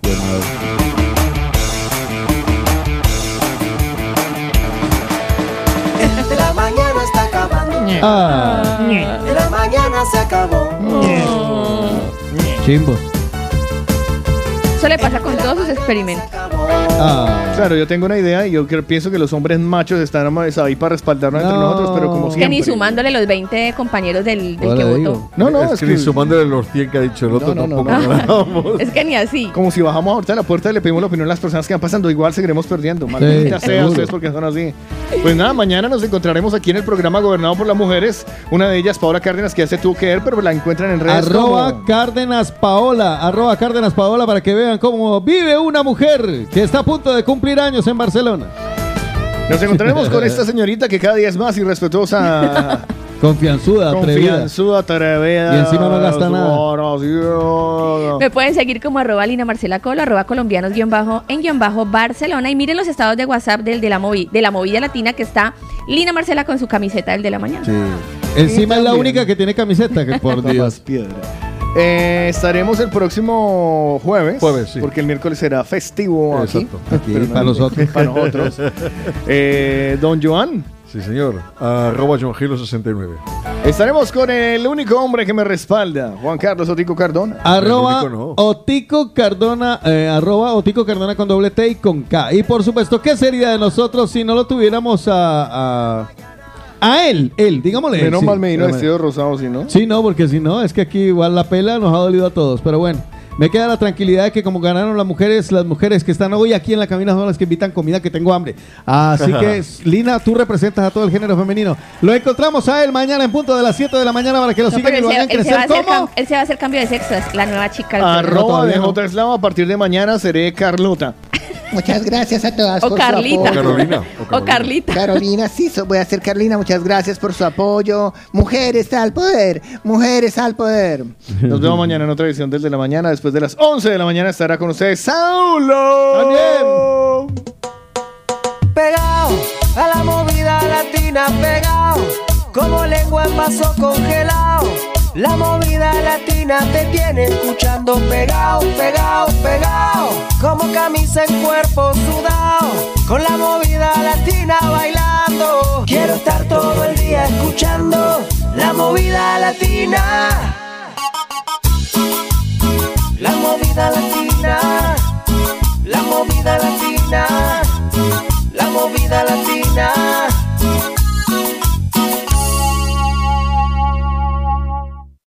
De la mañana está acabando. De la mañana se acabó. Chimbo. Eso le pasa con todos sus experimentos. Claro, yo tengo una idea y yo pienso que los hombres machos están ahí para respaldarnos entre nosotros, pero como Que siempre. ni sumándole los 20 compañeros del que votó. No, es que ni sumándole los 100 que ha dicho el otro tampoco ganábamos. Es que ni así. Como si bajamos ahorita a la puerta y le pedimos la opinión a las personas que van pasando, igual seguiremos perdiendo. Maldita sea seguro. ustedes porque son así. Pues nada, mañana nos encontraremos aquí en el programa Gobernado por las Mujeres. Una de ellas, Paola Cárdenas, que ya se tuvo que ver, pero la encuentran en redes como... Cárdenas Paola, para que vean cómo vive una mujer que está a punto de cumplir años en Barcelona. Nos encontraremos con esta señorita que cada día es más irrespetuosa. Confianzuda, atrevida. Y encima no gasta nada. Me pueden seguir como @Lina Marcela Colo, @colombianos_en_Barcelona. Y miren los estados de WhatsApp de la movida latina, que está Lina Marcela con su camiseta del de la mañana. Sí. Encima es la única que tiene camiseta, que por Dios. Estaremos el próximo jueves. Jueves, sí. Porque el miércoles será festivo Exacto. aquí. Aquí, para nosotros. Para nosotros. Don Joan. Sí, señor. @JohnGilo69. Estaremos con el único hombre que me respalda, Juan Carlos Otico Cardona. Otico Cardona, Otico Cardona con doble T y con K. Y por supuesto, ¿qué sería de nosotros si no lo tuviéramos a él, digámosle. Menos sí, mal me vino vestido rosado, si no. Sí, no, porque si no, es que aquí igual la pela nos ha dolido a todos. Pero bueno, me queda la tranquilidad de que como ganaron las mujeres que están hoy aquí en la cabina son las que invitan comida, que tengo hambre. Así que, Lina, tú representas a todo el género femenino. Lo encontramos a él mañana en punto de las 7 de la mañana para que lo sigan y lo hagan crecer. Él se va a hacer cambio de sexo, es la nueva chica. @DJ Slava, a partir de mañana seré Carlota. Muchas gracias a todas o por Carlita. su apoyo. O Carlita. Carolina, sí, voy a ser Carlina. Muchas gracias por su apoyo. Mujeres al poder. Mujeres al poder. Nos vemos mañana en otra edición del de la mañana. Después de las 11 de la mañana estará con ustedes Saulo. También. Pegado a la movida latina, pegado como lengua en vaso congelado. La movida latina te tiene escuchando pegado, pegado, pegado. Como camisa en cuerpo sudado. Con la movida latina bailando. Quiero estar todo el día escuchando la movida latina. La movida latina.